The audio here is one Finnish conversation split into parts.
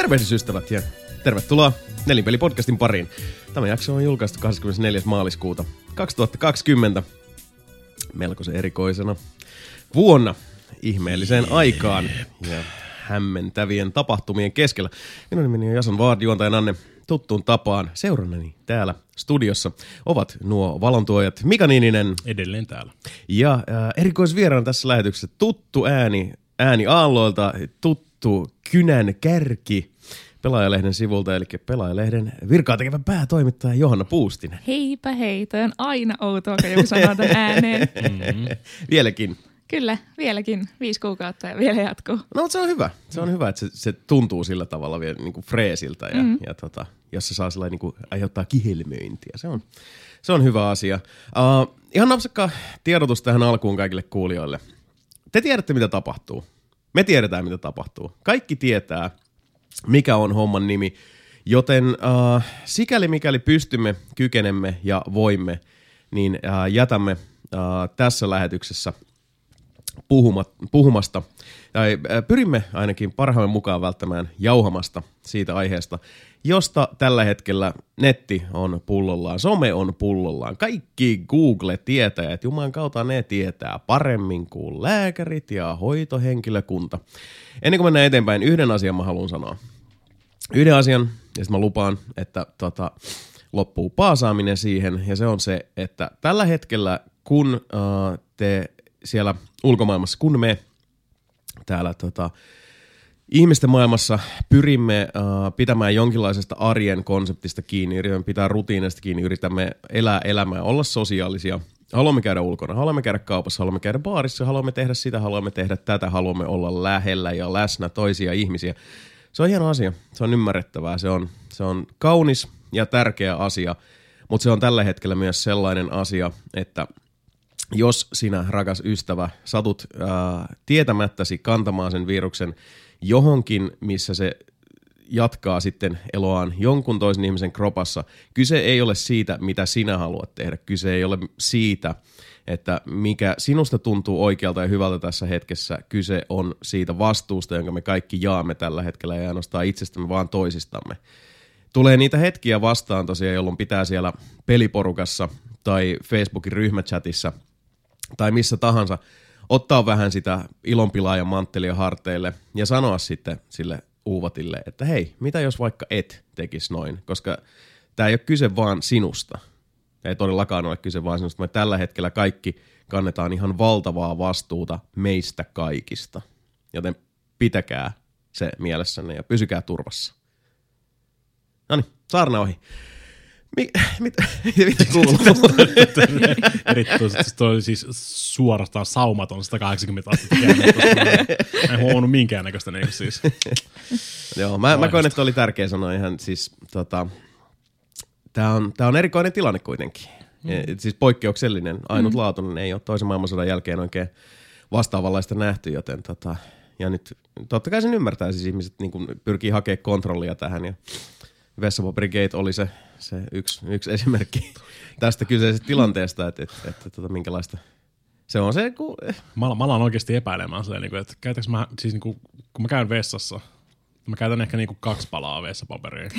Tervehdys ystävät ja tervetuloa Nelinpeli-podcastin pariin. Tämä jakso on julkaistu 24. maaliskuuta 2020. Melkoisen erikoisena vuonna ihmeelliseen aikaan ja hämmentävien tapahtumien keskellä. Minun nimeni on Jason Ward, juontajan Anne. Tuttuun tapaan seurannani täällä studiossa ovat nuo valontuojat Mika Niininen. Edelleen täällä. Ja erikoisvieraan tässä lähetyksessä tuttu ääni aalloilta, tuttu kynän kärki Pelaajalehden sivulta, eli Pelaajalehden virkaa tekevä päätoimittaja Johanna Puustinen. Heipä hei, toi on aina outoa, kun joku sanoo tämän ääneen. Vieläkin. Kyllä, vieläkin. 5 kuukautta ja vielä jatkuu. No, mutta se on hyvä. Se on hyvä, että se tuntuu sillä tavalla vielä niin kuin freesiltä ja jos se saa sellainen niin kuin aiheuttaa kihelmöintiä. Se on hyvä asia. Ihan napsakka tiedotus tähän alkuun kaikille kuulijoille. Te tiedätte, mitä tapahtuu. Me tiedetään, mitä tapahtuu. Kaikki tietää, mikä on homman nimi, joten sikäli mikäli pystymme, kykenemme ja voimme, niin jätämme tässä lähetyksessä puhumasta, tai pyrimme ainakin parhaamme mukaan välttämään jauhamasta siitä aiheesta, josta tällä hetkellä netti on pullollaan, some on pullollaan. Kaikki Google-tietäjät, Jumalan kautta ne tietää paremmin kuin lääkärit ja hoitohenkilökunta. Ennen kuin mennään eteenpäin, yhden asian mä haluan sanoa. Yhden asian, ja sitten mä lupaan, että loppuu paasaaminen siihen, ja se on se, että tällä hetkellä, kun te siellä ulkomaailmassa, kun me täällä ihmisten maailmassa pyrimme pitämään jonkinlaisesta arjen konseptista kiinni, yritämme pitää rutiinista kiinni, yritämme elää elämää, olla sosiaalisia, haluamme käydä ulkona, haluamme käydä kaupassa, haluamme käydä baarissa, haluamme tehdä sitä, haluamme tehdä tätä, haluamme olla lähellä ja läsnä toisia ihmisiä. Se on hieno asia, se on ymmärrettävää, se on kaunis ja tärkeä asia, mutta se on tällä hetkellä myös sellainen asia, että jos sinä, rakas ystävä, satut tietämättäsi kantamaan sen viruksen johonkin, missä se jatkaa sitten eloaan jonkun toisen ihmisen kropassa, kyse ei ole siitä, mitä sinä haluat tehdä. Kyse ei ole siitä, että mikä sinusta tuntuu oikealta ja hyvältä tässä hetkessä. Kyse on siitä vastuusta, jonka me kaikki jaamme tällä hetkellä ja ainoastaan itsestämme, vaan toisistamme. Tulee niitä hetkiä vastaan tosiaan, jolloin pitää siellä peliporukassa tai Facebookin ryhmächatissa tai missä tahansa ottaa vähän sitä ilonpilaajan manttelia harteille ja sanoa sitten sille uuvatille, että hei, mitä jos vaikka et tekisi noin, koska tämä ei ole kyse vaan sinusta. Ei todellakaan ole kyse vaan sinusta. Me tällä hetkellä kaikki kannetaan ihan valtavaa vastuuta meistä kaikista. Joten pitäkää se mielessänne ja pysykää turvassa. Noniin, saarna ohi. Mitä kuuluu? Erityisesti toi oli siis suorastaan saumaton 180 astetta käännettä. Mä en huomannut minkäännäköistä niin siis. Joo, mä koen, että oli tärkeä sanoa ihan siis tää on erikoinen tilanne kuitenkin. Siis poikkeuksellinen, ainutlaatuinen, ei ole toisen maailmansodan jälkeen oikein vastaavanlaista nähty, joten ja nyt totta kai sen ymmärtää, siis ihmiset niin kun pyrkii hakemaan kontrollia tähän ja Vessapaperigate oli se yksi esimerkki tästä kyseisestä tilanteesta, että minkälaista se on se, kun Mä alan oikeasti epäilemään silleen, että käytänkö mä, siis kun mä käyn vessassa, mä käytän ehkä 2 palaa vessapaperia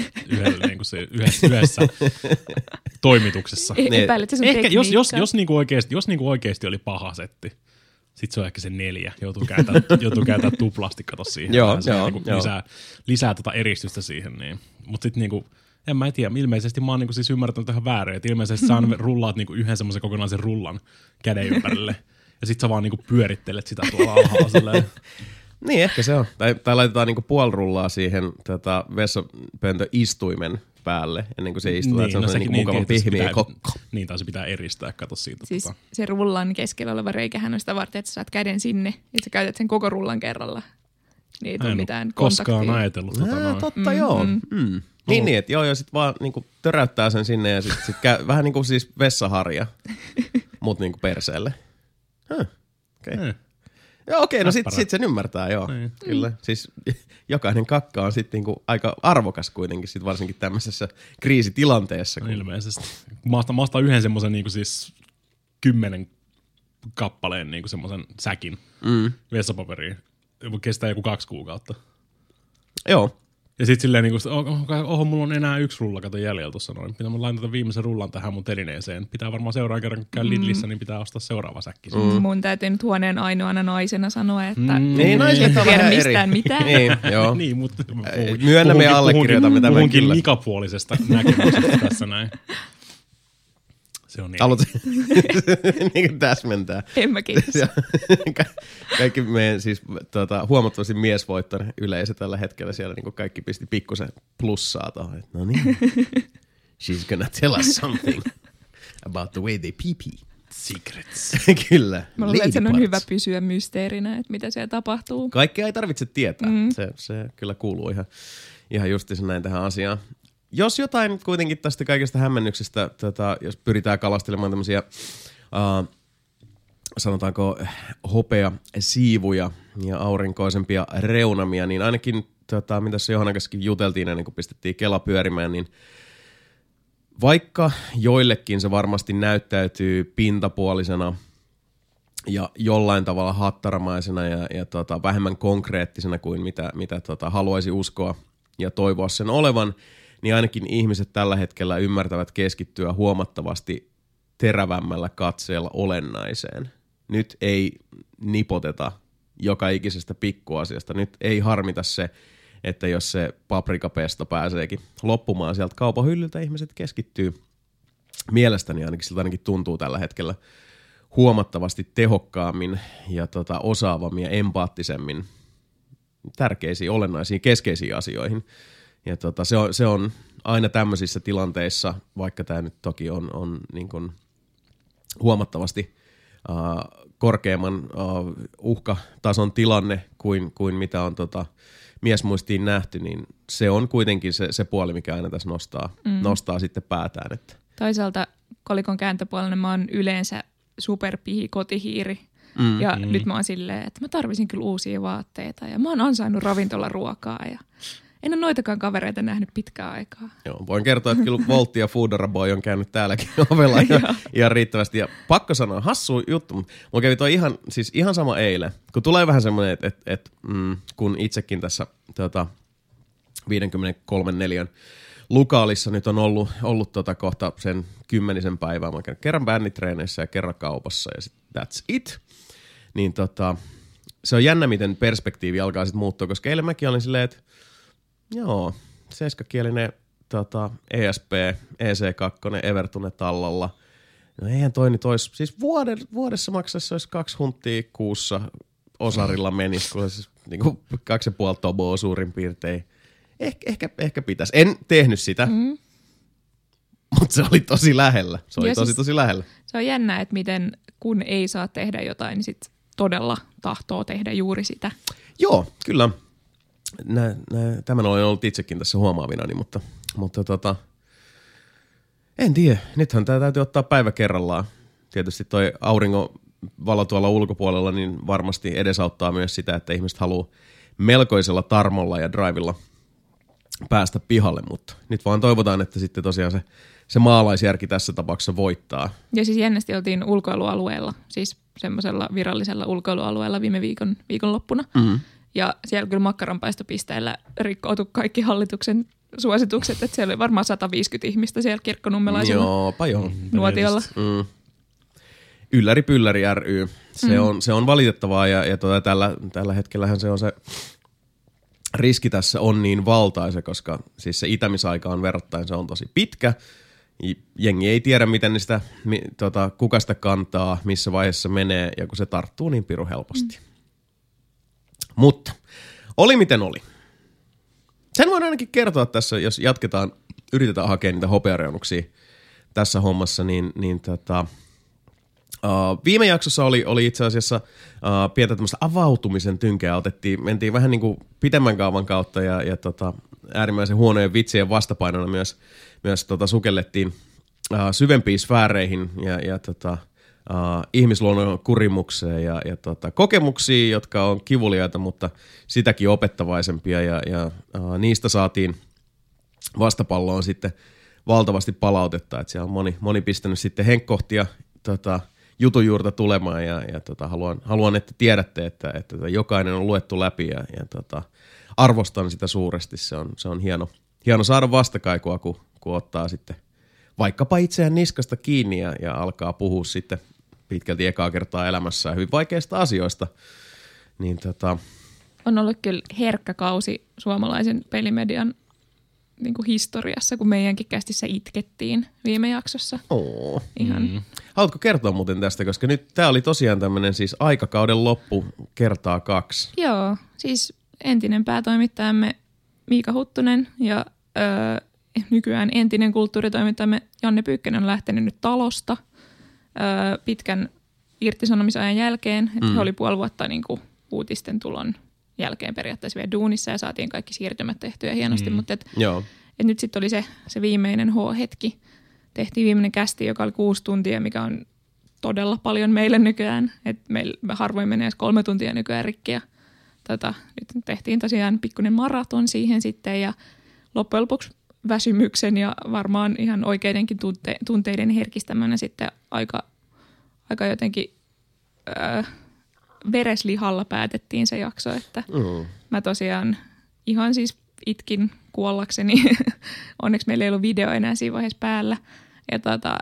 yhdessä toimituksessa. Epäilet sun ehkä tekniikkaa. jos oikeasti oli paha setti, sit se on ehkä se 4. Joutuu käytää tuplasti, kato siihen. Joo. Lisää eristystä siihen. Niin. Mut sit en mä tiedä, ilmeisesti mä oon siis ymmärtänyt tähän väärin, että ilmeisesti sä rullaat yhden semmoisen kokonaisen rullan käden ympärille, ja sit sä vaan pyörittelet sitä tuolla alhaalla silleen. Niin, ehkä se on. Tai laitetaan puolirullaa siihen vessapöntöistuimen päälle, ennen kuin se istutaan, että se on mukava pihmiä kokko. Niin, tai se pitää eristää, kato siitä. Siis se rullan keskellä oleva reikähän on sitä varten, että sä saat käden sinne, ja sä käytät sen koko rullan kerralla. Niin ei tule mitään kontaktia. Koskaan ajatellut. Totta, joo. Niin, että joo, ja sit vaan töräyttää sen sinne ja sit vähän siis vessaharja, mut perseelle. Okei. Joo, okei, no sit sen ymmärtää, joo. Kyllä, siis jokainen kakka on sitten aika arvokas kuitenkin, sit varsinkin tämmöisessä kriisitilanteessa. No, ilmeisesti. Mä ostan yhden semmoisen siis 10 kappaleen semmoisen säkin vessapaperiin. Kestää joku 2 kuukautta. Joo. Ja sitten silleen niinku, mulla on enää 1 rulla kato jäljellä tuossa noin. Pitää mun laittaa viimeisen rullan tähän mun telineeseen. Pitää varmaan seuraavan kerran, kun käy Lidlissä, niin pitää ostaa seuraava säkki. Mun täytyy nyt huoneen ainoana naisena sanoa, että ei naiset ole vähän mistään mitään. Niin, joo. Niin, mutta myönnämme ja allekirjoitamme tämän puhunkin kyllä. mikapuolisesta näkemyksestä tässä näin. Se on niin. Haluatko niin täsmentää? En mä kiitos. Kaikki meidän siis huomattavasti miesvoittoinen yleisö tällä hetkellä siellä niin kaikki pisti pikkusen plussaa tuohon. No niin, she's gonna tell us something about the way they pee. Secrets. Kyllä. Mä luulen, että sen on hyvä pysyä mysteerinä, että mitä siellä tapahtuu. Kaikkea ei tarvitse tietää. Se kyllä kuuluu ihan justiinsa näin tähän asiaan. Jos jotain kuitenkin tästä kaikesta hämmennyksestä, jos pyritään kalastelemaan tämmöisiä, sanotaanko hopeasiivuja ja aurinkoisempia reunamia, niin ainakin, mitä se Johanna kansskin juteltiin ennen kuin pistettiin Kela pyörimään, niin vaikka joillekin se varmasti näyttäytyy pintapuolisena ja jollain tavalla hattaramaisena ja vähemmän konkreettisena kuin mitä haluaisi uskoa ja toivoa sen olevan, niin ainakin ihmiset tällä hetkellä ymmärtävät keskittyä huomattavasti terävämmällä katseella olennaiseen. Nyt ei nipoteta joka ikisestä pikkuasiasta. Nyt ei harmita se, että jos se paprikapesto pääseekin loppumaan sieltä kaupan hyllyltä, ihmiset keskittyy mielestäni ainakin, siltä ainakin tuntuu tällä hetkellä huomattavasti tehokkaammin ja osaavammin ja empaattisemmin tärkeisiin, olennaisiin, keskeisiin asioihin. Ja se on aina tämmöisissä tilanteissa, vaikka tämä nyt toki on niin kuin huomattavasti korkeamman uhkatason tilanne kuin mitä on miesmuistiin nähty, niin se on kuitenkin se puoli, mikä aina tässä nostaa sitten päätään. Että. Toisaalta kolikon kääntöpuolella mä oon yleensä superpihi kotihiiri. Ja nyt mä oon silleen, että mä tarvisin kyllä uusia vaatteita ja mä oon ansainnut ravintolaruokaa ja en ole noitakaan kavereita nähnyt pitkään aikaa. Joo, voin kertoa, että kyllä Volt ja Foodora Boy on käynyt täälläkin ovella ihan riittävästi. Ja pakko sanoa, hassu juttu, mutta mulla kävi toi ihan sama eilen. Kun tulee vähän semmoinen, että kun itsekin tässä 53-4 Lukaalissa nyt on ollut kohta sen 10 päivää. Mä oon käynyt kerran bänditreeneissä ja kerran kaupassa ja sit that's it. Niin se on jännä, miten perspektiivi alkaa sitten muuttua, koska eilen mäkin olin silleen, että joo, 7-kielinen ESP, EC2, Evertune tallalla. No eihän toi nyt olisi, siis vuodessa maksaisi olisi 2 hunttia kuussa osarilla menisi, kun siis niin 2,5 toboa suurin piirtein. Ehkä pitäisi. En tehnyt sitä, mutta se oli tosi lähellä. Se oli tosi lähellä. Se on jännä, että miten kun ei saa tehdä jotain, niin sit todella tahtoo tehdä juuri sitä. Joo, kyllä. Tämän olen ollut itsekin tässä huomaavinani, mutta en tiedä. Nythän tämä täytyy ottaa päivä kerrallaan. Tietysti toi auringon valo tuolla ulkopuolella niin varmasti edesauttaa myös sitä, että ihmiset haluaa melkoisella tarmolla ja drivilla päästä pihalle, mutta nyt vaan toivotaan, että sitten tosiaan se maalaisjärki tässä tapauksessa voittaa. Ja siis jännästi oltiin ulkoilualueella, siis semmoisella virallisella ulkoilualueella viime viikonloppuna. Ja siellä kyllä makkaranpaistopisteillä rikkoutu kaikki hallituksen suositukset, että siellä oli varmaan 150 ihmistä siellä kirkkonummelaisilla nuotiolla. Ylläri Pylläri ry. Se on valitettavaa ja tällä hetkellähän se on se riski tässä on niin valtaisa, koska siis se itämisaika on verrattain, se on tosi pitkä. Jengi ei tiedä, miten sitä, kuka sitä kantaa, missä vaiheessa menee ja kun se tarttuu niin pirun helposti. Mutta oli miten oli. Sen voin ainakin kertoa tässä, jos yritetään hakea niitä hopeareunuksia tässä hommassa, niin viime jaksossa oli itse asiassa pientä tämmöistä avautumisen tynkeä. Mentiin vähän niin kuin pitemmän kaavan kautta ja äärimmäisen huonojen vitsien vastapainona myös sukellettiin syvempiin sfääreihin ja ihmisluonnon kurimukseen ja kokemuksiin, jotka on kivuliaita, mutta sitäkin opettavaisempia ja niistä saatiin vastapalloon sitten valtavasti palautetta, että siellä on moni pistänyt sitten henkkohtia jutun juurta tulemaan ja haluan, että tiedätte, että jokainen on luettu läpi ja arvostan sitä suuresti. Se on hieno saada vastakaikua, kun ottaa sitten vaikkapa itseään niskasta kiinni ja alkaa puhua sitten pitkälti ekaa kertaa elämässään hyvin vaikeista asioista. Niin On ollut kyllä herkkä kausi suomalaisen pelimedian niin kuin historiassa, kun meidänkin kästissä itkettiin viime jaksossa. Ihan. Haluatko kertoa muuten tästä, koska nyt tämä oli tosiaan tämmöinen siis aikakauden loppu kertaa 2. Joo, siis entinen päätoimittajamme Miika Huttunen ja nykyään entinen kulttuuritoimittajamme Janne Pyykkönen on lähtenyt nyt talosta pitkän irtisanomisajan jälkeen. Että he oli puoli vuotta niin kuin uutisten tulon jälkeen periaatteessa vielä duunissa ja saatiin kaikki siirtymät tehtyä hienosti, mutta et nyt sitten oli se viimeinen H-hetki. Tehtiin viimeinen kästi, joka oli 6 tuntia, mikä on todella paljon meille nykyään. Me harvoin menee edes 3 tuntia nykyään rikki. Ja nyt tehtiin tosiaan pikkuinen maraton siihen sitten ja loppujen lopuksi väsymyksen ja varmaan ihan oikeidenkin tunteiden herkistämänä sitten aika jotenkin vereslihalla päätettiin se jakso, että mä tosiaan ihan siis itkin kuollakseni. Onneksi meillä ei ollut video enää siinä vaiheessa päällä. Ja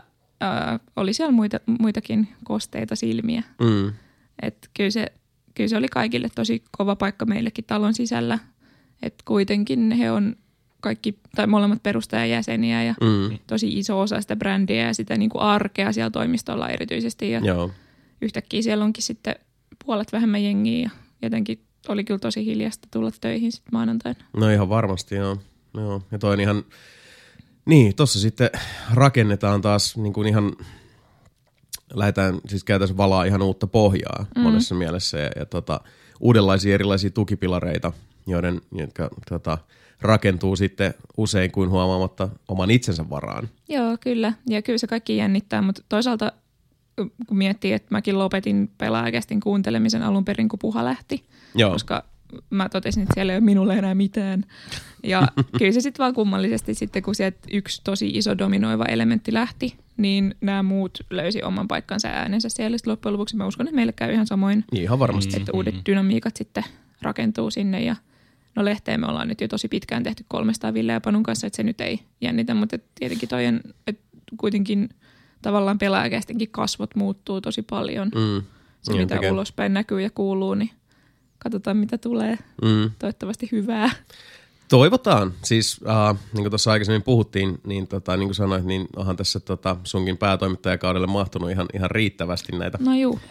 oli siellä muitakin kosteita silmiä. Et kyllä se oli kaikille tosi kova paikka meillekin talon sisällä. Et kuitenkin he on kaikki, tai molemmat perustajajäseniä ja tosi iso osa sitä brändiä ja sitä niin kuin arkea siellä toimistolla erityisesti. Ja yhtäkkiä siellä onkin sitten puolet vähemmän jengiä ja jotenkin oli kyllä tosi hiljasta tulla töihin sitten maanantaina. No ihan varmasti, joo. Ja toi on ihan, niin tossa sitten rakennetaan taas niin kuin ihan, lähdetään siis käytännössä valaa ihan uutta pohjaa monessa mielessä ja uudenlaisia erilaisia tukipilareita, jotka rakentuu sitten usein kuin huomaamatta oman itsensä varaan. Joo, kyllä. Ja kyllä se kaikki jännittää, mutta toisaalta kun miettii, että mäkin lopetin Pelaajakästin kuuntelemisen alun perin, kun Puha lähti, koska mä totesin, että siellä ei ole minulle enää mitään. Ja kyllä se sitten vaan kummallisesti sitten, kun sieltä yksi tosi iso dominoiva elementti lähti, niin nämä muut löysi oman paikkansa äänensä siellä. Sitten loppujen lopuksi mä uskon, että meille käy ihan samoin. Ihan varmasti. Että uudet dynamiikat sitten rakentuu sinne ja no lehteen me ollaan nyt jo tosi pitkään tehty 300 Ville ja Panun kanssa, että se nyt ei jännitä, mutta tietenkin toi on, että kuitenkin tavallaan Pelaajakästinkin kasvot muuttuu tosi paljon. Se, mitä ulospäin näkyy ja kuuluu, niin katsotaan, mitä tulee. Toivottavasti hyvää. Toivotaan. Siis niin kuin tuossa aikaisemmin puhuttiin, niin niin kuin sanoit, niin onhan tässä sunkin päätoimittajakaudelle mahtunut ihan riittävästi näitä. No juu.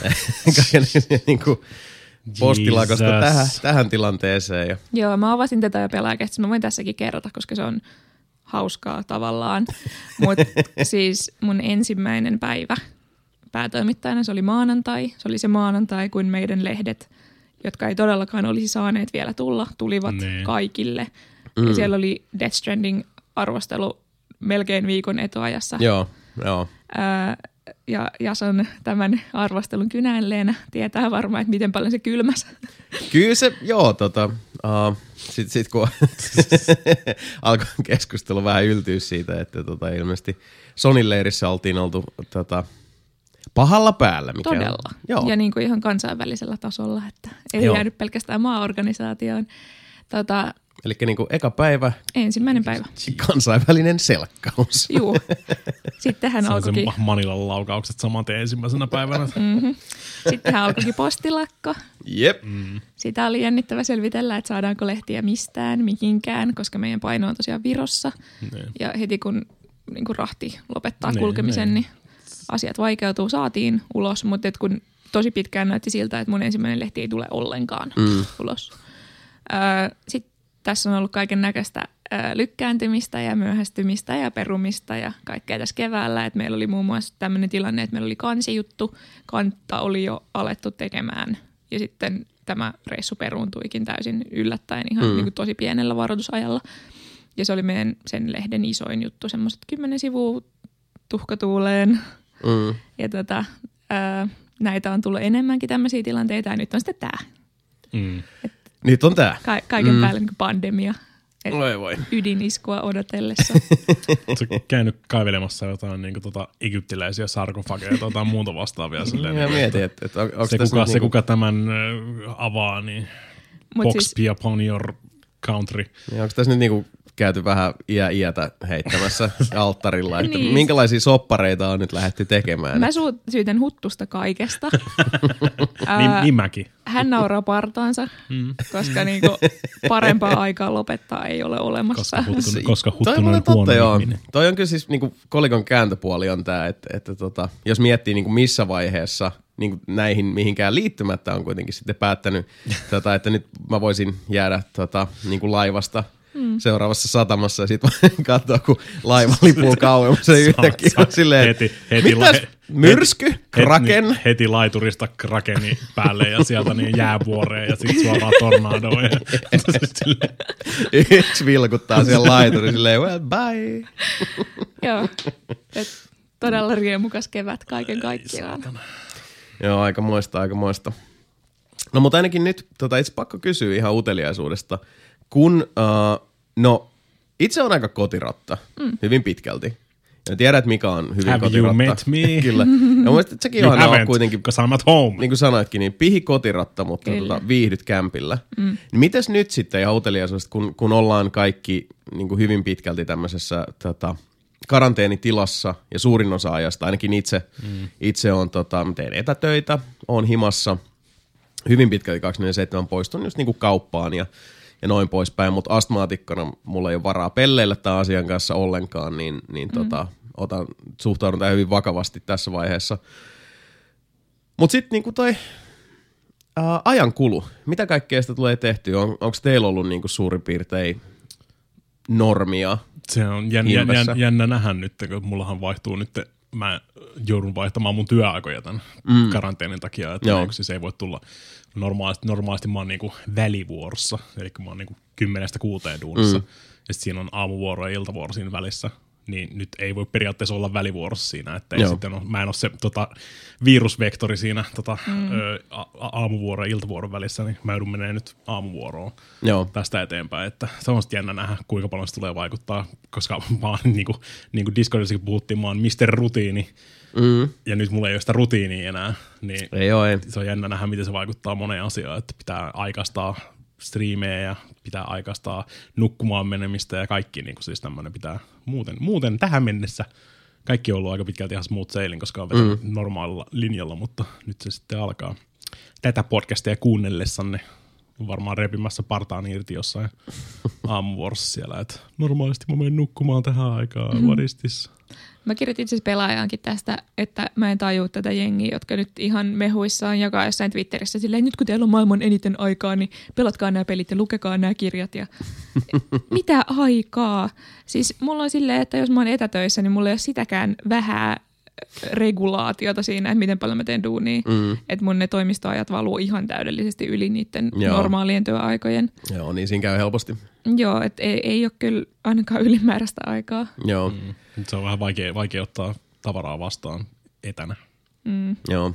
niin kuin postilakosta tähän tilanteeseen. Joo, mä avasin tätä jo Pelaajakästissä. Mä voin tässäkin kerrota, koska se on hauskaa tavallaan. Mutta siis mun ensimmäinen päivä päätoimittajana, se oli maanantai. Se oli se maanantai, kun meidän lehdet, jotka ei todellakaan olisi saaneet vielä tulla, tulivat kaikille. Ja siellä oli Death Stranding-arvostelu melkein viikon etuajassa. Joo. Ja Jason tämän arvostelun kynäilleenä tietää varmaan, että miten paljon se kylmäsi. Kyllä se, Sitten kun alkoi keskustelu vähän yltyä siitä, että ilmeisesti Sonin leirissä oltiin oltu pahalla päällä. Mikä todella. On. Ja niin kuin ihan kansainvälisellä tasolla, että ei jäänyt pelkästään maaorganisaatioon. Eli niin kuin eka päivä. Ensimmäinen päivä. Kansainvälinen selkkaus. Juu. Sittenhän alkoikin. Se Manilan laukaukset saman tien ensimmäisenä päivänä. Sittenhän alkoikin postilakko. Jep. Sitä oli jännittävä selvitellä, että saadaanko lehtiä mistään, mihinkään, koska meidän paino on tosiaan Virossa. Ja heti kun niin kuin rahti lopettaa kulkemisen, niin asiat vaikeutuu. Saatiin ulos, mutta kun tosi pitkään näytti siltä, että mun ensimmäinen lehti ei tule ollenkaan ulos. Sitten tässä on ollut kaiken näköistä lykkääntymistä ja myöhästymistä ja perumista ja kaikkea tässä keväällä. Et meillä oli muun muassa tämmöinen tilanne, että meillä oli kansijuttu. Kantta oli jo alettu tekemään ja sitten tämä reissu peruuntuikin täysin yllättäen ihan niin kuin tosi pienellä varoitusajalla. Ja se oli meidän sen lehden isoin juttu, semmoiset 10 sivua tuhkatuuleen. Ja näitä on tullut enemmänkin tämmöisiä tilanteita ja nyt on sitten tämä. Nyt on tää. Kaiken päälle niin pandemia. Voi. Ydiniskua odotellessa. Oletko käynyt kaivelemassa jotain niin kuin, egyptiläisiä sarkofageja tai jotain muuta vastaavia? Mä mietin, että onko se, kuka tämän avaa, niin Box siis be upon your country. Ja onko tässä nyt niinku käyty vähän iätä heittämässä alttarilla, että niin. minkälaisia soppareita on nyt lähdetty tekemään? Mä syytän Huttusta kaikesta. Niin mäkin. Hän nauraa partaansa, koska niinku parempaa aikaa lopettaa ei ole olemassa. Koska Huttunen on huono ihminen. Toi on kyllä siis niinku kolikon kääntöpuoli on tää, että jos miettii niinku missä vaiheessa niinku näihin mihinkään liittymättä on kuitenkin sitten päättänyt, että nyt mä voisin jäädä niinku laivasta seuraavassa satamassa ja sitten katsoa, kun laiva lipuu kauemmas ja yhtäkkiä on silleen, mitäs myrsky, kraken? Heti laiturista krakeni päälle ja sieltä niin jäävuoreen ja sitten suoraan tornadoon. Yksi vilkuttaa siellä laituri silleen, well bye. Joo, todella riemukas kevät kaiken kaikkiaan. Joo, aika moista. No mutta ainakin nyt itse pakko kysyä ihan uteliaisuudesta, kun itse on aika kotirotta, hyvin pitkälti. Ja tiedät, mikä on hyvin Have kotirotta. Have you met me? Kyllä. Ja mun sekin on kuitenkin, because I'm at home. Niin kuin sanoitkin, niin pihi kotirotta, mutta viihdyt kämpillä. Niin mites nyt sitten ihan uteliaisuudesta, kun ollaan kaikki niin kuin hyvin pitkälti tämmöisessä karanteenitilassa ja suurin osa ajasta, ainakin itse on, teen etätöitä, oon himassa hyvin pitkälti 24/7 poistun just niin kuin kauppaan ja noin poispäin, mutta astmaatikkona mulla ei ole varaa pelleillä tämän asian kanssa ollenkaan, niin suhtaudun tähän hyvin vakavasti tässä vaiheessa. Mutta sitten niinku toi ajankulu, mitä kaikkea sitä tulee tehtyä? Onko teillä ollut niinku suurin piirtein normia? Se on jännä nähdä nyt, kun mullahan vaihtuu nyt, mä joudun vaihtamaan mun työaikoja tämän karanteenin takia, että siis ei voi tulla normaalisti mä oon niinku välivuorossa, eli mä oon niinku 10-6 duunissa, ja sit siinä on aamuvuoro ja iltavuoro siinä välissä, niin nyt ei voi periaatteessa olla välivuorossa siinä, että ei sitten mä en ole se virusvektori siinä aamuvuoro ja iltavuoron välissä, niin mä joudun menee nyt aamuvuoroon tästä eteenpäin, että se on sitten jännä nähdä, kuinka paljon se tulee vaikuttaa, koska mä oon niinku Discordissakin puhuttiin, mä oon Mr. Rutiini, ja nyt mulla ei ole sitä rutiinia enää, niin ei. Se on jännä nähdä, miten se vaikuttaa moneen asiaan, että pitää aikaistaa striimejä ja pitää aikaistaa nukkumaan menemistä ja kaikki, niin kuin siis tämmöinen pitää muuten tähän mennessä. Kaikki on ollut aika pitkälti ihan smooth sailing, koska on vetänyt normaalilla linjalla, mutta nyt se sitten alkaa. Tätä podcastia kuunnellessanne varmaan repimässä partaan irti jossain aamuvuorossa siellä, että normaalisti mä menen nukkumaan tähän aikaan, what is this? Mä kirjoitin itse asiassa pelaajaankin tästä, että mä en tajua tätä jengiä, jotka nyt ihan mehuissaan jakaa jossain Twitterissä silleen, nyt kun teillä on maailman eniten aikaa, niin pelatkaa nämä pelit ja lukekaa nämä kirjat. Ja mitä aikaa? Siis mulla on silleen, että jos mä oon etätöissä, niin mulla ei ole sitäkään vähää regulaatiota siinä, että miten paljon mä teen duunia. Että mun ne toimistoajat valuu ihan täydellisesti yli niiden normaalien työaikojen. Joo, niin siinä käy helposti. Joo, että ei ole kyllä ainakaan ylimääräistä aikaa. Joo. Se on vähän vaikea ottaa tavaraa vastaan etänä. Joo,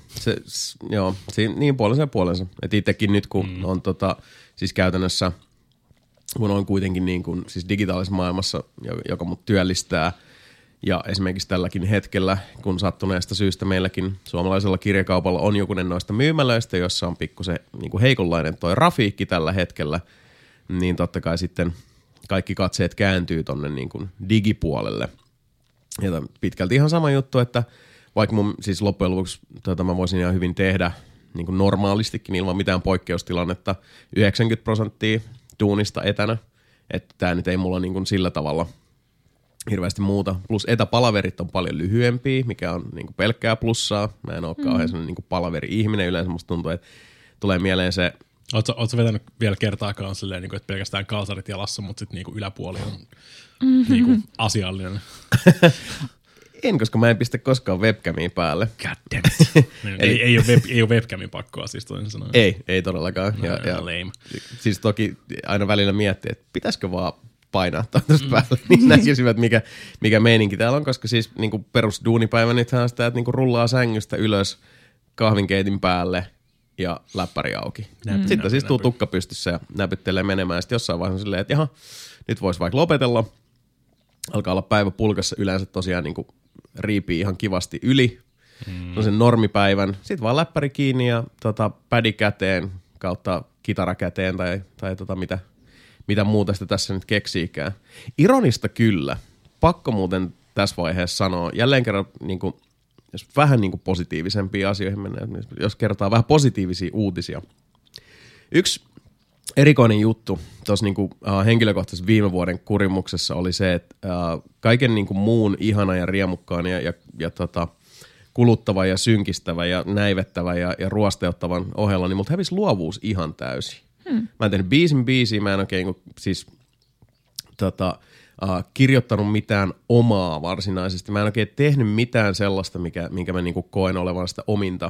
niin puolensa. Että itsekin nyt, kun on siis käytännössä, kun on kuitenkin niin kuin, siis digitaalisessa maailmassa, joka mut työllistää, ja esimerkiksi tälläkin hetkellä, kun sattuneesta syystä meilläkin suomalaisella kirjakaupalla on jokunen noista myymälöistä, jossa on pikkusen niin kuin heikonlainen toi rafiikki tällä hetkellä, niin totta kai sitten kaikki katseet kääntyy tonne niin kuin digipuolelle. Ja pitkälti ihan sama juttu, että vaikka mun siis loppujen lopuksi mä voisin ihan hyvin tehdä niin kuin normaalistikin ilman mitään poikkeustilannetta 90% duunista etänä, että tää nyt ei mulla niin kuin sillä tavalla hirveästi muuta. Plus etäpalaverit on paljon lyhyempiä, mikä on niin kuin pelkkää plussaa. Mä en ole kauhean sellainen niin kuin palaveri-ihminen yleensä. Musta tuntuu, että tulee mieleen se... Ootko vetänyt vielä kertaakaan silleen, niin kuin, että pelkästään kalsarit jalassa, mutta sitten niin kuin yläpuoli on niin kuin asiallinen? En, koska mä en pistä koskaan webcamiin päälle. God damn it. ei ole webcamin pakkoa siis toisin sanoen. Ei todellakaan. Ja lame. Siis toki aina välillä miettii, että pitäisikö vaan painaa tuosta päälle, niin näkisivät, mikä meininki täällä on, koska siis niin perusduunipäivä nythän on sitä, että niin rullaa sängystä ylös kahvinkeitin päälle ja läppäri auki. Sitten siis tuu tukka pystyssä ja näpyttelee menemään. Sitten jossain vaiheessa silleen, että jaha, nyt voisi vaikka lopetella. Alkaa olla päivä pulkassa, yleensä tosiaan niin riipii ihan kivasti yli. No sen normipäivän. Sitten vaan läppäri kiinni ja pädi käteen kautta kitara käteen tai mitä muuta sitä tässä nyt keksiikään. Ironista kyllä. Pakko muuten tässä vaiheessa sanoa, jälleen kerran niin kuin, jos vähän niin kuin positiivisempiin asioihin mennään, jos kertaa vähän positiivisia uutisia. Yksi erikoinen juttu tuossa niin kuin, henkilökohtaisessa viime vuoden kurimuksessa oli se, että kaiken niin kuin muun ihana ja riemukkaan ja kuluttava ja synkistävä ja näivettävä ja ruosteuttavan ohella, niin multa hävisi luovuus ihan täysin. Mä en tehnyt biisiä, mä en oikein siis kirjoittanut mitään omaa varsinaisesti. Mä en oikein tehnyt mitään sellaista, minkä mä niinku koen olevan sitä ominta,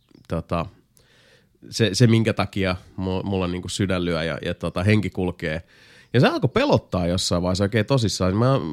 se minkä takia mulla niinku sydän lyö ja henki kulkee. Ja se alkoi pelottaa jossain vaiheessa oikein tosissaan.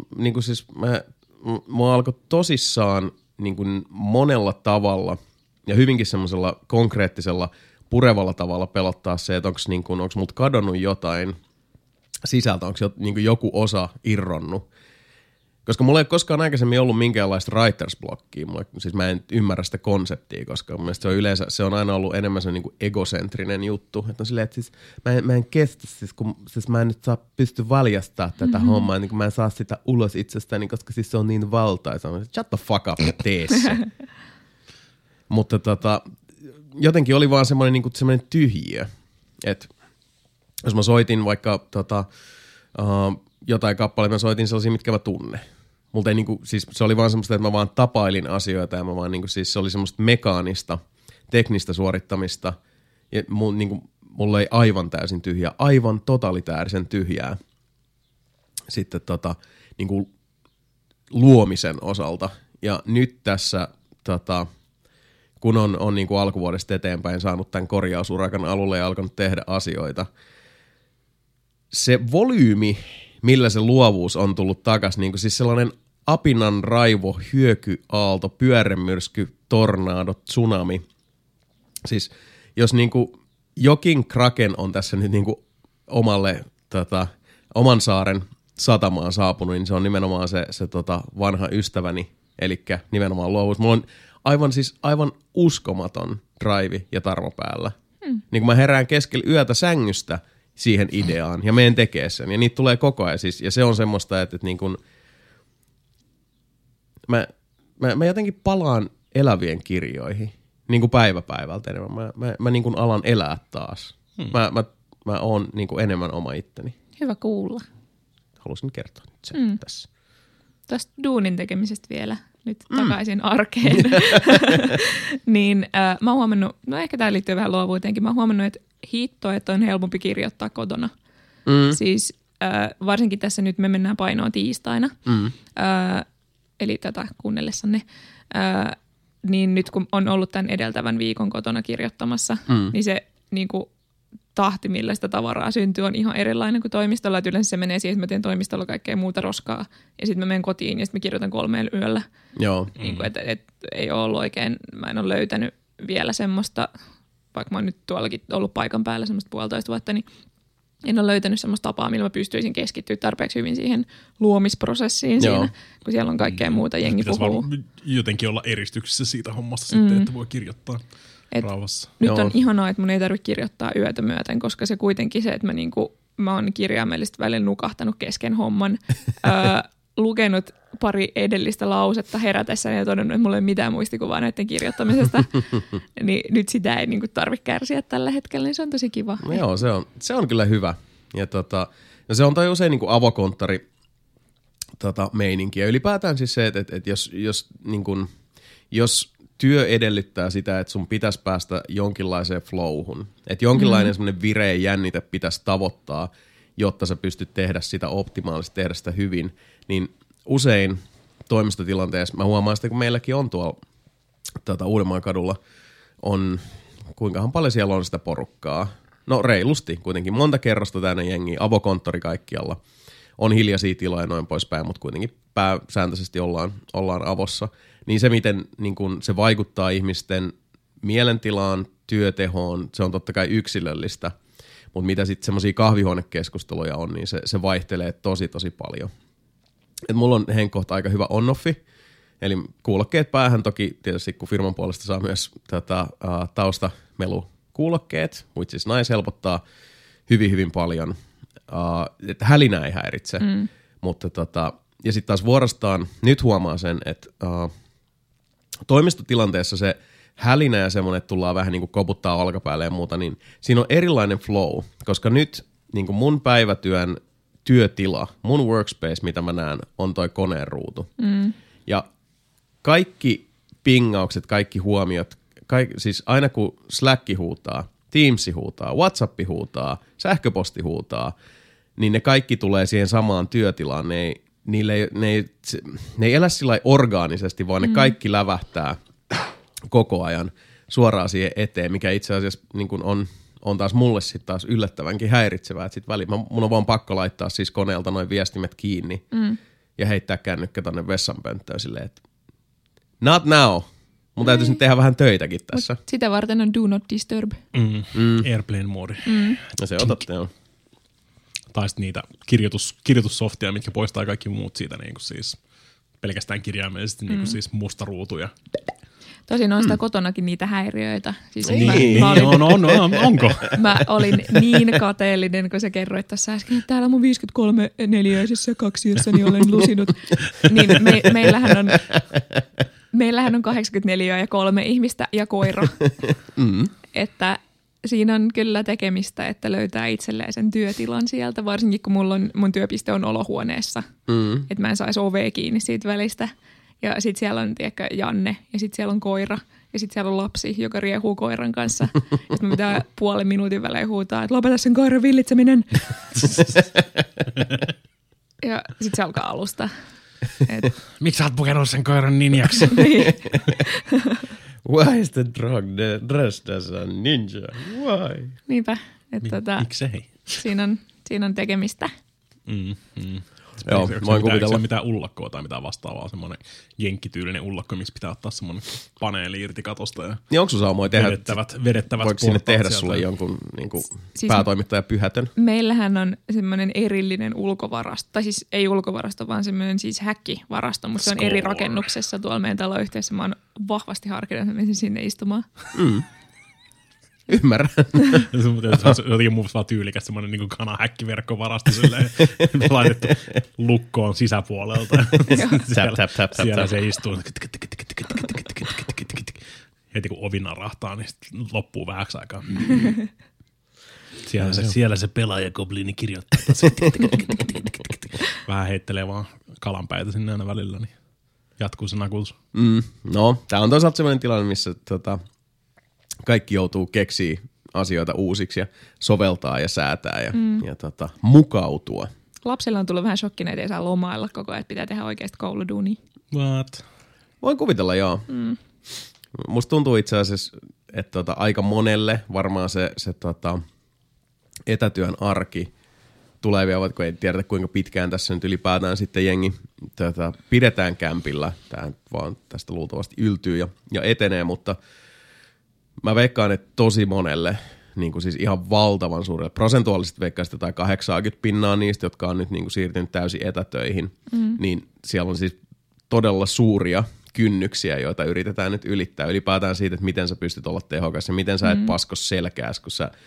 Mua alkoi tosissaan niinku monella tavalla ja hyvinkin semmoisella konkreettisella purevalla tavalla pelottaa se, että onko multa kadonnut jotain sisältä, onko niinku joku osa irronnut. Koska mulla ei ole koskaan aikaisemmin ollut minkäänlaista writer's blockia, siis mä en ymmärrä sitä konseptia, koska mun mielestä se on aina ollut enemmän se niinku egocentrinen juttu. Että on silleen, että siis mä en kestä, siis mä en nyt pysty valjastamaan tätä hommaa, niin mä en saa sitä ulos itsestäni, koska siis se on niin valtaisa. Shut the fuck up ja tee se. Mutta jotenkin oli vaan semmoinen niinku tyhjiö, että jos mä soitin vaikka jotain kappaleita, mä soitin sellaisia, mitkä mä tunne. Multa ei niinku, siis se oli vaan semmoista, että mä vaan tapailin asioita ja mä vaan niinku, siis se oli semmoista mekaanista, teknistä suorittamista ja mulla ei aivan täysin tyhjää, aivan totalitäärisen tyhjää sitten niinku luomisen osalta. Ja nyt tässä kun on niinku alkuvuodesta eteenpäin saanut tämän korjausurakan alulle ja alkanut tehdä asioita, se volyymi, millä se luovuus on tullut takaisin, niin siis sellainen apinan raivo, hyökyaalto, pyörremyrsky, tornado, tsunami. Siis jos niinku jokin kraken on tässä nyt niinku omalle oman saaren satamaan saapunut, niin se on nimenomaan se vanha ystäväni, eli nimenomaan luovuus. Mulla on aivan uskomaton drive ja tarmo päällä. Niin kun mä herään keskellä yötä sängystä siihen ideaan ja menen tekee sen. Ja niitä tulee koko ajan siis. Ja se on semmoista, että niin kun mä jotenkin palaan elävien kirjoihin niin kuin päivä päivältä enemmän. Mä niin kuin alan elää taas. Mä oon niin kuin enemmän oma itteni. Hyvä kuulla. Halusin kertoa nyt sen tässä. Tästä duunin tekemisestä vielä nyt takaisin arkeen. Niin mä oon huomannut, no ehkä tää liittyy vähän luovuuteenkin, mä oon huomannut, että hiittoet on helpompi kirjoittaa kotona. Siis varsinkin tässä nyt me mennään painoon tiistaina, eli tätä kuunnellessanne, niin nyt kun on ollut tämän edeltävän viikon kotona kirjoittamassa, niin se niinku tahti, millä sitä tavaraa syntyy, on ihan erilainen kuin toimistolla. Et yleensä se menee siihen, että mä teen toimistolla kaikkea muuta roskaa ja sitten mä menen kotiin ja sitten mä kirjoitan 3 yöllä. Joo. Niin kuin, et ei ole ollut oikein, mä en ole löytänyt vielä semmoista, vaikka mä oon nyt tuollakin ollut paikan päällä semmoista 1,5 vuotta, niin en ole löytänyt semmoista tapaa, millä mä pystyisin keskittyä tarpeeksi hyvin siihen luomisprosessiin siinä, kun siellä on kaikkea muuta, jengi puhuu. Pitäisi jotenkin olla eristyksissä siitä hommasta sitten, että voi kirjoittaa rauhassa. Nyt on ihanaa, että mun ei tarvitse kirjoittaa yötä myöten, koska se kuitenkin se, että mä oon kirjaimellisesti välillä nukahtanut kesken homman, lukenut pari edellistä lausetta herätessäni ja todennut, että mulla ei ole mitään muistikuvaa näiden kirjoittamisesta, niin nyt sitä ei tarvitse kärsiä tällä hetkellä, niin se on tosi kiva. No joo, se on kyllä hyvä. Ja no se on toi usein avokonttori meininki. Ja ylipäätään siis se, että jos työ edellyttää sitä, että sun pitäisi päästä jonkinlaiseen flowhun, että jonkinlainen semmoinen vireä jännite pitäisi tavoittaa, jotta sä pystyt tehdä sitä optimaalisesti, tehdä sitä hyvin, niin usein toimistotilanteessa, mä huomaan sitä, kun meilläkin on tuolla Uudenmaan kadulla, on kuinkahan paljon siellä on sitä porukkaa. No reilusti kuitenkin, monta kerrosta täynnä jengiä, avokonttori kaikkialla. On hiljaisia tiloja noin poispäin, mutta kuitenkin pääsääntöisesti ollaan avossa. Niin se, miten niin kun se vaikuttaa ihmisten mielentilaan, työtehoon, se on totta kai yksilöllistä. Mutta mitä sitten semmoisia kahvihuonekeskusteluja on, niin se vaihtelee tosi paljon. Et mulla on henkkohta aika hyvä on-offi, eli kuulokkeet päähän toki tietysti, kun firman puolesta saa myös taustamelu kuulokkeet, which is nice, helpottaa hyvin paljon. Että hälinä ei häiritse. Mutta ja sitten taas vuorostaan nyt huomaa sen, että toimistotilanteessa se hälinä ja semmoinen, että tullaan vähän niin kuin koputtaa olkapäälle ja muuta, niin siinä on erilainen flow, koska nyt niin kuin mun päivätyön työtila, mun workspace, mitä mä näen, on toi koneen ruutu. Ja kaikki pingaukset, kaikki huomiot, siis aina kun Slack huutaa, Teams huutaa, WhatsApp huutaa, sähköposti huutaa, niin ne kaikki tulee siihen samaan työtilaan. Ne ei elä sillä orgaanisesti, vaan ne kaikki lävähtää koko ajan suoraan siihen eteen, mikä itse asiassa niin kuin on taas mulle sitten taas yllättävänkin häiritsevää. Sitten mun on vaan pakko laittaa siis koneelta noin viestimet kiinni ja heittää kännykkä tonne vessanpönttöön silleen, että not now. Mun täytyisi nyt tehdä vähän töitäkin tässä. Mut sitä varten on do not disturb. Airplane-moodi. No se otatte on. Tai sitten niitä kirjoitussoftia, mitkä poistaa kaikki muut siitä niin kuin siis pelkästään kirjaimellisesti niin kuin siis musta ruutuja. Tosin on sitä kotonakin niitä häiriöitä. Siis onko? Mä olin niin kateellinen, kun sä kerroit tässä äsken, että täällä mun 53 neliöisessä kaksiossani olen lusinut. Niin meillähän on 84 ja 3 ihmistä ja koira. Että siinä on kyllä tekemistä, että löytää itselleen sen työtilan sieltä, varsinkin kun mun työpiste on olohuoneessa. Että mä en saisi ovea kiinni siitä välistä. Ja sit siellä on, tiedätkö, Janne, ja sit siellä on koira, ja sit siellä on lapsi, joka riehuu koiran kanssa. Ja mä pitää puolen minuutin välein huutaa, että lopeta sen koiran villitseminen. Ja sit se alkaa alusta. Miksi sä oot pukenut sen koiran ninjaksi? Why is the dog dressed as a ninja? Why? Niinpä. Miksei? Siinä on tekemistä. Joo, voin kuvitella. Mitään ullakkoa tai mitään vastaavaa, semmoinen jenkkityylinen ullakko, missä pitää ottaa semmoinen paneeli irti katosta ja niin onko sun saumoja tehdä? Vedettävät voiko sinne tehdä sieltä sulle jonkun niin kuin siis päätoimittaja pyhätön? Meillähän on semmoinen erillinen ulkovarasto, tai siis ei ulkovarasto, vaan semmoinen siis häkkivarasto, mutta se on eri rakennuksessa tuolla meidän taloyhteisössä. Mä oon vahvasti harkinnut, että menisin sinne istumaan. Ymmärrän. Se on jotenkin mun vaan tyylikäs semmoinen niin kanahäkkiverkkovarasto silleen laitettu lukkoon sisäpuolelta. Siellä se istuu. Heti kun ovi narahtaa, niin loppuu vähäksi aikaa. Siellä se pelaajagobliini kirjoittaa. Vähän heittelee vaan kalanpäitä sinne aina välillä, niin jatkuu se nakutus. No, tää on toisaalta semmoinen tilanne, missä kaikki joutuu keksiä asioita uusiksi ja soveltaa ja säätää ja mukautua. Lapsilla on tullut vähän shokkina, että ei saa lomailla koko ajan, että pitää tehdä oikeasti kouluduunia. What? Voin kuvitella, joo. Musta tuntuu itse asiassa, että aika monelle varmaan se etätyön arki tulee vielä, kun ei tiedetä kuinka pitkään tässä nyt ylipäätään sitten jengi pidetään kämpillä. Tämä vaan tästä luultavasti yltyy ja etenee, mutta mä veikkaan, että tosi monelle, niin kuin siis ihan valtavan suurelle, prosentuaalisesti veikkaan sitä tai 80% niistä, jotka on nyt niin kuin siirtynyt täysin etätöihin, niin siellä on siis todella suuria kynnyksiä, joita yritetään nyt ylittää. Ylipäätään siitä, että miten sä pystyt olla tehokas ja miten sä et pasko selkääs, kun sä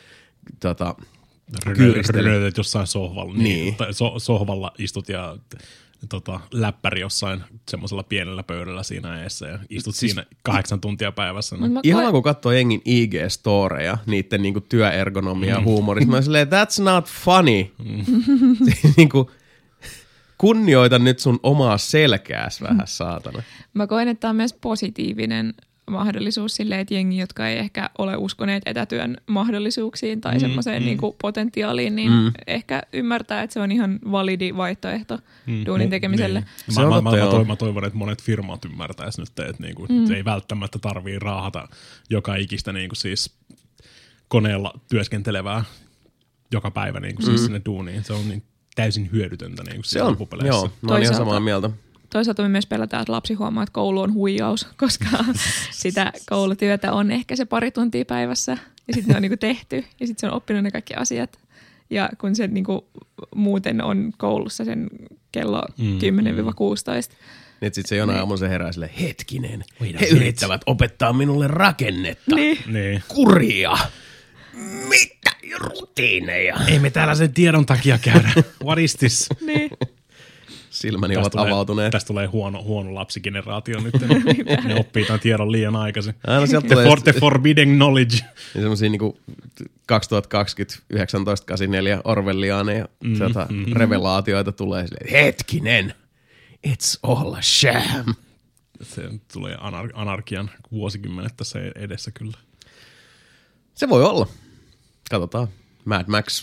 rynöitet jossain sohvalla. Niin. Sohvalla istut ja läppäri jossain semmoisella pienellä pöydällä siinä eessä ja istut siis siinä 8 tuntia päivässä. Ihan kun katsoo jengin IG-storeja, niiden niinku työergonomia ja huumorista, mä silleen, that's not funny. Niinku, kunnioita nyt sun omaa selkääs vähän, saatana. Mä koen, että tämä on myös positiivinen mahdollisuus silleen, että jengi, jotka ei ehkä ole uskoneet etätyön mahdollisuuksiin tai semmoiseen niinku potentiaaliin, niin ehkä ymmärtää, että se on ihan validi vaihtoehto duunin tekemiselle. Niin. Mä toivon, että monet firmat ymmärtäis nyt, että niinku, ei välttämättä tarvii raahata joka ikistä niinku siis koneella työskentelevää joka päivä niinku siis sinne duuniin. Se on niin täysin hyödytöntä niinku se on, joo, mä oon ihan samaa mieltä. Toisaalta me myös pelätään, että lapsi huomaa, että koulu on huijaus, koska sitä koulutyötä on ehkä se 2 tuntia päivässä ja sitten ne on niinku tehty ja sitten se on oppinut ne kaikki asiat. Ja kun se niinku muuten on koulussa sen kello 10-16. Niin sitten se jonain aamulla se herää silleen, hetkinen, he yrittävät opettaa minulle rakennetta, kuria. Mitä rutiineja? Ei me täällä sen tiedon takia käydä. What is this? Niin. Silmäni ovat avautuneet. Tästä tulee huono lapsigeneraatio nyt. Ne oppii tämän tiedon liian aikaisin. Aina sieltä The forbidden knowledge. Niin semmosia niinku 2020 1984 Orwelliaaneja revelaatioita tulee silleen, hetkinen, it's all a sham. Se tulee anarkian vuosikymmenet tässä edessä kyllä. Se voi olla. Katsotaan. Mad Max.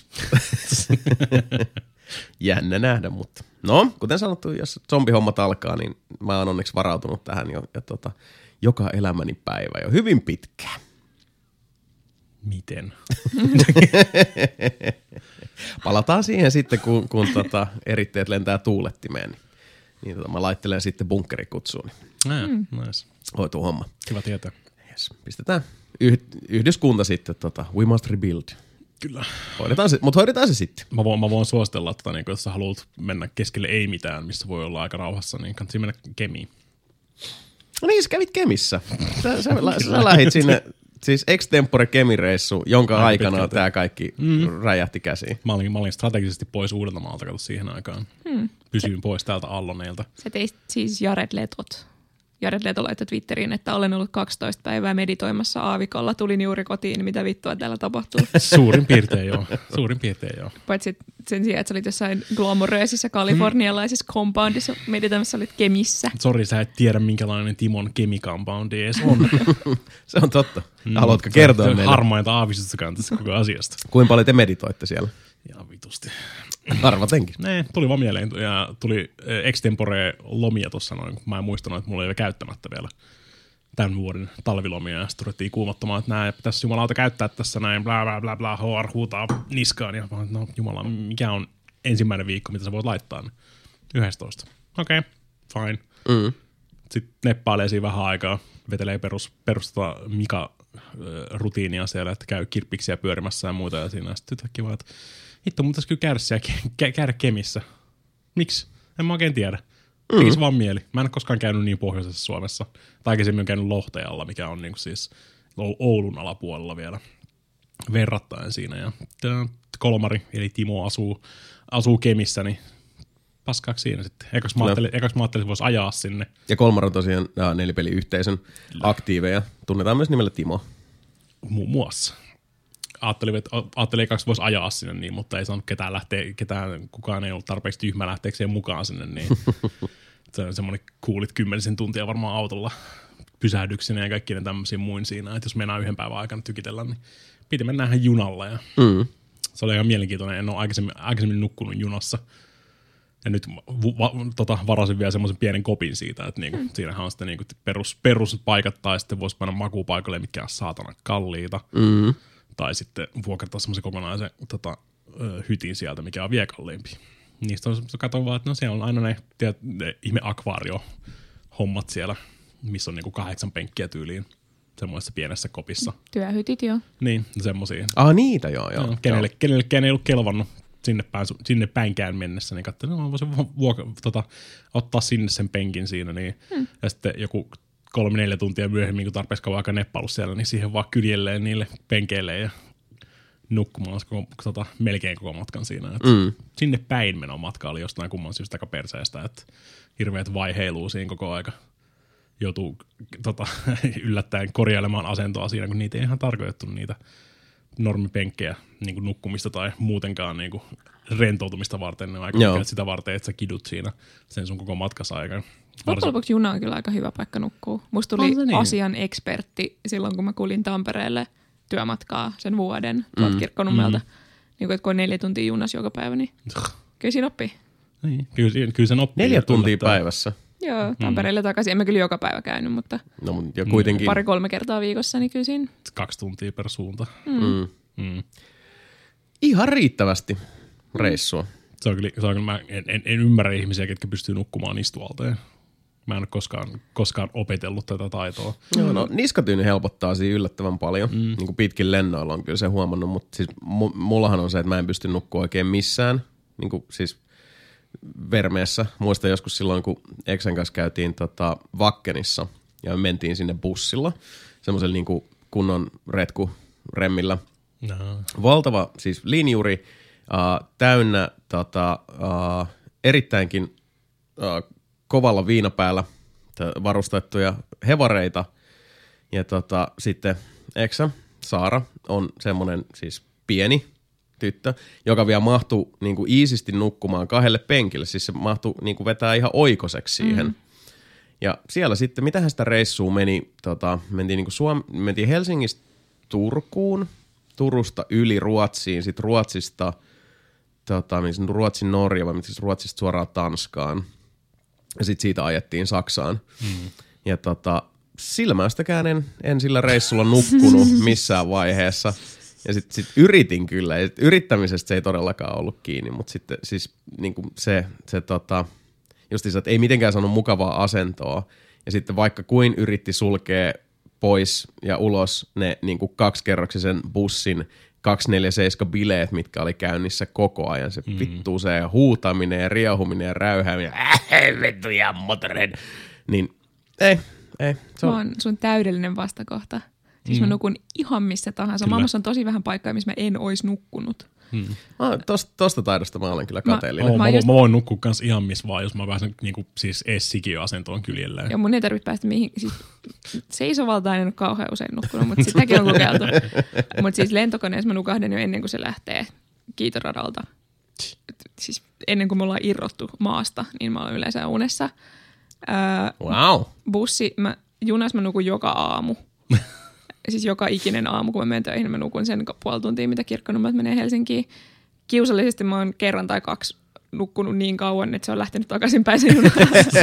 Jännä nähdä, mutta no, kuten sanottu, jos zombihommat alkaa, niin mä oon onneksi varautunut tähän jo joka elämäni päivä jo hyvin pitkään. Miten? Palataan siihen sitten, kun eritteet lentää tuulettimeen. Niin mä laittelen sitten bunkkerikutsuun. Nice. Hoituu homma. Kiva tietää. Yes. Pistetään yhdyskunta sitten, we must rebuild. Kyllä. Hoidetaan se sitten. Mä voin suositella, että niin jos sä haluat mennä keskelle ei mitään, missä voi olla aika rauhassa, niin kannattaa mennä Kemiin. No niin, sä kävit Kemissä. Sä lähit sinne, siis extempore Kemi-reissu, jonka aikana tää kaikki räjähti käsiin. Mä olin strategisesti pois Uudeltamaalta, kato siihen aikaan. Pysyin pois täältä Alloneilta. Sä teit siis Jared Letot. Jared Leto laittoi Twitteriin, että olen ollut 12 päivää meditoimassa aavikolla. Tulin juuri kotiin, mitä vittua täällä tapahtuu. Suurin piirtein joo. Paitsi sen sijaan, että sä olit jossain glamoureisissa kalifornialaisissa compoundissa meditoimassa, olit Kemissä. Sori, sä et tiedä, minkälainen Timon Kemi-compoundi edes on. Se on totta. Haluatko kertoa meille? Harmaita aavistustakaan tässä koko asiasta. Kuinka paljon te meditoitte siellä? Ja vitusti. Arvatenkin. Tuli vaan mieleen ja tuli extempore lomia tuossa noin, kun mä en muistanut, että mulla ei ole käyttämättä vielä tämän vuoden talvilomia ja sitten ruvettiin kuumottamaan, että nämä pitäisi jumalauta käyttää tässä näin, bla bla bla bla, HR huutaa niskaan ja no jumala, mikä on ensimmäinen viikko, mitä sä voit laittaa? 11. Okei, fine. Sitten neppailee siinä vähän aikaa, vetelee perusta Mika-rutiinia siellä, että käy kirppiksiä pyörimässä ja muuta ja siinä sitten yhtäkkiä vaan, että hitto, mun pitäisi kyllä käydä Kemissä. Miksi? En mä oikein tiedä. Tekisi vaan mieli. Mä en ole koskaan käynyt niin pohjoisessa Suomessa. Tai aikaisemmin on käynyt Lohtajalla, mikä on niinku siis Oulun alapuolella vielä verrattain siinä. Ja kolmari, eli Timo, asuu Kemissä, niin paskaaksi siinä sitten. Eikös mä ajattelin, että voisi ajaa sinne. Ja kolmari on tosiaan nelipeliyhteisön aktiiveja. Tunnetaan myös nimellä Timo. Muun muassa. Ajattelin, että voisi ajaa sinne, niin, mutta ei saanut kukaan ei ollut tarpeeksi tyhmä lähteekseen mukaan sinne, niin se on semmoinen kuulit 10 tuntia varmaan autolla pysähdyksinä ja kaikki ne tämmöisiä muin siinä, että jos mennään yhden päivän aikana tykitellä, niin piti mennä junalla ja se oli ihan mielenkiintoinen, en ole aikaisemmin nukkunut junassa ja nyt varasin vielä semmoisen pienen kopin siitä, että niinku, siinähän on sitten niinku peruspaikat tai sitten voisi panna makuupaikalle, mitkä on saatana kalliita. Tai sitten vuokrata semmoisen kokonaisen hytin sieltä, mikä on vielä kalliimpi. Niistä on katsoin vaan, että no siellä on aina ne ihme akvaario-hommat siellä, missä on niinku 8 penkkiä tyyliin semmoisessa pienessä kopissa. Työhytit, joo. Niin, semmosia. Niitä joo. Kenellekään ei ollut kelvannut sinne päinkään mennessä, niin katsoin, että voisin ottaa sinne sen penkin siinä. Niin. Ja sitten joku 3-4 tuntia myöhemmin, kun tarpeeksi kauan aika neppailu siellä, niin siihen vaan kyljelleen niille penkeille ja nukkumaan melkein koko matkan siinä. Sinne päin menon matka oli jostain kumman syystä aika perseestä, että hirveät vaiheiluu siinä koko aika. Joutuu yllättäen korjailemaan asentoa siinä, kun niitä ei ihan tarkoitettu niitä normipenkkejä niin kuin nukkumista tai muutenkaan niin kuin rentoutumista varten. Ne on aika sitä varten, että sä kidut siinä sen sun koko matkassa aikana. Loppujen lopuksi juna on kyllä aika hyvä paikka nukkuu. Musta tuli asian ekspertti silloin, kun mä kuljin Tampereelle työmatkaa sen vuoden tuolta Kirkkonummelta. Niin kun 4 tuntia junassa joka päivä, niin kyllä siinä oppii. Niin. Kyllä sen oppii. 4 tuntia päivässä. Joo, Tampereelle takaisin. En mä kyllä joka päivä käynyt, mutta ja kuitenkin 2-3 kertaa viikossa, niin kyllä siinä 2 tuntia per suunta. Ihan riittävästi reissua. Se on kyllä mä en ymmärrä ihmisiä, ketkä pystyy nukkumaan istualteen. Mä en ole koskaan opetellut tätä taitoa. Joo, no niskatyyny helpottaa siinä yllättävän paljon. Niin kuin pitkin lennoilla on kyllä se huomannut, mutta siis mullahan on se, että mä en pysty nukkua oikein missään. Niin kuin siis Vermeessä. Muistan joskus silloin, kun Eksen kanssa käytiin Vakkenissa ja me mentiin sinne bussilla. Semmoisella niin kuin kunnon retku-remmillä. No. Valtava siis linjuri, täynnä erittäinkin kovalla viinapäällä varustettuja hevareita. Ja sitten Eksä, Saara, on semmoinen siis pieni tyttö, joka vielä mahtui niinku iisisti nukkumaan 2 penkille. Siis se mahtui niinku vetää ihan oikoseksi siihen. Ja siellä sitten, mitähän sitä reissua meni, mentiin, niinku mentiin Helsingistä Turkuun, Turusta yli Ruotsiin, sitten Ruotsista, Ruotsin Norja, vai siis Ruotsista suoraan Tanskaan. Ja sitten siitä ajettiin Saksaan. Ja silmästäkään en sillä reissulla nukkunut missään vaiheessa. Ja sit yritin kyllä. Ja yrittämisestä se ei todellakaan ollut kiinni, mutta sitten siis niinku justiinsa, että ei mitenkään saanut mukavaa asentoa. Ja sitten vaikka kuin yritti sulkea pois ja ulos ne niinku 2-kerroksisen bussin 247-bileet, mitkä oli käynnissä koko ajan. Se vittuu se huutaminen ja riehuminen ja räyhääminen. Vittu ja motoreid. Niin ei. Mä oon sun täydellinen vastakohta. Siis mä nukun ihan missä tahansa. Maailmassa on tosi vähän paikkaa, missä mä en ois nukkunut. Tosta taidosta mä olen kyllä kateellinen. Mä voin nukkua kans ihan missä vaan, jos mä pääsen niinku, siis edes sikiöasentoon kyljelleen. Ja mun ei tarvitse päästä mihin. Siis, seisovaltaan en ole kauhean usein nukkunut, mutta sitäkin on kokeiltu. Mutta siis lentokoneessa mä nukahden jo ennen kuin se lähtee kiitoradalta. Siis ennen kuin me ollaan irrottu maasta, niin mä olen yleensä unessa. Wow. Junassa mä nukun joka aamu. Siis joka ikinen aamu, kun mä menen töihin, mä nukun sen 0,5 tuntia, mitä Kirkkonummelta menee Helsinkiin. Kiusallisesti mä oon 1 tai 2 nukkunut niin kauan, että se on lähtenyt takaisinpäin sen junaan.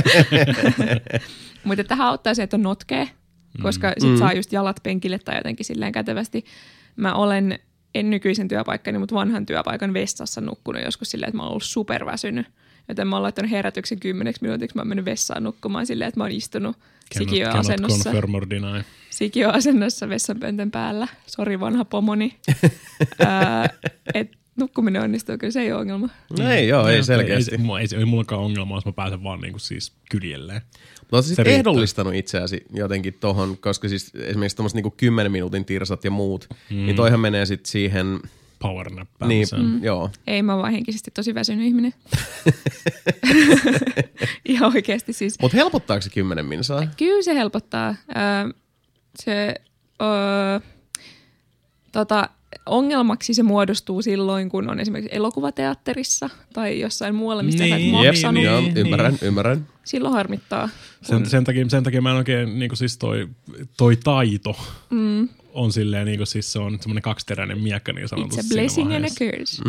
Mutta tähän auttaa se, että on notkea, koska sit saa just jalat penkille tai jotenkin silleen kätevästi. Mä olen, en nykyisen työpaikkani, mutta vanhan työpaikan vessassa nukkunut joskus silleen, että mä oon ollut superväsynyt. Joten mä oon laittanut herätyksen 10 minuutiksi, mä oon mennyt vessaan nukkumaan silleen, että mä oon istunut sikiöasennossa vessanpöntön päällä. Sori vanha pomoni. Nukkuminen onnistuu, kyllä se ei ole ongelma. Ei selkeästi. Ei mullakaan ongelmaa, jos mä pääsen vaan niinku siis kyljelleen. Oletko siis ehdollistanut itseäsi jotenkin tohon, koska siis esimerkiksi tommoset niinku 10 minuutin tirsat ja muut, niin toihan menee sit siihen powernäppäämiseen. Niin, joo. Ei, mä oon vaan henkisesti tosi väsynyt ihminen. Ihan oikeasti siis. Mutta helpottaako se 10 minsaa? Kyllä se helpottaa. Ongelmaksi se muodostuu silloin, kun on esimerkiksi elokuvateatterissa tai jossain muualla, mistä sä et maksanut. Ymmärrän. Silloin harmittaa. Sen takia mä en oikein, niin siis toi taito on silleen, niin siis se on semmoinen 2-teräinen miekka niin sanotusti. It's a blessing and a curse.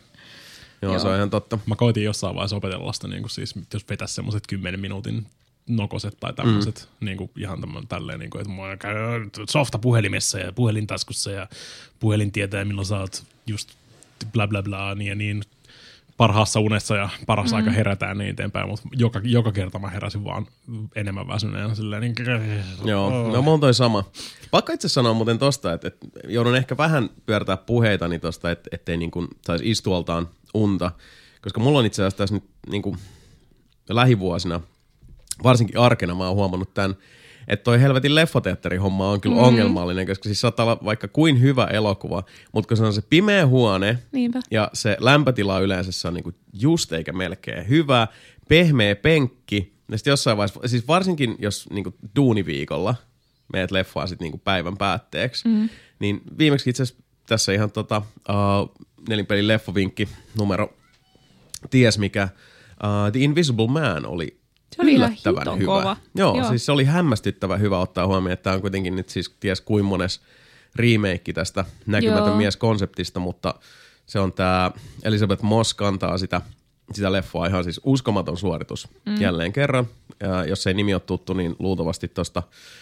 Joo, se on ihan totta. Mä koitin jossain vaiheessa opetella sitä, niin siis, jos vetäisi semmoiset 10 minuutin nokoset tai tämmöiset, niin ihan tälleen, niin kuin, että mä käyn softa puhelimessa ja puhelintaskussa ja puhelin tietää, milloin sä oot just bla bla bla, niin ja niin parhaassa unessa ja paras aika herätään niin eteenpäin, mutta joka kerta mä heräsin vaan enemmän väsyneenä silleen niin. Joo, no mulla on toi sama. Pakko itse sanoa muuten tosta, että joudun ehkä vähän pyörtää puheitani tosta, ettei niin kuin saisi istualtaan unta, koska mulla on itse asiassa tässä nyt niin kuin lähivuosina, varsinkin arkena mä oon huomannut tämän, että toi helvetin leffateatterihomma on kyllä ongelmallinen, koska siis saattaa olla vaikka kuin hyvä elokuva, mutta kun se on se pimeä huone ja se lämpötila yleensä se on niinku just eikä melkein hyvä, pehmeä penkki, ja sitten jossain vaiheessa, siis varsinkin jos niinku duuniviikolla meet leffaa sit niinku päivän päätteeksi, niin viimeksi itse asiassa tässä ihan nelinpelin leffavinkki numero ties mikä, The Invisible Man oli yllättävän hyvä. Kova. Joo, siis se oli hämmästyttävän hyvä ottaa huomioon, että tämä on kuitenkin nyt siis ties kuin mones remake tästä näkymätön mies-konseptista, mutta se on tämä Elisabeth Moss kantaa sitä leffaa ihan siis uskomaton suoritus jälleen kerran. Ja jos ei nimi ole tuttu, niin luultavasti tuosta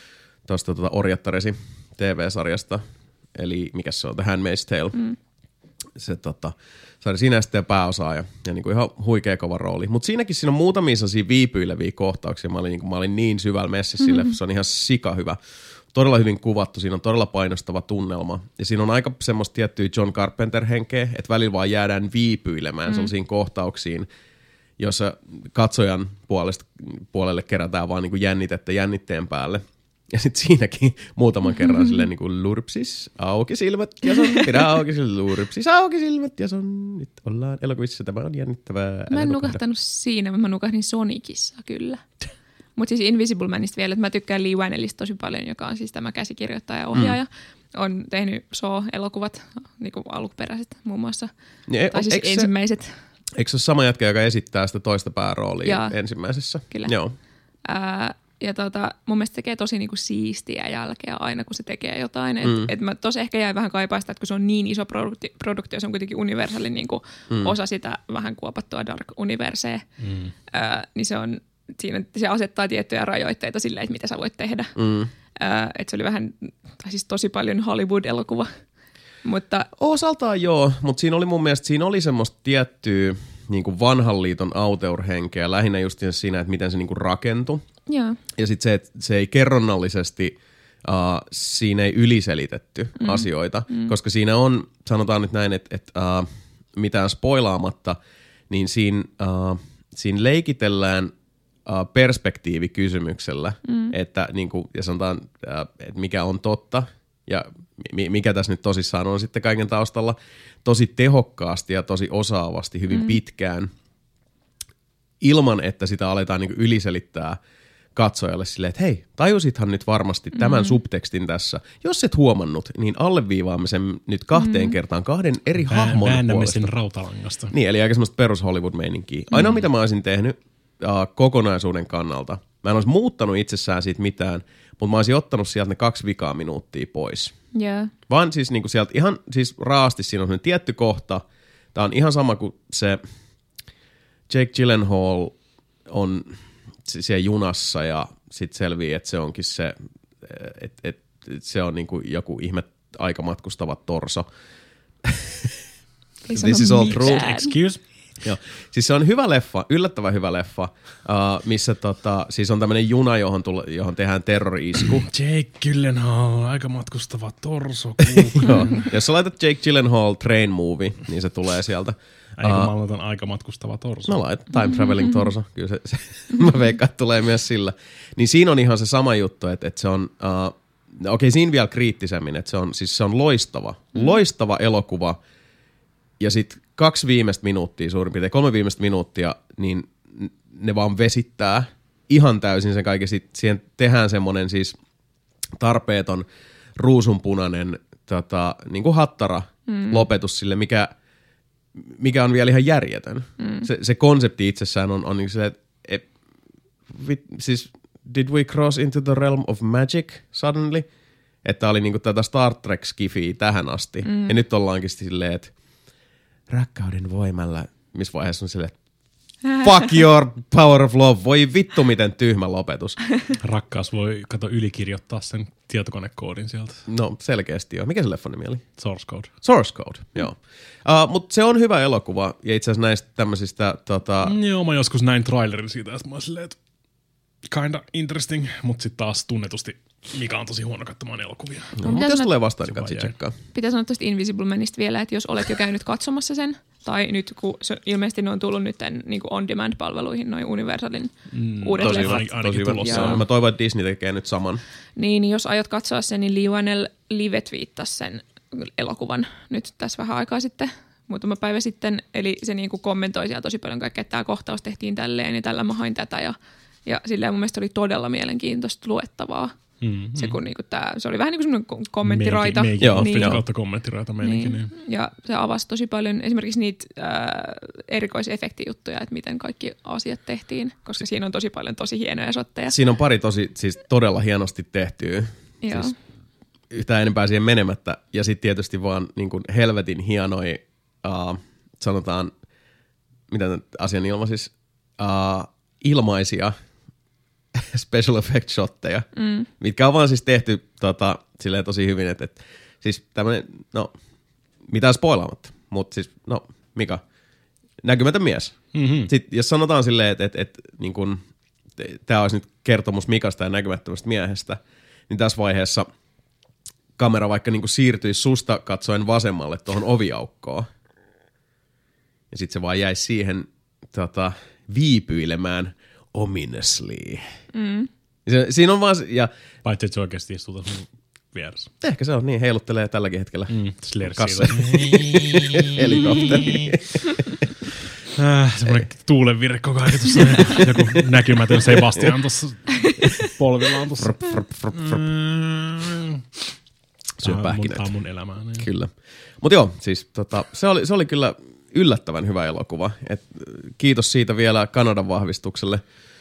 Orjattaresi TV-sarjasta, eli mikä se on, The Handmaid's Tale. Se saada sinä sitten pääosaa ja niin kuin ihan huikea kova rooli. Mutta siinäkin siinä on muutamia sellaisia viipyileviä kohtauksia. Mä olin niin syvällä messissä sille, se on ihan sika hyvä. Todella hyvin kuvattu, siinä on todella painostava tunnelma. Ja siinä on aika semmoista tiettyä John Carpenter-henkeä, että välillä vaan jäädään viipyilemään sellaisiin kohtauksiin, jossa katsojan puolelle kerätään vaan niin kuin jännitettä jännitteen päälle. Ja sitten siinäkin muutaman kerran silleen niin kuin lurpsis, auki silmät ja son, pidä auki silmät, lurpsis, auki silmät ja son. Nyt ollaan elokuvissa, tämä on jännittävää. Mä en nukahtanut siinä, mä nukahdin Sonicissa kyllä. Mutta siis Invisible Manista vielä, että mä tykkään Lee Whannellista tosi paljon, joka on siis tämä käsikirjoittaja ja ohjaaja. On tehnyt Saw-elokuvat, niin kuin alkuperäiset muun muassa, tai siis ensimmäiset. Eikö se ole sama jätkä, joka esittää sitä toista pääroolia ensimmäisessä? Kyllä. Joo. Ja mun mielestä tekee tosi niinku siistiä jälkeä aina, kun se tekee jotain. Et mä tosi ehkä jäin vähän kaipaa sitä, että kun se on niin iso produktio, se on kuitenkin Universalin niinku osa sitä vähän kuopattua Dark-universea, niin se asettaa tiettyjä rajoitteita silleen, että mitä sä voit tehdä. Että se oli vähän, tai siis tosi paljon Hollywood-elokuva. Mutta osaltaan joo, mutta siinä oli mun mielestä, siinä oli semmoista tiettyä niin kuin vanhan liiton auteur-henkeä, lähinnä just siinä, että miten se niin kuin rakentui. Joo. Ja sitten se, että se ei kerronnallisesti, siinä ei yliselitetty asioita, koska siinä on, sanotaan nyt näin, että mitään spoilaamatta, niin siinä leikitellään perspektiivikysymyksellä, että niin kuin, ja sanotaan, että mikä on totta ja mikä tässä nyt tosissaan on sitten kaiken taustalla tosi tehokkaasti ja tosi osaavasti hyvin pitkään ilman, että sitä aletaan niin kuin yliselittää katsojalle silleen, että hei, tajusithan nyt varmasti tämän subtekstin tässä. Jos et huomannut, niin alleviivaamme sen nyt 2 kertaan 2 eri hahmon väännämme sen rautalangasta. Niin, eli aika semmoista perus Hollywood-meininkiä. Ainoa mitä mä olisin tehnyt kokonaisuuden kannalta, mä en olisi muuttanut itsessään siitä mitään, mutta mä olisin ottanut sieltä ne 2 vikaa minuuttia pois. Yeah. Vaan siis niinku sieltä ihan siis raasti siinä on semmoinen tietty kohta. Tää on ihan sama kuin se Jake Gyllenhaal on siellä junassa ja sitten selvii, että se onkin se, että se on niinku joku ihme aikamatkustava torso. This is all true. Excuse? Joo. Siis se on hyvä leffa, yllättävän hyvä leffa, missä siis on tämmöinen juna, johon tehdään terrori-isku. Jake Gyllenhaal, aika matkustava torso. Joo. Jos sä laitat Jake Gyllenhaal train movie, niin se tulee sieltä. Mä laitan aika matkustava torso. Mä laitan time traveling torso. Kyllä se mä veikkaan, että tulee myös sillä. Niin siinä on ihan se sama juttu, että se on, okei, siinä vielä kriittisemmin, että se on loistava elokuva. Ja sitten 2 viimeistä minuuttia suurin piirtein, 3 viimeistä minuuttia, niin ne vaan vesittää ihan täysin sen kaiken. Sitten siihen tehdään semmoinen siis tarpeeton ruusunpunainen niin kuin hattara lopetus sille, mikä on vielä ihan järjetön. Se konsepti itsessään on niin se, että siis did we cross into the realm of magic suddenly? Että oli niinku tätä Star Trek-skifiä tähän asti. Ja nyt ollaankin silleen, että rakkauden voimalla, missä vaiheessa on silleen, fuck your power of love. Voi vittu, miten tyhmä lopetus. Rakkaus voi ylikirjoittaa sen tietokonekoodin sieltä. No selkeästi joo. Mikä se leffan nimi oli? Source Code. Source Code, joo. Mutta se on hyvä elokuva ja itse asiassa näistä tämmöisistä Joo, mä joskus näin trailerin siitä ja mä silleen, että kinda interesting, mutta sitten taas tunnetusti Mika on tosi huono katsomaan elokuvia. No, mutta jos tulee vastaan, niin katsi tsekkaa. Pitäisi sanoa tuosta Invisible Manista vielä, että jos olet jo käynyt katsomassa sen, tai nyt kun ilmeisesti ne on tullut nyt niin on-demand-palveluihin, noin Universalin uudet leffat. Tosi hyvä. Mä toivon, että Disney tekee nyt saman. Niin, jos aiot katsoa sen, niin Lee Whannell live-twiittasi sen elokuvan nyt tässä vähän aikaa sitten, muutama päivä sitten. Eli se niin kuin kommentoi siellä tosi paljon kaikkea, että tämä kohtaus tehtiin tälleen ja tällä mä hain tätä. Ja silleen mun mielestä oli todella mielenkiintoista luettavaa. Se, kun niinku se oli vähän niin kuin semmoinen kommenttiraita. Kautta kommenttiraita meininki. Niin. Ja se avasi tosi paljon esimerkiksi niitä erikoisefektijuttuja, että miten kaikki asiat tehtiin, koska siinä on tosi paljon tosi hienoja shotteja. Siinä on pari siis todella hienosti tehtyä. Siis yhtään enempää siihen menemättä. Ja sitten tietysti vaan niin kuin helvetin hienoja, sanotaan, mitä asian ilma siis, ilmaisia special effect shotteja, mitkä on vaan siis tehty silleen tosi hyvin, että siis tämmönen, no, mitään spoilaamatta, mutta siis, no, Mika, näkymätön mies. Sitten jos sanotaan silleen, että niin kun tämä olisi nyt kertomus Mikasta ja näkymättömästä miehestä, niin tässä vaiheessa kamera vaikka niin kun siirtyisi susta katsoen vasemmalle tuohon oviaukkoon, ja sitten se vaan jäisi siihen viipyilemään ominously. Siinä on vaan, ja Paitsi, että se oikeasti istuu tuossa mun vieressä. ehkä se on niin, heiluttelee tälläkin hetkellä. Slersiillä. Helikopteri. Semmoinen tuulenvirre koko ajan tuossa. Joku näkymätön Sebastian tuossa polvillaan tuossa. Syö pähkinöitä. Tämä on mun elämää. Niin. Kyllä. Mutta joo, siis se oli kyllä yllättävän hyvä elokuva. Kiitos siitä vielä Kanadan vahvistukselle.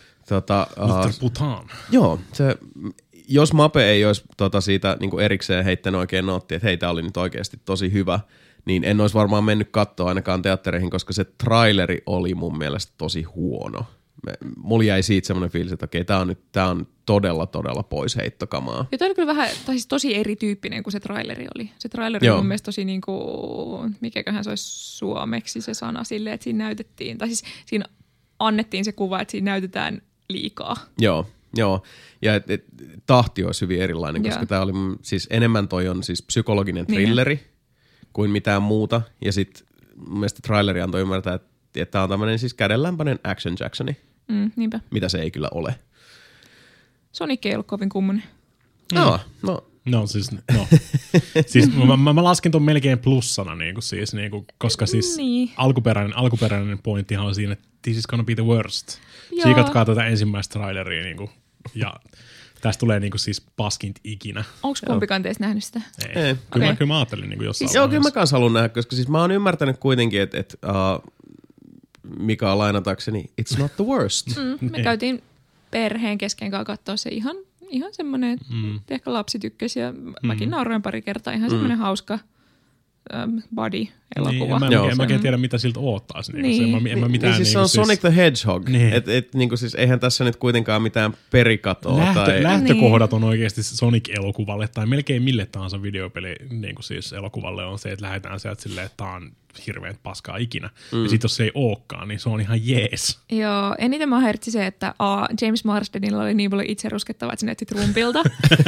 Mr. Putan. Joo, jos Mape ei olisi siitä niin kuin erikseen heittänyt oikein noottia, että hei, tää oli nyt oikeasti tosi hyvä, niin en olisi varmaan mennyt katsoa ainakaan teattereihin, koska se traileri oli mun mielestä tosi huono. Mulla jäi siitä semmoinen fiilis, että okei, tää on todella pois heittokamaa. Ja toi oli kyllä vähän, tai siis tosi erityyppinen kuin se traileri oli. Se traileri oli mun mielestä tosi niinku, mikäköhän se olisi suomeksi se sana silleen, että siinä näytettiin, tai siis siinä annettiin se kuva, että siinä näytetään liikaa. Joo. Ja tahti olisi hyvin erilainen, koska tää oli siis enemmän toi on siis psykologinen thrilleri kuin mitään muuta. Ja sit mun mielestä traileri antoi ymmärtää, että tää on tämmönen siis kädenlämpöinen action Jacksoni. Niinpä. Mitä se ei kyllä ole. Sonic ei ollut kovin kummonen. No. Siis mä lasken ton melkein plussana, koska siis alkuperäinen pointtihan on siinä, että this is gonna be the worst. Siikatkaa tätä ensimmäistä traileria ja tästä tulee siis paskint ikinä. Onko kumpikaan teistä nähnyt sitä? Ei. Kyllä mä ajattelin jossain vaiheessa. Joo, kyllä mä kans haluan nähdä, koska siis mä oon ymmärtänyt kuitenkin, että Mika lainatakseni, it's not the worst. Me käytiin perheen kesken kanssa katsoa se ihan semmoinen, ehkä lapsi tykkäsi ja mäkin nauroin pari kertaa. Ihan semmoinen hauska body-elokuva. Niin, en mäkään tiedä, mitä siltä oottaisi. Se on Sonic the Hedgehog. Niin. Siis eihän tässä nyt kuitenkaan mitään perikatoa. Lähtökohdat on oikeasti Sonic-elokuvalle tai melkein mille tahansa videopeli siis elokuvalle on se, että lähdetään sieltä silleen, että tää on hirveän paskaa ikinä. Ja sit jos se ei ookaan, niin se on ihan jees. Joo, eniten mä häiritsi se, että James Marsdenilla oli niin paljon itse ruskettavaa, että se näytti Trumpilta.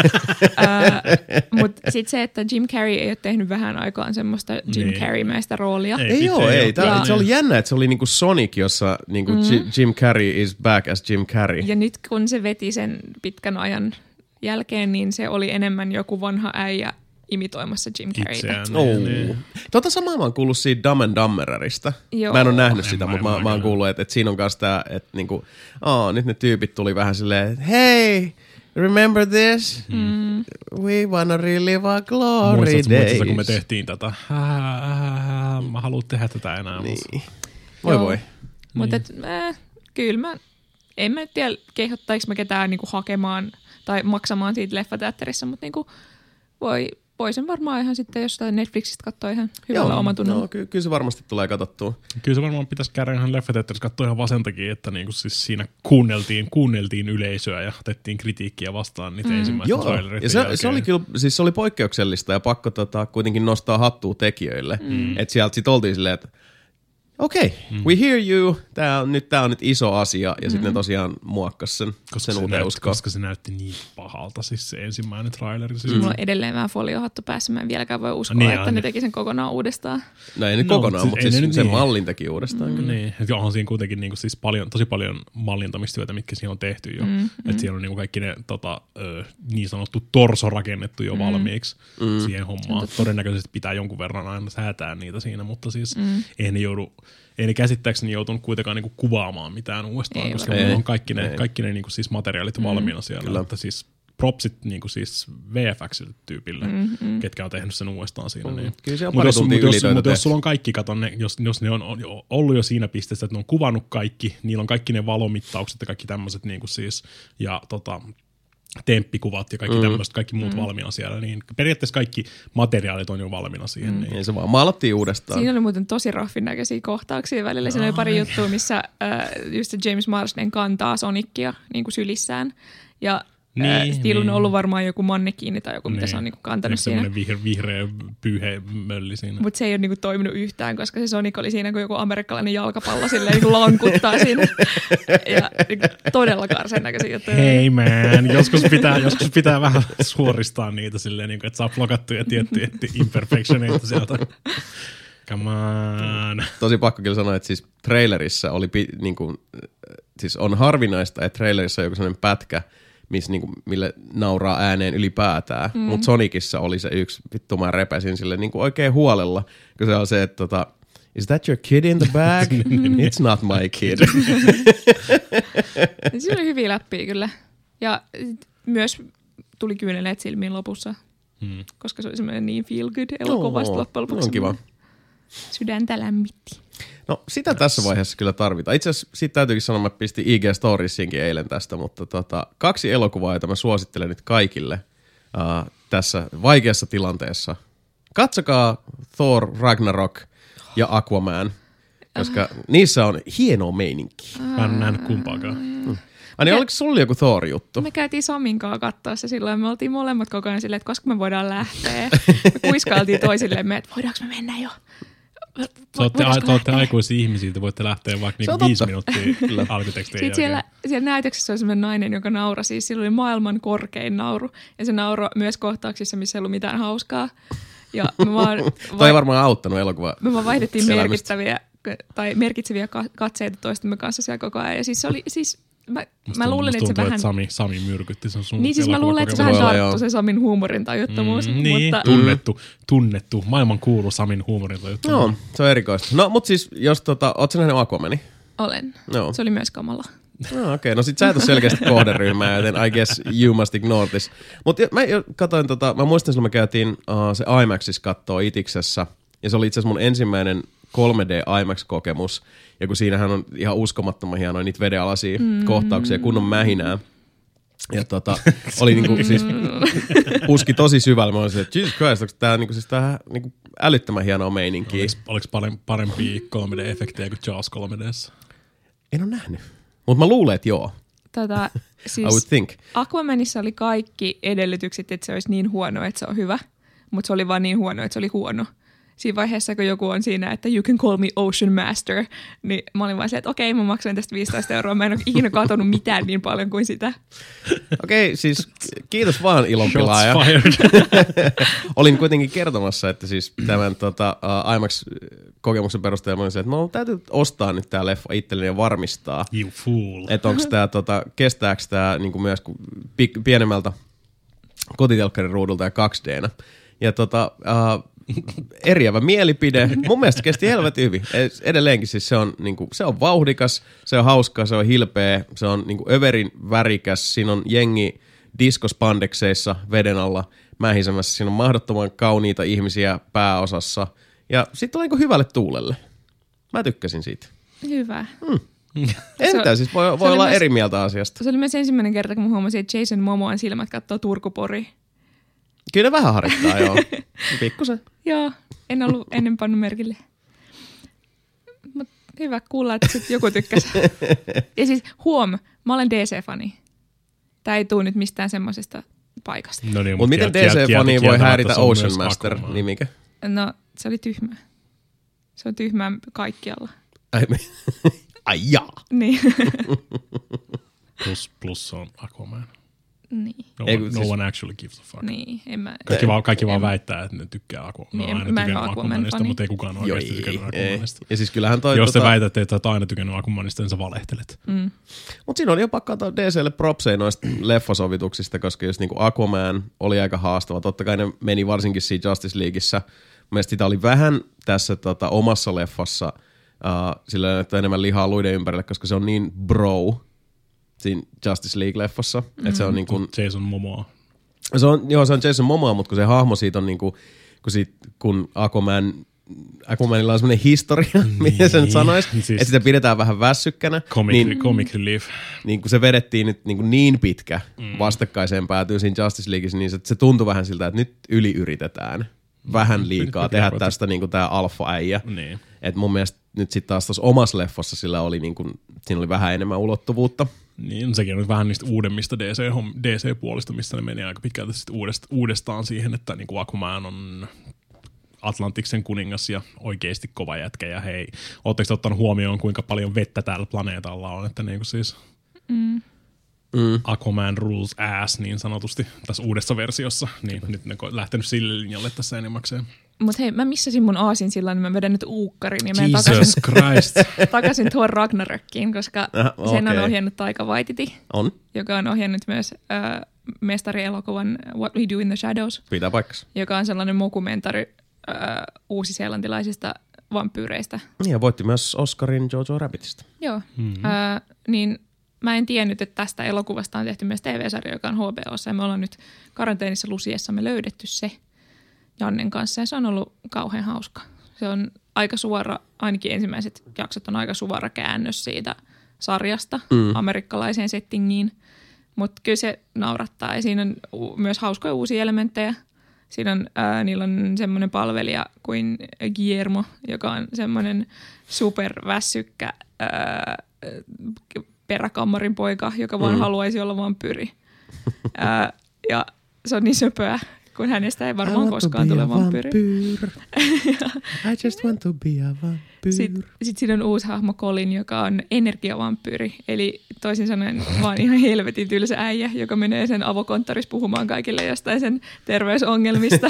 Mutta sitten se, että Jim Carrey ei ole tehnyt vähän aikaan semmoista Jim Carrey-mäistä roolia. Ei. Se oli jännä, että se oli niinku Sonic, jossa niinku Jim Carrey is back as Jim Carrey. Ja nyt kun se veti sen pitkän ajan jälkeen, niin se oli enemmän joku vanha äijä imitoimassa Jim Carreytä. Tota samaa mä oon kuullut siitä Dumb and Dumberista. Mä en ole nähnyt sitä, mutta mä oon kuullut, että siinä on kanssa tää, että niinku, nyt ne tyypit tuli vähän silleen, hey, remember this? We wanna relive our glory days. Muistatko, kun me tehtiin tätä? Mä haluan tehdä tätä enää. Niin. Voi. Mutta kyllä en mä tiedä, kehottaiko mä ketään niinku hakemaan tai maksamaan siitä leffateatterissa, mutta niinku voi sen varmaan ihan sitten jostain Netflixistä katsoa ihan hyvällä omatunnolla. No, kyllä se varmasti tulee katsottua. Kyllä se varmaan pitäisi käydä ihan leffateatterissa katsoa ihan vasentakin, että niinku siis siinä kuunneltiin yleisöä ja otettiin kritiikkiä vastaan niitä ensimmäistä trailereita. Ja se oli kyllä, siis se oli poikkeuksellista ja pakko kuitenkin nostaa hattua tekijöille. Että sieltä sitten oltiin silleen, että we hear you, tää on nyt iso asia, ja sitten ne tosiaan muokkas sen uuteuskoa. Koska se näytti niin pahalta, siis se ensimmäinen traileri. Siis. Mulla on edelleen vähän foliohattu päässä, mä en vieläkään voi uskoa, että ne teki sen kokonaan uudestaan. No ei nyt kokonaan, mutta siis sen mallin teki uudestaan. Niin, että onhan siinä kuitenkin niinku siis tosi paljon mallintamistyötä, mitkä siinä on tehty jo. Että siellä on niinku kaikki ne niin sanottu torso rakennettu jo valmiiksi siihen hommaan. Todennäköisesti pitää jonkun verran aina säätää niitä siinä, mutta siis ei ne käsittääkseni joutunut kuitenkaan niinku kuvaamaan mitään uudestaan, koska meillä on kaikki ne niinku siis materiaalit valmiina siellä. Kyllä. Että siis propsit niinku siis VFX-tyypille, ketkä on tehnyt sen uudestaan siinä. Niin. Kyllä se on pari tuntia ylitöitä. Mutta jos sulla on kaikki, kato ne, jos ne on ollut jo siinä pisteessä, että ne on kuvannut kaikki, niillä on kaikki ne valomittaukset ja kaikki tämmöiset niinku siis, ja temppikuvat ja kaikki tämmöiset, kaikki muut valmiina siellä, niin periaatteessa kaikki materiaalit on jo valmiina siihen. Niin. Ja se vaan maalattiin uudestaan. Siinä oli muuten tosi raffin näköisiä kohtauksia välillä. Siinä oli pari juttua, missä just se James Marsden kantaa Sonicia niin kuin sylissään. Ja Steel on ollut varmaan joku mannekiini tai joku, mitä se on niinku kantanut siinä. Semmoinen vihreä pyyhe mölli siinä. Mutta se ei ole niinku toiminut yhtään, koska se Sonic oli siinä kuin joku amerikkalainen jalkapallo silleen niinku lankuttaa siinä. Ja niinku, todella karsen näköisiä juttuja. Hei man, joskus pitää vähän suoristaa niitä silleen, niinku, että saa blokattuja tiettyjä imperfectioneita sieltä. Come on. Tosi pakko kyllä sanoa, että siis trailerissa oli siis on harvinaista, että trailerissa on joku sellainen pätkä, niinku, mille nauraa ääneen ylipäätään. Mutta Sonicissa oli se yksi, vittu mä repäsin sille niinku oikein huolella, kun se on se, että is that your kid in the bag? It's not my kid. Siinä oli hyviä läppiä kyllä. Ja myös tuli kyyneleet silmiin lopussa, koska se oli semmoinen niin feel good elokuvasta loppujen lopuksi. On kiva. Sydäntä lämmitti. No sitä tässä vaiheessa kyllä tarvitaan. Itse asiassa siitä täytyykin sanoa, että mä pistin IG-storiesiinkin eilen tästä, mutta 2 elokuvaa, joita mä suosittelen nyt kaikille tässä vaikeassa tilanteessa. Katsokaa Thor, Ragnarok ja Aquaman, koska niissä on hienoa meininkiä. Mä en nähnyt kumpaakaan. Niin oliko sulla joku Thor-juttu? Me käytiin Samin kanssa katsoa se silloin. Me oltiin molemmat koko ajan silleen, että koska me voidaan lähteä. Me kuiskailtiin toisillemme, että voidaanko me mennä jo? Te olette aikuisia ihmisiä, te voitte lähteä vaikka niinku 5 minuuttia alkutekstin jälkeen. Siellä näytöksessä oli sellainen nainen, joka nauroi. Siis sillä oli maailman korkein nauru. Ja se nauroi myös kohtauksissa, missä ei ollut mitään hauskaa. Ja Toi ei varmaan auttanut elokuva. Me vaan vaihdettiin merkitseviä katseita toistemme kanssa siellä koko ajan. Ja siis se oli mä luulen, että se vähän... Sami myrkytti sen sun niin siis mä luulen, että se vähän tarttui se Samin huumorin tajuttomuus. Niin, mutta... tunnettu, maailman kuulu Samin huumorin tajuttomuus. No, se on erikoista. No, mutta siis, jos oot sä nähnyt Aquamanin? Olen. No. Se oli myös kamala. No, okei. No sit sä et ole selkeästi kohderyhmää, joten I guess you must ignore this. Mutta mä katsoin, mä muistan silloin, me käytiin se IMAXissa kattoo Itiksessä, ja se oli itse asiassa mun ensimmäinen 3D IMAX-kokemus, ja kun siinähän on ihan uskomattoman hienoja niitä vedenalaisia kohtauksia, kunnon mähinää. Ja oli niinku siis puski tosi syvällä. Mä olisin, että Jesus Christ, onko tää niinku siis tää niinku älyttömän hienoa meininkiä. Oliko parempia 3D-efektejä kuin Jaws 3D:ssä? En ole nähnyt. Mutta mä luulen, että joo. Siis I would think. Aquamanissa oli kaikki edellytykset, että se olisi niin huono, että se on hyvä. Mutta se oli vaan niin huono, että se oli huono. Siinä vaiheessa, kun joku on siinä, että you can call me Ocean Master, niin mä olin vaan se, että okei, mä maksoin tästä 15 €. Mä en ole ikinä katsonut mitään niin paljon kuin sitä. Okei, siis kiitos vaan ilonpilaaja. Olin kuitenkin kertomassa, että siis tämän IMAX-kokemuksen perusteella mä olin se, että mä täytyy ostaa nyt tää leffa itselleni ja varmistaa. You fool. Että onko tää, kestääkö tää niinku myös pienemmältä kotitelkkarin ruudulta ja 2D:nä. Ja eriävä mielipide. Mun mielestä kesti helvetin hyvin. Edelleenkin siis se on, niinku, se on vauhdikas, se on hauskaa, se on hilpeä, se on niinku överin värikäs. Siinä on jengi diskospandekseissa veden alla mähisemässä. Siinä on mahdottoman kauniita ihmisiä pääosassa. Ja sitten on niinku hyvälle tuulelle. Mä tykkäsin siitä. Hyvä. Entä siis voi olla eri mieltä asiasta. Se oli myös ensimmäinen kerta, kun mä huomasin, että Jason Momoan silmät katsoo Turku-Pori. Kyllä vähän harittaa, joo. Pikkusen. Joo, en ollut ennen pannut merkille. Mut hyvä kuulla, että sit joku tykkäsi. Ja siis mä olen DC-fani. Tää ei tuu nyt mistään semmosesta paikasta. No niin, mutta miten DC-fani voi häiritä Ocean Master-nimike? No, se oli tyhmää. Se on tyhmää kaikkialla. Ai jaa. Niin. Plus on Aquaman. Niin. No one actually gives a fuck. Niin, Kaikki vaan väittää, että ne tykkää Aquamanista. Niin, mä oon aina tykännyt Aquamanista, mutta ei kukaan oikeasti tykännyt Aquamanista. Ja siis kyllähän jos te väitätte, että oot aina tykännyt Aquamanista, niin sä valehtelet. Mutta siinä oli jo pakko antaa DClle propseja noista leffasovituksista, koska just niinku Aquaman oli aika haastava. Totta kai ne meni varsinkin siinä Justice Leagueissä. Mielestäni sitä oli vähän tässä omassa leffassa sillä että enemmän lihaa luiden ympärille, koska se on niin bro siinä Justice League-leffassa. Että se on niin kuin Jason Momoa. Se on Jason Momoa, mutta kun se hahmo siitä on niin kuin, kun Aquamanilla on semmoinen historia, miten sen sanoisi, siis, että sitä pidetään vähän väsykkänä. Comic relief. Niin kun se vedettiin nyt niin pitkä vastakkaiseen päätyy siinä Justice Leagueissa, niin se tuntui vähän siltä, että nyt yliyritetään vähän liikaa tehdä tästä niin kuin tää alfa-äijä. Niin. Et mun mielestä nyt sitten taas tuossa omassa leffassa sillä oli niin kuin, siinä oli vähän enemmän ulottuvuutta. Niin, sekin on vähän niistä uudemmista DC-puolista, missä ne meni aika pitkälti uudestaan siihen, että niin kuin Aquaman on Atlantiksen kuningas ja oikeasti kova jätkä. Ja hei, ootteko ottanut huomioon, kuinka paljon vettä täällä planeetalla on? Että niin kuin siis Aquaman rules ass niin sanotusti tässä uudessa versiossa, niin nyt ne on lähtenyt sille linjalle tässä enimmäkseen. Mut hei, mä missasin mun aasinsillan, niin mä vedän nyt uukkarin ja menen Jesus Christ. takaisin Thor Ragnarökkiin, koska sen on ohjannut Taika Waititi, On. joka on ohjannut myös mestarielokuvan What We Do in the Shadows, Pitää paikkansa. joka on sellainen mokumentari uusiseelantilaisista vampyyreistä. Ja voitti myös Oscarin Jojo Rabbitista. Joo, niin mä en tiennyt, että tästä elokuvasta on tehty myös TV-sarja, joka on HBOssa, ja me ollaan nyt karanteenissa Lusiessamme löydetty se Jannen kanssa, ja se on ollut kauhean hauska. Se on aika suora, ainakin ensimmäiset jaksot on aika suora käännös siitä sarjasta amerikkalaiseen settingiin, mutta kyllä se naurattaa, ja siinä on myös hauskoja uusia elementtejä. Siinä on, niillä on semmoinen palvelija kuin Guillermo, joka on semmoinen superväsykkä peräkammarin poika, joka vaan haluaisi olla vampyyri. Ja se on niin söpöä, kun hänestä ei varmaan koskaan tule vampyyri. I just want to be a vampyr. Sitten siinä on uusi hahmo Colin, joka on energiavampyyri. Eli toisin sanoen vaan ihan helvetin tylsä äijä, joka menee sen avokonttorissa puhumaan kaikille jostain sen terveysongelmista.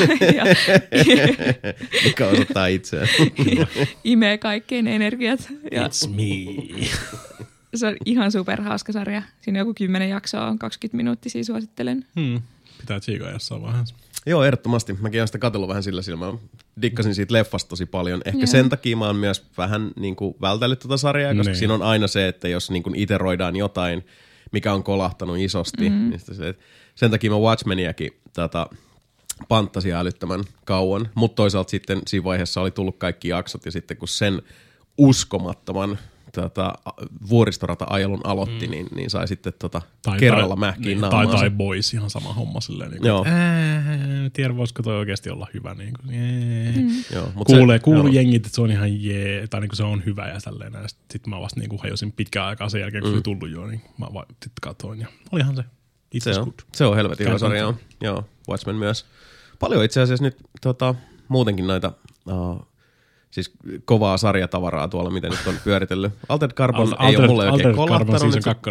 Mikä osoittaa itseään. Imee kaikkein energiat. Ja It's me. se on ihan superhauska sarja. Siinä on joku 10 jaksoa, on 20 minuuttisia, suosittelen. Pitää tsiikaa jossain vaiheessa. Joo, ehdottomasti. Mäkin olen sitä katsellut vähän sillä silmällä. Dikkasin siitä leffasta tosi paljon. Ehkä sen takia mä oon myös vähän niin kuin vältellyt tuota sarjaa, koska siinä on aina se, että jos niin kuin iteroidaan jotain, mikä on kolahtanut isosti, niin sen takia mä Watchmeniakin panttasin älyttömän kauan. Mutta toisaalta sitten siinä vaiheessa oli tullut kaikki jaksot, ja sitten kun sen uskomattoman vuoristorata-ajelun aloitti, niin sai sitten kerralla mähkiin naamaansa. Tai Boys, ihan sama homma silleen. Niin joo. Tiedä, voisiko toi oikeasti olla hyvä. Niin kuin, joo, kuuluu jengit, että se on ihan tai niin kuin se on hyvä ja tälleen. Sitten mä vasta niin hajosin pitkään aikaa sen jälkeen, kun se oli tullut jo, niin mä sitten katsoin. Ja olihan se. Se on helvetin hyvä sarja. Joo, Watchmen myös. Paljon itse asiassa nyt muutenkin noita... Siis kovaa sarjatavaraa tuolla, miten nyt on pyöritellyt. Altered Carbon ei ole mulle oikein kolahtanut. Season 2.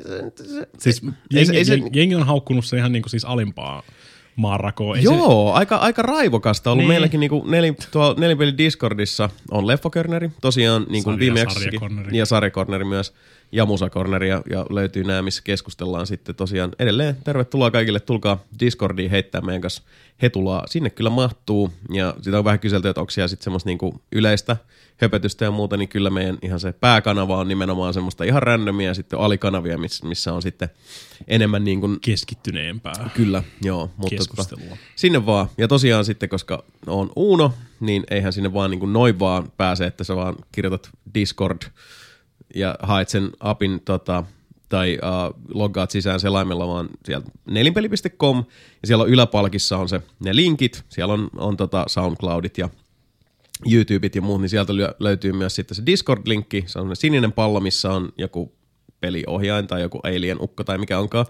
Siis jengi on haukkunut se ihan niinku siis alimpaa maanrakoa. Joo, aika raivokasta ollut. Meilläkin niinku Nelinpeli Discordissa on Leffokörneri, tosiaan niin kuin viime jaksossa. Ja sarjakorneri myös. Ja musakorneri ja löytyy nämä, missä keskustellaan sitten tosiaan edelleen. Tervetuloa kaikille, tulkaa Discordiin heittää meidän kanssa hetulaa. Sinne kyllä mahtuu ja sitä on vähän kyselty, että onko siellä sitten semmoista niinku yleistä höpötystä ja muuta, niin kyllä meidän ihan se pääkanava on nimenomaan semmoista ihan randomia ja sitten alikanavia, missä on sitten enemmän niin kuin keskittyneempää. Kyllä, joo. Mutta keskustelua. Sinne vaan. Ja tosiaan sitten, koska on Uno, niin eihän sinne vaan niin kuin noin vaan pääse, että sä vaan kirjoitat Discord ja haet sen appin tai loggaat sisään selaimella vaan sieltä nelinpeli.com ja siellä on yläpalkissa on ne linkit, siellä on SoundCloudit ja YouTubeit ja muut, niin sieltä löytyy myös sitten se Discord-linkki, se on se sininen pallo, missä on joku peliohjain tai joku alien-ukko tai mikä onkaan.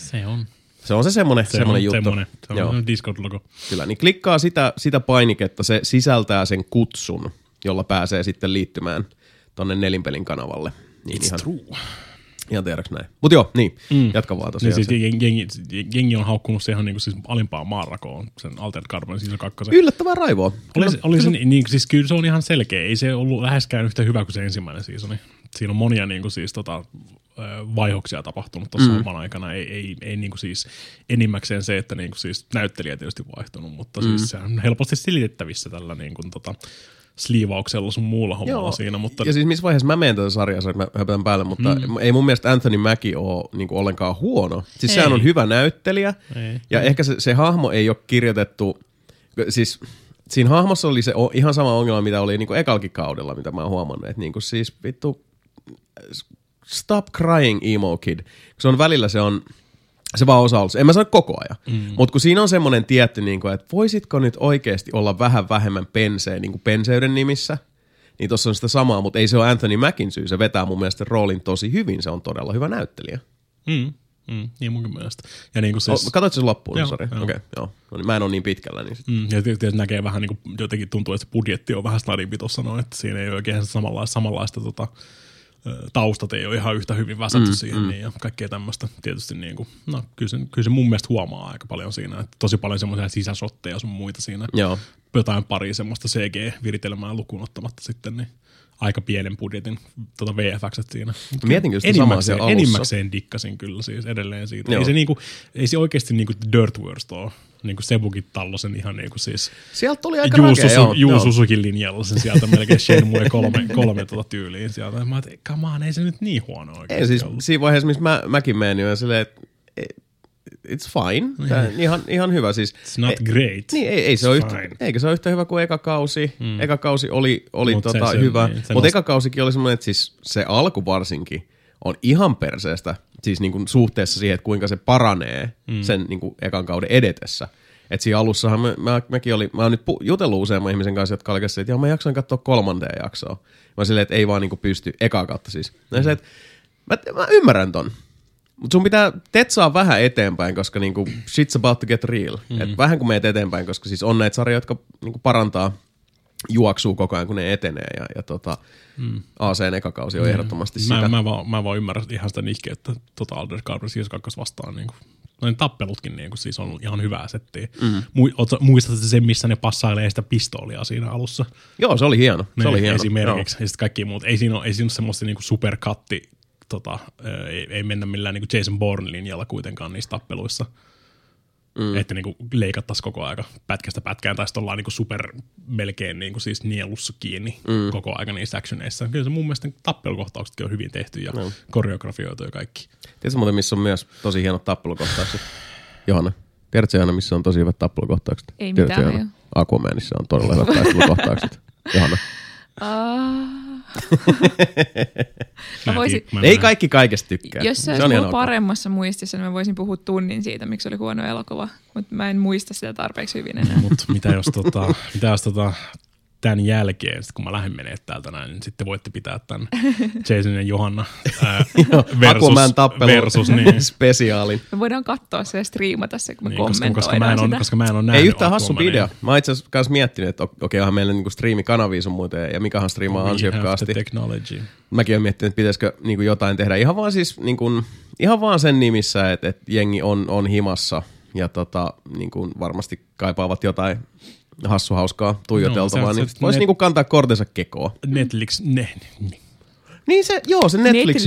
Se on semmoinen juttu. Se on Discord-logo. Kyllä, niin klikkaa sitä painiketta, se sisältää sen kutsun, jolla pääsee sitten liittymään tonne Nelinpelin kanavalle. Niin It's true. Ihan tiedäks näin. Mut joo, jatka vaan tosiaan. Niin siis jengi on haukkunut se ihan niinku siis alimpaan maanrakoon, sen Altered Carbon Season 2. Yllättävää raivoa. Siis kyllä se on ihan selkeä. Ei se ollut läheskään yhtä hyvä kuin se ensimmäinen seasoni. Siinä on monia niinku siis vaihoksia tapahtunut tuossa oman aikana. Ei niinku siis enimmäkseen se, että niinku siis näyttelijä tietysti vaihtunut, mutta siis se on helposti silitettävissä tällä niinku sliivauksella sun muulla hommalla siinä. Mutta... Ja siis missä vaiheessa mä menen tätä sarjaa, että mä höpötän päälle, mutta ei mun mielestä Anthony Mackie ole niinku ollenkaan huono. Siis sehän on hyvä näyttelijä ja ehkä se hahmo ei ole kirjoitettu, siis siinä hahmossa oli se ihan sama ongelma, mitä oli niinku ekalkin kaudella, mitä mä oon huomannut, että niinku siis vittu stop crying emo kid. Se on välillä se vaan osaa olla. En mä sano koko ajan. Mutta kun siinä on semmoinen tietty, että voisitko nyt oikeasti olla vähän vähemmän penseä niin kuin penseyden nimissä, niin tossa on sitä samaa, mutta ei se ole Anthony Mackin syy. Se vetää mun mielestä roolin tosi hyvin. Se on todella hyvä näyttelijä. Niin munkin mielestä. Ja niin kuin siis... Katsoitko sen loppuun? Okei, joo. No niin, mä en ole niin pitkällä. Niin ja tietysti näkee vähän, niin kuin, jotenkin tuntuu, että se budjetti on vähän snadimpi tuossa noin, että siinä ei ole oikein samanlaista taustat ei ole ihan yhtä hyvin väsätty siihen niin, ja kaikkea tämmöistä. Tietysti niin kuin, no, kyllä se mun mielestä huomaa aika paljon siinä, että tosi paljon semmoisia sisäshotteja sun muita siinä. Joo. Jotain pari semmoista CG-viritelmää lukuun ottamatta sitten, niin aika pienen budjetin VFX siinä. Mietin sitä samaa siellä alussa. Enimmäkseen dikkasin kyllä siis edelleen siitä. Ei se oikeasti niinku Dirt Worst ole. Niinku Sebukin tallosen ihan niinku siis sieltä tuli aika rakea, Juu Suzukin linjalla sen sieltä melkein Shenmue 3 tyyliin sieltä. Mä ajattelin, come on, ei se nyt niin huono oikeasti. Ei siis siinä vaiheessa, missä mäkin menen, niin on silleen, että it's fine. Ihan hyvä siis. It's not great. Niin, eikä se ole yhtä hyvä kuin eka kausi. Eka kausi oli hyvä, niin, mutta eka kausikin oli semmoinen, että siis se alku varsinkin on ihan perseestä, siis niin kuin suhteessa siihen, että kuinka se paranee sen niin kuin ekan kauden edetessä. Että siinä alussahan mä oon nyt jutellut useamman ihmisen kanssa, jotka oli että mä jaksoin katsoa 3. jaksoa. Mä silleen, että ei vaan niin kuin pysty ekaa kautta siis. Se, että mä ymmärrän ton. Mutta sun pitää tetsaa vähän eteenpäin, koska niinku shit's about to get real. Et vähän kun meet eteenpäin, koska siis on näitä sarjoja, jotka niinku parantaa juoksua koko ajan, kun ne etenee. Ja AC:n eka kausi on ehdottomasti sitä. Mä vaan ymmärrän ihan sitä nihkeyttä Undercover Season 2 vastaan. Niinku. Noin tappelutkin niinku, siis on ihan hyvää settiä. Muistatko sen, missä ne passailee sitä pistoolia siinä alussa? Joo, se oli hieno. Esimerkiksi. Ja sitten kaikki muut. Ei siinä ole semmoista niinku superkatti. Ei mennä millään niinku Jason Bourne-linjalla kuitenkaan niissä tappeluissa. Että niinku leikattaisiin koko aika pätkästä pätkään, tai sitten ollaan niinku super melkein niinku siis nielussa kiinni koko aika niissä actioneissa. Kyllä se mun mielestä tappelukohtauksetkin on hyvin tehty ja koreografioitu ja kaikki. Tiedätkö muuten, missä on myös tosi hienot tappelukohtaukset? Johanna, tiedätkö Johanna, missä on tosi hyvät tappelukohtaukset? Ei mitään. Aquamanissa on todella hyvät tappelukohtaukset. Johanna. Ei kaikki kaikesta tykkää. Jos se olisi ollut paremmassa muistissa, niin mä voisin puhua tunnin siitä, miksi oli huono elokuva. Mutta mä en muista sitä tarpeeksi hyvin enää. Mutta mitä jos tämän jälkeen, kun mä lähden menee täältä näin, niin sitten voitte pitää tämän Jason ja Johanna versus niin. spesiaalin. Me voidaan katsoa se ja striimata se, kun me kommentoidaan sitä. Koska mä en ole nähnyt. Ei yhtään hassu video. Mä oon itse asiassa kanssa miettinyt, että onhan meillä niinku striimikanavia sun muuten, ja Mikahan striimaa ansiokkaasti. Mäkin oon miettinyt, että pitäisikö niinku jotain tehdä. Ihan vaan sen nimissä, että jengi on himassa, ja niinku varmasti kaipaavat jotain hauskaa tuijoteltavaa, niin voisi niinku kantaa kortensa kekoon. Netflix. Niin se Netflix.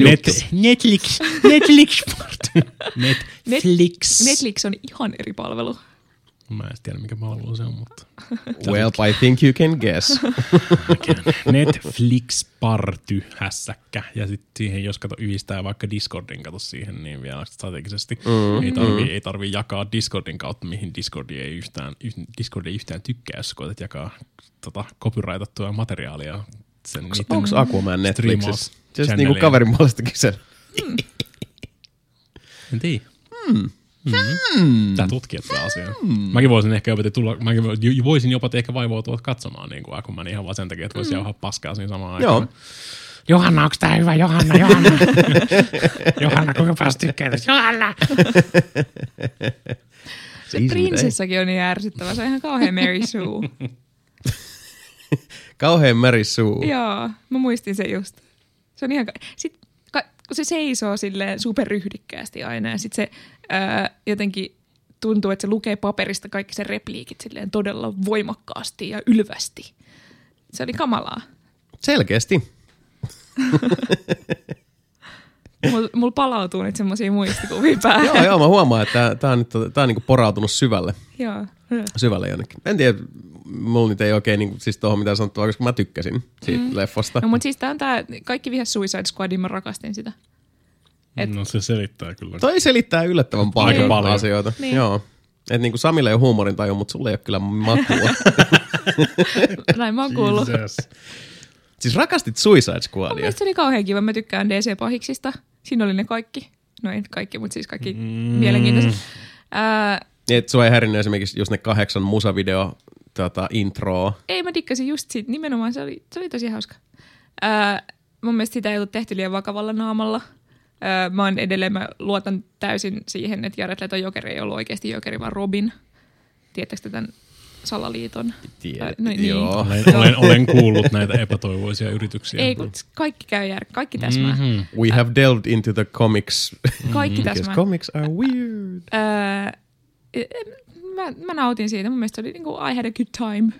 Netflix on ihan eri palvelu. Mä en tiedä, mikä palvelu se on, mutta... Well, I think you can guess. Netflix party hässäkkä. Ja sitten siihen, jos yhdistää vaikka Discordin siihen, niin vielä strategisesti. Ei tarvii jakaa Discordin kautta, mihin Discord ei yhtään tykkää, jos koetat jakaa copyrightattua materiaalia. Onko Aquaman Netflixissä? Just niinku kaverin puolesta kysellä. En tiedä. Tää tutkii tätä asiaa. Mäkin voisin ehkä jopa ehkä vaivoutua katsomaan niin kuin Aquaman ihan vaan sen takia, että voisi jauhaa paskaa siinä samaan aikaan. Joo. Johanna, onks tää hyvä? Johanna. Johanna, kuinka pääs tykkää tästä? Johanna! Se prinsessakin on niin ärsyttävä. Se on ihan kauhean Mary Sue. Kauhean Mary Sue. Joo, mä muistin sen just. Se on ihan... Sitten kun se seisoo silleen superryhdikkäästi aina ja sitten se jotenkin tuntuu, että se lukee paperista kaikki sen repliikit silleen todella voimakkaasti ja ylvästi. Se oli kamalaa. Selkeästi. Mulla palautuu nyt semmosia muistikuvia päähän. Joo, mä huomaan, että tää on niinku porautunut syvälle. Joo. Syvälle jonnekin. En tiedä, mulla nyt ei oikein niinku, siis tohon mitään sanottavaa, koska mä tykkäsin siitä leffasta. No mut siis tää on tää, kaikki vihas Suicide Squadin, mä rakastin sitä. No se selittää kyllä. Toi selittää yllättävän paljon asioita. Niin. Joo. Että niinku Samille ei ole huumorintaju, mutta sulle ei ole kyllä makua. Näin mä oon kuullut. Siis rakastit Suicide Squadia? Mielestäni se oli kauhean kiva. Mä tykkään DC-pahiksista. Siinä oli ne kaikki. No ei kaikki, mutta siis kaikki mielenkiintoiset. Et sua ei häirinyt esimerkiksi just ne 8 musavideo introa? Ei, mä dikkasin just siitä. Nimenomaan se oli tosi hauska. Mun mielestä sitä ei ollut tehty liian vakavalla naamalla. Mä luotan täysin siihen, että Jared Leto Jokeri ei ollut oikeasti Jokeri, vaan Robin. Tiedättekö tämän salaliiton. Joo. Olen kuullut näitä epätoivoisia yrityksiä. Ei, kun kaikki käy kaikki täsmää. We have delved into the comics. Kaikki Because täsmää. comics are weird. Mä nautin siitä. Mun mielestä oli niinku I had a good time.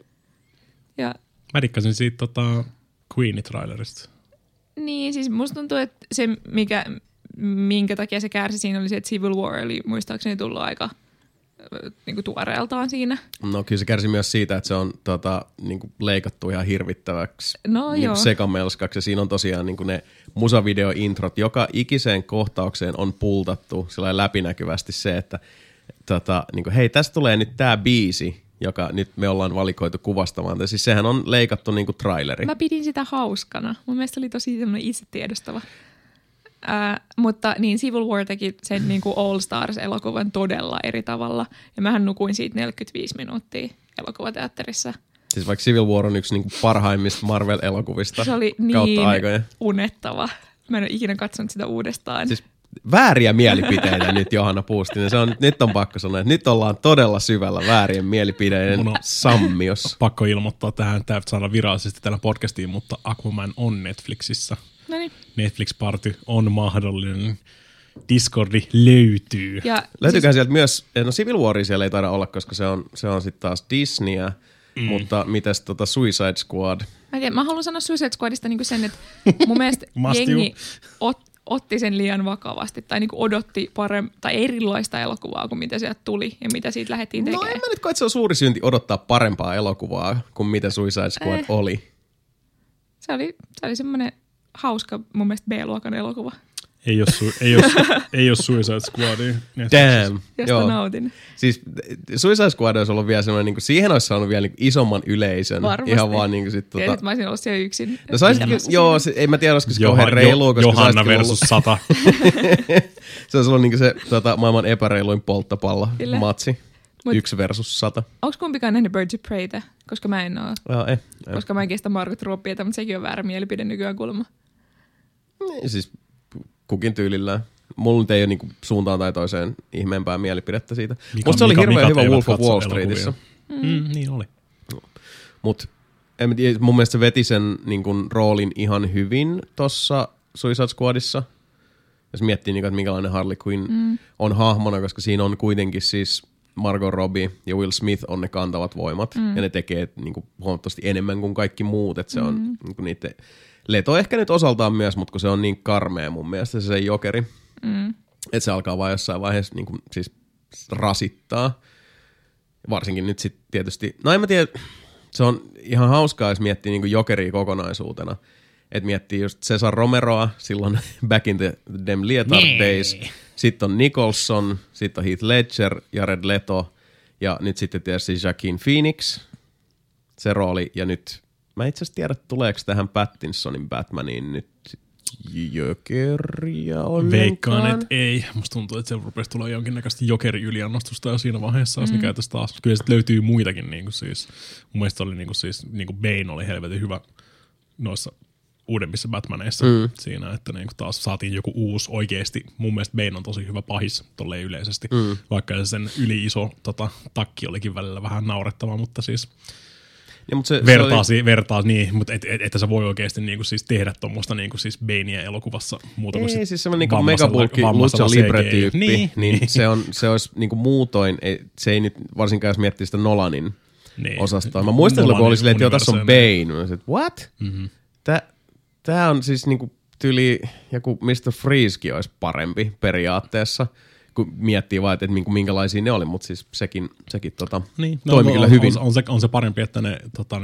Ja Mä dikkasin siitä Queenie-trailerista. niin, siis musta tuntuu, että se, minkä takia se kärsi siinä oli se, että Civil War oli muistaakseni tullut aika niinku tuoreeltaan siinä. No kyllä se kärsi myös siitä, että se on niinku leikattu ihan hirvittäväksi joo. sekamelskaksi. Ja siinä on tosiaan niinku ne musavideo-introt. Joka ikiseen kohtaukseen on pultattu sillä läpinäkyvästi se, että niinku, hei, tästä tulee nyt tää biisi, joka nyt me ollaan valikoitu kuvastamaan. Ja siis sehän on leikattu niinku traileri. Mä pidin sitä hauskana. Mun mielestä oli tosi semmoinen itsetiedostava. Mutta niin Civil War teki sen niin kuin All Stars-elokuvan todella eri tavalla. Ja mähän nukuin siitä 45 minuuttia elokuvateatterissa. Siis vaikka Civil War on yksi niinku parhaimmista Marvel-elokuvista Se oli kautta niin aikojen. unettava. Mä en ole ikinä katsonut sitä uudestaan. Siis vääriä mielipiteitä nyt, Johanna Puustinen. Nyt on pakko sanoa, että nyt ollaan todella syvällä väärien mielipiteiden sammiossa. Pakko ilmoittaa tähän, tämä saada virallisesti tällä podcastiin, mutta Aquaman on Netflixissä. Noniin. Netflix-party on mahdollinen. Discordi löytyy. Löytyyköhän sieltä myös, no Civil Waria siellä ei taida olla, koska se on sitten taas Disneyä, mutta mitäs Suicide Squad? Mä haluan sanoa Suicide Squadista niinku sen, että mun mielestä jengi otti sen liian vakavasti tai niinku odotti tai erilaista elokuvaa kuin mitä sieltä tuli ja mitä siitä lähdettiin tekemään. No en mä nyt koe, että se on suuri synti odottaa parempaa elokuvaa kuin mitä Suicide Squad oli. Se oli semmoinen hauska mun mielestä B-luokan elokuva. Ei ole Suicide Squadia. Damn. Josta nautin. Siis Suicide Squad olisi ollut vielä semmoinen, niin siihen olisi saanut vielä niin isomman yleisön. Varmasti. Ihan vaan niin kuin Tiedät, mä olisin ollut siellä yksin. No saisitkin, ei mä tiedä, olisiko se kauhean reilua. Johanna versus 100. Se olisi ollut niin kuin se maailman epäreiluin polttapallo-matsi. 1 versus 100. Onko kumpikaan nähnyt Birds of Preytä? Koska mä en oo. Koska mä en kestä Margot Robbietä, mutta sekin on väärä mielipide nykyään kuulemma. Siis kukin tyylillään. Mulla nyt ei ole niinku suuntaan tai toiseen ihmeempää mielipidettä siitä. Musta se oli hirveän hyvä Wolf of Wall Streetissa. Niin oli. Mut mun mielestä se veti sen niinku roolin ihan hyvin tossa Suicide Squadissa. Jos miettii, niinku, että minkälainen Harley Quinn on hahmona, koska siinä on kuitenkin siis Margot Robbie ja Will Smith on ne kantavat voimat. Ja ne tekee niinku huomattavasti enemmän kuin kaikki muut. Että se on niinku niiden Leto ehkä nyt osaltaan myös, mutta kun se on niin karmea mun mielestä se jokeri, että se alkaa vaan jossain vaiheessa niin kuin, siis rasittaa. Varsinkin nyt sitten tietysti, no en mä tiedä, se on ihan hauskaa, jos miettii niin kuin jokeria kokonaisuutena. Että miettii just Cesar Romeroa silloin Back in the Dem Leotard Days. Sitten on Nicholson, sitten on Heath Ledger, Jared Leto ja nyt sitten tietysti Joaquin Phoenix, se rooli ja nyt mä itse asiassa tiedä, tuleeko tähän Pattinsonin Batmaniin nyt jokeria ollenkaan. Veikkaan, että ei. Musta tuntuu, että se rupesi tulla jonkinnäköistä jokeri-yliannostusta jo siinä vaiheessa, niin käytössä taas. Kyllä sitten löytyy muitakin. Niin kuin siis, mun mielestä oli niin kuin Bane oli helvetin hyvä noissa uudemmissa Batmaneissa siinä, että niin kuin taas saatiin joku uusi oikeasti. Mun mielestä Bane on tosi hyvä pahis tolleen yleisesti, vaikka sen yli-iso takki olikin välillä vähän naurettava, mutta siis ja, mutta vertaa niin, mutta että sä voi oikeasti niinku siis tehdä tommoista niinku siis Banea elokuvassa muuta kuin siis semmoinen niinku megabulkki Lucha Libre-tyyppi, niin se olisi niinku muutoin, se ei nyt varsinkaan jos miettii sitä Nolanin osastoa. Mä muistan, kun oli silleen, että joo, tässä on Bane. Mä olisin, että what? Tää on siis niinku tyli, joku Mr. Freezekin olisi parempi periaatteessa, kun miettii vaan, että minkälaisia ne oli, mutta siis sekin toimi kyllä hyvin. On se parempi, että ne,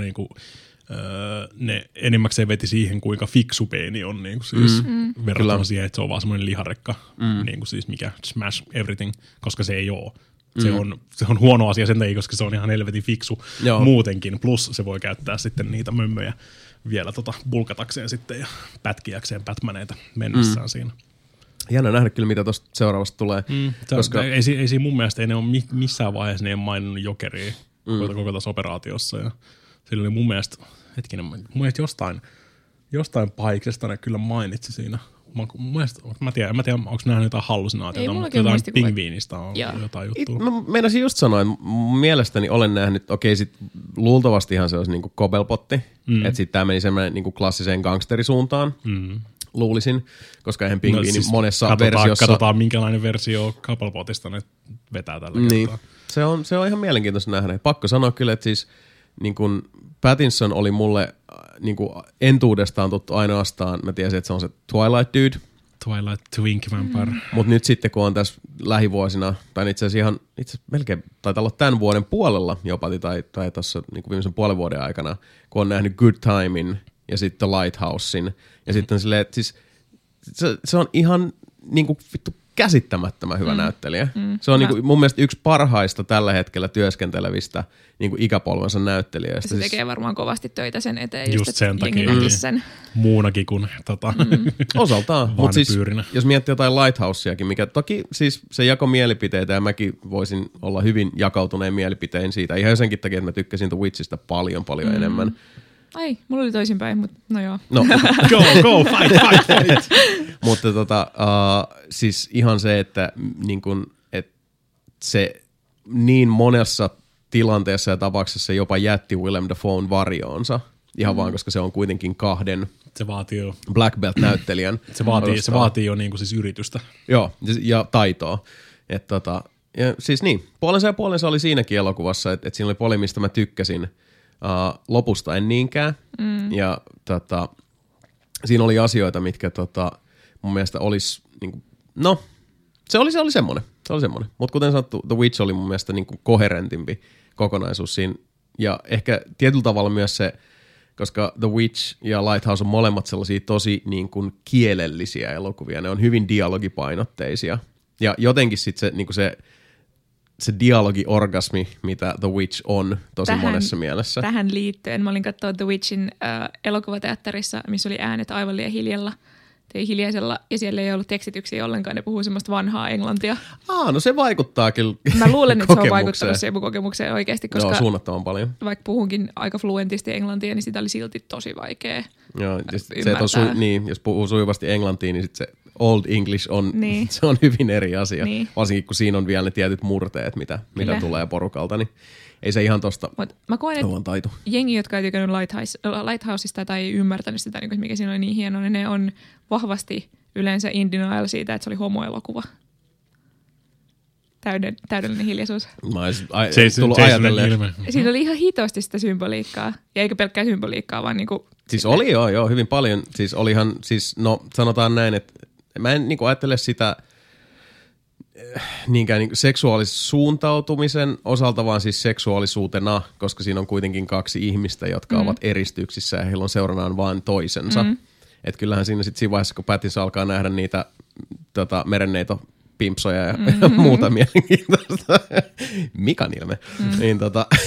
ne enimmäkseen veti siihen, kuinka fiksu Bane on niin kuin siis verrattuna siihen, että se on vaan semmoinen liharekka, niin kuin siis mikä smash everything, koska se ei ole. Se on huono asia sen takia, koska se on ihan helvetin fiksu muutenkin, plus se voi käyttää sitten niitä mömmöjä vielä bulkatakseen sitten ja pätkiäkseen Batmaneita mennessään siinä. Jännä nähdä kyllä, mitä tuosta seuraavasta tulee. Koska ei siinä mun mielestä ei ne ole missään vaiheessa ne ei maininnut jokeria koko tässä operaatiossa. Ja sillä oli mun mielestä jostain pahiksesta ne kyllä mainitsi siinä. Mä tiedän, onko nähnyt jotain hallusinaatiota, mutta jotain pingviinistä on jotain juttua. Mä meinasin just sanoa, että mielestäni olen nähnyt, sit luultavastihan se olisi niinku Cobblepot, että sitten tämä meni semmoinen niinku klassiseen gangsterisuuntaan, luulisin, koska eihän pingviini siis monessa versiossa... Katsotaan, minkälainen versio Cobblepotista ne vetää tällä kertaa. Se on ihan mielenkiintoista nähdä. Pakko sanoa kyllä, että siis niin kun Pattinson oli mulle niin kun entuudestaan tuttu ainoastaan, mä tiesin, että se on se Twilight Dude. Twilight Twink Vampire. Mutta nyt sitten, kun on tässä lähivuosina, tai itse asiassa melkein taitaa olla tämän vuoden puolella jopa, tai tuossa niin viimeisen puolen vuoden aikana, kun on nähnyt Good Timein ja sitten Lighthousein, ja sitten silleen, että siis se on ihan niin kuin vittu käsittämättömän hyvä näyttelijä. Se on niinku mun mielestä yksi parhaista tällä hetkellä työskentelevistä niinku ikäpolvensa näyttelijöistä. Se tekee varmaan kovasti töitä sen eteen. Just sen takia. Muunakin kuin osaltaan. Mutta siis, jos miettii jotain Lighthouseakin, mikä toki siis se jako mielipiteitä, ja mäkin voisin olla hyvin jakautuneen mielipitein siitä. Ihan senkin takia, että mä tykkäsin The Witchistä paljon enemmän. Ai, mulla oli toisinpäin, mutta no joo. No. go, fight. Mutta siis ihan se, että niin kun, se niin monessa tilanteessa ja tapauksessa jopa jätti Willem Dafoen varjoonsa. Ihan vaan, koska se on kuitenkin kahden Black Belt-näyttelijän. Se vaatii jo niinku siis yritystä. Joo, ja taitoa. Ja siis niin, puolensa oli siinäkin elokuvassa, että siinä oli puoli, mistä mä tykkäsin. Lopusta en niinkään. Ja siinä oli asioita, mitkä mun mielestä olisi, niinku, no, se oli semmoinen. Mutta kuten sanottu, The Witch oli mun mielestä niinku koherentimpi kokonaisuus siinä. Ja ehkä tietyllä tavalla myös se, koska The Witch ja Lighthouse on molemmat sellaisia tosi niin kuin kielellisiä elokuvia. Ne on hyvin dialogipainotteisia. Ja jotenkin sitten se, niin kuin se dialogiorgasmi, mitä The Witch on tosi monessa mielessä. Tähän liittyen mä olin katsoa The Witchin elokuvateatterissa, missä oli äänet aivan liian hiljaisella, ja siellä ei ollut tekstityksiä ollenkaan, ne puhuu semmoista vanhaa englantia. No se vaikuttaa kyllä. Mä luulen, että se on vaikuttanut siihen mun kokemukseen oikeasti, koska joo, suunnattoman paljon. Vaikka puhunkin aika fluentisti englantia, niin sitä oli silti tosi vaikea ymmärtää. Se, jos puhuu sujuvasti englantia, niin sit se Old English on, se on hyvin eri asia. Niin. Varsinkin, kun siinä on vielä ne tietyt murteet, mitä tulee porukalta, niin ei se ihan tosta mä koen, että jengi, jotka ei tykännyt Lighthouseista tai ei ymmärtänyt sitä, mikä siinä oli niin hieno, niin ne on vahvasti yleensä in denial siitä, että se oli homoelokuva. Täydellinen hiljaisuus. Se ei tullut ajatelleen. Siinä oli ihan hitosti sitä symboliikkaa. Ja eikä pelkkää symboliikkaa, vaan niinku... Siis oli joo, hyvin paljon. Siis olihan, sanotaan näin, että mä en niinku ajattele sitä niinkään niinku seksuaalisuuntautumisen osalta, vaan siis seksuaalisuutena, koska siinä on kuitenkin kaksi ihmistä, jotka ovat eristyksissä ja heillä on seuranaan vain toisensa. Että kyllähän siinä sitten siinä vaiheessa, kun Pattinson alkaa nähdä niitä merenneitopimpsoja ja muuta mielenkiintoista, Mikan ilme, niin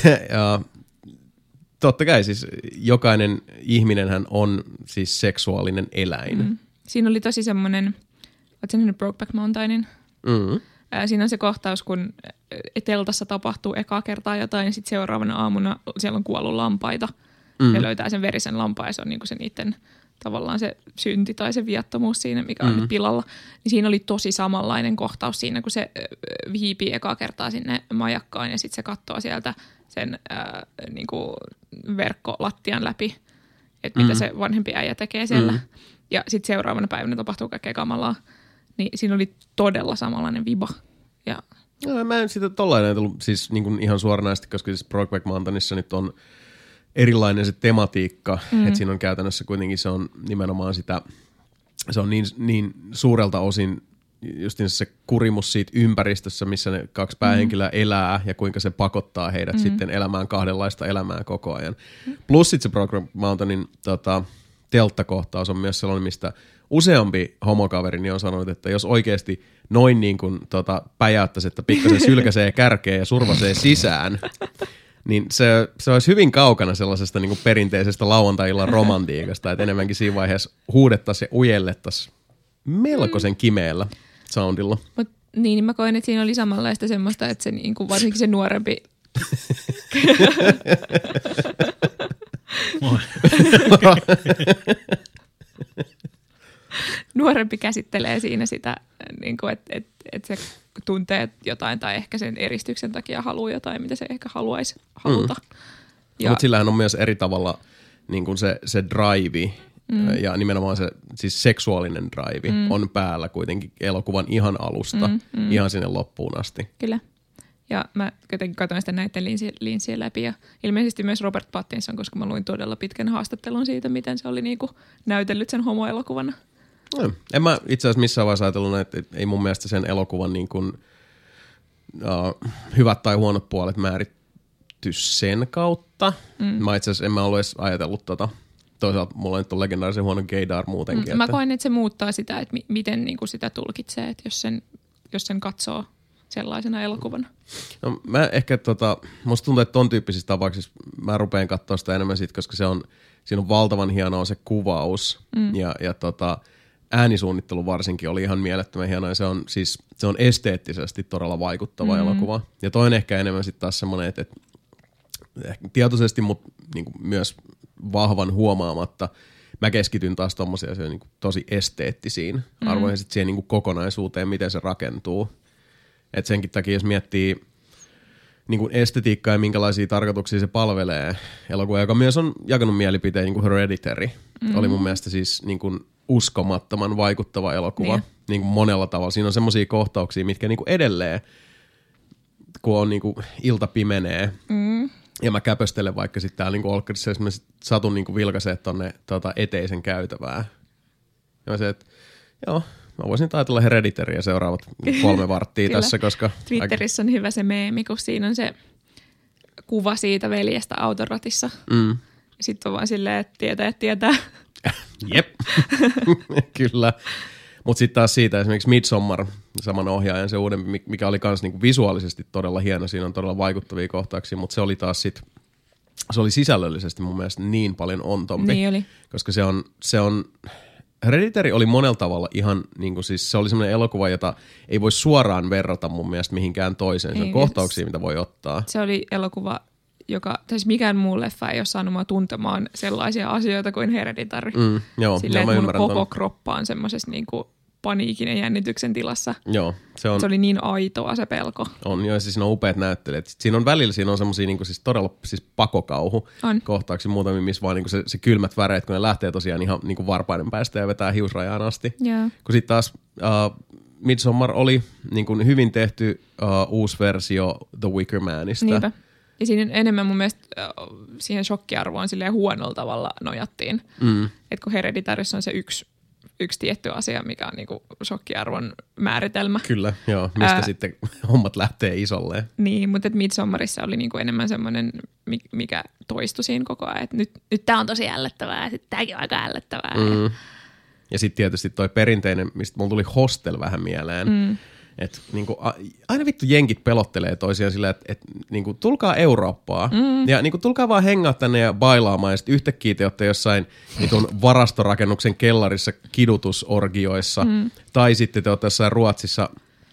totta kai siis jokainen ihminenhän on siis seksuaalinen eläin. Siinä oli tosi semmoinen, ootko nähnyt Brokeback Mountainin? Siinä on se kohtaus, kun teltassa tapahtuu ekaa kertaa jotain ja sitten seuraavana aamuna siellä on kuollut lampaita. Ne löytää sen verisen lampaan ja se on niinku se niiden tavallaan se synti tai se viattomuus siinä, mikä on nyt pilalla. Niin siinä oli tosi samanlainen kohtaus siinä, kun se hiipii ekaa kertaa sinne majakkaan ja sitten se katsoo sieltä sen niinku verkkolattian läpi, että mitä se vanhempi äijä tekee siellä. Ja sitten seuraavana päivänä tapahtuu kaikkea kamalaa. Niin siinä oli todella samanlainen viba. Ja... No, mä en sitä tollainen tullut siis niin kuin ihan suoranaisesti, koska siis Brokeback Mountainissa nyt on erilainen se tematiikka, että siinä on käytännössä kuitenkin se on nimenomaan sitä, se on niin suurelta osin justiin se kurimus siitä ympäristössä, missä ne kaksi päähenkilöä elää ja kuinka se pakottaa heidät sitten elämään kahdenlaista elämää koko ajan. Plus sitten se Brokeback Mountainin telttakohtaus on myös sellainen, mistä useampi homokaverini on sanonut, että jos oikeasti noin niin kuin päjäyttäisi, että pikkasen sylkäsee kärkeä ja survasee sisään, niin se olisi hyvin kaukana sellaisesta niin kuin perinteisestä lauantai-illan romantiikasta, että enemmänkin siinä vaiheessa huudettaisiin ja ujellettaisiin melkoisen kimeällä soundilla. Niin mä koen, että siinä oli samanlaista semmoista, että se niin kuin varsinkin se nuorempi... nuorempi käsittelee siinä sitä, niin kuin, että se tuntee jotain tai ehkä sen eristyksen takia haluaa jotain, mitä se ehkä haluaisi haluta. Mutta sillähän on myös eri tavalla niin kuin se drive ja nimenomaan se siis seksuaalinen drive on päällä kuitenkin elokuvan ihan alusta ihan sinne loppuun asti. Kyllä. Ja mä jotenkin katsoin sitä näiden linssien läpi ja ilmeisesti myös Robert Pattinson, koska mä luin todella pitkän haastattelun siitä, miten se oli niinku näytellyt sen homoelokuvana. En mä itse asiassa missään vaiheessa ajatellut, että ei mun mielestä sen elokuvan niin kuin, hyvät tai huonot puolet määritty sen kautta. Mä itse asiassa en mä ollut edes ajatellut tota. Toisaalta mulla nyt on legendaarisen huono gaydar muutenkin. Mä koen, että se muuttaa sitä, että miten niinku sitä tulkitsee, että jos sen katsoo sellaisena elokuvana. No mä ehkä musta tuntuu, että ton tyyppisissä tapauksissa mä rupean katsoa sitä enemmän siitä, koska siinä on valtavan hienoa se kuvaus ja äänisuunnittelu varsinkin oli ihan mielettömän hienoa ja se on esteettisesti todella vaikuttava elokuva. Ja toinen ehkä enemmän sitten taas semmoinen, että tietoisesti, mutta niinku myös vahvan huomaamatta mä keskityn taas tommosiin asioihin niinku tosi esteettisiin arvoihin sit siihen niinku kokonaisuuteen, miten se rakentuu. Et senkin takia, jos miettii niinku estetiikkaa ja minkälaisia tarkoituksia se palvelee elokuva, joka myös on jakanut mielipiteen, niin kuin Hereditary, oli mun mielestä siis niinku uskomattoman vaikuttava elokuva niin kuin monella tavalla. Siinä on semmoisia kohtauksia, mitkä niinku edelleen, kun on niinku ilta pimenee, ja mä käpöstelen vaikka sitten täällä niinku olkkarissa, jos mä satun niinku vilkaisee tonne eteisen käytävää. Ja mä se, että joo, mä voisin ajatella Hereditaryä seuraavat 3 varttia tässä, koska... Twitterissä on hyvä se meemi, kun siinä on se kuva siitä veljestä autoratissa. Sitten on vaan silleen, että tietää. Jep, kyllä. Mutta sitten taas siitä esimerkiksi Midsommar, saman ohjaajan se uudempi, mikä oli kans niinku visuaalisesti todella hieno, siinä on todella vaikuttavia kohtauksia, mutta se oli taas se oli sisällöllisesti mun mielestä niin paljon ontompi. Niin oli. Koska se on Hereditary oli monella tavalla ihan, niinku siis se oli semmoinen elokuva, jota ei voi suoraan verrata mun mielestä mihinkään toiseen. Se on kohtauksia, mitä voi ottaa. Se oli elokuva, siis mikään muu leffa ei ole saanut mua tuntemaan sellaisia asioita kuin Hereditary. Joo, silleen, että mun koko kroppa on semmoisessa niinku paniikin ja jännityksen tilassa. Joo, se oli niin aitoa se pelko. On, joo, siis siinä on upeat näyttelijät. Siinä on semmosia niinku siis todella siis pakokauhu kohtauksia muutamia, missä vaan niinku se kylmät väreet, kun ne lähtee tosiaan ihan niinku varpaiden päästä ja vetää hiusrajaan asti. Yeah. Kun sitten taas Midsommar oli niinku hyvin tehty uusi versio The Wicker Manista. Niinpä. Ja siinä enemmän mun mielestä siihen shokkiarvoon silleen huonolla tavalla nojattiin. Että kun Hereditaryssa on se yksi tietty asia, mikä on niinku shokkiarvon määritelmä. Kyllä, joo. Mistä sitten hommat lähtee isolleen. Niin, mutta Midsommarissa oli niinku enemmän semmoinen, mikä toistui siinä koko ajan. Että nyt tää on tosi ällöttävää ja sitten tääkin on aika ällöttävää. Ja sitten tietysti toi perinteinen, mistä mulla tuli Hostel vähän mieleen. Että niinku, aina vittu jenkit pelottelee toisiaan sillä, että niinku, tulkaa Eurooppaa ja niinku, tulkaa vaan hengaa tänne ja bailaamaan ja sitten yhtäkkiä te olette jossain vitun varastorakennuksen kellarissa kidutusorgioissa tai sitten te olette jossain Ruotsissa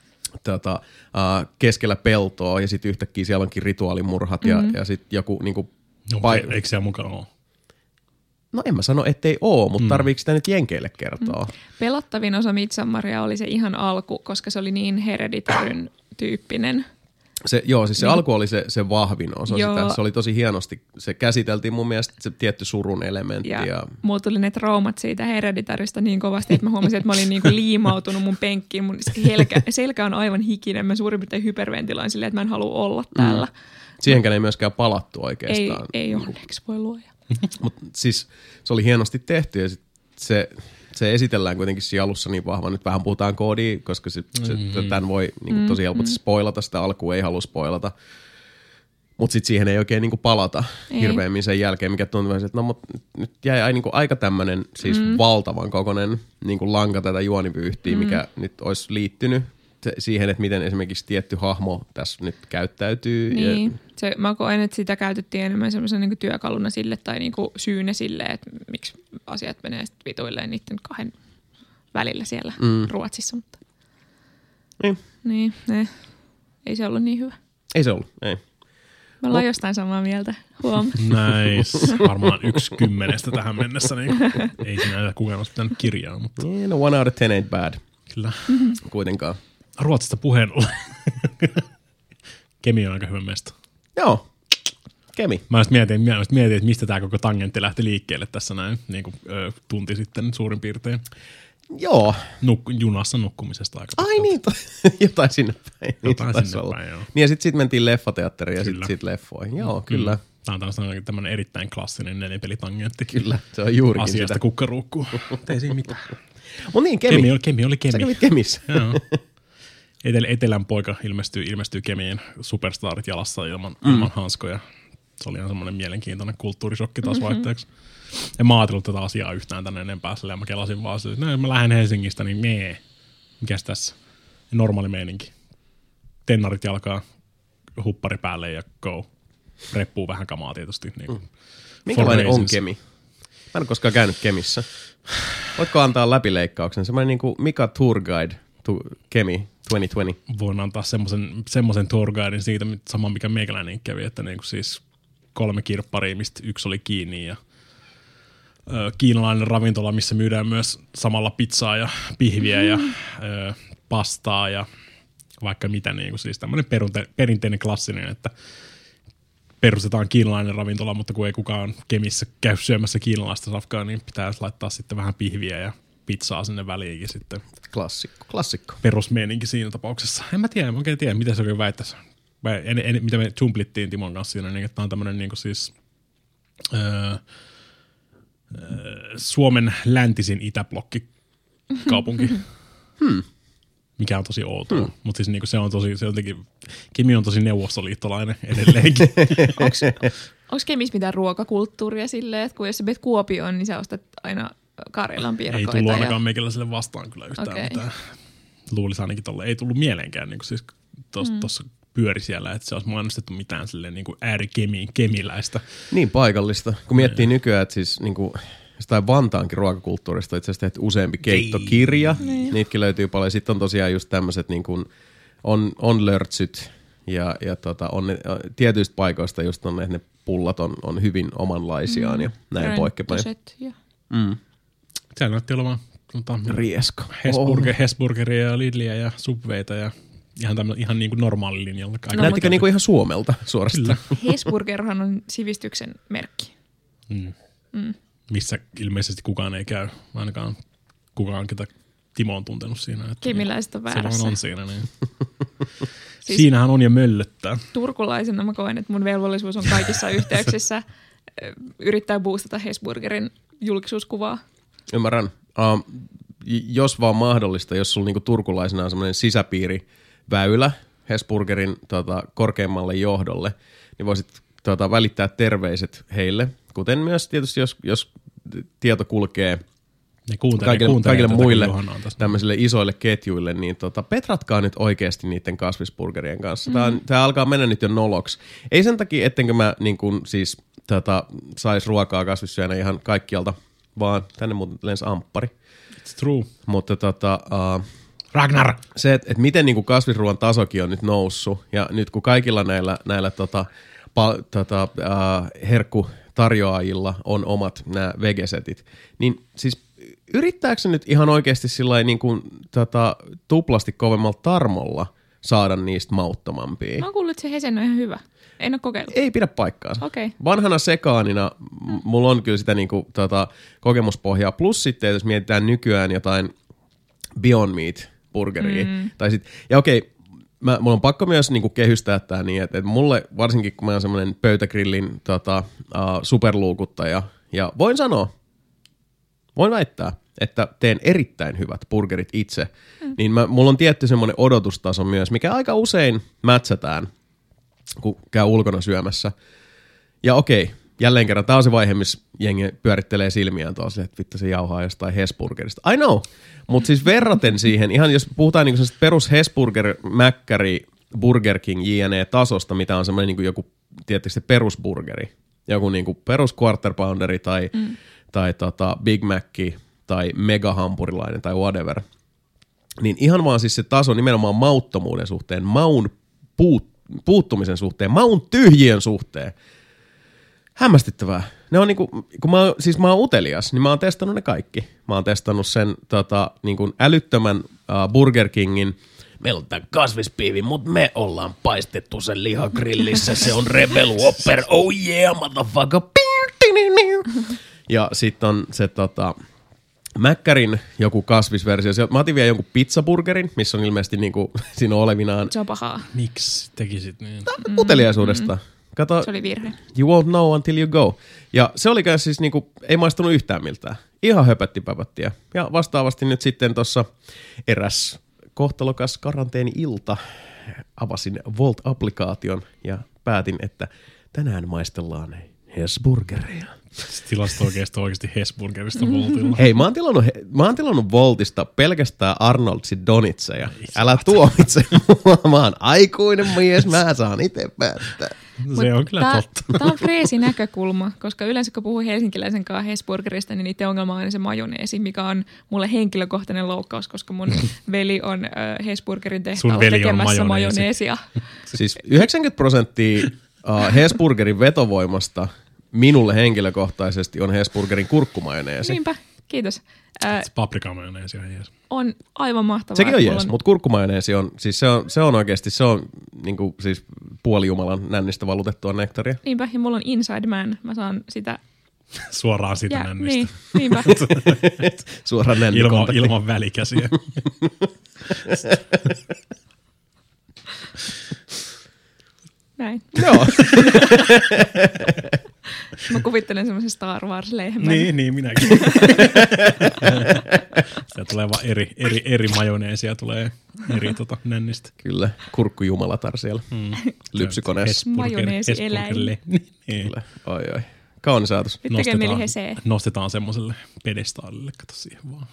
keskellä peltoa ja sitten yhtäkkiä siellä onkin rituaalimurhat ja sitten joku niinku... Eikö siellä mukana ole? No en mä sano, ettei oo, mutta tarviiko sitä nyt jenkeille kertoa? Pelottavin osa Midsommaria oli se ihan alku, koska se oli niin Hereditaryn tyyppinen. Se alku oli se vahvin osa sitä. Se oli tosi hienosti. Se käsiteltiin mun mielestä se tietty surun elementti. Ja mulla tuli ne traumat siitä Hereditarista niin kovasti, että mä huomasin, että mä olin niinku liimautunut mun penkkiin. Mun selkä on aivan hikinen. Mä suurin piirtein hyperventiloin silleen, että mä en halua olla täällä. Siihenkään ei myöskään palattu oikeastaan. Ei onneksi, voi luoja. Mutta siis se oli hienosti tehty ja se esitellään kuitenkin siinä alussa niin vahva. Nyt vähän puhutaan koodia, koska tämän voi niinku tosi helposti spoilata. Sitä alkuun ei halua spoilata. Mutta sitten siihen ei oikein niinku palata hirveämmin sen jälkeen, mikä tuntuu, että no, nyt jäi niinku aika tämmöinen siis valtavan kokoinen niinku lanka tätä juonivyyhtiä, mikä nyt olisi liittynyt siihen, että miten esimerkiksi tietty hahmo tässä nyt käyttäytyy. Niin, mä koen, että sitä käytettiin enemmän semmoisena niinku työkaluna sille tai niinku syynä sille, että miksi asiat menee sitten vituilleen niiden 2 välillä siellä Ruotsissa. Mutta Niin, ei se ollut niin hyvä. Ei se ollut, ei. Me ollaan jostain samaa mieltä. Huom. Nice. Varmaan 1/10 tähän mennessä. Niin ei sinä kukaan olisi pitänyt kirjaa. Mutta... Yeah, no 1 out of 10 ain't bad. Kyllä. Kuitenkaan. Ruotsista puheen ollen. Kemi on aika hyvä mesta. Joo. Kemi. Mä just mietin, että mistä tämä koko tangentti lähti liikkeelle tässä näin, niin kuin tunti sitten suurin piirtein. Joo. Junassa nukkumisesta aika. Ai niin, jotain sinne päin. Jotain sinne päin, joo. Niin ja sitten mentiin leffateatteriin ja sitten leffoihin. Joo, kyllä. Tämä on tämmöinen erittäin klassinen nelipelitangentti. Kyllä, se on juurikin asiasta sitä. kukkaruukkuu. Ei siinä mitään. Mut niin, Kemi. Kemi oli Kemi. Sä kävit Kemissä. Joo. Etelän poika ilmestyy Kemiin superstarit jalassa ilman hanskoja. Se oli ihan semmoinen mielenkiintoinen kulttuurisokki taas vaihteeksi. En mä ajatellut tätä asiaa yhtään tänne enempää. Ja mä kelasin vaan että no, mä lähden Helsingistä, niin mikäs tässä? Normaali meininki. Tennarit jalkaa, huppari päälle ja go. Reppuu vähän kamaa tietysti. Niin Minkälainen on Kemi? Mä en ole koskaan käynyt Kemissä. Voitko antaa läpileikkauksen? Semmoinen niin kuin Mika Tour Guide to Kemi 2020. Voin antaa semmoisen tour guiden siitä, sama mikä meikäläinen kävi, että niin kuin siis 3 kirpparia, mistä 1 oli kiinni ja kiinalainen ravintola, missä myydään myös samalla pizzaa ja pihviä ja pastaa ja vaikka mitä, niin kuin siis tämmöinen perinteinen klassinen, että perustetaan kiinalainen ravintola, mutta kun ei kukaan Kemissä käy syömässä kiinalaista safkaa, niin pitää laittaa sitten vähän pihviä ja pizzaa sinne väliinkin sitten. Klassikko. Perusmeininki siinä tapauksessa. En mä oikein tiedä, mitä se oikein väittäisi. Mitä me jumplittiin Timon kanssa siinä, niin että tämä on tämmöinen niin kuin siis Suomen läntisin itäblokkikaupunki. Mikä on tosi outoa. Mutta siis niinku se on jotenkin, Kemi on tosi neuvostoliittolainen edelleenkin. Onko Kemissä mitään ruokakulttuuria silleen, että kun jos sä menet Kuopioon, niin sä ostat aina Karjalan piirakoita? Ei tullut ainakaan meikäläiselle vastaan kyllä yhtään mitään. Luulisi ainakin tolle. Ei tullut mieleenkään niin siis tuossa pyöri siellä, että se olisi mainostettu mitään silleen niin kuin ääri-kemiläistä. Niin paikallista. Kun miettii nykyään, että siis niin kuin jostain Vantaankin ruokakulttuurista itse asiassa tehty useampi keittokirja. Niitäkin löytyy paljon. Sitten on tosiaan just tämmöiset niin kuin on lörtsyt ja on ne, tietyistä paikoista just on, että ne pullat on hyvin omanlaisiaan ja näin poikkepäin. Siellä näytti olevan Riesko. Hesburgeria ja Lidliä ja Subwayta ja ihan niin kuin normaali linjalla. Näyttikö niin kuin ihan Suomelta suorastaan? Hesburgerhan on sivistyksen merkki. Missä ilmeisesti kukaan ei käy, ainakaan kukaan, ketä Timo on tuntenut siinä. Kemiläiset on väärässä. Se on siinä, niin. Siis siinähän on ja möllöttää. Turkulaisena mä koen, että mun velvollisuus on kaikissa yhteyksissä yrittää boostata Hesburgerin julkisuuskuvaa. Ymmärrän. Jos vaan mahdollista, jos sulla niinku turkulaisena on semmoinen sisäpiiriväylä Hesburgerin korkeammalle johdolle, niin voisit välittää terveiset heille. Kuten myös tietysti, jos tieto kulkee kaikille muille tämmöisille isoille ketjuille, niin petratkaa nyt oikeasti niiden kasvisburgerien kanssa. Tämä alkaa mennä nyt jo noloksi. Ei sen takia, ettenkö mä niin kun, siis sais ruokaa kasvissyönä ihan kaikkialta, vaan tänne muuten lensi amppari. It's true. Mutta Ragnar! Se, että miten niin kuin kasvisruoan tasokin on nyt noussut, ja nyt kun kaikilla näillä herkkutarjoajilla on omat nämä vegesetit, niin siis yrittääkö se nyt ihan oikeasti sillain niin kuin tuplasti kovemmalla tarmolla saada niistä mauttomampia? Mä oon kuullut, että se Hesen on ihan hyvä. En ole kokeillut. Ei pidä paikkaansa. Okay. Vanhana sekaanina mulla on kyllä sitä niinku, kokemuspohjaa. Plus sitten, jos mietitään nykyään jotain Beyond Meat-burgeria. Tai sit, ja okei, mulla on pakko myös niinku kehystää tää niin, että mulle varsinkin kun mä oon semmonen pöytägrillin superluukuttaja, ja voin väittää, että teen erittäin hyvät burgerit itse, niin mulla on tietty semmoinen odotustaso myös, mikä aika usein mätsätään, kun käy ulkona syömässä. Ja okei, jälleen kerran, tää on se vaihe, missä jengi pyörittelee silmiään tuossa, että vittu se jauhaa jostain Hesburgerista. I know, mutta siis verraten siihen, ihan jos puhutaan niinku perus Hesburger, Mäkkäri, Burger King, JNE tasosta, mitä on semmoinen niinku joku, tietysti perusburgeri, joku niinku perus quarter pounderi tai Big Mac tai megahampurilainen tai whatever, niin ihan vaan siis se taso nimenomaan mauttomuuden suhteen, maun puutteen puuttumisen suhteen, maun tyhjien suhteen. Hämmästyttävää. Ne on niinku, kun mä oon utelias, niin mä oon testannut ne kaikki. Mä oon testannut sen niinku älyttömän Burger Kingin. Meillä on tää kasvispiivi, mutta me ollaan paistettu sen lihagrillissä. Se on Rebel Whopper, oh yeah, motherfucker. Ja sit on se Mäkkärin joku kasvisversio. Mä otin vielä jonkun pizzaburgerin, missä on ilmeisesti niinku, siinä on olevinaan. Se on pahaa. Miksi tekisit niin? Uteliaisuudesta. Kato, Se oli virhe. You won't know until you go. Ja se oli siis niinku, ei maistunut yhtään miltään. Ihan höpöttipäpättiä. Ja vastaavasti nyt sitten tuossa eräs kohtalokas karanteeni-ilta avasin Volt-applikaation ja päätin, että tänään maistellaan Hesburgereja. Tilasto oikeasti Hesburgerista Voltilla. Hei, mä oon tilannut Voltista pelkästään Arnoldsin donitseja. Älä tuomitse mua, mä oon aikuinen mies, mä saan itse päättää. Se on kyllä totta. Tämä on freesi näkökulma, koska yleensä kun puhuu helsinkiläisen kanssa Hesburgerista, niin niiden ongelma on aina se majoneesi, mikä on mulle henkilökohtainen loukkaus, koska mun veli on Hesburgerin tehtaalla tekemässä majoneesia. Siis 90% Hesburgerin vetovoimasta minulle henkilökohtaisesti on Hesburgerin kurkkumajoneesi. Niinpä, kiitos. Paprikamajoneesi on jees. On aivan mahtavaa. Sekin on jees, mutta kurkkumajoneesi on, siis se on oikeasti, se on niinku siis puolijumalan nännistä valutettua nektaria. Niinpä, ja mulla on Inside Man, mä saan sitä. Suoraan sitä nännistä. Niin, niinpä. Suoraan nännikontakti. Ilman välikäsiä. Näin. Joo. Mä kuvittelen semmoisen Star Wars-lehmän. Niin minäkin. Sitä tulee vaan eri majoneesia, tulee eri nännistä. Kyllä, kurkkujumalatar siellä lypsykoneessa. Majoneesi-eläin. Kyllä, oi. Kaunis ajatus. Nyt tekee mieli hesee. Nostetaan semmoiselle pedestaalille, kato siihen vaan.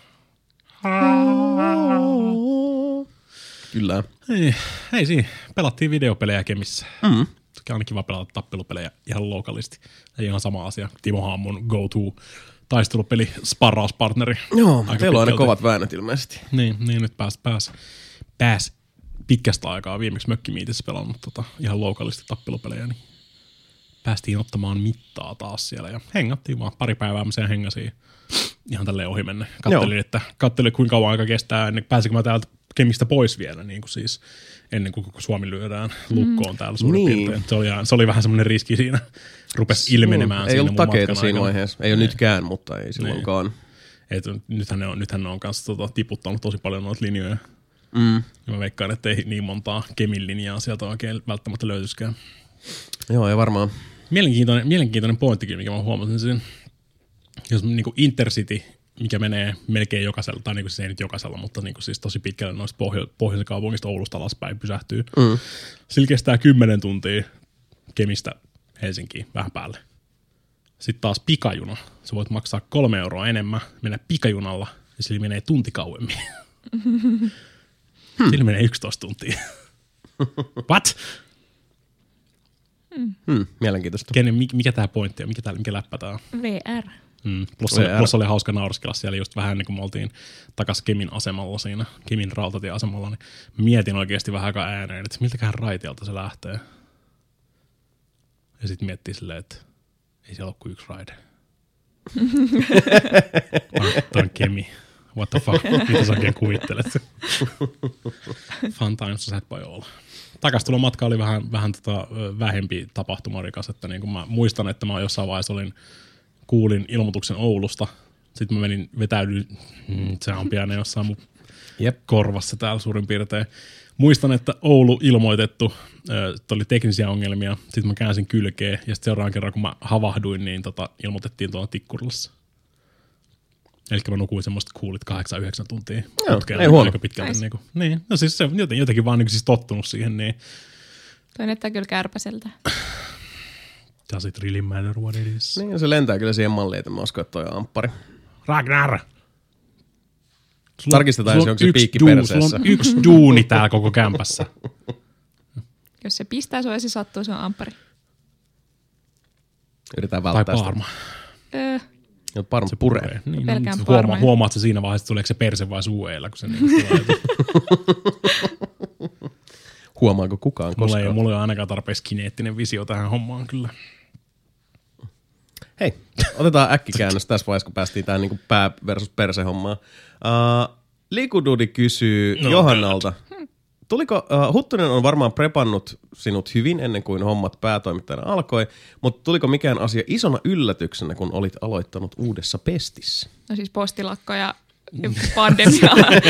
Kyllä. Hei siinä, pelattiin videopelejä Kemissä. Se on kiva pelata tappelupelejä ihan lokalisti. Ei ihan sama asia. Timohan on mun go-to-taistelupeli sparrauspartneri. Joo, teillä on aina kovat väännöt ilmeisesti. Niin nyt pääs pitkästä aikaa viimeksi mökkimiitissä pelannut ihan lokalisti tappelupelejä, niin päästiin ottamaan mittaa taas siellä ja hengattiin vaan pari päivää, mä sen hengasin ihan tälleen ohi menne. Kattelin kuinka kauan aika kestää ennen pääsikö mä täältä Kemistä pois vielä, niin kuin siis ennen kuin koko Suomi lyödään lukkoon täällä suurin piirtein. Se oli vähän semmoinen riski siinä, rupesi ilmenemään siinä mun matkan aikana. Ei ollut takeita siinä vaiheessa, ei ole nytkään, mutta ei silloinkaan. Nythän ne on kanssa tiputtanut tosi paljon noita linjoja. Ja mä veikkaan, että ei niin montaa Kemin linjaa sieltä oikein välttämättä löytyisikään. Joo, ja varmaan. Mielenkiintoinen pointtikin, mikä mä huomasin siinä. Jos niin kuin Intercity, mikä menee melkein jokaisella, tai niin kuin se ei nyt jokaisella, mutta niin kuin siis tosi pitkälle noista pohjoisen kaupungista Oulusta alaspäin pysähtyy. Sillä kestää 10 tuntia Kemistä Helsinkiin vähän päälle. Sitten taas pikajuna. Sä voit maksaa 3 euroa enemmän, mennä pikajunalla, ja sillä menee tunti kauemmin. Sillä menee 11 tuntia. What? Mielenkiintoista. Mikä tää pointti on? Mikä läppä tää on? VR. Plus oli hauska nauriskella siellä just vähän niin kuin me oltiin takas Kemin asemalla siinä, Kemin rautatieasemalla, niin mietin oikeasti vähän aikaa ääneen, että miltäkään raiteelta se lähtee. Ja sitten miettii silleen, että ei siellä ole kuin yksi raide. Tämä on Kemi. What the fuck? Mitä sä oikein kuvittelet? Fun times, sä et voi olla. Takastulon matka oli vähän vähempi tapahtumarikas, että niin kuin mä muistan, että mä jossain vaiheessa kuulin ilmoituksen Oulusta, sitten mä vetäydyin, se on pian jossain mun korvassa täällä suurin piirtein. Muistan, että Oulu ilmoitettu, oli teknisiä ongelmia, sitten mä käänsin kylkeen ja sitten seuraavan kerran kun mä havahduin, niin ilmoitettiin tuolla Tikkurilassa. Eli mä nukuin semmoista 8-9 tuntia. Ei huono. Aika pitkälti. Niin. No siis se on jotenkin vaan siis tottunut siihen. Niin. Toi näyttää kyllä kärpäseltä. Does it really matter what it is? Niin, se lentää kyllä siihen malliin, että mä uskon, että toi on amppari. Ragnar! Tarkistetaan, jos onko se piikki perseessä. Sulla on yksi duuni täällä koko kämpässä. Jos se pistää sua ja se sattuu, se on amppari. Yritetään välttää tai Parma. Sitä. Parma se puree. Niin, pelkään Parmaa. Huomaat se siinä vaiheessa, tuleeko se perse vai suu eellä, kun se niin tulee. Huomaako kukaan koskaan? Mulla ei ole ainakaan tarpeeksi kineettinen visio tähän hommaan kyllä. Hei, otetaan äkkikäännös tässä vaiheessa, kun päästiin tähän niin pää versus perse hommaan. Likududi kysyy Johannalta. Tuliko, Huttunen on varmaan prepannut sinut hyvin ennen kuin hommat päätoimittajana alkoi, mutta tuliko mikään asia isona yllätyksenä, kun olit aloittanut uudessa pestissä? No siis postilakko ja pandemia.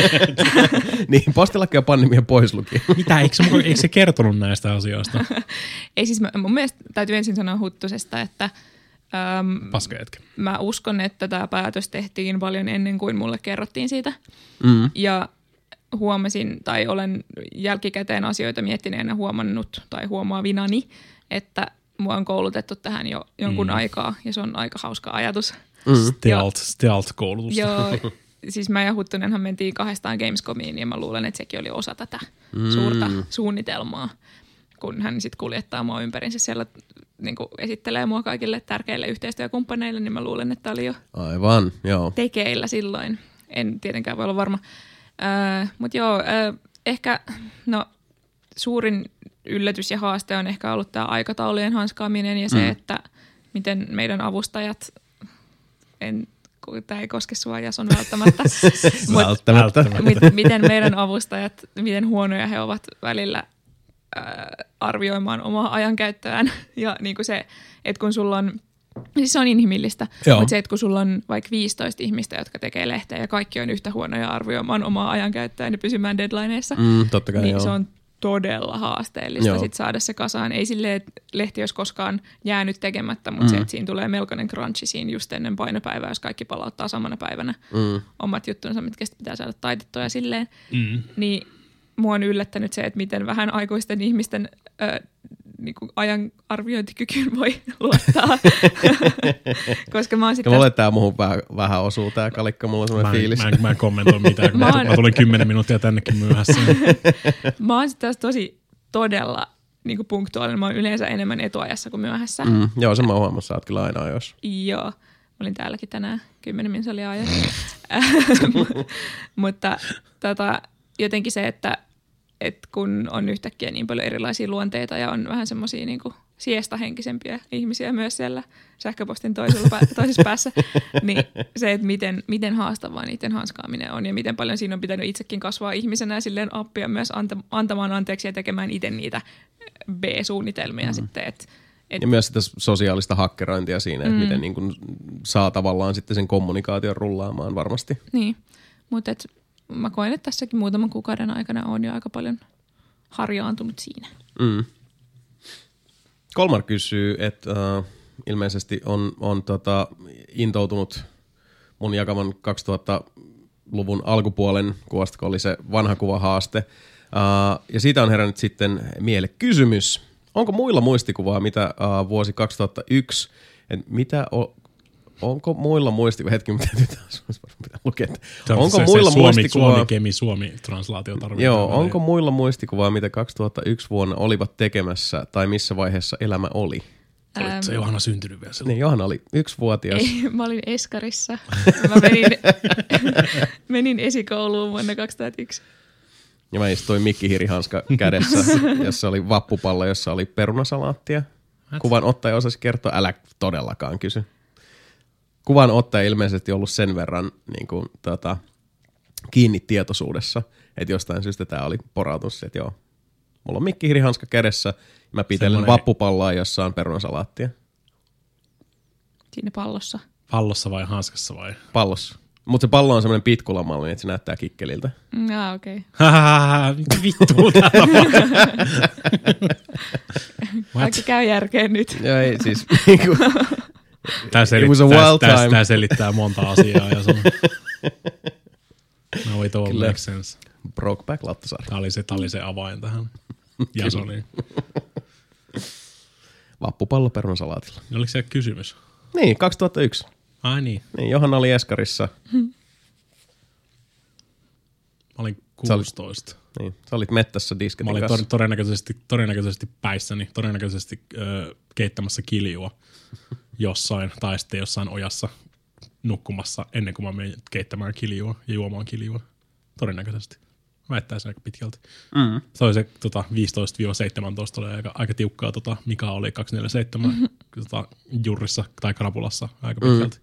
Niin, postilakko ja pandemia pois luki. Mitä, eikö se kertonut näistä asioista? Ei siis, mun mielestä täytyy ensin sanoa Huttusesta, että Paskajätkä. mä uskon, että tämä päätös tehtiin paljon ennen kuin mulle kerrottiin siitä. Ja huomasin, tai olen jälkikäteen asioita miettineenä huomannut tai huomaavinani, että mua on koulutettu tähän jo jonkun aikaa, ja se on aika hauska ajatus. Stealth-koulutusta. Joo, siis mä ja Huttunenhan mentiin 2 Gamescomiin, ja mä luulen, että sekin oli osa tätä suurta suunnitelmaa, kun hän sitten kuljettaa mua ympärinsä siellä, niin kuin esittelee mua kaikille tärkeille yhteistyökumppaneille, niin mä luulen, että oli jo Aivan, joo. tekeillä silloin. En tietenkään voi olla varma. Mutta joo, ehkä suurin yllätys ja haaste on ehkä ollut tämä aikataulujen hanskaaminen ja se, että miten meidän avustajat, tämä ei koske sua Jason välttämättä, miten meidän avustajat, miten huonoja he ovat välillä arvioimaan omaa ajankäyttöään ja niin kuin se, että kun sulla on, siis se on inhimillistä, mutta se, että kun sulla on vaikka 15 ihmistä, jotka tekee lehteä ja kaikki on yhtä huonoja arvioimaan omaa ajankäyttöään ja pysymään deadlineissa, totta kai, niin se on todella haasteellista sit saada se kasaan. Ei silleen, että lehti olisi koskaan jäänyt tekemättä, mutta se, että siinä tulee melkoinen crunchi siinä just ennen painopäivää, jos kaikki palauttaa samana päivänä omat juttunsa, mitkä sitten pitää saada taitettua ja silleen, niin mua on yllättänyt se, että miten vähän aikuisten ihmisten niin kuin ajan arviointikykyyn voi luottaa. Koska mä oon sitten... Mulle tää muuhun vähän osuu tää kalikka, mulla on semmoinen fiilis. Mä en kommentoi mitään, kun mä tulin 10 minuuttia tännekin myöhässä. Mä oon sitten taas tosi todella niin kuin punktuaalinen. Mä oon yleensä enemmän etuajassa kuin myöhässä. Joo, sen mä huomaan, sä oot kyllä aina ajoissa. Joo, mä olin täälläkin tänään 10 minuuttia oli ajoissa. Mutta jotenkin se, että kun on yhtäkkiä niin paljon erilaisia luonteita ja on vähän semmoisia niin kuin siestahenkisempiä ihmisiä myös siellä sähköpostin toisessa päässä, niin se, että miten haastavaa niiden hanskaaminen on ja miten paljon siinä on pitänyt itsekin kasvaa ihmisenä ja silleen oppia myös antamaan anteeksi ja tekemään itse niitä B-suunnitelmia sitten. Ja myös sitä sosiaalista hakkerointia siinä, että miten niin kuin saa tavallaan sitten sen kommunikaation rullaamaan varmasti. Niin, mutta mä koen, että tässäkin muutaman kuukauden aikana on jo aika paljon harjaantunut siinä. Kolmar kysyy, että ilmeisesti on intoutunut mun jakaman 2000-luvun alkupuolen kuvasta, kun oli se vanha kuvahaaste. Ja siitä on herännyt sitten miele kysymys. Onko muilla muistikuvaa, mitä vuosi 2001, onko muilla muistikuvaa, hetki, mitä pitää lukea, onko muilla muistikuvaa, Suomi-translaatio tarvitaan. Joo, onko muilla muistikuvaa, mitä 2001 vuonna olivat tekemässä tai missä vaiheessa elämä oli? Olit se Johanna syntynyt vielä silloin? Niin, Johanna oli 1-vuotias. Ei, mä olin eskarissa. Mä menin esikouluun vuonna 2001. Ja mä istuin mikkihiirihanska kädessä, jossa oli vappupallo, jossa oli perunasalaattia. Kuvan ottaja osasi kertoa, älä todellakaan kysy. Kuvan ottaja ilmeisesti ollut sen verran niin kuin, kiinni tietoisuudessa, että jostain syystä tämä oli porautunut, että joo, mulla on mikkihiirihanska kädessä, mä pitelen vappupalloa, jossa on perunasalaattia. Siinä pallossa. Pallossa vai hanskassa vai? Pallossa. Mutta se pallo on semmoinen pitkulamallinen, että se näyttää kikkeliltä. Okei. Vittu tää Vaikka käy järkeen nyt. Joo, ei siis. Tää selittää monta asiaa. Ja no it all makes sense. Brokeback Lattosaari. Tää oli se avain tähän Jasoniin. Vappupallo perunasalaatilla. Oliko se kysymys? Niin, 2001. Ai niin. Niin, Johanna oli eskarissa. Mä olin 16. Niin, sä olit mettässä disketin kanssa. Mä olin todennäköisesti päissäni, keittämässä kiljua jossain, tai sitten jossain ojassa nukkumassa ennen kuin mä menin keittämään kiljua ja juomaan kiljua. Todennäköisesti. Väittäisin aika pitkälti. Mm. Se oli se 15-17 oli aika tiukkaa, mikä oli 247 jurrissa tai krapulassa aika pitkälti.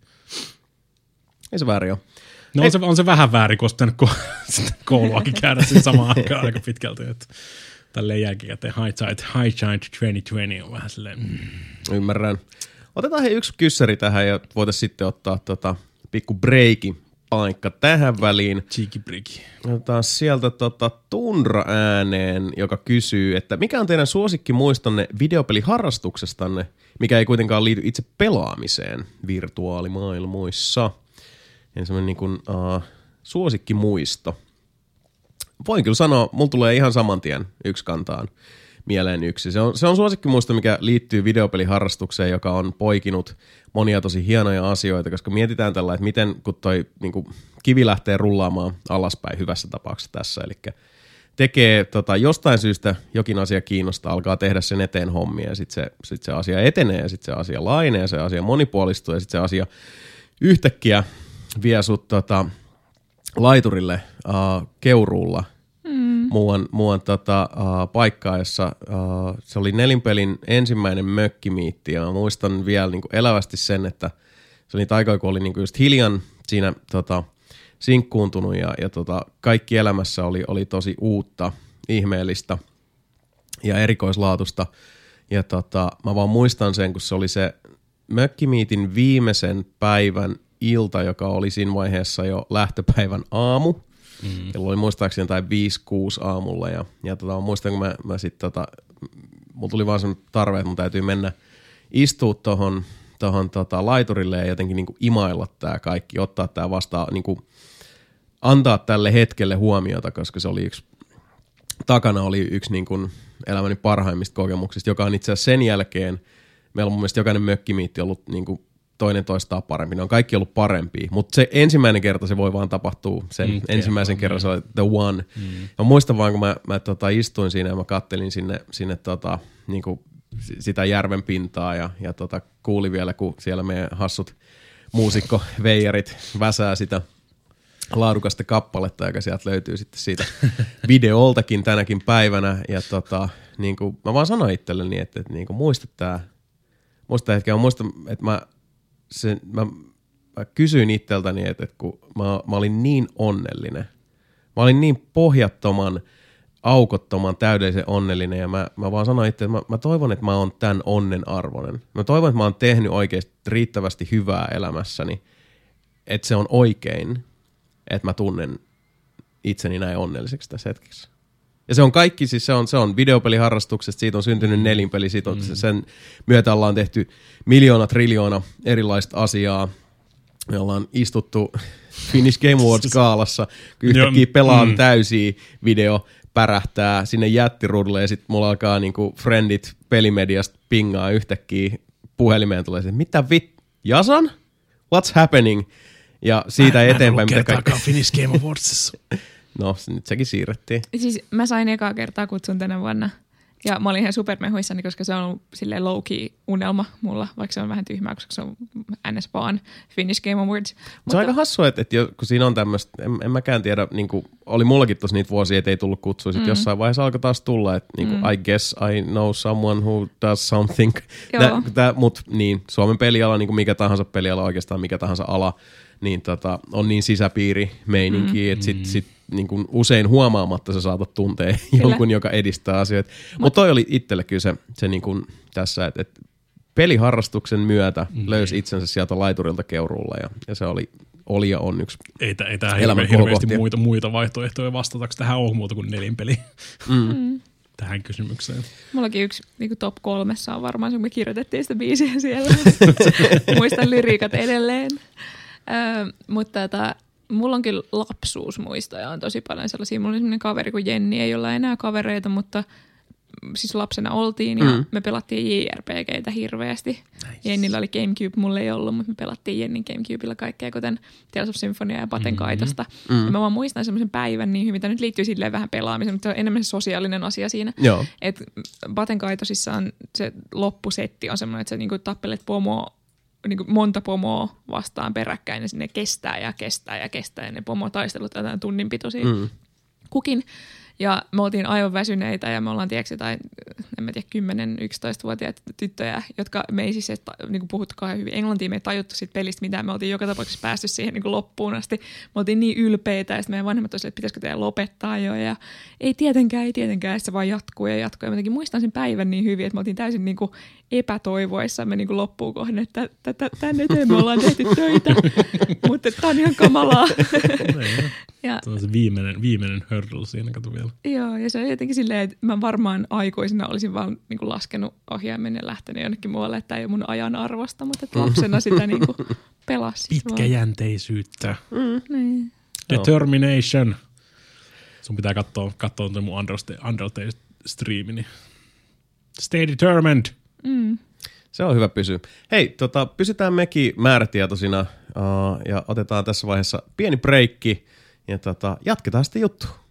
Ei se väärin ole. No on se vähän väärin, kun olisi pitänyt kouluakin käydä siinä samaan aikaan aika pitkälti. Että tälleen jälkikäteen hindsight 2020 on vähän silleen. Ymmärrän. Otetaan yksi kyssäri tähän ja voitaisiin sitten ottaa pikku breiki paikka tähän väliin. Cheeky breaki. Otetaan sieltä Tundra ääneen, joka kysyy, että mikä on teidän suosikkimuistonne videopeliharrastuksestanne, mikä ei kuitenkaan liity itse pelaamiseen virtuaalimaailmoissa. Eli semmoinen niin kuin suosikkimuisto. Voin kyllä sanoa, mulla tulee ihan saman tien yksi kantaan mieleen yksi. Se on suosikkimuisto, mikä liittyy videopeliharrastukseen, joka on poikinut monia tosi hienoja asioita, koska mietitään tällä, että miten kun toi niin kuin kivi lähtee rullaamaan alaspäin hyvässä tapauksessa tässä, eli tekee jostain syystä jokin asia kiinnostaa, alkaa tehdä sen eteen hommia ja sitten se asia etenee ja sitten se asia lainee ja se asia monipuolistuu ja sitten se asia yhtäkkiä vie sut laiturille keuruulla muuan paikkaa, jossa se oli Nelinpelin ensimmäinen mökkimiitti ja muistan vielä niin kuin elävästi sen, että se oli niitä aikaa, kun oli niin kuin just hiljan siinä sinkkuuntunut ja kaikki elämässä oli tosi uutta, ihmeellistä ja erikoislaatusta ja mä vaan muistan sen, kun se oli se mökkimiitin viimeisen päivän ilta, joka oli siinä vaiheessa jo lähtöpäivän aamu. Kello oli muistaakseni jotain 5-6 aamulla ja muistan, kun mä sitten mulla tuli vaan semmoinen tarve, että mun täytyy mennä istua tohon laiturille ja jotenkin niinku imailla tää kaikki, ottaa tää vastaan, niinku antaa tälle hetkelle huomiota, koska se oli takana oli yksi niinku elämäni parhaimmista kokemuksista, joka on itse asiassa sen jälkeen, meillä on mun mielestä jokainen mökkimiitti ollut niinku toinen toistaan parempi. Ne on kaikki ollut parempia, mutta se ensimmäinen kerta se voi vaan tapahtua. Sen ensimmäisen kerran se oli the one. Mä muistan vaan, kun mä istuin siinä ja mä kattelin sinne niinku sitä järven pintaa ja kuulin vielä, kun siellä meidän hassut muusikkoveijarit väsää sitä laadukasta kappaletta, joka sieltä löytyy sitten siitä videoltakin tänäkin päivänä. Ja niinku, mä vaan sanoin itselleni, että niinku, muista hetkeä. Mä muistan, että mä kysyin itseltäni, että kun mä olin niin onnellinen. Mä olin niin pohjattoman, aukottoman, täydellisen onnellinen ja mä vaan sanoin itse, että mä toivon, että mä oon tämän onnen arvoinen. Mä toivon, että mä oon tehnyt oikeasti riittävästi hyvää elämässäni, että se on oikein, että mä tunnen itseni näin onnelliseksi tässä hetkessä. Ja se on kaikki, siis se on videopeliharrastuksesta, siitä on syntynyt Nelinpeli, siitä on sen myötä ollaan tehty miljoona, triljoona erilaista asiaa. Me ollaan istuttu Finnish Game Awards-skaalassa, kun yhtäkkiä pelaan täysiä video, pärähtää sinne jättiruudulle ja sitten mulla alkaa niinku friendit pelimediasta pingaa yhtäkkiä puhelimeen tulee se, mitä Jason? What's happening? Ja siitä eteenpäin. Mä en ollut kertaakaan Finnish Game Awardsissa. No, nyt sekin siirrettiin. Siis mä sain ekaa kertaa kutsun tänä vuonna. Ja mä olin ihan supermehuissani, koska se on ollut silleen low-key unelma mulla, vaikka se on vähän tyhmää, koska se on ns. Vaan Finnish Game Awards. Se on aika hassua, että kun siinä on tämmöistä, en mäkään tiedä, niin kuin, oli mullakin tossa niitä vuosia, että ei tullut kutsua, sitten jossain vaiheessa alkoi taas tulla, että niin kuin, I guess I know someone who does something. Mutta niin, Suomen peliala, niin kuin mikä tahansa peliala, oikeastaan mikä tahansa ala, niin on niin sisäpiirimeininki, että sit niin kuin usein huomaamatta sä saatat tuntea jonkun, joka edistää asioita. Mutta toi oli itselle kyllä se niin kuin tässä, että peliharrastuksen myötä löysi itsensä sieltä laiturilta keuruulla ja se oli ja on yksi ei tämä hirveästi muita vaihtoehtoja vastataanko tähän ole muuta kuin Nelinpeli tähän kysymykseen. Mullakin yksi niin top 3 on varmaan, kun me kirjoitettiin sitä biisiä siellä. Muistan lyriikat edelleen. Mutta mulla on kyllä lapsuusmuistoja, on tosi paljon sellaisia. Mulla oli sellainen kaveri kuin Jenni, ei olla enää kavereita, mutta siis lapsena oltiin ja me pelattiin JRPGtä hirveästi. Nice. Jennillä oli Gamecube, mulla ei ollut, mutta me pelattiin Jennin Gamecubella kaikkea, kuten Tales of Symphonia ja Baten Kaitosta. Ja mä vaan muistan semmoisen päivän niin hyvin, tämä nyt liittyy silleen vähän pelaamiseen, mutta se on enemmän se sosiaalinen asia siinä. Että Baten Kaitosissa on se loppusetti on semmoinen, että sä niinku tappelet niin monta pomoa vastaan peräkkäin ja sinne kestää ja ne pomotaistelut jotain tunnin pitoisia. kukin. Ja me oltiin aivan väsyneitä ja me ollaan tiedätkö jotain, en mä tiedä, 10-11-vuotiaita tyttöjä, jotka me ei siis niin puhuttu kauhean hyvin englantia, me ei tajuttu siitä pelistä mitään, me oltiin joka tapauksessa päästy siihen niin loppuun asti. Me oltiin niin ylpeitä ja sitten meidän vanhemmat olisivat, että pitäisikö teidän lopettaa jo ja ei tietenkään, ja se vaan jatkuu ja jatkuu. Ja jotenkin muistan sen päivän niin hyvin, että me oltiin täysin niin kuin epätoivoissamme niin kuin loppuun kohden, että tänne eteen me ollaan tehty töitä, mutta tämä on ihan kamalaa. Ja se on se viimeinen hurdle siinä, kato vielä. Joo, ja se on jotenkin silleen, että mä varmaan aikuisena olisin vaan niin kuin laskenut ohjaimen ja lähtenyt jonnekin muualle, että tämä ei ole mun ajan arvosta, mutta että lapsena sitä niin kuin pelasi. Pitkäjänteisyyttä. Niin. Determination. Sun pitää katsoa mun Undertale-striimi, niin stay determined. Se on hyvä pysyä. Hei, pysytään mekin määrätietoisina ja otetaan tässä vaiheessa pieni breikki ja jatketaan sitten juttua.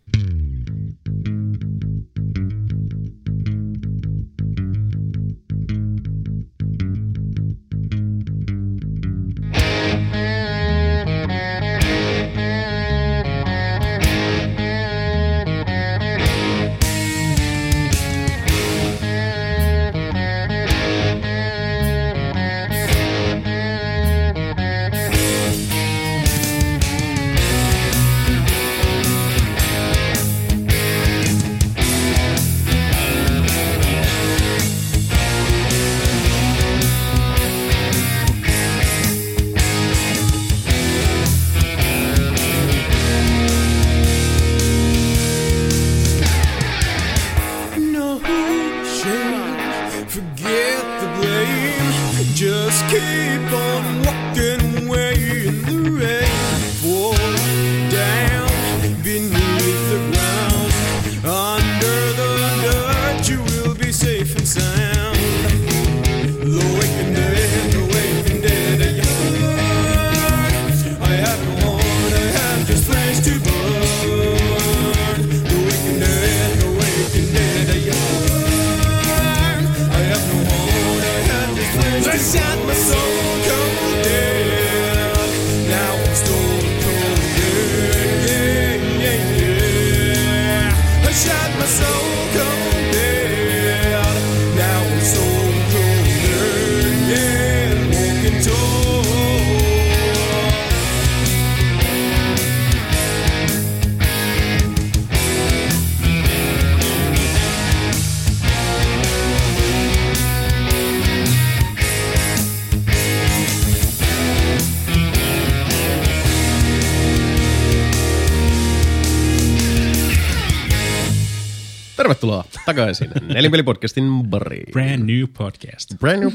Tervetuloa takaisin Nelinpeli-podcastin bariin. Brand new podcast.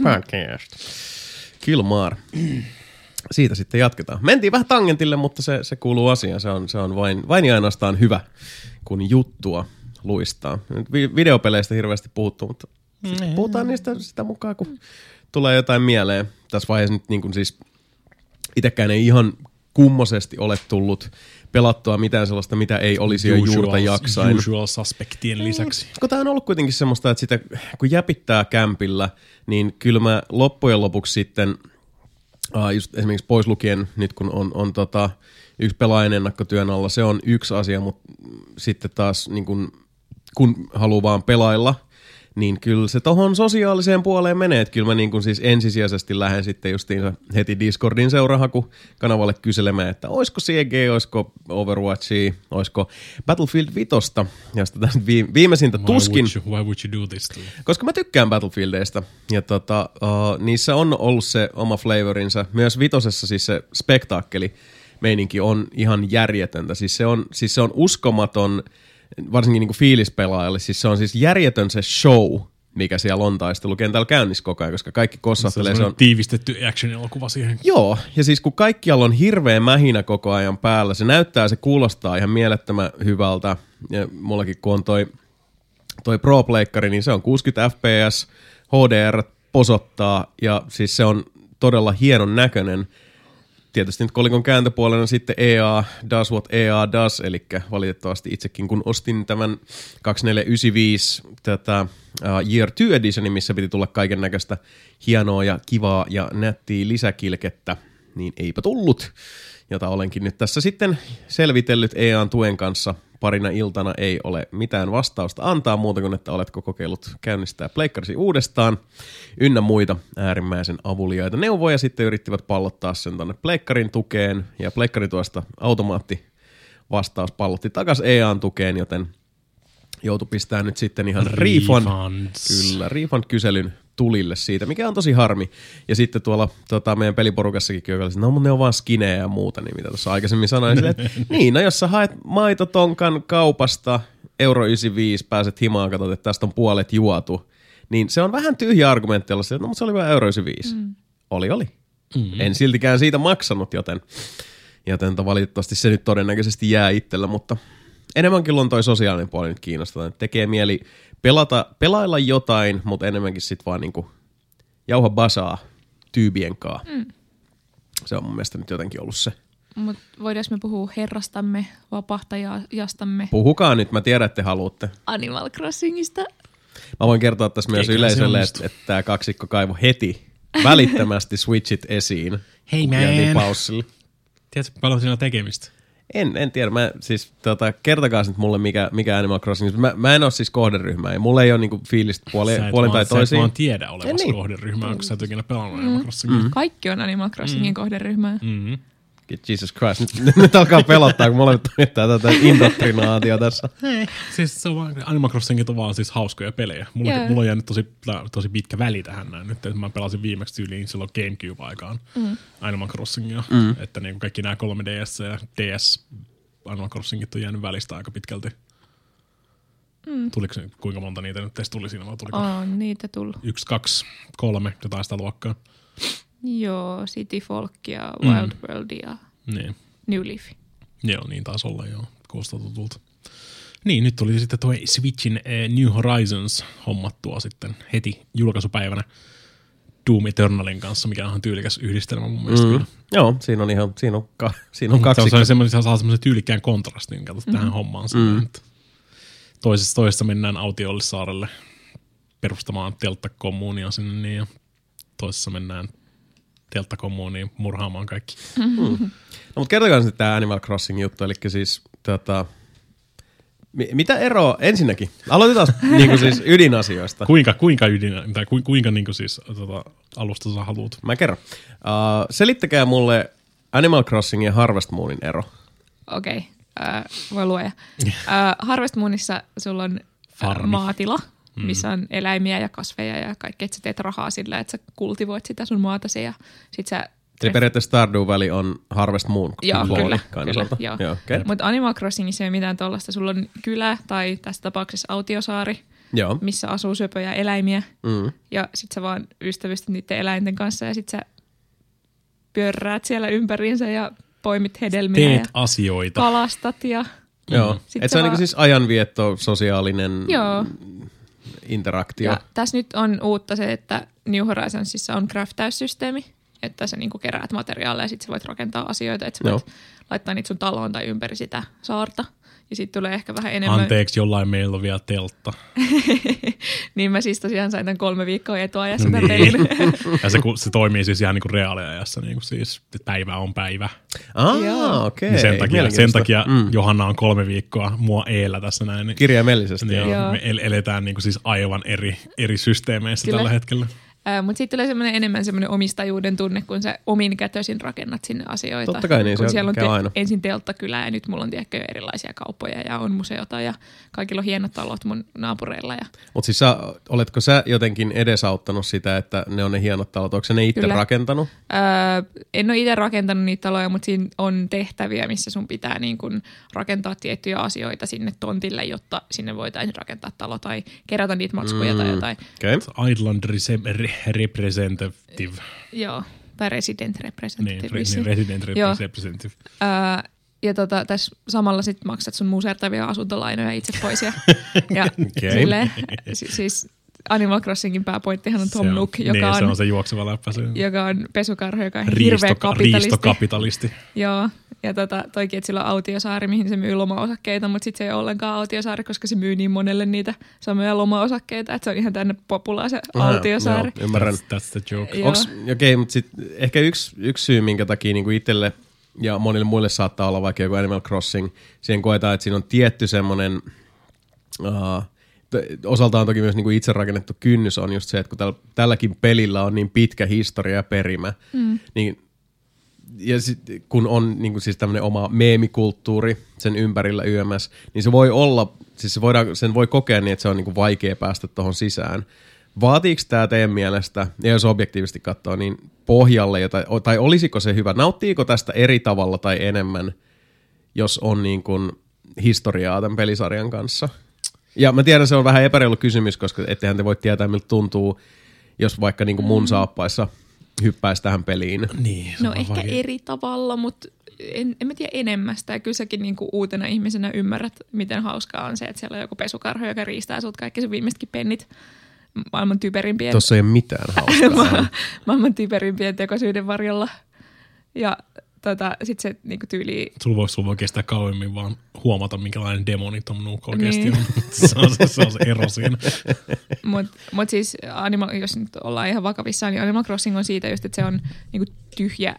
Kilmar. Siitä sitten jatketaan. Mentiin vähän tangentille, mutta se kuuluu asiaan. Se on vain ja ainoastaan hyvä, kun juttua luistaa. Nyt videopeleistä hirveästi puhuttu, mutta puhutaan niistä sitä mukaan, kun tulee jotain mieleen. Tässä vaiheessa nyt niin kuin siis itsekään ei ihan kummosesti ole tullut pelattua mitään sellaista, mitä ei olisi jo juurta jaksain. Usual suspectien lisäksi. Kun tämä on ollut kuitenkin semmoista, että sitä, kun jäpittää kämpillä, niin kyllä mä loppujen lopuksi sitten, just esimerkiksi pois lukien nyt kun on yksi pelaajan ennakkotyön alla, se on yksi asia, mutta sitten taas niin kun haluaa vaan pelailla, niin kyllä se tohon sosiaaliseen puoleen menee, että kyllä mä niin kuin siis ensisijaisesti lähden sitten justiinsa heti Discordin seurahakukanavalle kyselemään, että olisiko CG, olisiko Overwatchia, olisiko Battlefield 5, josta tässä viimeisintä tuskin. Why would you do this? Koska mä tykkään Battlefieldeista ja niissä on ollut se oma flavorinsa. Myös vitosessa siis se spektaakkeli meininki on ihan järjetöntä. Siis se on uskomaton, varsinkin niin kuin fiilispelaajalle, siis se on siis järjetön se show, mikä siellä on taistelukentällä käynnissä koko ajan, koska kaikki kossahtelee. Se on tiivistetty action-elokuva siihen. Joo, ja siis kun kaikkialla on hirveä mähinä koko ajan päällä, se kuulostaa ihan mielettömän hyvältä. Ja mullakin kun on toi Pro-pleikkari, niin se on 60 fps, HDR posottaa, ja siis se on todella hienon näköinen. Tietysti nyt kolikon kääntöpuolena sitten EA does what EA does, eli valitettavasti itsekin kun ostin tämän 2495 tätä Year 2 Edition, missä piti tulla kaiken näköistä hienoa ja kivaa ja nättiä lisäkilkettä, niin eipä tullut, jota olenkin nyt tässä sitten selvitellyt EA:n tuen kanssa parina iltana ei ole mitään vastausta antaa muuta kuin, että oletko kokeillut käynnistää pleikkarisi uudestaan. Ynnä muita äärimmäisen avuliaita neuvoja sitten yrittivät pallottaa sen tonne pleikkarin tukeen ja pleikkari tuosta automaatti vastaus pallotti takas EA:n tukeen, joten joutui pistämään nyt sitten ihan refund-kyselyn tulille siitä, mikä on tosi harmi. Ja sitten tuolla meidän peliporukassakin joka oli, että no mutta ne on vaan skinejä ja muuta, niin mitä tuossa aikaisemmin sanoin, että niin, no jos sä haet maitotonkan kaupasta €95, pääset himaan, katsot, että tästä on puolet juotu, niin se on vähän tyhjä argumentti olla se, että no mutta se oli vain €95. Oli. En siltikään siitä maksanut, joten valitettavasti se nyt todennäköisesti jää itsellä, mutta enemmänkin on toi sosiaalinen puoli nyt kiinnostaa. Tekee mieli pelailla jotain, mutta enemmänkin sit vaan niinku jauha basaa tyybien kaa. Se on mun mielestä nyt jotenkin ollut se. Mutta voidaanko me puhua herrastamme, vapahtajastamme? Puhukaa nyt, mä tiedän, että te haluatte. Animal Crossingista. Mä voin kertoa tässä myös yleisölle, että tää kaksikko kaivo heti välittömästi Switchit esiin. Hei man! Paussille. Tiedätkö paljon siinä on tekemistä? En tiedä. Mä siis kertokaa nyt mulle mikä Animal Crossing. Mä en ole siis kohderyhmää. Mulla ei ole niinku fiilistä puolin tai toisiin. Sä et vaan tiedä olevassa kohderyhmää, kun sä et ikinä pelannut Animal Crossingia. Kaikki on Animal Crossingin kohderyhmää. Jesus Christ. Nyt alkaa pelottaa, kun molemmat toimittaa tätä indoktrinaatio tässä. Siis se on vaan, Animal Crossingit on vaan siis hauskoja pelejä. Mulla on jäänyt tosi pitkä väli tähän näin nyt, että mä pelasin viimeksi tyyliin silloin GameCube-aikaan Animal Crossingia. Että niin kaikki nämä 3DS ja DS Animal Crossingit on jäänyt välistä aika pitkälti. Tuliko kuinka monta niitä nyt teistä tuli siinä? On niitä tullut. 1, 2, 3, jotain sitä luokkaa. Joo, City Folk ja Wild World ja New Leaf. Joo, niin taas olla joo. Kuulostaa tutulta. Niin, nyt tuli sitten tuo Switchin New Horizons hommattua sitten heti julkaisupäivänä Doom Eternalin kanssa, mikä on ihan tyylikäs yhdistelmä mun mielestä. Joo, siinä on kaksi. Se saa semmoisen tyylikkään kontrastin tähän hommaan. Toisessa mennään Autiollissaarelle perustamaan telttakommuunia sinne niin, ja toisessa mennään telttakommuuniin murhaamaan kaikki. No, mutta kertokaa sitten tämä Animal Crossing juttu, eli siis mitä eroa, ensinnäkin, aloitetaan niinku siis ydinasioista. Kuinka niinku siis alusta sä haluut? Mä kerron. Selittäkää mulle Animal Crossing ja Harvest Moonin ero. Okei, voi luoja. Harvest Moonissa sulla on maatila, missä on eläimiä ja kasveja ja kaikkea, että sä teet rahaa sillä, että sä kultivoit sitä sun maatasi ja sit sä... Eli periaatteessa Stardew Valley on Harvest Moon. Joo, kyllä. Joo. Okay. Mutta Animal Crossingissa ei ole mitään tollaista. Sulla on kylä tai tässä tapauksessa autiosaari, missä asuu söpöjä eläimiä. Ja sit sä vaan ystävystyt niiden eläinten kanssa ja sit sä pyöräät siellä ympäriinsä ja poimit hedelmiä. Teet asioita. Kalastat ja... Joo, että se on niinku siis ajanvietto, sosiaalinen interaktio. Ja tässä nyt on uutta se, että New Horizonsissa on craftaussysteemi, että sä niinku keräät materiaaleja ja sit sä voit rakentaa asioita, että sä voit laittaa niitä sun taloon tai ympäri sitä saarta. Ja sit tulee ehkä vähän enemmän... Anteeksi, jollain meillä on vielä teltta. Niin mä siis tosiaan sain tämän 3 viikkoa etuajassa tämän pelin. Ja se toimii siis ihan niinku reaaliajassa, niinku siis päivä on päivä. Okei. Niin sen takia Johanna on 3 viikkoa mua eellä tässä näin. Niin, kirjaimellisesti. Joo. Me eletään niinku siis aivan eri systeemeissä tällä hetkellä. Mutta sitten tulee enemmän semmoinen omistajuuden tunne, kun sä omin kätösin rakennat sinne asioita. Totta kai niin, kun se siellä on aina. Ensin telttakylä ja nyt mulla on tiedäkö erilaisia kauppoja ja on museota ja kaikilla on hienot talot mun naapureilla. Mutta siis oletko sä jotenkin edesauttanut sitä, että ne on ne hienot talot? Onko sä ne itse rakentanut? En ole itse rakentanut niitä taloja, mutta siinä on tehtäviä, missä sun pitää niin kun rakentaa tiettyjä asioita sinne tontille, jotta sinne voitaisiin rakentaa talo tai kerätä niitä makskuja tai jotain. Okay. Island Representative. Joo, tai Resident Representative. Niin, Resident Representative. Ja tässä samalla sit maksat sun musertavia asuntolainoja itse pois. Ja silleen, siis Animal Crossingin pääpointtihan on Tom Nook, joka se on se juokseva läppä. Joka on pesukarhu, joka on hirveä kapitalisti. Riistokapitalisti. Joo, ja toikin, että sillä on autiosaari, mihin se myy lomaosakkeita, mutta sitten se ei ole ollenkaan autiosaari, koska se myy niin monelle niitä samoja lomaosakkeita, että se on ihan tänne populaa se autiosaari. Joo, ymmärrän. That's the joke. Okei, mutta sitten ehkä yksi syy, minkä takia niinku itselle ja monille muille saattaa olla vaikka joku Animal Crossing. Siihen koetaan, että siinä on tietty semmoinen, osaltaan toki myös niin kuin itse rakennettu kynnys on just se, että kun tälläkin pelillä on niin pitkä historia ja perimä, niin ja kun on niin kuin siis tämmöinen oma meemikulttuuri sen ympärillä YMS, niin se voi olla, siis sen voi kokea niin, että se on niin kuin vaikea päästä tuohon sisään. Vaatiiko tämä teidän mielestä, ja jos objektiivisesti katsoo, niin pohjalle, tai olisiko se hyvä, nauttiiko tästä eri tavalla tai enemmän, jos on niin kuin historiaa tämän pelisarjan kanssa? Ja mä tiedän, se on vähän epäreilu kysymys, koska ettehän te voi tietää, miltä tuntuu, jos vaikka niin kuin mun saappaissa hyppäisi tähän peliin. Niin, no ehkä eri tavalla, mutta en mä tiedä enemmästä. Ja kyllä säkin niinku uutena ihmisenä ymmärrät, miten hauskaa on se, että siellä on joku pesukarho, joka riistää sut kaikki sun viimeisetkin pennit maailman typerimpien. Tuossa ei ole mitään hauskaa. maailman typerimpien tekosyiden varjolla. Ja sit se niinku tyyli. Sulla voi kestää kauemmin vaan huomata, minkälainen demoni Tom Nook oikeasti on. Se on se ero siinä. Mut siis jos nyt ollaan ihan vakavissaan, niin Animal Crossing on siitä just, että se on niinku tyhjä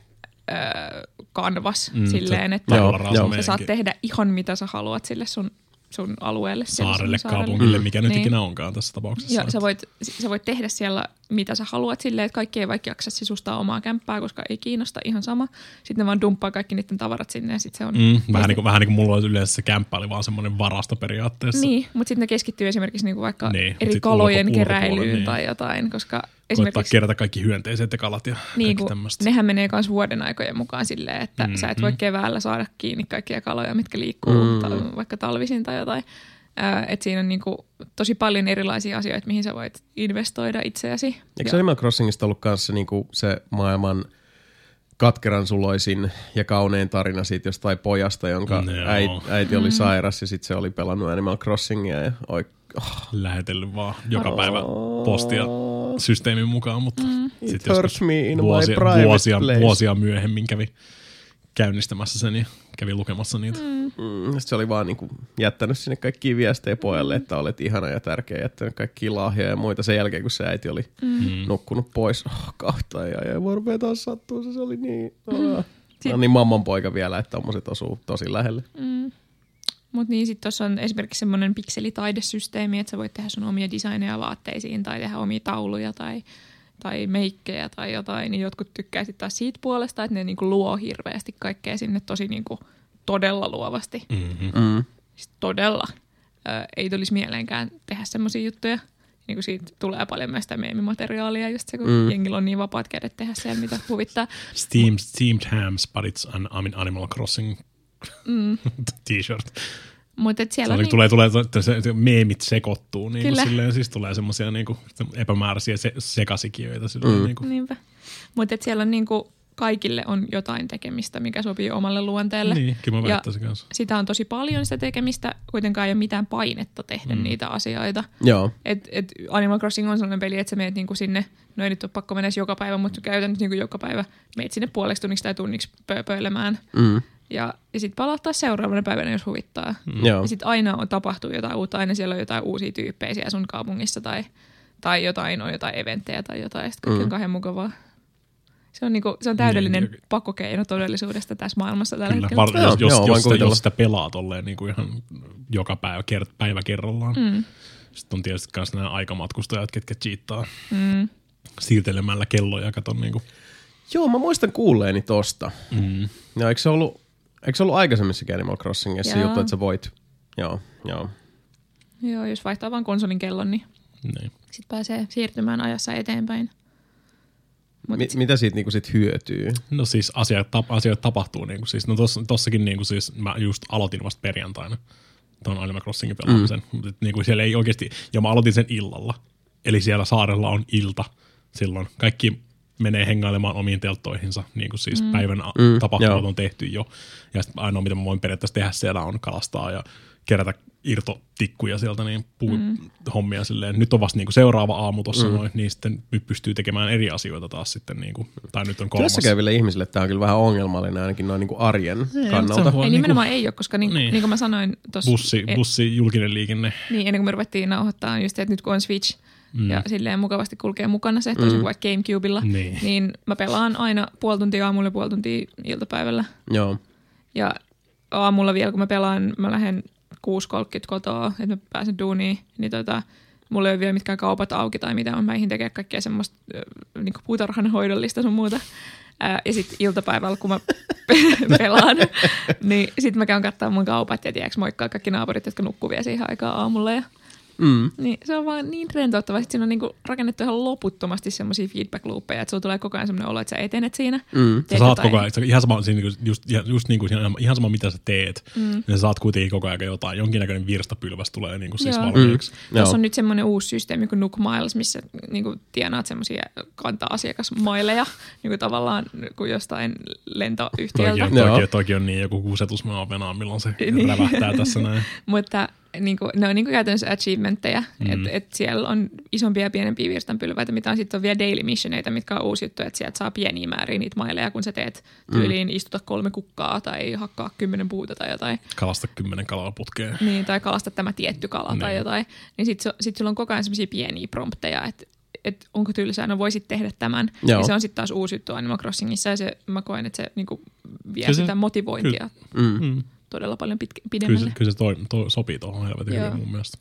kanvas silleen, että sä saat tehdä ihan mitä sä haluat sille sun alueelle. Saarelle, kaupungille, mikä nyt ikinä onkaan tässä tapauksessa. Ja sä voit tehdä siellä mitä sä haluat silleen, että kaikki ei vaikka jaksa sisustaa omaa kämppää, koska ei kiinnosta ihan sama. Sitten ne vaan dumppaa kaikki niiden tavarat sinne ja sit se on... Vähän niin kuin mulla yleensä se kämppä oli vaan semmoinen varasto periaatteessa. Niin, mutta sitten ne keskittyy esimerkiksi niinku vaikka eri kalojen keräilyyn tai jotain, koska koittaa kerätä kaikki hyönteiset ja kalat ja niin, kaikki tämmöistä. Nehän menee myös vuoden aikojen mukaan silleen, että sä et voi keväällä saada kiinni kaikkia kaloja, mitkä liikkuu vaikka talvisin tai jotain. Että siinä on niinku tosi paljon erilaisia asioita, mihin sä voit investoida itseäsi. Eikö se Animal Crossingista ollut kanssa niinku se maailman katkeran suloisin ja kaunein tarina siitä jostain pojasta, jonka äiti oli sairas ja sitten se oli pelannut Animal Crossingia ja lähetellyt vaan joka päivä postia systeemin mukaan, mutta it hurts me in my private vuosia myöhemmin kävi käynnistämässä sen ja kävi lukemassa niitä. Sitten se oli vaan niinku jättänyt sinne kaikkia viestejä pojalle, että olet ihana ja tärkeä, jättänyt kaikkia lahjoja ja muita sen jälkeen, kun se äiti oli nukkunut pois. Kahta ja voi rupea taas sattua, se oli niin... No niin mamman poika vielä, että tommoset osuu tosi lähelle. Mutta niin sitten tuossa on esimerkiksi semmoinen pikselitaidesysteemi, että sä voit tehdä sun omia designeja vaatteisiin tai tehdä omia tauluja tai meikkejä tai jotain, niin jotkut tykkää sitten taas siitä puolesta, että ne niinku luo hirveästi kaikkea sinne tosi niinku todella luovasti. Siis todella. Ei tulisi mieleenkään tehdä semmoisia juttuja. Niinku siitä tulee paljon myös sitä meemimateriaalia, just se, kun jengillä on niin vapaat kädet tehdä siellä, mitä huvittaa. Steamed hams, but it's an Animal Crossing t-shirt. Mutta siellä niin... tulee meemit sekoittuu, niin silleen, siis tulee semmoisia niinku epämääräisiä sekasikiöitä. Niinku. Niinpä. Mutta siellä on niinku, kaikille on jotain tekemistä, mikä sopii omalle luonteelle. Niin, kyllä mä väittäisin kanssa. Sitä on tosi paljon sitä tekemistä, kuitenkaan ei ole mitään painetta tehdä niitä asioita. Joo. Et Animal Crossing on sellainen peli, että sä meet niinku sinne, no ei nyt ole pakko mennä joka päivä, mutta käytän nyt niinku joka päivä, meet sinne puoleksi tunniksi tai tunniksi pööpöilemään. Ja sitten palaa taas seuraavana päivänä, jos huvittaa. Ja sitten aina tapahtuu jotain uutta, aina siellä on jotain uusia tyyppejä siellä sun kaupungissa tai jotain eventtejä tai jotain, sitten kaikki on kahden mukavaa. Se on täydellinen pakkokeino todellisuudesta tässä maailmassa tällä hetkellä. Jos sitä pelaa tolleen niin kuin ihan joka päivä kerrallaan. Sitten on tietysti myös nämä aikamatkustajat, ketkä cheattaa siirtelemällä kelloja. Katon, niin kuin. Joo, mä muistan kuulleeni tosta. Ja eikö se ollut aikaisemmissakin Animal Crossingissa juttu, että sä voit? Joo, jos vaihtaa vaan konsolin kellon, niin sitten pääsee siirtymään ajassa eteenpäin. Mitä siitä niinku sit hyötyy? No siis asioita tapahtuu. Niinku siis. No tossakin niinku siis mä just aloitin vasta perjantaina tuon Animal Crossingin pelaamisen. Niinku siellä ei oikeasti, ja mä aloitin sen illalla. Eli siellä saarella on ilta silloin. Kaikki menee hengailemaan omiin telttoihinsa, niin kuin siis päivän tapahtumat on tehty jo. Ja sitten ainoa, mitä mä voin periaatteessa tehdä siellä on kalastaa ja kerätä irtotikkuja sieltä, niin hommia silleen. Nyt on vasta niinku seuraava aamu tuossa noin, niin sitten nyt pystyy tekemään eri asioita taas sitten, niinku, tai nyt on kolmas. Työssä käyville ihmisille tämä on kyllä vähän ongelmallinen ainakin noin niinku arjen kannalta. Ei nimenomaan ei ole, koska niin kuin mä sanoin tuossa. Bussi, julkinen liikenne. Niin, ennen kuin me ruvettiin nauhoittaa just, että nyt kun on Switch ja silleen mukavasti kulkee mukana se, toisin kuin vaikka GameCubella, niin mä pelaan aina puoli tuntia aamulla ja puoli tuntia iltapäivällä. Joo. Ja aamulla vielä, kun mä pelaan, mä lähden 6.30 kotoa, että mä pääsen duuniin, niin mulla ei ole vielä mitkään kaupat auki tai mitään, mä eihin tekee kaikkea semmoista niin puutarhanhoidollista sun muuta. Ja sitten iltapäivällä, kun mä pelaan, niin sitten mä käyn katsomaan mun kaupat ja tiedätkö, moikkaa kaikki naapurit, jotka nukkuu vielä siihen aikaan aamulla. Ja niin se on vaan niin rentouttavaa. Sitten siinä on niinku rakennettu ihan loputtomasti semmoisia feedback-loopeja, että sulla tulee koko ajan semmoinen olo, että sä etenet siinä. Sä saat koko ajan, ihan sama, just niin kuin ihan sama mitä sä teet, niin sä saat kuitenkin koko ajan jotain. Jonkinnäköinen virstapylväs tulee niinku siis valmiiksi. Tuossa on nyt semmoinen uusi systeemi kuin Nook Miles, missä niinku tienaat semmoisia kanta-asiakasmaileja niinku tavallaan kuin jostain lentoyhtiöltä. Toki on niin joku kusetus, mä venaan, milloin se rävähtää tässä näin. Mutta niinku, ne on niinku käytännössä achievementteja, että siellä on isompia ja pienempiä virstanpylväitä, mitä on sitten vielä daily missioneita, mitkä on uusi juttu, että sieltä saa pieniä määriä niitä maileja, kun sä teet tyyliin istuta 3 kukkaa tai hakkaa 10 puuta tai jotain. Kalasta 10 kalaa putkeen. Niin, tai kalasta tämä tietty kala tai jotain. Niin sit sulla on koko ajan semmoisia pieniä prompteja, että onko tylsää, no voisit tehdä tämän. Joo. Ja se on sitten taas uusi juttu Animal Crossingissa ja mä koen, että se niinku vie sitä motivointia. Todella paljon pidemmälle. Kyllä se sopii tuohon helvetin hyvin mun mielestä.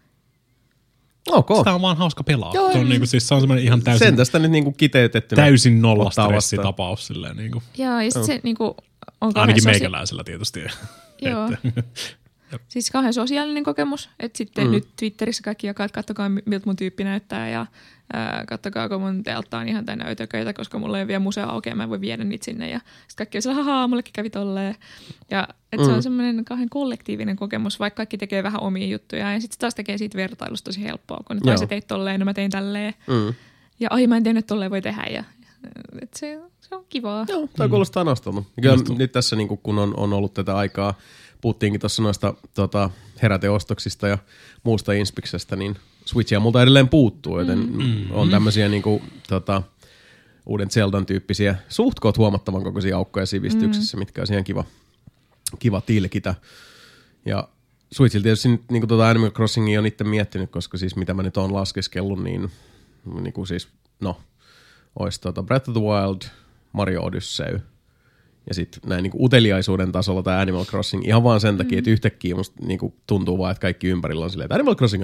Okay. Sitä on vaan hauska pelaa. Se on, niinku, siis se on semmoinen ihan täysin... Sen tästä nyt niinku kiteytettynä. Täysin nolla stressitapaus silleen. Niinku. Joo, ja sitten se niinku on ainakin meikäläisellä tietysti. Joo. Siis kauhean sosiaalinen kokemus. Että sitten nyt Twitterissä kaikki jakaa, että katsokaa miltä mun tyyppi näyttää ja katsokaa, kun mun teltta on ihan täynnä ötököitä, koska mulla ei ole vielä museo auki ja mä en voi viedä niitä sinne. Ja sitten kaikki on sellainen, hahaa, mullekin kävi tolleen. Ja että se on semmoinen kauhean kollektiivinen kokemus, vaikka kaikki tekee vähän omia juttuja. Ja sitten se taas tekee siitä vertailusta tosi helppoa, kun nyt sä teit tolleen, no mä tein tälleen. Ja mä en tehnyt, että tolleen voi tehdä. Ja että se on kivaa. Joo, tämä kuulostaa nostalta. Nyt tässä niin kun on ollut tätä aikaa, puhuttiinkin tuossa noista heräteostoksista ja muusta inspiksestä, niin Switchia multa edelleen puuttuu, joten on tämmöisiä niinku, uuden Zeldan tyyppisiä suhtkoot huomattavan kokoisia aukkoja sivistyksessä, mitkä on ihan kiva tilkitä. Ja Switchillä tietysti niinku Animal Crossingia on itse miettinyt, koska siis mitä mä nyt oon laskeskellut, niin niinku siis, olisi Breath of the Wild, Mario Odyssey, ja sitten näin niinku uteliaisuuden tasolla tämä Animal Crossing ihan vaan sen takia, että yhtäkkiä musta niinku tuntuu vaan, että kaikki ympärillä on silleen, että Animal Crossing.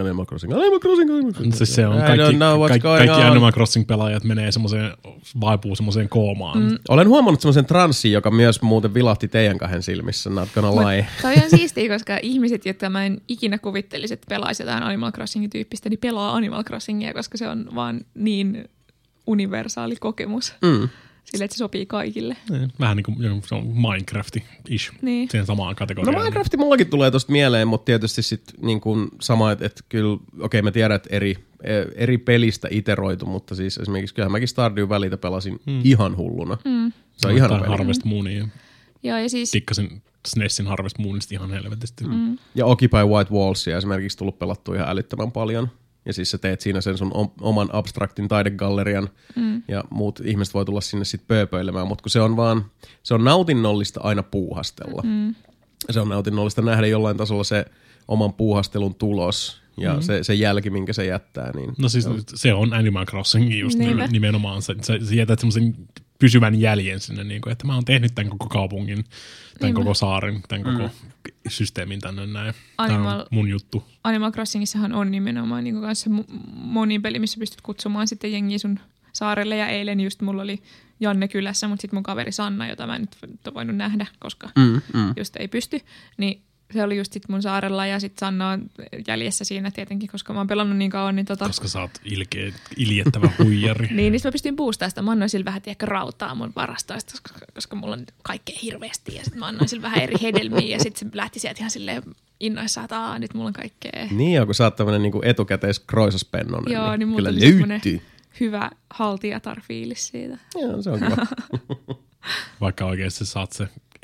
Siis se on kaikki Animal Crossing-pelaajat menee vaipuu semmoiseen koomaan. Olen huomannut semmoisen transsin, joka myös muuten vilahti teidän kahden silmissä, not gonna lie. Toi on siistiä, koska ihmiset, jotka mä en ikinä kuvittelisi, että pelaisi jotain Animal Crossingin tyyppistä, niin pelaa Animal Crossingia, koska se on vaan niin universaali kokemus. Sille, että se sopii kaikille. Vähän niin kuin se on Minecraft-ish. Niin. Siihen samaan kategoriaan. No Minecraft mullakin tulee tosta mieleen, mutta tietysti sitten niin kuin sama, että kyllä, okei, mä tiedän, että eri pelistä iteroitu, mutta siis esimerkiksi kyllähän mäkin Stardew Valleytä pelasin ihan hulluna. Se on ihana peli. Harvest Moonia. Joo, ja siis... Tikkasin SNESin Harvest Moonista ihan helvetisti. Ja Occupy White Wallsia esimerkiksi tullut pelattua ihan älyttömän paljon. Ja siis sä teet siinä sen sun oman abstraktin taidegallerian ja muut ihmiset voi tulla sinne sit pööpöilemään, mutta kun se on nautinnollista aina puuhastella. Se on nautinnollista nähdä jollain tasolla se oman puuhastelun tulos ja se jälki, minkä se jättää. Niin no siis se on Animal Crossing just nimenomaan. Sä jätät semmoisen pysyvän jäljen sinne, niin kuin, että mä oon tehnyt tämän koko kaupungin, tämän koko saaren, tämän koko systeemin tänne näin. Tämä on mun juttu. Animal Crossingissahan on nimenomaan niin kanssa moni peli, missä pystyt kutsumaan sitten jengiä sun saarelle. Ja eilen just mulla oli Janne kylässä, mutta sitten mun kaveri Sanna, jota mä en nyt ole voinut nähdä, koska just ei pysty, niin se oli just sit mun saarella ja sit Sanna on jäljessä siinä tietenkin, koska mä oon pelannut niin kauan. Niin Koska sä oot iljettävä huijari. niin mä pystyin boostaa sitä. Mä annoin sillä vähän rautaa mun varastoista, koska mulla on kaikkea hirveästi. Ja sit mä annoin sillä vähän eri hedelmiä ja sit se lähti sieltä ihan silleen innoissaan, että nyt mulla on kaikkea. Niin, kun sä oot tämmönen niinku etukäteis-kroisospennonen, joo, niin kyllä löytyy. Hyvä haltijatar-fiilis siitä. Joo, se on kiva. Vaikka oikeasti saat se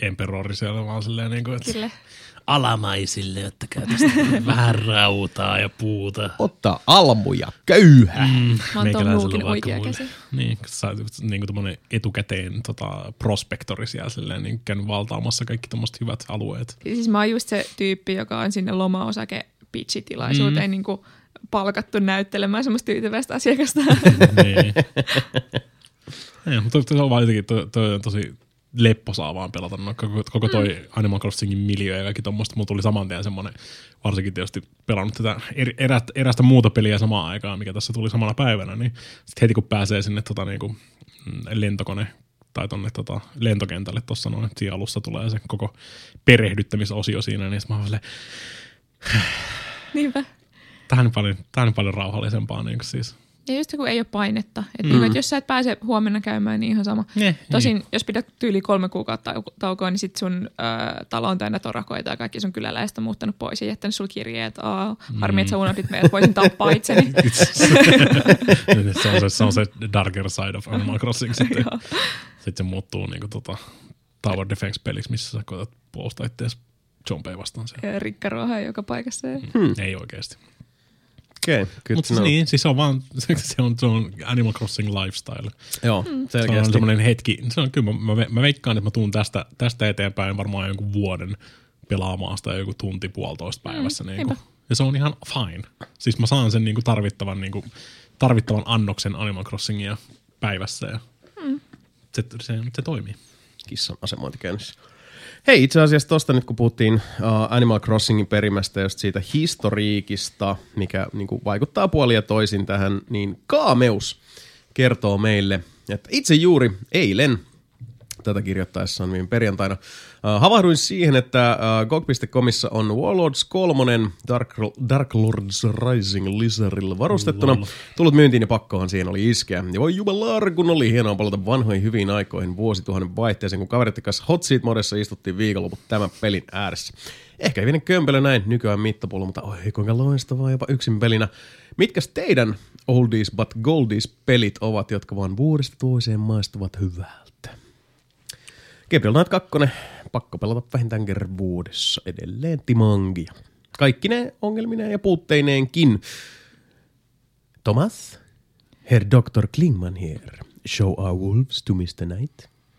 emperori siellä vaan silleen niin kuin, että Kyllä. alamaisille, että tästä vähän rautaa ja puuta. Ottaa almuja, köyhä. Mä oon Tom Meikäläisellä Nookin vaikka oikea muille. käsi. Niin, kun sä oot niin tommonen etukäteen prospektori siellä silleen, niin käynyt valtaamassa kaikki tommoset hyvät alueet. Siis mä oon just se tyyppi, joka on sinne lomaosake pitchitilaisuuteen niin kuin palkattu näyttelemään semmoista tyytyväistä asiakasta. Niin. Ei, mutta se on vaan jotenkin toi on tosi lepposaa vaan pelata. No, koko toi Animal Crossingin miljö ja kaikki tommoista. Mulla tuli saman tien semmonen, varsinkin tietysti pelannut tätä erästä muuta peliä samaan aikaan, mikä tässä tuli samana päivänä, niin sit heti kun pääsee sinne niinku, lentokone tai tonne lentokentälle tuossa noin, siinä alussa tulee se koko perehdyttämisosio siinä, niin mä oon silleen, Niinpä. Tää on paljon rauhallisempaa niin siis. Ja just kun ei ole painetta. Että jos sä et pääse huomenna käymään, niin ihan sama. Tosin, jos pidät tyyli 3 kuukautta taukoa, niin sit sun talo on täynnä torakoita ja kaikki sun kyläläiset on muuttanut pois ja jättänyt sulle kirjeet. Harmi, että sä unohdit meidät, voisin tappaa itseni. se on se darker side of Animal Crossing sitten. Sitten se muuttuu niinku Tower Defense-peliksi, missä sä koetat puolustaa itseäsi zombeja vastaan siellä. Rikkaruohaa joka paikassa. Ei oikeesti. Okei, mutta niin, siis se on vaan, se on Animal Crossing lifestyle. Joo, selkeästi. Se on semmoinen hetki, se on kyllä, mä veikkaan, että mä tuun tästä eteenpäin varmaan jonkun vuoden pelaamaan sitä joku tunti puolitoista päivässä. Niinku. Ja se on ihan fine. Siis mä saan sen niinku tarvittavan annoksen Animal Crossingia päivässä ja se toimii. Kissan asemointi käynnissä. Hei, itse asiassa tosta nyt kun puhuttiin Animal Crossingin perimästä just siitä historiikista, mikä niin kuin vaikuttaa puolin ja toisin tähän, niin Kaameus kertoo meille, että itse juuri eilen, tätä kirjoittaessaan viime perjantaina, havahduin siihen, että GOG.comissa on Warlords 3 Dark Lords Rising Lizardilla varustettuna. Tullut myyntiin ja pakkohan siihen oli iskeä. Ja voi jumalauta, kun oli hienoa palata vanhoihin hyviin aikoihin vuosituhannen vaihteeseen, kun kaverit kanssa Hot Seat-modessa istuttiin viikonloput tämän pelin ääressä. Ehkä hyvin kömpelö näin nykyään mittapullo, mutta oi kuinka loistavaa jopa yksin pelinä. Mitkäs teidän oldies but goldies pelit ovat, jotka vaan vuodesta toiseen maistuvat hyvältä? Gabriel Knight 2, pakko pelata vähintään kerran vuodessa, edelleen timangia. Kaikki ne ongelmineen ja puutteineenkin. Thomas, Herr Dr. Klingman here. Show our wolves to Mr. Knight.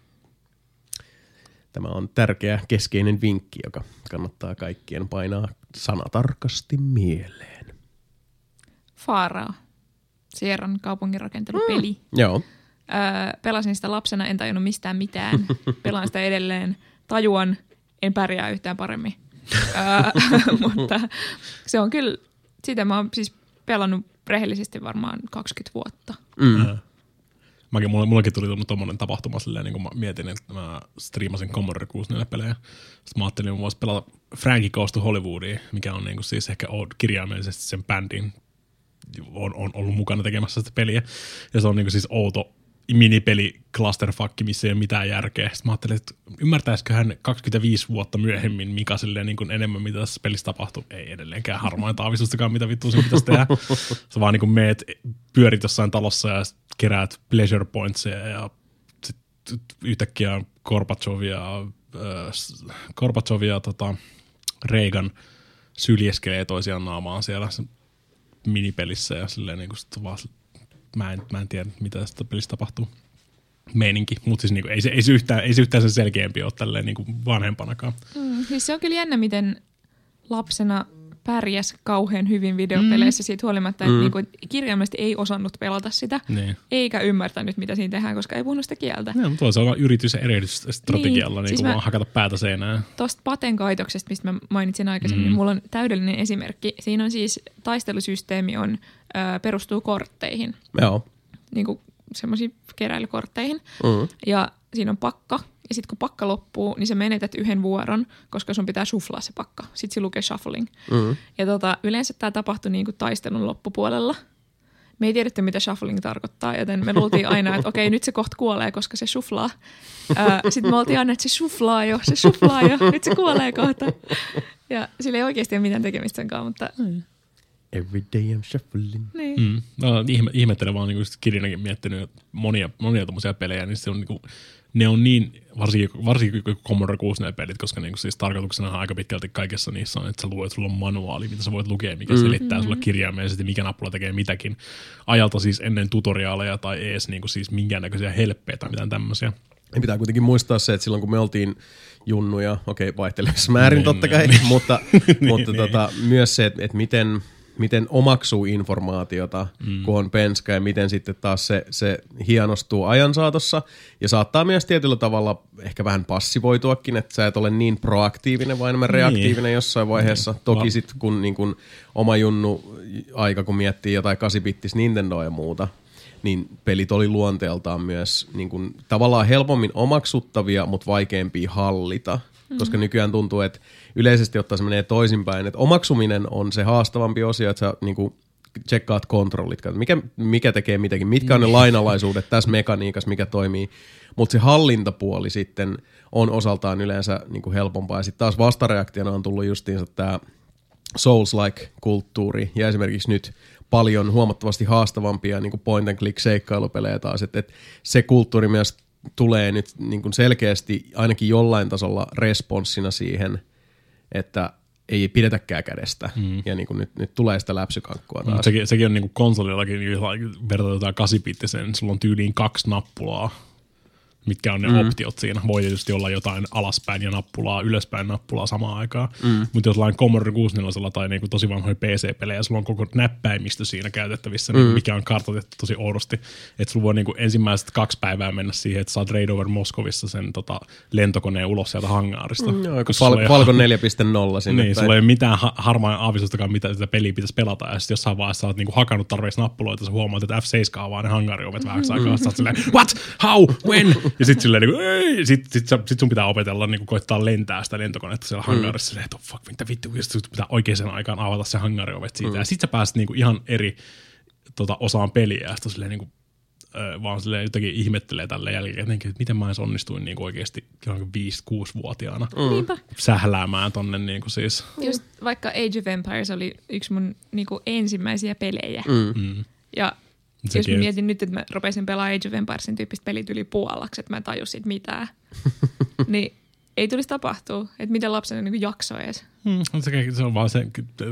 Tämä on tärkeä keskeinen vinkki, joka kannattaa kaikkien painaa sanatarkasti mieleen. Farao. Sierran kaupunginrakentelupeli. Joo. Pelasin sitä lapsena, en tajunnut mistään mitään. Pelaan sitä edelleen. Tajuan, en pärjää yhtään paremmin. Mutta se on kyllä, sitä mä oon siis pelannut rehellisesti varmaan 20 vuotta. Mullakin tuli tommonen tapahtuma silleen, niin kun mä mietin, että mä striimasin Commodore 64-pelejä. Sitten mä ajattelin, että mä voisin pelata Frankie Goes to Hollywoodia, mikä on niin kuin siis ehkä kirjaimellisesti sen bändin on ollut mukana tekemässä sitä peliä. Ja se on niin kuin siis outo minipeli clusterfuck, missä ei ole mitään järkeä. Sitten mä ajattelin, että ymmärtäisiköhän 25 vuotta myöhemmin Mika silleen niin kuin enemmän, mitä tässä pelissä tapahtui. Ei edelleenkään harmainta aavistustakaan, mitä vittua sun pitäisi tehdä. Sä vaan niin kuin meet, pyörit jossain talossa ja keräät pleasure pointsia ja sitten yhtäkkiä Gorbachev ja Reagan syljeskelee toisiaan naamaan siellä minipelissä ja silleen niin kuin sit vaan mä en tiedä, mitä tästä pelistä tapahtuu. Meininki, mutta siis niinku, ei se yhtään sen selkeämpi ole tälleen niinku vanhempanakaan. Siis se on kyllä jännä, miten lapsena pärjäs kauhean hyvin videopeleissä siitä huolimatta, että niinku, kirjaimellisesti ei osannut pelata sitä, eikä ymmärtänyt, mitä siinä tehdään, koska ei puhunut sitä kieltä. No, mutta se on yritys- ja erehdysstrategialla siis hakata päätä seinään. Tuosta Paten kaitoksesta, mistä mä mainitsin aikaisemmin, niin mulla on täydellinen esimerkki. Siinä on siis taistelusysteemi perustuu kortteihin. Joo. Niinku semmoisiin keräilykortteihin. Ja siinä on pakka. Ja sitten kun pakka loppuu, niin sä menetät yhden vuoron, koska sun pitää shufflaa se pakka. Sitten se lukee shuffling. Ja yleensä tämä tapahtui niinku taistelun loppupuolella. Me ei tiedetty, mitä shuffling tarkoittaa, joten me luultiin aina, että okei, nyt se kohta kuolee, koska se shufflaa. Sitten me oltiin aina, että se shufflaa jo, nyt se kuolee kohta. Ja sillä ei oikeasti ole mitään tekemistä sen kanssa, mutta Every day I'm shuffling. Niin. No, ihmettelen vaan, niin kuin Kirinäkin miettinyt monia tommosia pelejä, niin se on niin kuin ne on niin, varsinkin Commodore 64-pelit, koska niinku siis tarkoituksena aika pitkälti kaikessa niissä on, että sä luet, sulla on manuaali, mitä sä voit lukea, mikä selittää sulle kirjaimellisesti, mikä nappula tekee mitäkin. Ajalta siis ennen tutoriaaleja tai ees niinku siis minkäännäköisiä helppejä tai mitään tämmöisiä. Ja pitää kuitenkin muistaa se, että silloin kun me oltiin junnuja, vaihtelevissa määrin totta kai, mutta myös se, että miten omaksuu informaatiota, kun on penska ja miten sitten taas se hienostuu ajan saatossa ja saattaa myös tietyllä tavalla ehkä vähän passivoituakin, että sä et ole niin proaktiivinen, vaan enemmän reaktiivinen jossain vaiheessa. Toki sitten kun niin kun oma junnu aika, kun miettii jotain 8-bittis Nintendoa ja muuta, niin pelit oli luonteeltaan myös niin kun, tavallaan helpommin omaksuttavia, mutta vaikeampia hallita. Koska nykyään tuntuu, että yleisesti ottaen se menee toisinpäin, että omaksuminen on se haastavampi osio, että sä niinku tsekkaat kontrollit, mikä tekee mitäkin, mitkä on ne lainalaisuudet tässä mekaniikassa, mikä toimii, mutta se hallintapuoli sitten on osaltaan yleensä niinku helpompaa. Ja sitten taas vastareaktiona on tullut justiinsa tämä Souls-like-kulttuuri ja esimerkiksi nyt paljon huomattavasti haastavampia niinku point and click seikkailupelejä taas, että se kulttuuri myös tulee nyt niin kuin selkeästi ainakin jollain tasolla responssina siihen, että ei pidetäkään kädestä. Ja niin kuin nyt tulee sitä läpsykankkua taas. Sekin on niin kuin konsolillakin, verrataan 8-bittiseen, sulla on tyyliin 2 nappulaa, mitkä on ne optiot siinä. Voi tietysti olla jotain alaspäin ja nappulaa, ylöspäin nappulaa samaan aikaan. Mutta jos lain Commodore 64 tai niinku tosi vanhoja PC-pelejä, sulla on koko näppäimistö siinä käytettävissä, mikä on kartoitettu tosi oudosti. Että sulla voi niinku ensimmäiset 2 päivää mennä siihen, että saat Raid Over Moskovissa sen lentokoneen ulos sieltä hangaarista. Falcon 4.0 sinne. Niin, sulla ei ole mitään harmaa aavistustakaan, mitä sitä peliä pitäisi pelata. Ja sitten jossain vaiheessa sä oot niinku hakannut tarpeeksi nappuloita, sä huomaat, että F7 avaa ne hangariovet vähäksi aikaa. Sä oot silleen, what? How? When? Ja sit silleen niinku, ei! Sit sun pitää opetella niinku koittaa lentää sitä lentokonetta siellä hangarissa. Silleen, että fuck, mitä vittu. Ja sit pitää oikeaan aikaan avata se hangariovet siitä. Ja sit sä pääset niinku ihan eri osaan peliä. Ja sit silleen niinku, vaan silleen jotenkin ihmettelee tälle jälkeen, että miten mä edes onnistuin niinku oikeesti 5-6-vuotiaana sähläämään tonne niinku siis. Just vaikka Age of Empires oli yksi mun niinku ensimmäisiä pelejä. Ja jos mä mietin nyt, että mä rupesin pelaamaan Age of Empiresin tyyppistä pelit yli puolaksi, että mä en taju siitä mitään, niin ei tulisi tapahtua, että miten lapsena niin jaksoi edes. Se on vaan se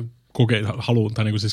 halu, tai niin kuin siis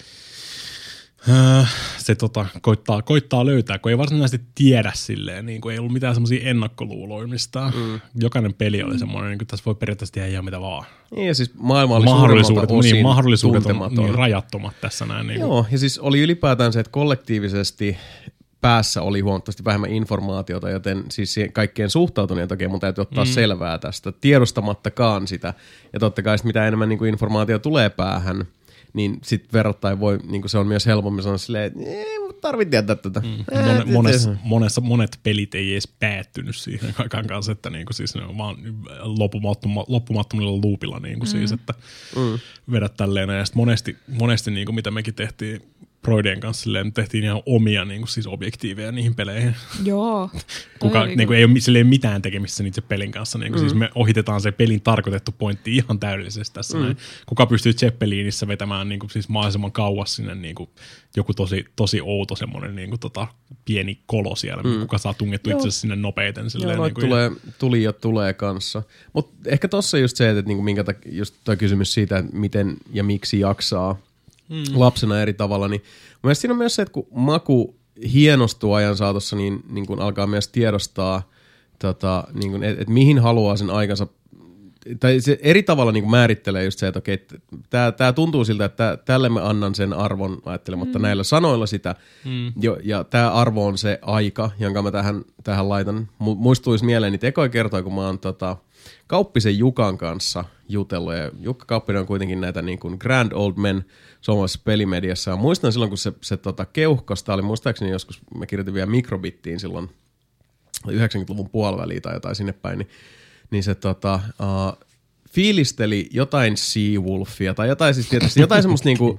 se koittaa löytää, kun ei varsinaisesti tiedä silleen, niin kuin ei ollut mitään semmoisia ennakkoluuloja mistään. Jokainen peli oli semmoinen, niin kuin tässä voi periaatteessa tehdä ihan mitä vaan. Niin, ja siis maailma oli mahdollisuudet on niin rajattomat tässä näin. Niin joo, ja siis oli ylipäätään se, että kollektiivisesti päässä oli huomattavasti vähemmän informaatiota, joten siis kaikkien suhtautuneen takia mun täytyy ottaa selvää tästä, tiedostamattakaan sitä. Ja totta kai mitä enemmän niin kuin informaatio tulee päähän, niin sitten verrattain voi, niin kuin se on myös helpommin sanoa silleen, että tarvitse tietää tätä. Monet pelit ei edes päättynyt siihen aikaan kanssa, että niinku siis ne on vaan loppumattomilla loopilla niinku siis, että vedät tälleen. Ja sitten monesti niinku, mitä mekin tehtiin Broidien kanssa, silleen, tehtiin ihan omia niinku siis objektiiveja niihin peleihin. Joo. Niinku, ei ole mitään tekemistä itse pelin kanssa. Niinku, siis me ohitetaan se pelin tarkoitettu pointti ihan täydellisesti tässä. Näin. Kuka pystyy Zeppelinissä vetämään niinku, siis mahdollisimman kauas sinne niinku, joku tosi outo semmoinen niinku, pieni kolo siellä, kuka saa tungettu itse asiassa sinne nopeiten. Silleen, joo, niinku, tulee kanssa. Mutta ehkä tossa just se, että niinku, minkä just toi kysymys siitä, että miten ja miksi jaksaa lapsena eri tavalla, niin mielestäni siinä on myös se, että kun maku hienostuu ajan saatossa, niin kun alkaa myös tiedostaa, niin että mihin haluaa sen aikansa, tai se eri tavalla niin määrittelee just se, että okei, tämä tuntuu siltä, että tälle mä annan sen arvon ajattelematta näillä sanoilla sitä, ja tämä arvo on se aika, jonka mä tähän laitan. Muistuisi mieleeni tekoja kertoa, kun mä oon Kauppisen Jukan kanssa jutellut, ja Jukka Kauppinen on kuitenkin näitä niin kuin grand old men suomalaisessa pelimediassa, ja muistan silloin, kun se keuhkosta oli, muistaakseni joskus, mä kirjoitin vielä mikrobittiin silloin 90-luvun puoliväliin tai jotain sinne päin, niin se fiilisteli jotain Seawolfia tai jotain, siis tietysti jotain semmoista niinku,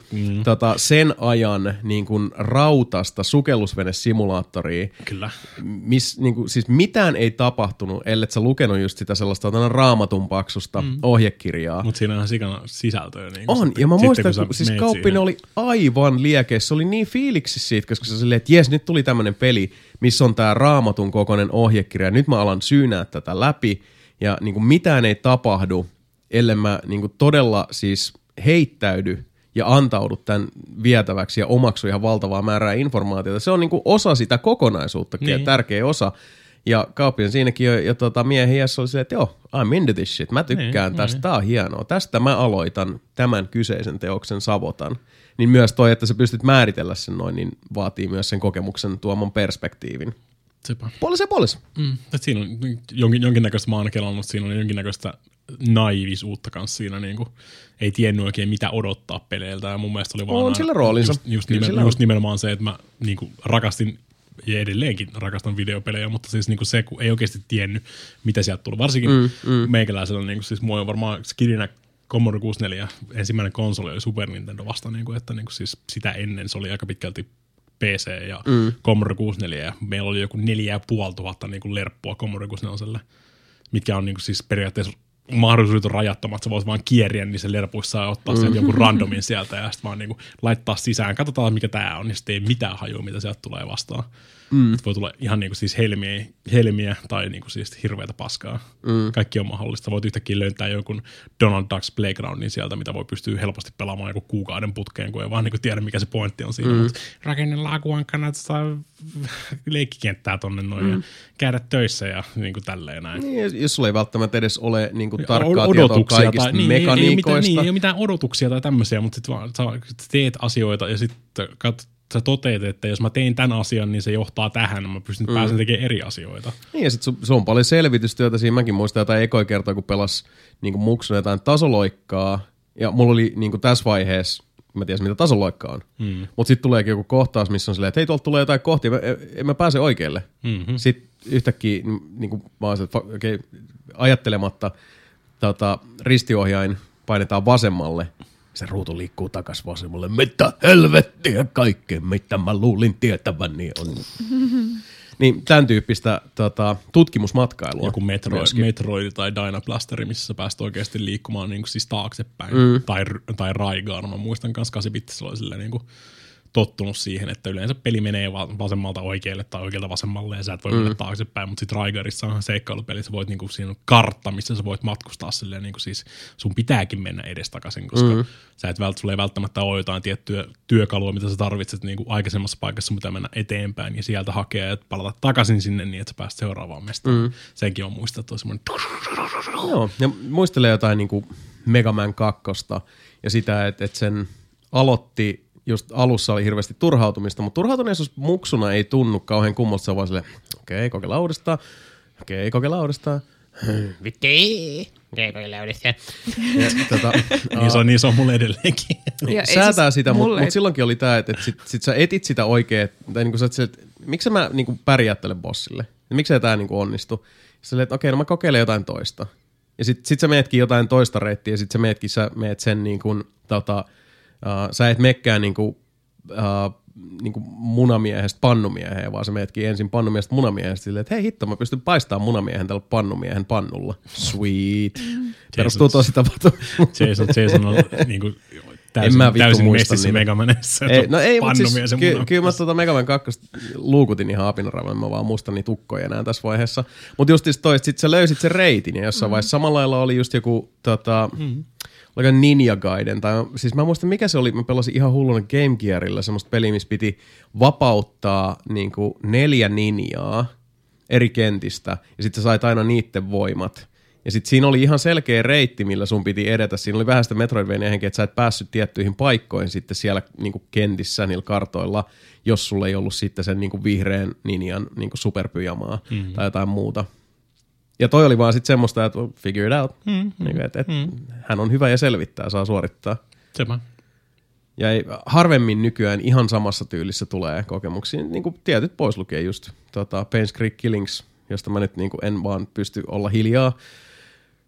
sen ajan niinku rautasta sukellusvenesimulaattoria. Kyllä. Niinku, siis mitään ei tapahtunut, ellei sä lukenut just sitä sellaista Raamatun paksusta ohjekirjaa. Mutta siinä on ihan sikana sisältöä. Niin on, ja mä muistan, kun siis Kauppinen oli aivan liekeissä. Se oli niin fiiliksissä siitä, koska se silleen, että jes, nyt tuli tämmönen peli, missä on tää Raamatun kokoinen ohjekirja. Nyt mä alan syynää tätä läpi, ja niinku mitään ei tapahdu, ellei mä niinku todella siis heittäydy ja antaudu tämän vietäväksi ja omaksu ihan valtavaa määrää informaatiota. Se on niinku osa sitä kokonaisuuttakin ja tärkeä osa. Ja Kauppinen siinäkin ja miehen iässä oli se, että joo, I'm into this shit. Mä tykkään tästä, tää on hienoa. Tästä mä aloitan tämän kyseisen teoksen Savotan. Niin myös toi, että sä pystyt määritellä sen noin, niin vaatii myös sen kokemuksen tuomon perspektiivin. Sepä. Puolis. Siinä on jonkinnäköistä, mä oon kelannut, siinä on jonkinnäköistä naivisuutta kanssa siinä, niinku, ei tiennyt oikein mitä odottaa peleiltä, ja mun mielestä oli vaan on sillä roolinsa. Just nimenomaan se, että mä niinku rakastin, ja edelleenkin rakastan videopelejä, mutta siis niinku se, kun ei oikeasti tiennyt, mitä sieltä tuli. Varsinkin meikäläisellä, niinku, siis mua on varmaan skirinä Commodore 64, ensimmäinen konsoli oli Super Nintendo vasta, niinku, että niinku, siis sitä ennen se oli aika pitkälti PC ja Commodore 64, ja meillä oli joku 4500 niinku lerppua Commodore 64, mitkä on niinku siis periaatteessa mahdollisuudet on rajattomat, sä voit vaan kieriä niissä lerpuissa ja ottaa sieltä jonkun randomin sieltä ja sitten vaan niinku laittaa sisään, katsotaan mikä tää on, niin sitten ei mitään hajua, mitä sieltä tulee vastaan. Voi tulla ihan niinku siis helmiä tai niinku siis hirveätä paskaa. Kaikki on mahdollista. Voit yhtäkkiä löytää jonkun Donald Ducks Playgroundin sieltä, mitä voi pystyä helposti pelaamaan joku kuukauden putkeen, kun ei vaan niinku tiedä, mikä se pointti on siinä. Mutta rakennellaan kannattaa leikkikenttää tonne noin ja käydä töissä ja niinku tälleen näin. Niin, jos sulla ei välttämättä edes ole niinku tarkkaa tietoa kaikista mekaniikoista. Ei ole mitään odotuksia tai tämmöisiä, mutta sitten vaan sä teet asioita ja sitten sä toteet, että jos mä tein tämän asian, niin se johtaa tähän, mä pystyn pääsemään tekemään eri asioita. Niin ja sitten se on paljon selvitystyötä siinä. Mäkin muistan jotain ekoja kertaa, kun pelas niin muksuna jotain tasoloikkaa. Ja mulla oli niin tässä vaiheessa, mä tiedän mitä tasoloikka on. Mutta sitten tuleekin joku kohtaus, missä on silleen, että hei, tuolta tulee jotain kohtia, en mä pääse oikealle. Sitten yhtäkkiä niin mä oon okay, ajattelematta ristiohjain painetaan vasemmalle. Se ruutu liikkuu takas vasemmalle. Mitä helvettiä kaikkea, mitä mä luulin tietäväni on. Niin tämän tyyppistä tutkimusmatkailua. Joku Metroid tai Dynablasteri, missä sä pääst oikeasti liikkumaan niin kuin siis taaksepäin. Tai Raigaan. Mä muistan kanssa 8-bittisellä oli silleen niin kuin tottunut siihen, että yleensä peli menee vasemmalta oikealle tai oikealta vasemmalle ja sä et voi mennä taaksepäin, mutta sitten Raigarissa on seikkailupeli, sä voit niinku siinä on kartta, missä sä voit matkustaa silleen niinku siis sun pitääkin mennä edestakaisin, koska sulla ei välttämättä ole jotain tiettyä työkalua, mitä sä tarvitset niinku aikaisemmassa paikassa, sun pitää mennä eteenpäin ja sieltä hakea ja palata takaisin sinne niin, että sä pääset seuraavaan mestaan. Senkin on muistettu semmoinen. Joo, ja muistelee jotain niinku Mega Man 2 ja sitä, että sen aloitti just alussa oli hirveästi turhautumista, mutta turhautuneisuus muksuna ei tunnu kauhean kummalta. Se on vaan silleen, okei, kokeillaan uudestaan. Vitti. Kokeillaan uudestaan. Niin se on mulle edelleenkin. Säätää sitä, mutta silloinkin oli tää, että sit sä etit sitä oikein, tai niinku sä että miksi mä niinku pärjättelen bossille? Miksei tää niinku onnistu? Silleen, että okei, no mä kokeilen jotain toista. Ja sit sä meetkin jotain toista reittiä, ja sit sä meet sen niinku sä et mekkää niinku munamiehestä pannumieheen, vaan sä meetkin ensin pannumiehestä munamiehestä silleen, että hei hitto, mä pystyn paistamaan munamiehen tällä pannumiehen pannulla. Sweet. Perustuu tosi tapahtumaan. Jason on niinku täysin messissä Mega Manissa. No ei, mutta siis kyllä mä Mega Man 2 luukutin ihan apinaraivan, mä vaan muistan niitä tukkoja enää tässä vaiheessa. Mutta just toi, sit sä löysit sen reitin, ja jossain vaiheessa samalla lailla oli just joku oliko Ninja Gaiden, tai siis mä muistan mikä se oli, mä pelasin ihan hulluna Game Gearilla semmoista peliä, missä piti vapauttaa niinku 4 ninjaa eri kentistä, ja sitten sä sait aina niitten voimat. Ja sitten siinä oli ihan selkeä reitti, millä sun piti edetä. Siinä oli vähän sitä Metroidvania henkeä, että sä et päässyt tiettyihin paikkoihin sitten siellä niinku kentissä niillä kartoilla, jos sulla ei ollut sitten sen niinku vihreän ninjan niinku superpyjamaa tai jotain muuta. Ja toi oli vaan sitten semmoista, että figure it out. Että hän on hyvä ja selvittää, saa suorittaa. Sepä. Ja harvemmin nykyään ihan samassa tyylissä tulee kokemuksia. Niin kuin tietyt pois lukee just Pain's Creek Killings, josta mä nyt niin kuin en vaan pysty olla hiljaa.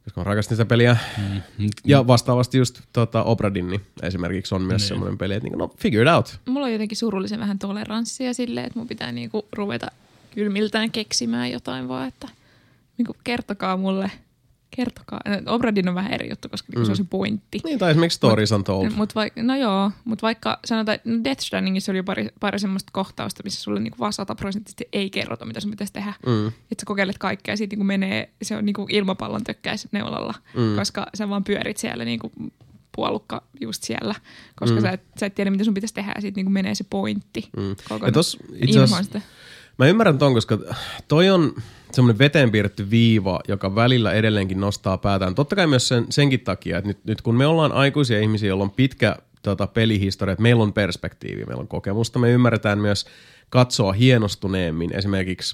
koska mä rakastin sitä peliä. Ja vastaavasti just Obra Dinn esimerkiksi on myös semmoinen peli, että niinku, no figure it out. Mulla on jotenkin surullisen vähän toleranssia silleen, että mun pitää niinku ruveta kylmiltään keksimään jotain vaan, että niinku kertokaa mulle. Obra Dinn on vähän eri juttu, koska se on se pointti. Niin, tai esimerkiksi Stories Untold. Mutta vaikka sanotaan, että Death Strandingissa oli pari semmoista kohtausta, missä sulle niinku vaan 100% ei kerrota, mitä sun pitäisi tehdä. Että sä kokeilet kaikkea ja siitä niinku menee, se on niinku ilmapallon tökkäis neulalla, koska sä vaan pyörit siellä niinku puolukka just siellä, koska sä et tiedä, mitä sun pitäisi tehdä ja siitä niinku menee se pointti. Ja tos itse asiassa, mä ymmärrän ton, koska toi on semmoinen veteen piirretty viiva, joka välillä edelleenkin nostaa päätään. Totta kai myös senkin takia, että nyt kun me ollaan aikuisia ihmisiä, joilla on pitkä pelihistoria, että meillä on perspektiivi, meillä on kokemusta, me ymmärretään myös katsoa hienostuneemmin esimerkiksi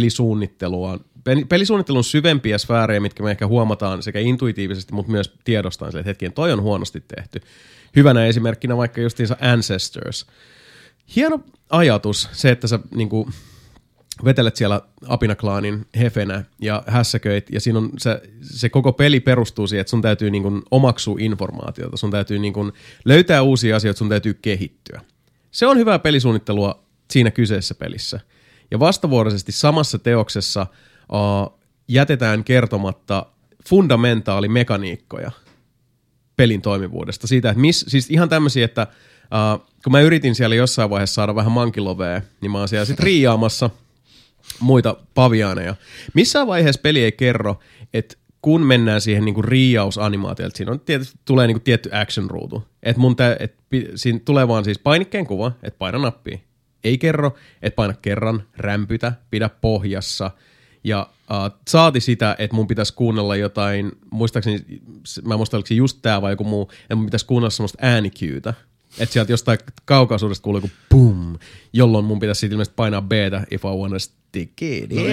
pelisuunnittelun syvempiä sfäärejä, mitkä me ehkä huomataan sekä intuitiivisesti, mutta myös tiedostaan sille, että hetkinen, toi on huonosti tehty. Hyvänä esimerkkinä vaikka justiinsa Ancestors. Hieno ajatus se, että sä niinku vetelet siellä Apina-klaanin hefenä ja hässäköit, ja siinä on se koko peli perustuu siihen, että sun täytyy niin kuin omaksua informaatiota, sun täytyy niin kuin löytää uusia asioita, sun täytyy kehittyä. Se on hyvää pelisuunnittelua siinä kyseisessä pelissä. Ja vastavuoroisesti samassa teoksessa jätetään kertomatta fundamentaali-mekaniikkoja pelin toimivuudesta. Siitä, että siis ihan tämmöisiä, että kun mä yritin siellä jossain vaiheessa saada vähän mankilovea, niin mä oon siellä sitten riiaamassa muita paviaaneja. Missään vaiheessa peli ei kerro, että kun mennään siihen niinku riiausanimaatioon, siinä on tulee niinku tietty action-ruutu. Siinä tulee vaan siis painikkeen kuva, että paina nappia. Ei kerro, että paina kerran, rämpytä, pidä pohjassa. Ja saati sitä, että mun pitäisi kuunnella jotain, muistaakseni, mä en muista oliko se just tää vai joku muu, että mun pitäisi kuunnella semmoista äänikyytä. Että sieltä jostain kaukaisuudesta kuuluu joku boom, jolloin mun pitäisi siitä ilmeisesti painaa B:tä if I wanna stick it. No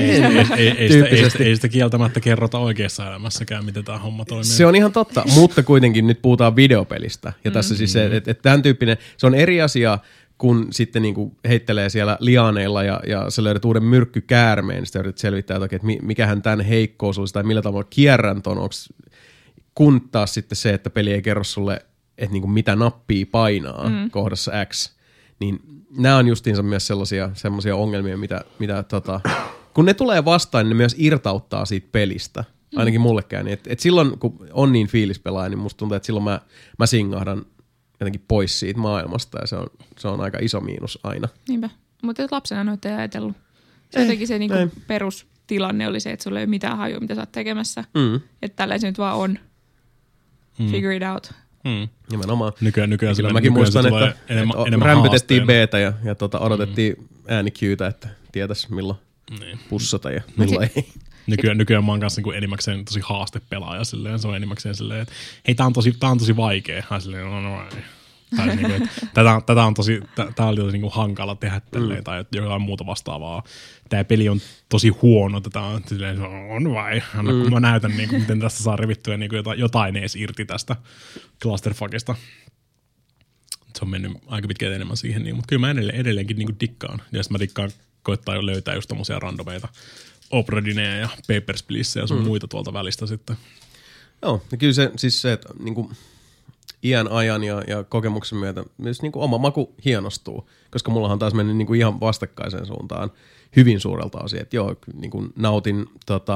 ei sitä kieltämättä kerrota oikeassa elämässäkään, miten tämä homma toimii. Se on ihan totta, mutta kuitenkin nyt puhutaan videopelistä. Ja tässä siis se, että tämän tyyppinen, se on eri asia, kun sitten niinku heittelee siellä lianeilla ja sä löydät uuden myrkkykäärmeen, niin sitten yrität selvittää, että mikähän tämän heikkous olisi tai millä tavalla kierrän ton, kun taas sitten se, että peli ei kerro sulle, että niinku mitä nappia painaa kohdassa X, niin nämä on justiinsa myös semmoisia ongelmia, mitä kun ne tulee vastaan, niin ne myös irtauttaa siitä pelistä, ainakin mulle käy. Niin, et silloin, kun on niin fiilispelaaja, niin musta tuntuu, että silloin mä singahdan jotenkin pois siitä maailmasta, ja se on aika iso miinus aina. Niinpä, mutta lapsena noita ei ajatellut. Se jotenkin se niinku perustilanne oli se, että sulla ei ole mitään hajua, mitä sä oot tekemässä. Että tällä se nyt vaan on. Figure it out. Nimenomaan. Nykyään kyllä mäkin muistan, että rämpytettiin B:tä ja odotettiin äänikyytä, että tietäisi milloin pussata ja milloin ei. Nykyään mä oon kanssa niin enimmäkseen tosi haastepelaaja silleen, se on enimmäkseen silleen, että hei tää on tosi vaikea. Silleen, tai niin kuin, tätä on tosi niin kuin hankala tehdä tälleen tai jotain muuta vastaavaa. Tää peli on tosi huono, tätä on silleen, on vai? Anna kun mä näytän, niin kuin, miten tästä saa revittyä niin kuin jotain edes irti tästä clusterfuckista. Se on mennyt aika pitkään enemmän siihen, niin, mutta kyllä mä edelleenkin niin kuin dikkaan. Ja sitten mä dikkaan koittaa jo löytää just tommosia randomeita Obra Dinneja ja Papers, Please ja sun muita tuolta välistä sitten. Joo, ja kyllä se että niinku iän ajan ja kokemuksen myötä myös niinku oma maku hienostuu, koska mullahan on taas mennyt niinku ihan vastakkaiseen suuntaan hyvin suurelta osin, että joo, niinku nautin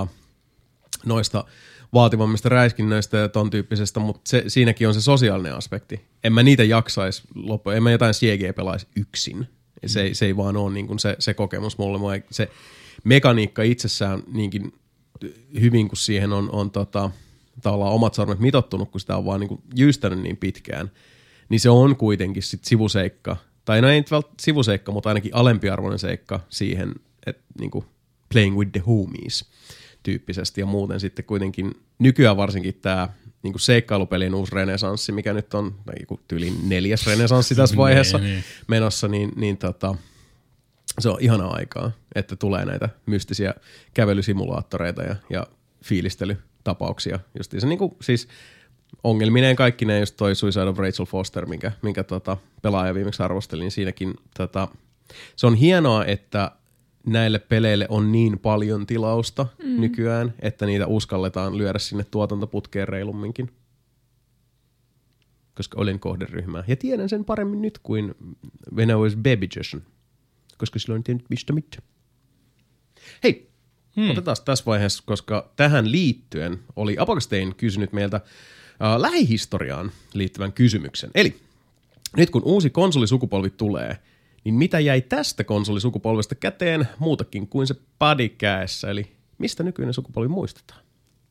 noista vaativammista räiskinnöistä ja ton tyyppisestä, mutta siinäkin on se sosiaalinen aspekti. En mä niitä jaksaisi loppuun, en mä jotain CG pelaisi yksin. Se ei vaan ole niinku se kokemus mulle. Se mekaniikka itsessään niinkin hyvin, kun siihen on tavallaan omat sormet mitottunut, kun sitä on vaan niinku jyystänyt niin pitkään, niin se on kuitenkin sit sivuseikka. Tai no ei nyt välttämättä sivuseikka, mutta ainakin alempiarvoinen seikka siihen, että niinku playing with the homies tyyppisesti ja muuten sitten kuitenkin nykyään varsinkin tämä niinku seikkailupelin uusi renesanssi, mikä nyt on tyyliin 4. renesanssi tässä vaiheessa menossa, niin se on ihanaa aikaa, että tulee näitä mystisiä kävelysimulaattoreita ja fiilistelytapauksia. Justiin se niinku siis ongelmineen kaikkineen just toi Suicide of Rachel Foster, minkä pelaaja viimeksi arvosteli, niin siinäkin se on hienoa, että näille peleille on niin paljon tilausta nykyään, että niitä uskalletaan lyödä sinne tuotantoputkeen reilumminkin. Koska olen kohderyhmää. Ja tiedän sen paremmin nyt kuin when I was baby Jason. Koska silloin en tiennyt mistä mitään. Hei, otetaan tässä vaiheessa, koska tähän liittyen oli Apokastein kysynyt meiltä lähihistoriaan liittyvän kysymyksen. Eli nyt kun uusi konsolisukupolvi tulee, niin mitä jäi tästä konsolisukupolvesta käteen muutakin kuin se padi kädessä? Eli mistä nykyinen sukupolvi muistetaan?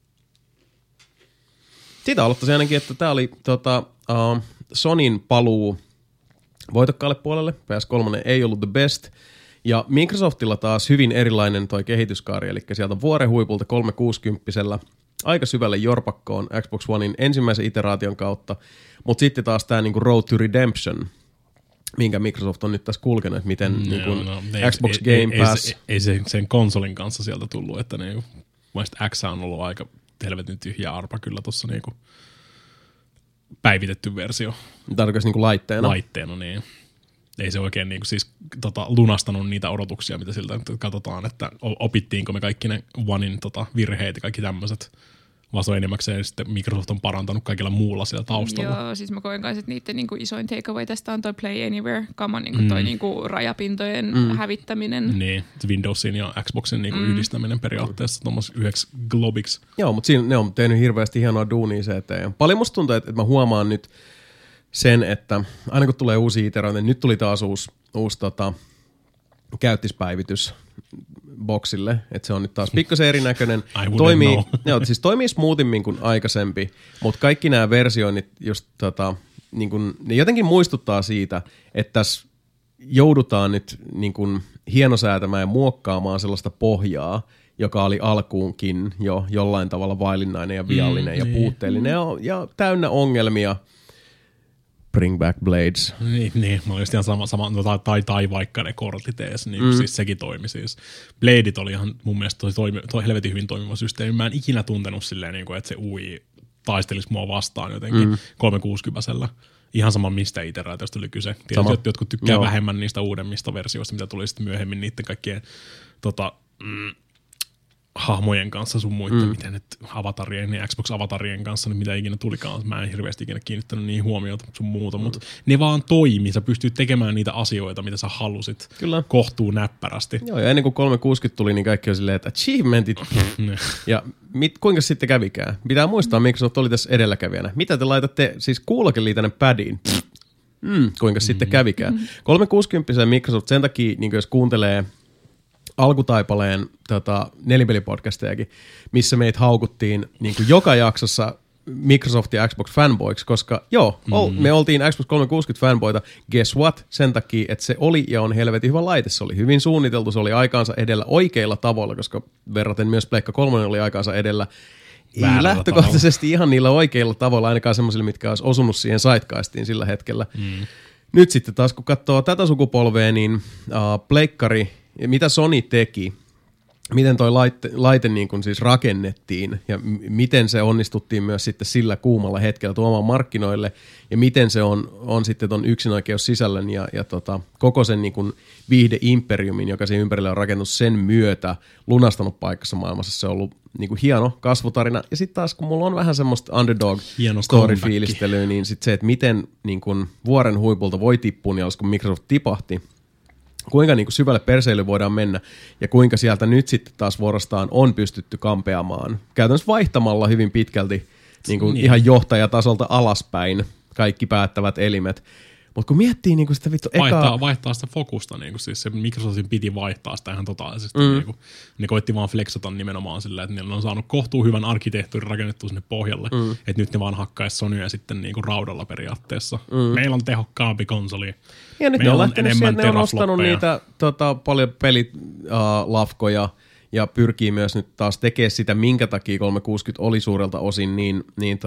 Siitä aloittaisin ainakin, että tämä oli Sonyn paluu voitokkaalle puolelle. PS3 ei ollut the best. Ja Microsoftilla taas hyvin erilainen toi kehityskaari, eli sieltä vuoren huipulta 360-sellä aika syvälle jorpakkoon Xbox Onein ensimmäisen iteraation kautta, mutta sitten taas tämä niinku Road to Redemption, minkä Microsoft on nyt tässä kulkenut, että miten Xbox Game Pass... Ei se sen konsolin kanssa sieltä tullut, että niinku, mielestäni X on ollut aika helvetin tyhjä arpa kyllä tuossa niinku päivitetty versio. Tarkoitus niinku laitteena? Laitteena, niin. Ei se oikein niinku siis lunastanut niitä odotuksia, mitä siltä nyt katsotaan, että opittiinko me kaikki ne Onein virheet ja kaikki tämmöiset. Vaan se on enimmäkseen sitten Microsoft on parantanut kaikilla muulla siellä taustalla. Joo, siis mä koen kanssa, että niiden niinku isoin takeaway tästä on toi Play Anywhere-kama, niinku toi niinku rajapintojen hävittäminen. Niin, Windowsin ja Xboxin niinku yhdistäminen periaatteessa tuommoisen yhdeksi globiksi. Joo, mutta siinä ne on tehnyt hirveästi hienoa duunia se eteen. Paljon musta tuntuu, että mä huomaan nyt sen, että aina kun tulee uusi iteraatio, nyt tuli taas uusi käyttispäivitys boksille, että se on nyt taas pikkasen erinäköinen. Toimii smoothimmin kuin aikaisempi, mutta kaikki nämä versioinnit just niin kun, ne jotenkin muistuttaa siitä, että tässä joudutaan nyt niin kun hienosäätämään ja muokkaamaan sellaista pohjaa, joka oli alkuunkin jo jollain tavalla vaillinainen ja viallinen ja puutteellinen ja täynnä ongelmia. Bring back blades. Niin, mä olin just ihan sama tai vaikka ne kortit ees, niin siis sekin toimi siis. Bladeit oli ihan mun mielestä toi helvetin hyvin toimiva systeemi. Mä en ikinä tuntenut silleen, niin kuin, että se UI taistelisi mua vastaan jotenkin 360-sellä. Ihan sama mistä iteraatiosta oli kyse. Tietysti jotkut tykkää vähemmän niistä uudemmista versioista, mitä tuli sitten myöhemmin niiden kaikkien hahmojen kanssa sun muiden, miten nyt avatarien ja Xbox-avatarien kanssa, niin mitä ikinä tulikaan. Mä en hirveästi ikinä kiinnittänyt niihin huomiota sun muuta, mutta ne vaan toimi. Sä pystyt tekemään niitä asioita, mitä sä halusit. Kyllä. Kohtuu näppärästi. Joo, ja ennen kuin 360 tuli, niin kaikki on silleen, että achievementit. Ja kuinka sitten kävikään? Pitää muistaa, Microsoft oli tässä edelläkävijänä. Mitä te laitatte siis kuulokeliitäinen pädiin? Kuinka sitten kävikään? 360 Microsoft sen takia, niin jos kuuntelee alkutaipaleen nelipelipodcastejakin, missä meitä haukuttiin niin kuin joka jaksossa Microsoft ja Xbox fanboiksi, koska me oltiin Xbox 360 fanboita, guess what, sen takia, että se oli ja on helvetin hyvä laite, se oli hyvin suunniteltu, se oli aikaansa edellä oikeilla tavoilla, koska verraten myös Pleikka 3 oli aikaansa edellä, ei lähtökohtaisesti ihan niillä oikeilla tavoilla, ainakaan semmoisilla, mitkä olisi osunut siihen zeitgeistiin sillä hetkellä. Nyt sitten taas, kun katsoo tätä sukupolvea, niin pleikkari, mitä Sony teki, miten toi laite niin kuin siis rakennettiin ja miten se onnistuttiin myös sitten sillä kuumalla hetkellä tuomaan markkinoille ja miten se on sitten ton yksinoikeus sisällön ja koko sen niin kuin viihdeimperiumin, joka siinä ympärillä on rakennut sen myötä lunastanut paikassa maailmassa. Se on ollut niin kuin hieno kasvutarina. Ja sitten taas, kun mulla on vähän semmoista underdog story-fiilistelyä, niin sitten se, että miten niin kuin vuoren huipulta voi tippua, niin kun Microsoft tipahti, kuinka niin kuin syvälle perseilyyn voidaan mennä ja kuinka sieltä nyt sitten taas vuorostaan on pystytty kampeamaan. Käytännössä vaihtamalla hyvin pitkälti niin kuin ihan johtajatasolta alaspäin kaikki päättävät elimet. Mutta kun miettii niin kuin sitä vittu vaihtaa sitä fokusta, niin kuin siis se Microsoftin piti vaihtaa sitä ihan totaalisesti. Niin kuin, ne koitti vaan flexata nimenomaan sillä, että ne on saanut kohtuu hyvän arkkitehtuurin rakennettua sinne pohjalle. Että nyt ne vaan hakkaisi Sonyä sitten niin kuin raudalla periaatteessa. Meillä on tehokkaampi konsoli. Ja nyt ne on lähtenyt siihen, että ne on ostanut niitä paljon pelilafkoja ja pyrkii myös nyt taas tekemään sitä, minkä takia 360 oli suurelta osin niin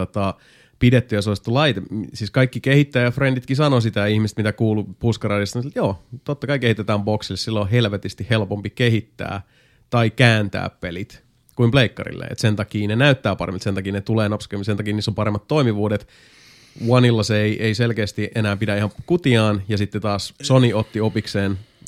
pidetty ja suosittu laite. Siis kaikki kehittäjäfrenditkin sanoi sitä ihmistä, mitä kuuluu puskaradista, että joo, totta kai kehitetään boksille, silloin on helvetisti helpompi kehittää tai kääntää pelit kuin pleikkarille. Et sen takia ne näyttää paremmin, sen takia ne tulee napskemmin, sen takia niissä on paremmat toimivuudet. Oneilla se ei selkeästi enää pidä ihan kutiaan, ja sitten taas Sony otti opikseen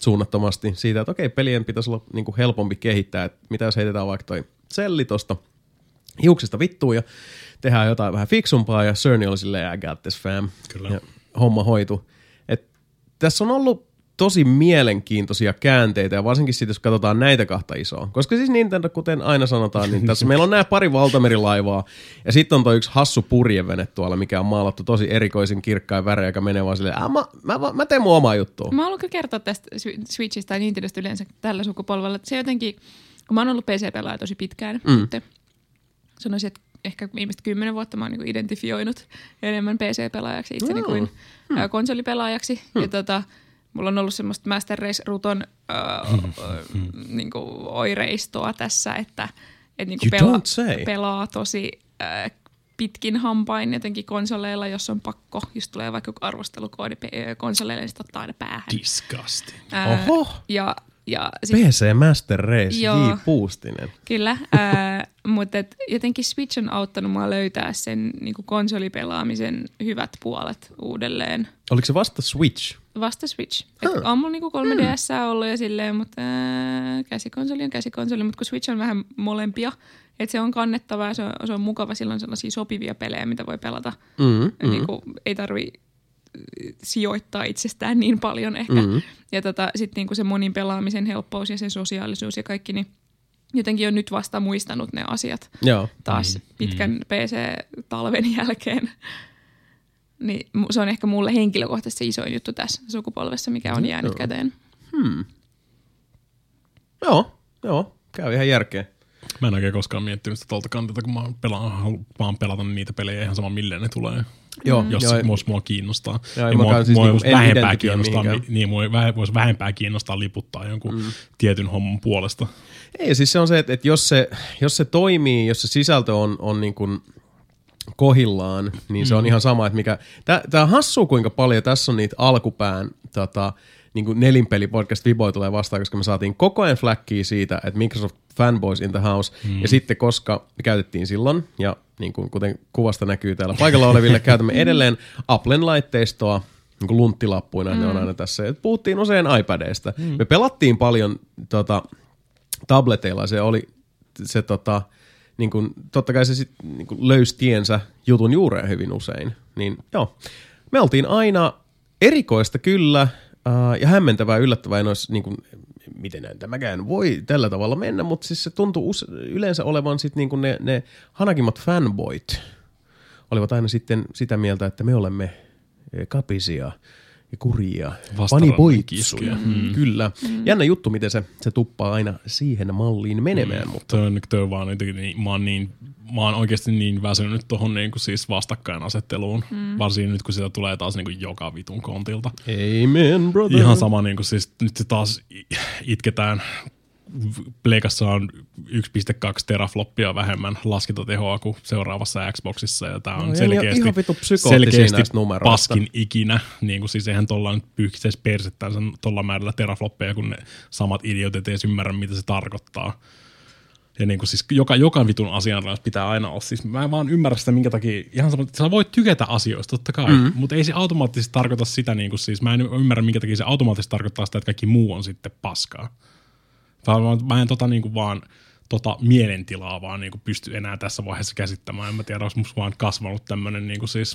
suunnattomasti siitä, että okei, pelien pitäisi olla niin kuin helpompi kehittää, että mitä jos heitetään vaikka toi selli tosta hiuksista vittuun ja tehdään jotain vähän fiksumpaa ja Cerny oli silleen, I got this fam. Kyllä. Ja homma hoitu. Et tässä on ollut tosi mielenkiintoisia käänteitä ja varsinkin sitten, jos katsotaan näitä kahta isoa. Koska siis Nintendo, kuten aina sanotaan, niin tässä meillä on nämä pari valtamerilaivaa ja sitten on toi yksi hassu purjevene tuolla, mikä on maalattu tosi erikoisin kirkkain värejä, joka menee vaan silleen, mä teen mun omaa juttua. Mä haluan kertoa tästä Switchistä tai Nintendosta yleensä tällä sukupolvella, että se jotenkin, kun mä oon ollut PC-pelaaja tosi pitkään, sitten sanoisin, että ehkä viimeiset 10 vuotta mä oon niinku identifioinut enemmän PC-pelaajaksi itseni kuin konsolipelaajaksi. Ja mulla on ollut semmoista Master Race-ruton niinku oireistoa tässä, että niinku pelaa tosi pitkin hampain jotenkin konsoleilla, jos on pakko. Jos tulee vaikka arvostelukoodi konsoleille, niin sitten ottaa aina päähän. Disgusting. Oho! Ja PC Master Race, J. Puustinen. Kyllä, mutta jotenkin Switch on auttanut mua löytää sen niinku konsolipelaamisen hyvät puolet uudelleen. Oliko se vasta Switch? Vasta Switch. On mulla niinku 3DS ollut ja silleen, mutta käsikonsoli on käsikonsoli, mutta kun Switch on vähän molempia, että se on kannettava ja se on mukava, silloin sellaisia sopivia pelejä, mitä voi pelata. Niinku, ei tarvitse sijoittaa itsestään niin paljon ehkä. Ja sitten niinku se monin pelaamisen helppous ja se sosiaalisuus ja kaikki, niin jotenkin on nyt vasta muistanut ne asiat taas pitkän PC-talven jälkeen. Niin se on ehkä mulle henkilökohtaisesti se isoin juttu tässä sukupolvessa, mikä on jäänyt käteen. Joo, käy ihan järkeä. Mä en oikein koskaan miettinyt sitä tuolta kantilta, kun mä vaan pelata niitä pelejä ihan sama milleen ne tulee. Jos mua kiinnostaa. Voisi vähempää kiinnostaa liputtaa jonkun tietyn homman puolesta. Ei, siis se on se, että jos se toimii, jos se sisältö on niin kuin kohillaan, niin se on ihan sama, että mikä... Tää on hassua, kuinka paljon tässä on niitä alkupään niin kuin nelinpeli-podcast Viboi tulee vastaan, koska me saatiin koko ajan fläkkiä siitä, että Microsoft fanboys in the house, ja sitten koska me käytettiin silloin, ja niin kuin, kuten kuvasta näkyy täällä paikalla oleville, käytämme edelleen Applen laitteistoa niin kuin lunttilappuina, ne on aina tässä, ja puhuttiin usein iPadeista. Me pelattiin paljon tableteilla, se oli se niin kuin, totta kai se sitten niin kuin löysi tiensä jutun juureen hyvin usein, niin joo, me oltiin aina erikoista kyllä, ja hämmentävää, yllättävää, en olisi, niin kuin, miten näin tämäkään voi tällä tavalla mennä, mutta siis se tuntuu yleensä olevan sitten niin kuin ne hanakimmat fanboyt olivat aina sitten sitä mieltä, että me olemme kapisia ja kurjia, panipoitsuja. Kyllä. Jännä juttu, miten se tuppaa aina siihen malliin menemään. Mutta Toi on vaan mä oon oikeasti niin väsynyt tuohon niinku siis vastakkainasetteluun, varsinkin nyt kun sitä tulee taas niinku joka vitun kontilta. Amen, brother. Ihan sama, niinku siis nyt se taas itketään. Pleikassa on 1.2 terafloppia vähemmän laskentatehoa kuin seuraavassa Xboxissa, ja tää on selkeästi paskin ikinä. Niin kuin siis eihän tuolla nyt pyyhkiseisi persettänsä tuolla määrällä terafloppeja, kun ne samat idiotit edes ymmärrä, mitä se tarkoittaa. Ja niin kuin siis joka vitun asian pitää aina olla. Siis mä en vaan ymmärrä sitä, minkä takia. Ihan sama, että sä voit tykätä asioista, totta kai, mutta ei se automaattisesti tarkoita sitä, niin kuin siis mä en ymmärrä, minkä takia se automaattisesti tarkoittaa sitä, että kaikki muu on sitten paskaa. Mä en niinku vaan mielentilaa vaan niinku pysty enää tässä vaiheessa käsittämään. En mä tiedä, onko musta vaan kasvanut tämmönen niinku siis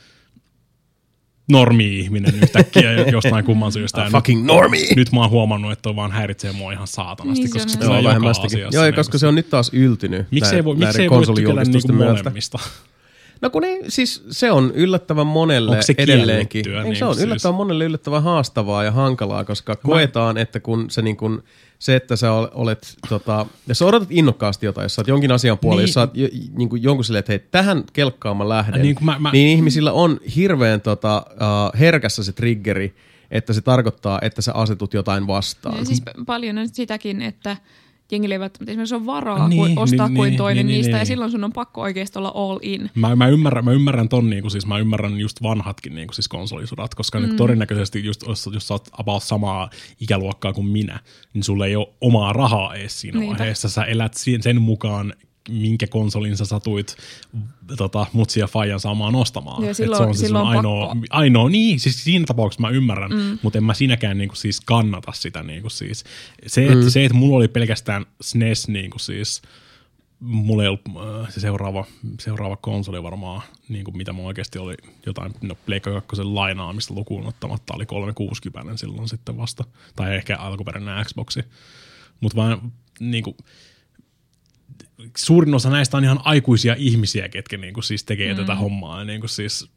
normi-ihminen yhtäkkiä jostain kumman syystä. Fucking normie! Nyt mä oon huomannut, että toi vaan häiritsee mua ihan saatanasti, niin, koska se on joka asiassa. Joo, ja koska se on nyt taas yltynyt miksei voi tykätä niinku molemmista? No kun ei, siis se on yllättävän monelle edelleenkin. Se on yllättävän monelle yllättävän haastavaa ja hankalaa, koska koetaan, että kun se niin kuin se, että sä olet, jos sä odotat innokkaasti jotain, jos sä oot jonkin asian puolella, jos sä oot niin kuin jonkun silleen, että hei, tähän kelkkaan mä lähden, niin ihmisillä on hirveän herkässä se triggeri, että se tarkoittaa, että sä asetut jotain vastaan. Ja siis paljon on sitäkin, että jengillä ei välttämättä esimerkiksi ole varaa ostaa kuin toinen niistä, ja silloin sun on pakko oikeasti olla all in. Mä ymmärrän ton, niinku, siis mä ymmärrän just vanhatkin niinku, siis konsolisodat, koska nyt todennäköisesti just, jos sä oot about samaa ikäluokkaa kuin minä, niin sulla ei ole omaa rahaa edes siinä vaiheessa. Sä elät sen mukaan, minkä konsolin sä satuit mutsia faijan saamaan ostamaan. Ja se on siis ainoa, niin, siis siinä tapauksessa mä ymmärrän, mutta en mä siinäkään niinku siis kannata sitä niinku siis. Se, että mulla oli pelkästään SNES niinku siis, mulla ei ollut se seuraava konsoli varmaan, niinku mitä mulla oikeasti oli jotain, Pleikka 2 lainaamista lukuun ottamatta, oli 360 silloin sitten vasta, tai ehkä alkuperäinen Xboxi. Mutta vaan niinku, suurin osa näistä on ihan aikuisia ihmisiä, ketkä niinku siis tekee tätä hommaa. Niinku siis,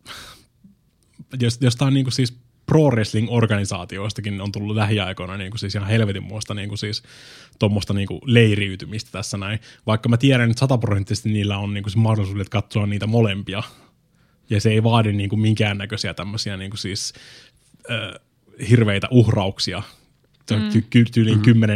jostain niinku siis pro-wrestling-organisaatioistakin on tullut lähiaikoina niinku siis ihan helvetinmuista niinku siis tuommoista niinku leiriytymistä tässä näin. Vaikka mä tiedän, että 100% niillä on niinku se mahdollisuudet katsoa niitä molempia. Ja se ei vaadi niinku minkäännäköisiä tämmöisiä niinku siis hirveitä uhrauksia. Tyyliin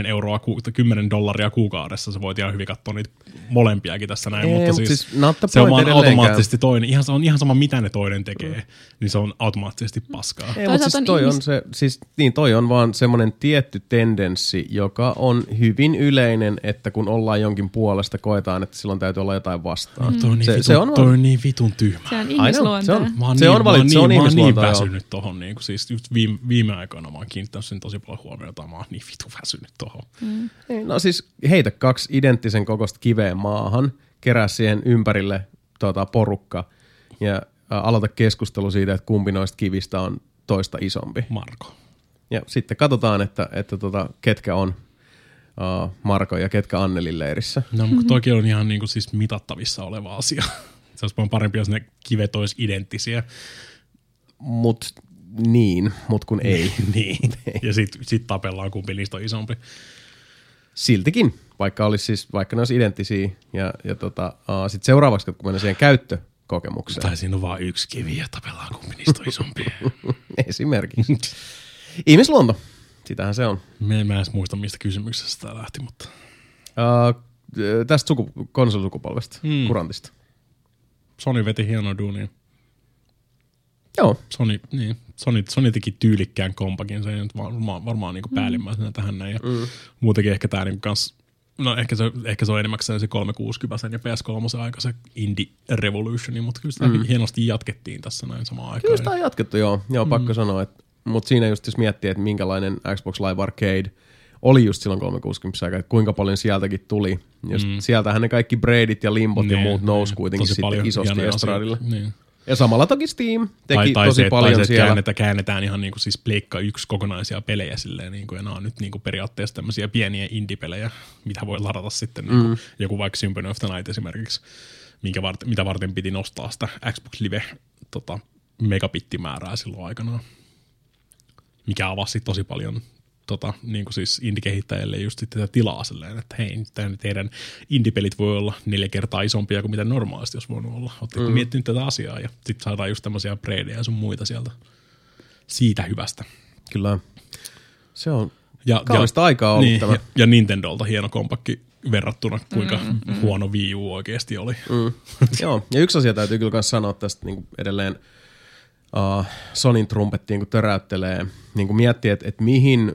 $10 kuukaudessa, sä voit ihan hyvin katsoa niitä molempiakin tässä näin, mutta siis se on vaan automaattisesti toinen, se on ihan sama mitä ne toinen tekee, niin se on automaattisesti paskaa. Ei, mutta toi on vaan semmoinen tietty tendenssi, joka on hyvin yleinen, että kun ollaan jonkin puolesta, koetaan, että silloin täytyy olla jotain vastaan. Toi on niin vitun tyhmä. Se on ihmisluontaa. Mä oon niin väsynyt tohon, niin siis just viime aikoina mä oon kiinnittänyt sen tosi paljon huomiota. Mä oon niin vitu väsynyt tohon. No siis heitä 2 identtisen kokoista kiveä maahan, kerää siihen ympärille porukka ja aloita keskustelu siitä, että kumpi noista kivistä on toista isompi. Marko. Ja sitten katsotaan, että ketkä on Marko ja ketkä Annelin leirissä. No, mutta toki on ihan niin kuin siis mitattavissa oleva asia. Se olisi paljon parempi, jos ne kivet olisi identtisiä. Mut kun ei. Niin. Ja sit tapellaan, kumpi niistä on isompi. Siltikin, vaikka ne olisi identtisiä. Ja sit seuraavaksi, kun mennään siihen käyttökokemukseen. Tai siinä on vaan yksi kivi ja tapellaan, kumpi niistä on isompi. Esimerkiksi. Ihmisluonto, sitähän se on. Mä en edes muista, mistä kysymyksestä tämä lähti, mutta... Tästä konsolisukupolvesta, kurantista. Sony veti hienoa duunia. Joo. Sony teki tyylikkään kompakin, se ei nyt varmaan niinku päällimmäisenä tähän näin. Ja muutenkin ehkä tää niinku kans, no ehkä se on enimmäkseen se 360 ja PS3 aika se Indie Revolutioni, mutta kyllä sitä hienosti jatkettiin tässä näin samaan aikaan. Kyllä sitä on jatkettu, joo pakko sanoa. Mutta siinä just jos miettii, että minkälainen Xbox Live Arcade oli just silloin 360 aikaa, että kuinka paljon sieltäkin tuli. Sieltähän ne kaikki braidit ja limbot ja muut nousi kuitenkin sitten isosti estradille. Niin. Ja samalla toki Steam teki tosi paljon siellä. Käännetään ihan niinku siis Pleikka 1 kokonaisia pelejä silleen, niinku, ja nämä on nyt niinku periaatteessa tämmöisiä pieniä indie-pelejä, mitä voi ladata sitten. Niinku, joku vaikka Symphony of the Night esimerkiksi, mitä varten piti nostaa sitä Xbox Live megabittimäärää silloin aikanaan. Mikä avasi tosi paljon niinku siis indie-kehittäjille just sitten tilaa silleen, että hei, teidän indie-pelit voi olla 4 kertaa isompia kuin mitä normaalisti olisi voinut olla. Oletteko miettinyt tätä asiaa ja sitten saadaan just tämmöisiä braidejä ja sun muita sieltä siitä hyvästä. Kyllä. Se on kaunista aikaa ollut niin, tämä. Ja Nintendolta hieno kompakki verrattuna, kuinka huono Wii U oikeasti oli. Joo, ja yksi asia täytyy kyllä myös sanoa tästä niin edelleen Sonyn trumpettiin, kun töräyttelee, niin kuin miettii, että mihin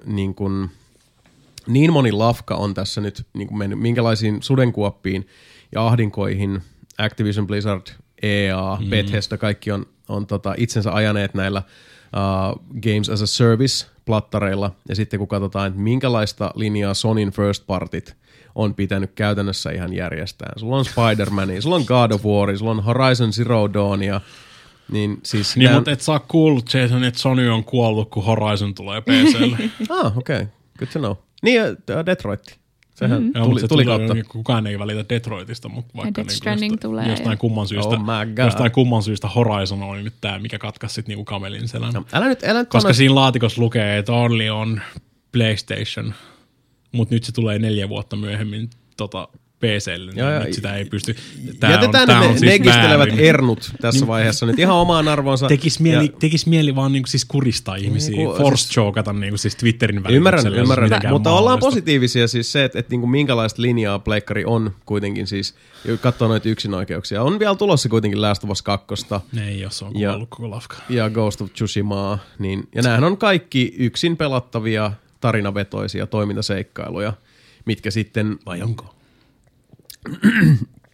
niin moni lafka on tässä nyt niin mennyt, minkälaisiin sudenkuoppiin ja ahdinkoihin Activision Blizzard, EA, Bethesda, kaikki on itsensä ajaneet näillä Games as a Service-plattareilla, ja sitten kun katsotaan, että minkälaista linjaa Sonyn first partit on pitänyt käytännössä ihan järjestää. Sulla on Spider-Mania, sulla on God of War, sulla on Horizon Zero Dawnia, niin siis... Niin, mutta et saa kuullut, Jason, että Sony on kuollut, kun Horizon tulee PC:lle. Okei. Good to know. Niin, Detroit. Sehän tuli kautta. Kukaan ei välitä Detroitista, mutta vaikka niin jostain kumman syystä Horizon oli nyt tää, mikä katkaisi sit niinku kamelin selän. No, älä nyt koska siinä laatikossa lukee, että only on PlayStation, mutta nyt se tulee 4 vuotta myöhemmin PC:lle, niin nyt sitä ei pysty. Jätetään ne negistelevät ernut tässä vaiheessa nyt ihan omaan arvoonsa. Tekis mieli vaan niinku siis kuristaa ihmisiä, force-chokata niinku siis Twitterin välityksellä. Ymmärrän, mutta ollaan positiivisia siis se, että niinku minkälaista linjaa pleikkari on kuitenkin siis, katsoo noita yksinoikeuksia. On vielä tulossa kuitenkin Last of Us 2. Ei, jos on kuollut koko lafka. Ja Ghost of Tsushimaa. Niin, ja näähän on kaikki yksin pelattavia, tarinavetoisia toimintaseikkailuja, mitkä sitten... Vai onko?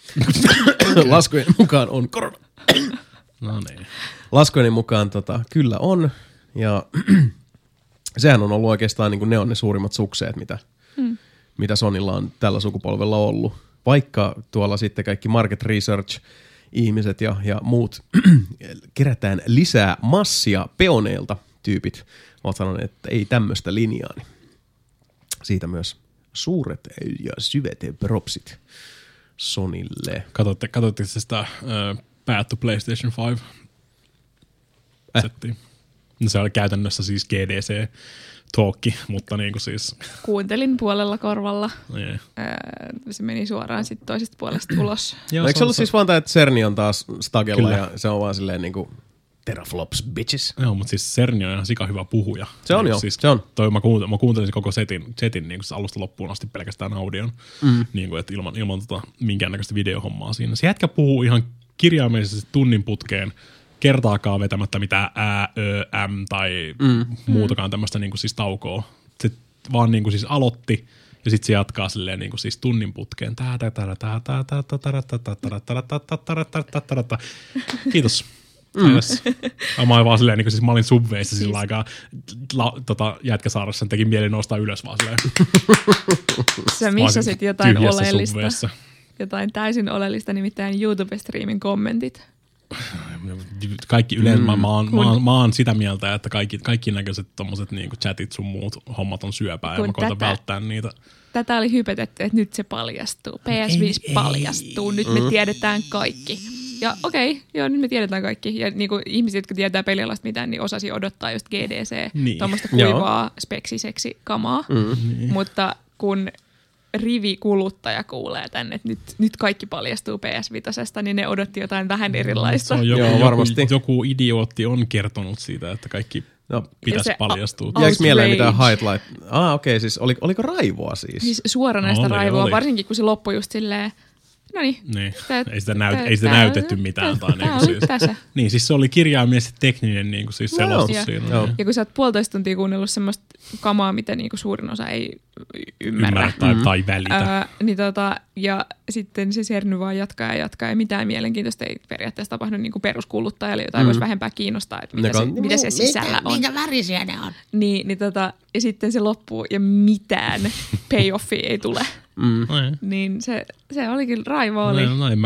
Laskujen mukaan on korona. No niin. Laskujen mukaan kyllä on. Ja sehän on ollut oikeastaan, niin kuin ne on ne suurimmat sukseet, mitä Sonylla on tällä sukupolvella ollut. Vaikka tuolla sitten kaikki market research-ihmiset ja muut kerätään lisää massia peoneilta tyypit, ovat sanoneet, että ei tämmöistä linjaa. Niin siitä myös suuret ja syvät propsit Sonylle. Katsoitteko sitä päätty PlayStation 5 settiin? No se oli käytännössä siis GDC-talkki, mutta niinku siis... Kuuntelin puolella korvalla. Yeah. Se meni suoraan sitten toisesta puolesta ulos. Joo, eikö se ollut siis vaan tämä, että Cerny on taas stagella ja se on vaan silleen niinku teraflops bitches? Joo, mutta siis Cerny on ihan sika hyvä puhuja. Se on niin, joo, siis se on. Mä kuuntelin koko setin niin kuin alusta loppuun asti pelkästään audion, niin kuin, että ilman minkäännäköistä videohommaa siinä. Se jätkä puhuu ihan kirjaimellisesti tunnin putkeen, kertaakaan vetämättä mitään tai muutakaan tämmöistä niin kuin siis taukoa. Se vaan niin kuin siis aloitti ja sitten se jatkaa silleen niin kuin siis tunnin putkeen. Kiitos. Mä olin vaan silleen, niin kuin siis mä olin Subwayssa sillä aikaa Jätkäsaarassa, teki mieli nousta ylös vaan silleen. Sä missasit jotain oleellista. Subwayssa. Jotain täysin oleellista, nimittäin YouTube-striimin kommentit. Kaikki yleensä, mä oon sitä mieltä, että kaikki näköiset tommoset niinku chatit sun muut hommat on syöpää ja mä koitan välttää niitä. Tätä oli hypetetty, että nyt se paljastuu. PS5 paljastuu, nyt me tiedetään kaikki. Ja okei, nyt me tiedetään kaikki. Ja niinku ihmiset, jotka tietää pelialasta mitään, niin osasi odottaa just GDC, tuommoista kuivaa speksiseksi kamaa. Mutta kun rivikuluttaja kuulee tänne, että nyt kaikki paljastuu PS5:stä, niin ne odotti jotain vähän erilaista. Varmasti. Joku idiootti on kertonut siitä, että kaikki pitäisi paljastua. Jäikö mieleen mitään highlight? Okei, siis oliko raivoa siis? Siis suoranaista raivoa, varsinkin kun se loppui just silleen, noniin. Niin. Ei sitä näytetty mitään. Niin, siis se oli kirjaimellisesti tekninen niin kuin siis selostus siinä. Ja kun sä oot 1,5 tuntia kuunnellut semmoista kamaa, mitä niin kuin suurin osa ei ymmärrä tai välitä. Niin ja sitten se Cerny vaan jatkaa ja mitään mielenkiintoista ei periaatteessa tapahdu niin kuin peruskuluttajalle, jotain voisi vähempää kiinnostaa, että mitä se sisällä on. Minkä värisiä ne on? Ja sitten se loppuu ja mitään payoffia ei tule. Niin se olikin raivo oli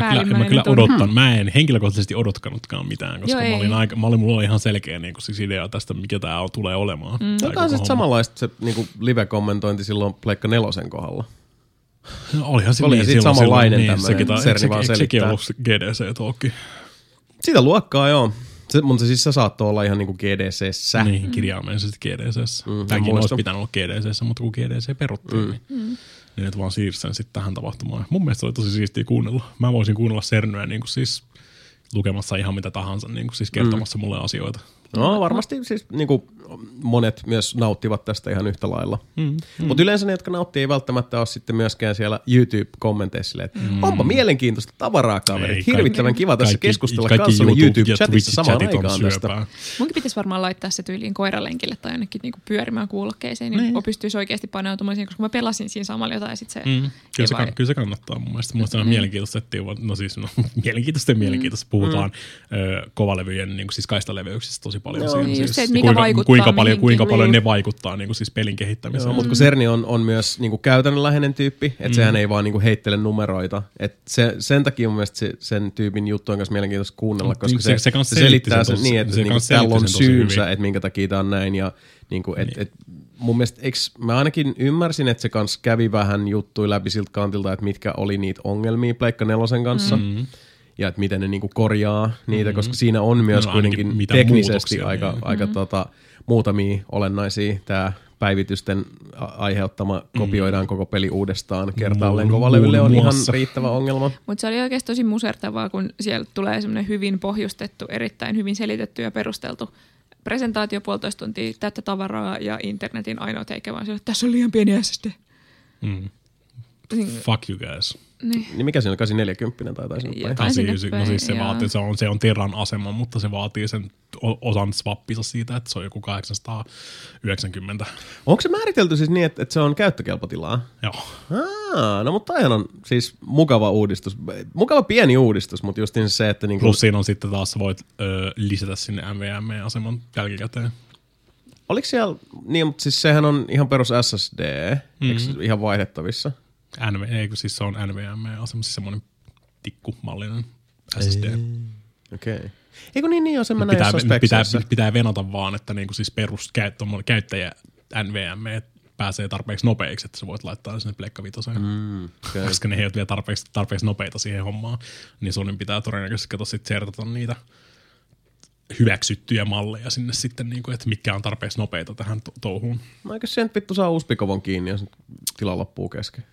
Mä en henkilökohtaisesti odottanutkaan mitään, koska mulla oli ihan selkeä niin kuin, siis idea tästä, mikä tää tulee olemaan. Joka on sitten samanlaista se niin kuin live-kommentointi silloin Pleikka 4 kohdalla. No, olihan se oli sitten samanlainen tämmöinen Cerny vaan selittää. Sekin on ollut GDC-talkki. Sitä luokkaa, joo. Mutta siis se saattoi olla ihan niinku GDC:ssä. Niin, kirjaimellisesti GDC:ssä. Tämäkin olisi pitänyt olla GDC:ssä, mutta kun GDC peruttiin, niin et vaan siirsi sen sitten tähän tapahtumaan. Mun mielestä se oli tosi siistiä kuunnella. Mä voisin kuunnella Cernyä niin kuin siis lukemassa ihan mitä tahansa, niin kuin siis kertomassa mulle asioita. No varmasti siis niin kuin monet myös nauttivat tästä ihan yhtä lailla. Mutta yleensä ne, jotka nauttii, ei välttämättä ole sitten myöskään siellä YouTube-kommenteissa, että onpa mielenkiintoista tavaraa, kaverit. Hirvittävän kiva tässä keskustella kanssanne YouTube-chatissa samaan aikaan tästä. Munkin pitäisi varmaan laittaa se tyyliin koiralenkille tai jonnekin niinku pyörimään kuulokkeeseen, niin pystyisi oikeasti paneutumaan siihen, koska mä pelasin siinä samalla jotain ja sitten se... Kyllä se kannattaa mun mielestä. Mun mielestä on mielenkiintoista, että mielenkiintoista puhutaan kovalevyjen niin siis kaistaleveyksistä tosi paljon. Siis se, mikä kuinka paljon ne vaikuttaa niin kuin siis pelin kehittämiseen. Mutta kun Cerny on myös niin kuin käytännönläheinen tyyppi, että sehän ei vaan niin kuin heittele numeroita. Et sen takia mun mielestä sen tyypin juttu on myös mielenkiintoista kuunnella, koska se selittää sen niin, että niinku tällä on syynsä, että minkä takia tämä on näin. Ja niinku, mun mielestä mä ainakin ymmärsin, että se kanssa kävi vähän juttui läpi siltä kantilta, että mitkä oli niitä ongelmia Pleikka 4 kanssa. Ja että miten ne niinku korjaa niitä, koska siinä on myös kuitenkin teknisesti aika muutamia olennaisia. Tämä päivitysten aiheuttama kopioidaan koko peli uudestaan kertaalleen kovalevylle on ihan riittävä ongelma. Mutta se oli oikeasti tosi musertavaa, kun siellä tulee semmoinen hyvin pohjustettu, erittäin hyvin selitetty ja perusteltu presentaatio 1,5 tuntia, täyttä tavaraa ja internetin ainoa teikä vaan sille, että tässä on liian pieni SSD. Fuck you guys. Niin. mikä siinä on, 840 tai sinne päin? Jotain sinne 89, no päin, siis se joo. vaatii, se on Terran asema, mutta se vaatii sen osan swappinsa siitä, että se on joku 890. Onko se määritelty siis niin, että se on käyttökelpotilaa? Joo. No mutta aina on siis mukava uudistus. Mukava pieni uudistus, mutta just se, että niinku... Plus siinä on sitten taas, voit lisätä sinne NVMe-aseman jälkikäteen. Oliko siellä, niin mutta siis sehän on ihan perus SSD, eikö ihan vaihdettavissa? Eikö siis se on NVMe-asema, siis semmoinen tikkumallinen SSD. Okei. Eikö niin on semmoinen jossain spekseissä? Pitää venata vaan, että niinku siis käyttäjä NVMe pääsee tarpeeksi nopeiksi, että sä voit laittaa sinne Pleikka Vitoseen. Okay. Koska ne ei ole vielä tarpeeksi nopeita siihen hommaan, niin Sonin pitää todennäköisesti kato sit sertata niitä hyväksyttyjä malleja sinne sitten, niinku, että mitkä on tarpeeksi nopeita tähän touhuun. No eikö sen vittu saa Uspikovon kiinni, jos tila loppuu kesken?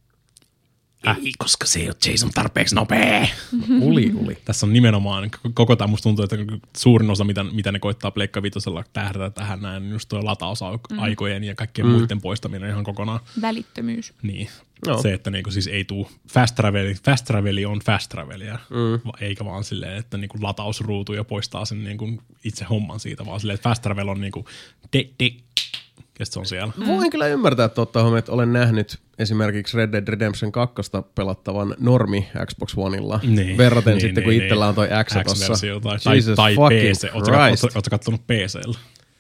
Ei, koska se ei ole Jason tarpeeksi nopea. Uli. Tässä on nimenomaan, koko tämä musta tuntuu, että suurin osa, mitä ne koittaa Pleikka Vitosella tähdätä tähän näin, niin just tuo latausaikojen ja kaikkien muiden poistaminen ihan kokonaan. Välittömyys. Niin. No. Se, että niinku siis ei tuu fast traveli on fast travelia, eikä vaan silleen, että niinku latausruutu ja poistaa sen niinku itse homman siitä, vaan silleen, että fast travel on niinku ja se on siellä. Voin kyllä ymmärtää, että ottaa huomioon, että olen nähnyt esimerkiksi Red Dead Redemption 2 pelattavan normi Xbox Oneilla. Niin, verraten sitten, kun itsellä on toi X tossa. X-versio tai fucking PC. Christ. Ootko kattonut PC:llä?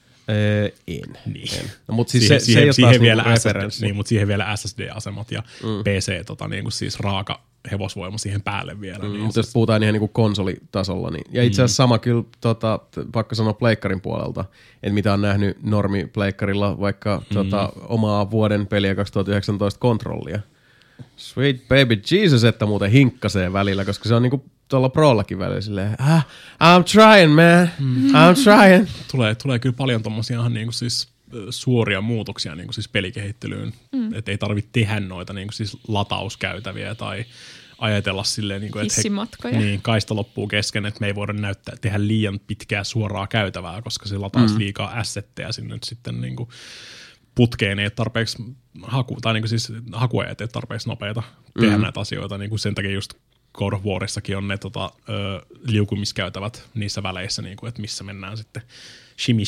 En. Niin. No, mutta siis se ei ole taas vielä niinku referenssi. niin, mutta siihen vielä SSD-asemat ja PC niinku siis raaka hevosvoima siihen päälle vielä. Niin Mutta jos puhutaan ihan niinku konsolitasolla, niin ja itse asiassa sama kyllä, pakko sanoa pleikkarin puolelta, että mitä on nähnyt normi pleikkarilla vaikka omaa vuoden peliä 2019 kontrollia. Sweet baby Jesus, että muuten hinkkasee välillä, koska se on niinku tuolla Prollakin välillä silleen, I'm trying man, I'm trying. Tulee kyllä paljon tommosia ihan niinku siis suoria muutoksia niinku siis pelikehittelyyn, että ei tarvitse tehdä noita niinku siis latauskäytäviä tai ajatella silleen, niinku, että niin, kaista loppuu kesken, että me ei voida tehdä liian pitkää suoraa käytävää, koska se lataisi liikaa assetteja sinne sitten niinku putkeen, ei ole tarpeeksi tai niinku siis hakuajat ei ole tarpeeksi nopeita tehdä näitä asioita, niinku sen takia just God of Warissakin on ne liukumiskäytävät niissä väleissä, niinku, että missä mennään sitten shimi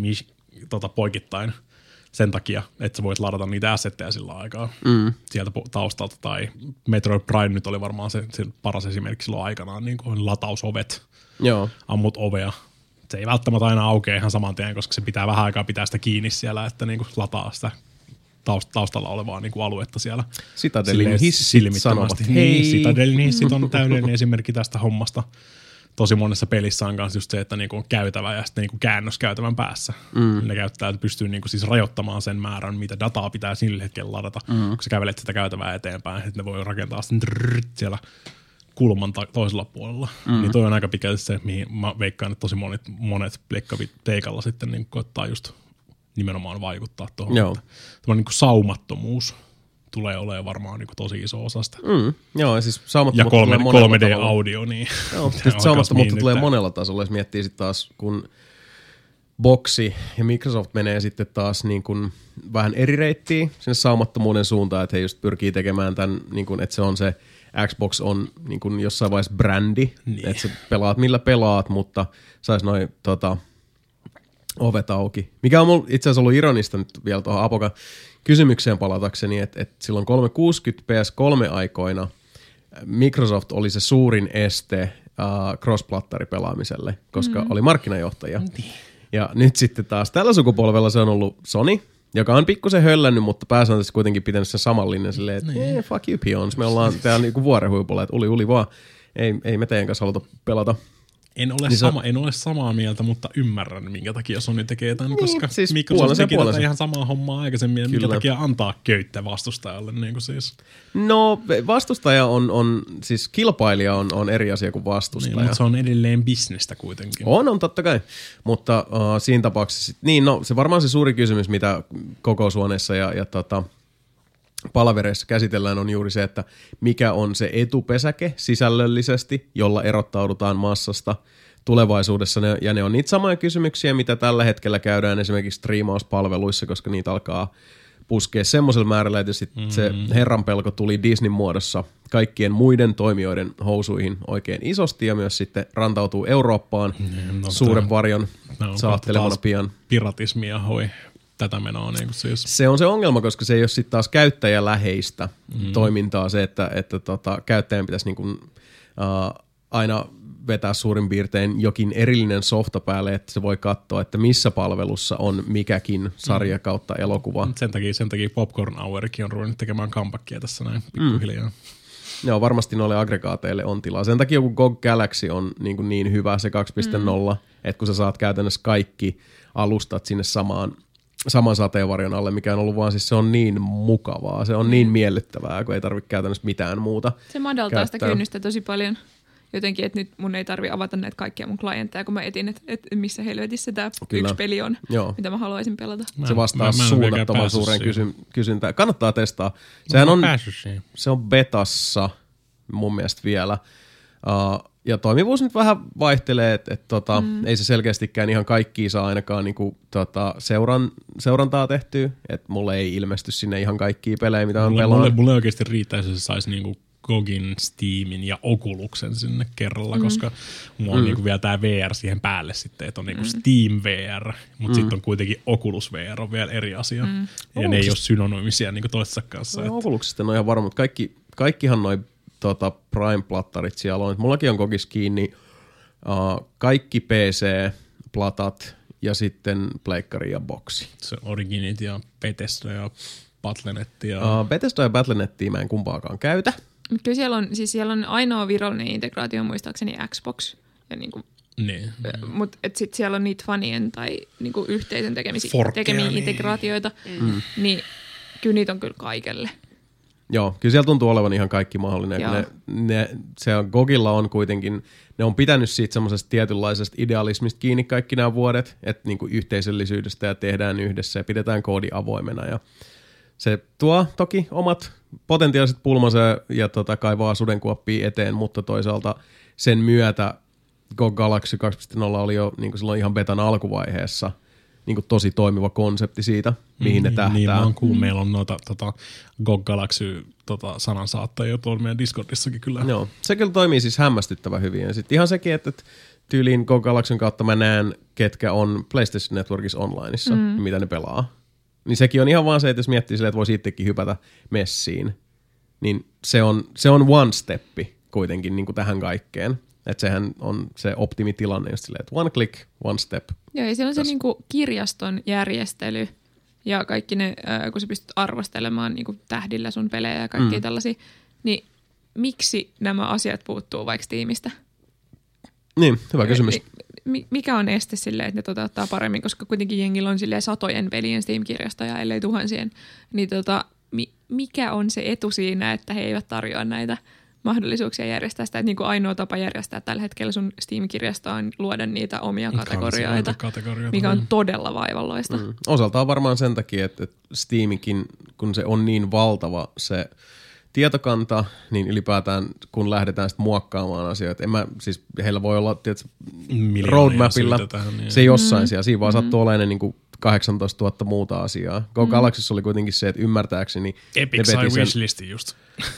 poikittain sen takia, että sä voit ladata niitä assetteja sillä aikaa sieltä taustalta. Tai Metroid Prime nyt oli varmaan se paras esimerkki silloin aikanaan, niin kuin latausovet. Joo. Ammut ovea. Se ei välttämättä aina aukea ihan saman tien, koska se pitää vähän aikaa pitää sitä kiinni siellä, että niin kuin lataa sitä taustalla olevaa niin kuin aluetta siellä. Citadelin hissit sanovat hei. Niin, Citadelin hissit on täydellinen esimerkki tästä hommasta. Tosi monessa pelissä on myös just se, että niinku on käytävä ja sitten niinku käännös käytävän päässä. Ne käyttäjät pystyy niinku siis rajoittamaan sen määrän, mitä dataa pitää sillä hetkellä ladata, kun sä kävelet sitä käytävää eteenpäin, että ne voi rakentaa sitten siellä kulman toisella puolella. Niin toi on aika pitkälti se, mihin mä veikkaan, että tosi monet pleikkateikalla sitten niinku koittaa just nimenomaan vaikuttaa tuohon. Tämmöinen niinku saumattomuus tulee olemaan varmaan niin tosi iso osa sitä. Joo, ja siis saumattomuutta tulee monella 3D-audio, niin. Joo, saumattomuutta tulee monella tasolla, jos miettii sitten taas, kun Boxi ja Microsoft menee sitten taas niin kuin vähän eri reittiin sinne saumattomuuden suuntaan, että he just pyrkii tekemään tämän, niin kuin, että se on se Xbox on niin kuin jossain vaiheessa brändi, että sä pelaat millä pelaat, mutta sais noin ovet auki. Mikä on mulla itse asiassa ollut ironista nyt vielä tuohon Apokan kysymykseen palatakseni, että silloin 360 PS3-aikoina Microsoft oli se suurin este cross-plattaripelaamiselle, koska oli markkinajohtaja. Ja nyt sitten taas tällä sukupolvella se on ollut Sony, joka on pikkusen höllännyt, mutta pääsääntöisesti kuitenkin pitänyt sen saman linjan silleen, että fuck you peons, me ollaan täällä niinku vuorenhuipulla, että uli vaan, ei me teidän kanssa haluta pelata. En ole samaa mieltä, mutta ymmärrän, minkä takia Sony tekee tämän, koska siis Microsoft teki tätä ihan samaa hommaa aikaisemmin, ja minkä takia antaa köyttä vastustajalle. Niin kuin siis. No vastustaja on siis kilpailija on eri asia kuin vastustaja. Niin, mutta se on edelleen bisnestä kuitenkin. On totta kai, mutta siinä tapauksessa, niin no se varmaan se suuri kysymys, mitä kokoushuoneessa ja palavereissa käsitellään on juuri se, että mikä on se etupesäke sisällöllisesti, jolla erottaudutaan massasta tulevaisuudessa. Ja ne on niitä samoja kysymyksiä, mitä tällä hetkellä käydään esimerkiksi striimauspalveluissa, koska niitä alkaa puskea semmoisella määrällä, että sit se herranpelko tuli Disneyn muodossa kaikkien muiden toimijoiden housuihin oikein isosti ja myös sitten rantautuu Eurooppaan suuren varjon saattelemana pian. Piratismia hoi tätä menoa. Niin siis. Se on se ongelma, koska se ei ole sitten taas käyttäjäläheistä toimintaa se, että käyttäjän pitäisi niin kuin, aina vetää suurin piirtein jokin erillinen softa päälle, että se voi katsoa, että missä palvelussa on mikäkin sarja kautta elokuva. Sen takia Popcorn Hourkin on ruvennut tekemään comebackia tässä näin pikkuhiljaa. Joo, varmasti noille aggregaateille on tilaa. Sen takia kun GOG Galaxy on niin hyvä se 2.0, että kun sä saat käytännössä kaikki alustat sinne saman sateenvarjon alle, mikä on ollut vaan siis se on niin mukavaa, se on niin miellyttävää, kun ei tarvitse käytännössä mitään muuta. Se madaltaa sitä kynnystä tosi paljon. Jotenkin, että nyt mun ei tarvi avata näitä kaikkia mun klientteja, kun mä etin, että missä helvetissä tämä yksi peli on, mitä mä haluaisin pelata. Se vastaa suunnattoman suureen kysyntään. Kannattaa testaa. Se on betassa mun mielestä vielä. Ja toimivuus nyt vähän vaihtelee, että ei se selkeästikään ihan kaikkia saa ainakaan niinku, seurantaa tehtyä. Että mulle ei ilmesty sinne ihan kaikkia pelejä, mitä on pelannut. Mulle oikeasti riittäisi, että se saisi niinku GOGin, Steamin ja Oculusen sinne kerralla, koska mulla on niinku vielä tää VR siihen päälle sitten, että on niinku Steam VR, mutta sitten on kuitenkin Oculus VR on vielä eri asia. Ja ne ei ole synonyymisiä niinku toistensa kanssa. No, Oculuksesta on ihan varma, mutta kaikkihan noi Prime-plattarit siellä on. Mullakin on GOGissa kiinni kaikki PC-platat ja sitten pleikkari ja boksi. Se Originit ja Bethesda ja Battle.net. Bethesda ja Battle.netia mä en kumpaakaan käytä. Kyllä siellä on ainoa virallinen integraatio muistaakseni Xbox. Ja niinku, mutta sitten siellä on niitä fanien tai niinku yhteisön tekemiä integraatioita, niin kyllä niitä on kyllä kaikelle. Joo, kyllä siellä tuntuu olevan ihan kaikki mahdollinen. GOGilla on kuitenkin, ne on pitänyt siitä semmoisesta tietynlaisesta idealismista kiinni kaikki nämä vuodet, että niinku yhteisöllisyydestä ja tehdään yhdessä ja pidetään koodi avoimena. Ja se tuo toki omat potentiaaliset pulmansa ja kaivaa sudenkuoppia eteen, mutta toisaalta sen myötä GOG Galaxy 2.0 oli jo niin silloin ihan betan alkuvaiheessa niin tosi toimiva konsepti siitä, mihin ne tähtää. Niin, vaan kun meillä on noita GOG Galaxy sanansaattajia tuolla meidän Discordissakin kyllä. Joo, se kyllä toimii siis hämmästyttävän hyvin. Ja sitten ihan sekin, että tyyliin GOG Galaxyn kautta mä näen, ketkä on PlayStation Networkissa onlineissa, mitä ne pelaa. Niin sekin on ihan vaan se, että jos miettii silleen, että voisi itsekin hypätä messiin, niin se on one steppi kuitenkin niin kuin tähän kaikkeen. Että sehän on se optimitilanne just silleen, että one click, one step. Joo, ja siellä on se niin kuin kirjaston järjestely ja kaikki ne, kun sä pystyt arvostelemaan niin kuin tähdillä sun pelejä ja kaikkia tällaisia, niin miksi nämä asiat puuttuu vaikka tiimistä? Niin, hyvä kysymys. Mikä on este silleen, että ne toteuttaa paremmin, koska kuitenkin jengillä on silleen satojen pelien Steam-kirjastoja, ellei tuhansien, niin mikä on se etu siinä, että he eivät tarjoa näitä mahdollisuuksia järjestää sitä, että niin kuin ainoa tapa järjestää tällä hetkellä sun Steam-kirjastoa on luoda niitä omia kategorioita, mikä on todella vaivalloista. Osaltaan varmaan sen takia, että Steamikin, kun se on niin valtava se tietokanta, niin ylipäätään kun lähdetään sitten muokkaamaan asioita, siis heillä voi olla tietysti roadmapilla se jossain siellä, siinä vaan sattuu olemaan niin kuin 18 000 muuta asiaa. GOG Galaxyssa oli kuitenkin se, että ymmärtääkseni Epic sai wishlistin just.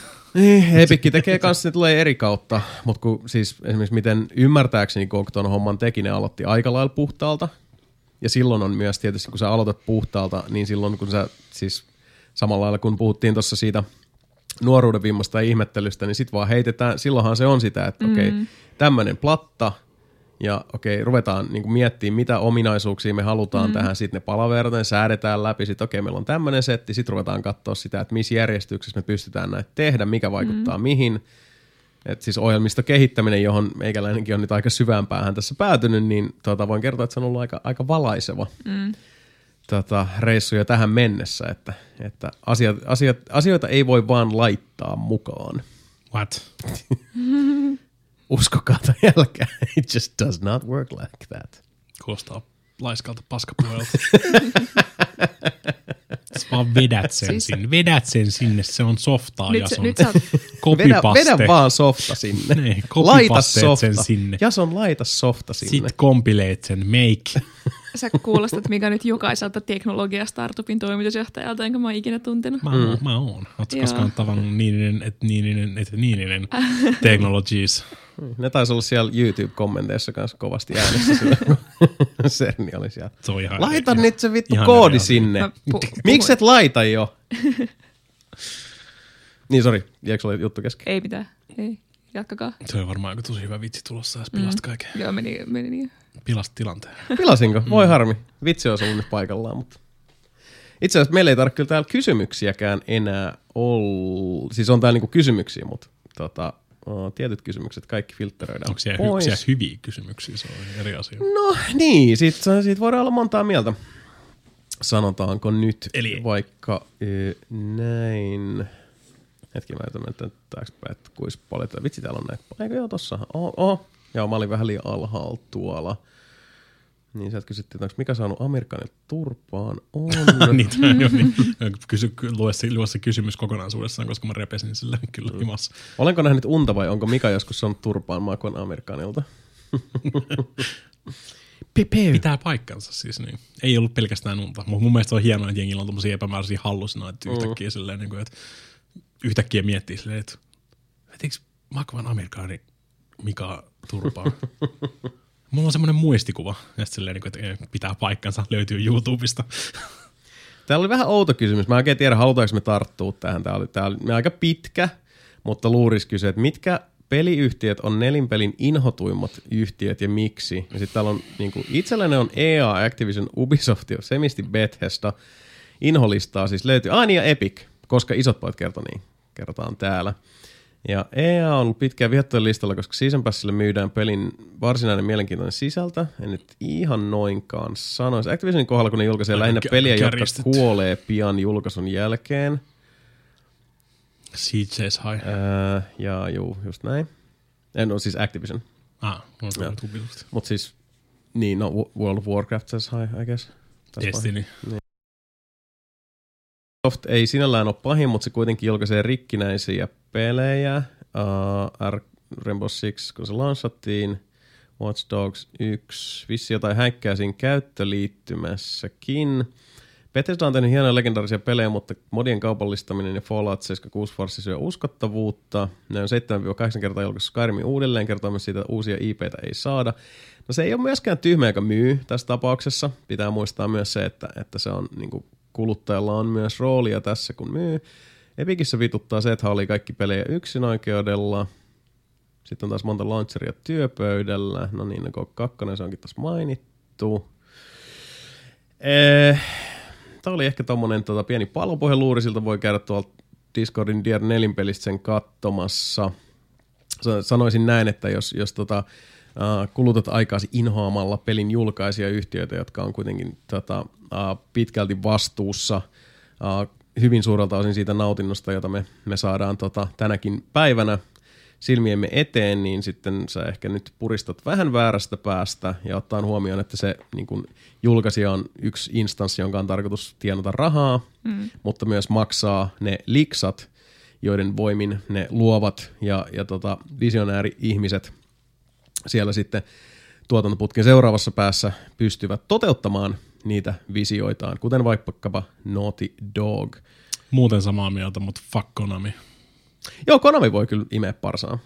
Epic tekee kanssa, ne tulee eri kautta, mutta kun siis esimerkiksi miten ymmärtääkseni GOG ton homman teki, ne aloitti aika lailla puhtaalta. Ja silloin on myös tietysti, kun sä aloitat puhtaalta, niin silloin kun sä siis samalla lailla kun puhuttiin tuossa siitä nuoruuden vimmasta ja ihmettelystä, niin sit vaan heitetään, silloinhan se on sitä, että okei, tämmönen platta, ja okei, ruvetaan niin miettimään, mitä ominaisuuksia me halutaan tähän, sitten ne palavertaan, säädetään läpi, sitten okei, meillä on tämmöinen setti, sitten ruvetaan katsoa sitä, että missä järjestyksessä me pystytään näitä tehdä, mikä vaikuttaa mihin. Et siis ohjelmiston kehittäminen, johon meikäläinenkin on nyt aika syvään päähän tässä päätynyt, niin voin kertoa, että se on ollut aika valaiseva reissu jo tähän mennessä, että asioita ei voi vaan laittaa mukaan. What? Uskokaa tai älkää, it just does not work like that. Kuulostaa laiskalta paskapuolelta. Vaan vedät sen sinne, se on softaa ja se on copypaste. Vedä vaan softa sinne. Niin, laita softa. sen sinne. Jason, laita softa sinne. Sitten kompileet sen, make. Sä kuulostat, mikä nyt jokaiselta teknologia-startupin toimitusjohtajalta, enkä mä oon ikinä tuntenut. Mä oon. Ootko koskaan tavannut Niininen Technologies? Ne taisi olla siellä YouTube-kommenteissa kanssa kovasti äänessä silloin, kun Serni oli siellä. Se on ihan Laita nyt se vittu ihan koodi eri sinne. Mä Miksi et laita jo? Niin, sori. Jäikö sulla juttu kesken? Ei mitään. Ei. Jatkakaa. Se on varmaan aika tosi hyvä vitsi tulossa, jos pilast kaiken. Joo, meni niin. Pilast tilanteen. Pilasinko? Voi harmi. Vitsi olisi ollut nyt paikallaan, mutta... Itse asiassa meillä ei tarvitse kyllä täällä kysymyksiäkään enää olla. Siis on täällä niinku kysymyksiä, mutta tietyt kysymykset kaikki filtteröidään Onko siellä, pois. siellä hyviä kysymyksiä? Se on eri asia. No niin, siitä voidaan olla montaa mieltä. Sanotaanko nyt Eli... vaikka näin... Hetki mä yritän mennä taaksepäin, että kuinka paljon. Vitsi, täällä on näitä. Eikö joo, tossa. Joo, mä olin vähän liian alhaalla tuolla. Niin sieltä kysyttiin, että onko Mika saanut Amerikanilta turpaan? On. Lue se kysymys kokonaisuudessaan, koska mä repesin sillä kyllä himassa. Olenko nähnyt unta vai onko Mika joskus saanut turpaan makon Amerikanilta? Pitää paikkansa siis niin. Ei ollut pelkästään unta. Mun mielestä on hienoa, että jengillä on tommosia epämääräisiä hallusinoita yhtäkkiä silleen, niin kuin, että yhtäkkiä miettii silleen, että vetikö makvan Amerikaani Mika turpaan? Mulla on semmoinen muistikuva, että silleen, että pitää paikkansa, löytyy YouTubesta. Täällä oli vähän outo kysymys. Mä oikein tiedä, halutaanko me tarttua tähän. Tää oli aika pitkä, mutta luuris kysyi, että mitkä peliyhtiöt on nelinpelin inhotuimmat yhtiöt ja miksi? Ja sitten täällä on niinku, itselläni on EA, Activision, Ubisoft ja semisti Bethesda. Inholistaa siis löytyy. Niin ja Epic, koska isot pojat kertoo niin. Kerrotaan täällä. Ja EA on ollut pitkään vihattujen listalla, koska Season Passille myydään pelin varsinainen mielenkiintoinen sisältö. En nyt ihan noinkaan sanoisi. Activisionin kohdalla, kun ne julkaisee lähinnä peliä, jotka kuolee pian julkaisun jälkeen. CJ's High. Ja juu, just näin. No siis Activision. Mutta siis, niin, no World of Warcraft says high, I guess. Destiny. Niin. Soft ei sinällään ole pahin, mutta se kuitenkin julkaisee rikkinäisiä pelejä. Rainbow Six, kun se lansattiin. Watch Dogs 1. Vissi jotain häikkää siinä käyttöliittymässäkin. Bethesda on tehnyt hienoja legendaarisia pelejä, mutta modien kaupallistaminen ja Fallout 76 Farsi syö uskottavuutta. Ne on 7-8 kertaa julkaissut Skyrimin uudelleen, kertoo myös siitä, että uusia IP:tä ei saada. No se ei ole myöskään tyhmä, joka myy tässä tapauksessa. Pitää muistaa myös se, että se on niin kuin kuluttajalla on myös roolia tässä, kun myy. Epicissä vituttaa se, että hallii kaikki pelejä yksin oikeudella. Sitten on taas monta launcheria työpöydällä. No niin, K2, se onkin taas mainittu. Tämä oli ehkä tommonen pieni palopuheluuri, siltä voi käydä tuolta Discordin Dier 4 pelistä sen katsomassa. Sanoisin näin, että jos kulutat aikaasi inhoamalla pelin julkaisijayhtiöitä, jotka on kuitenkin pitkälti vastuussa hyvin suurelta osin siitä nautinnosta, jota me saadaan tänäkin päivänä silmiemme eteen, niin sitten sä ehkä nyt puristat vähän väärästä päästä ja ottaa huomioon, että se niin kun julkaisija on yksi instanssi, jonka on tarkoitus tienata rahaa, mutta myös maksaa ne liksat, joiden voimin ne luovat ja visionääri-ihmiset siellä sitten tuotantoputken seuraavassa päässä pystyvät toteuttamaan niitä visioitaan, kuten vaikkapa Naughty Dog. Muuten samaa mieltä, mutta fuck Konami. Joo, Konami voi kyllä imeä parsaa.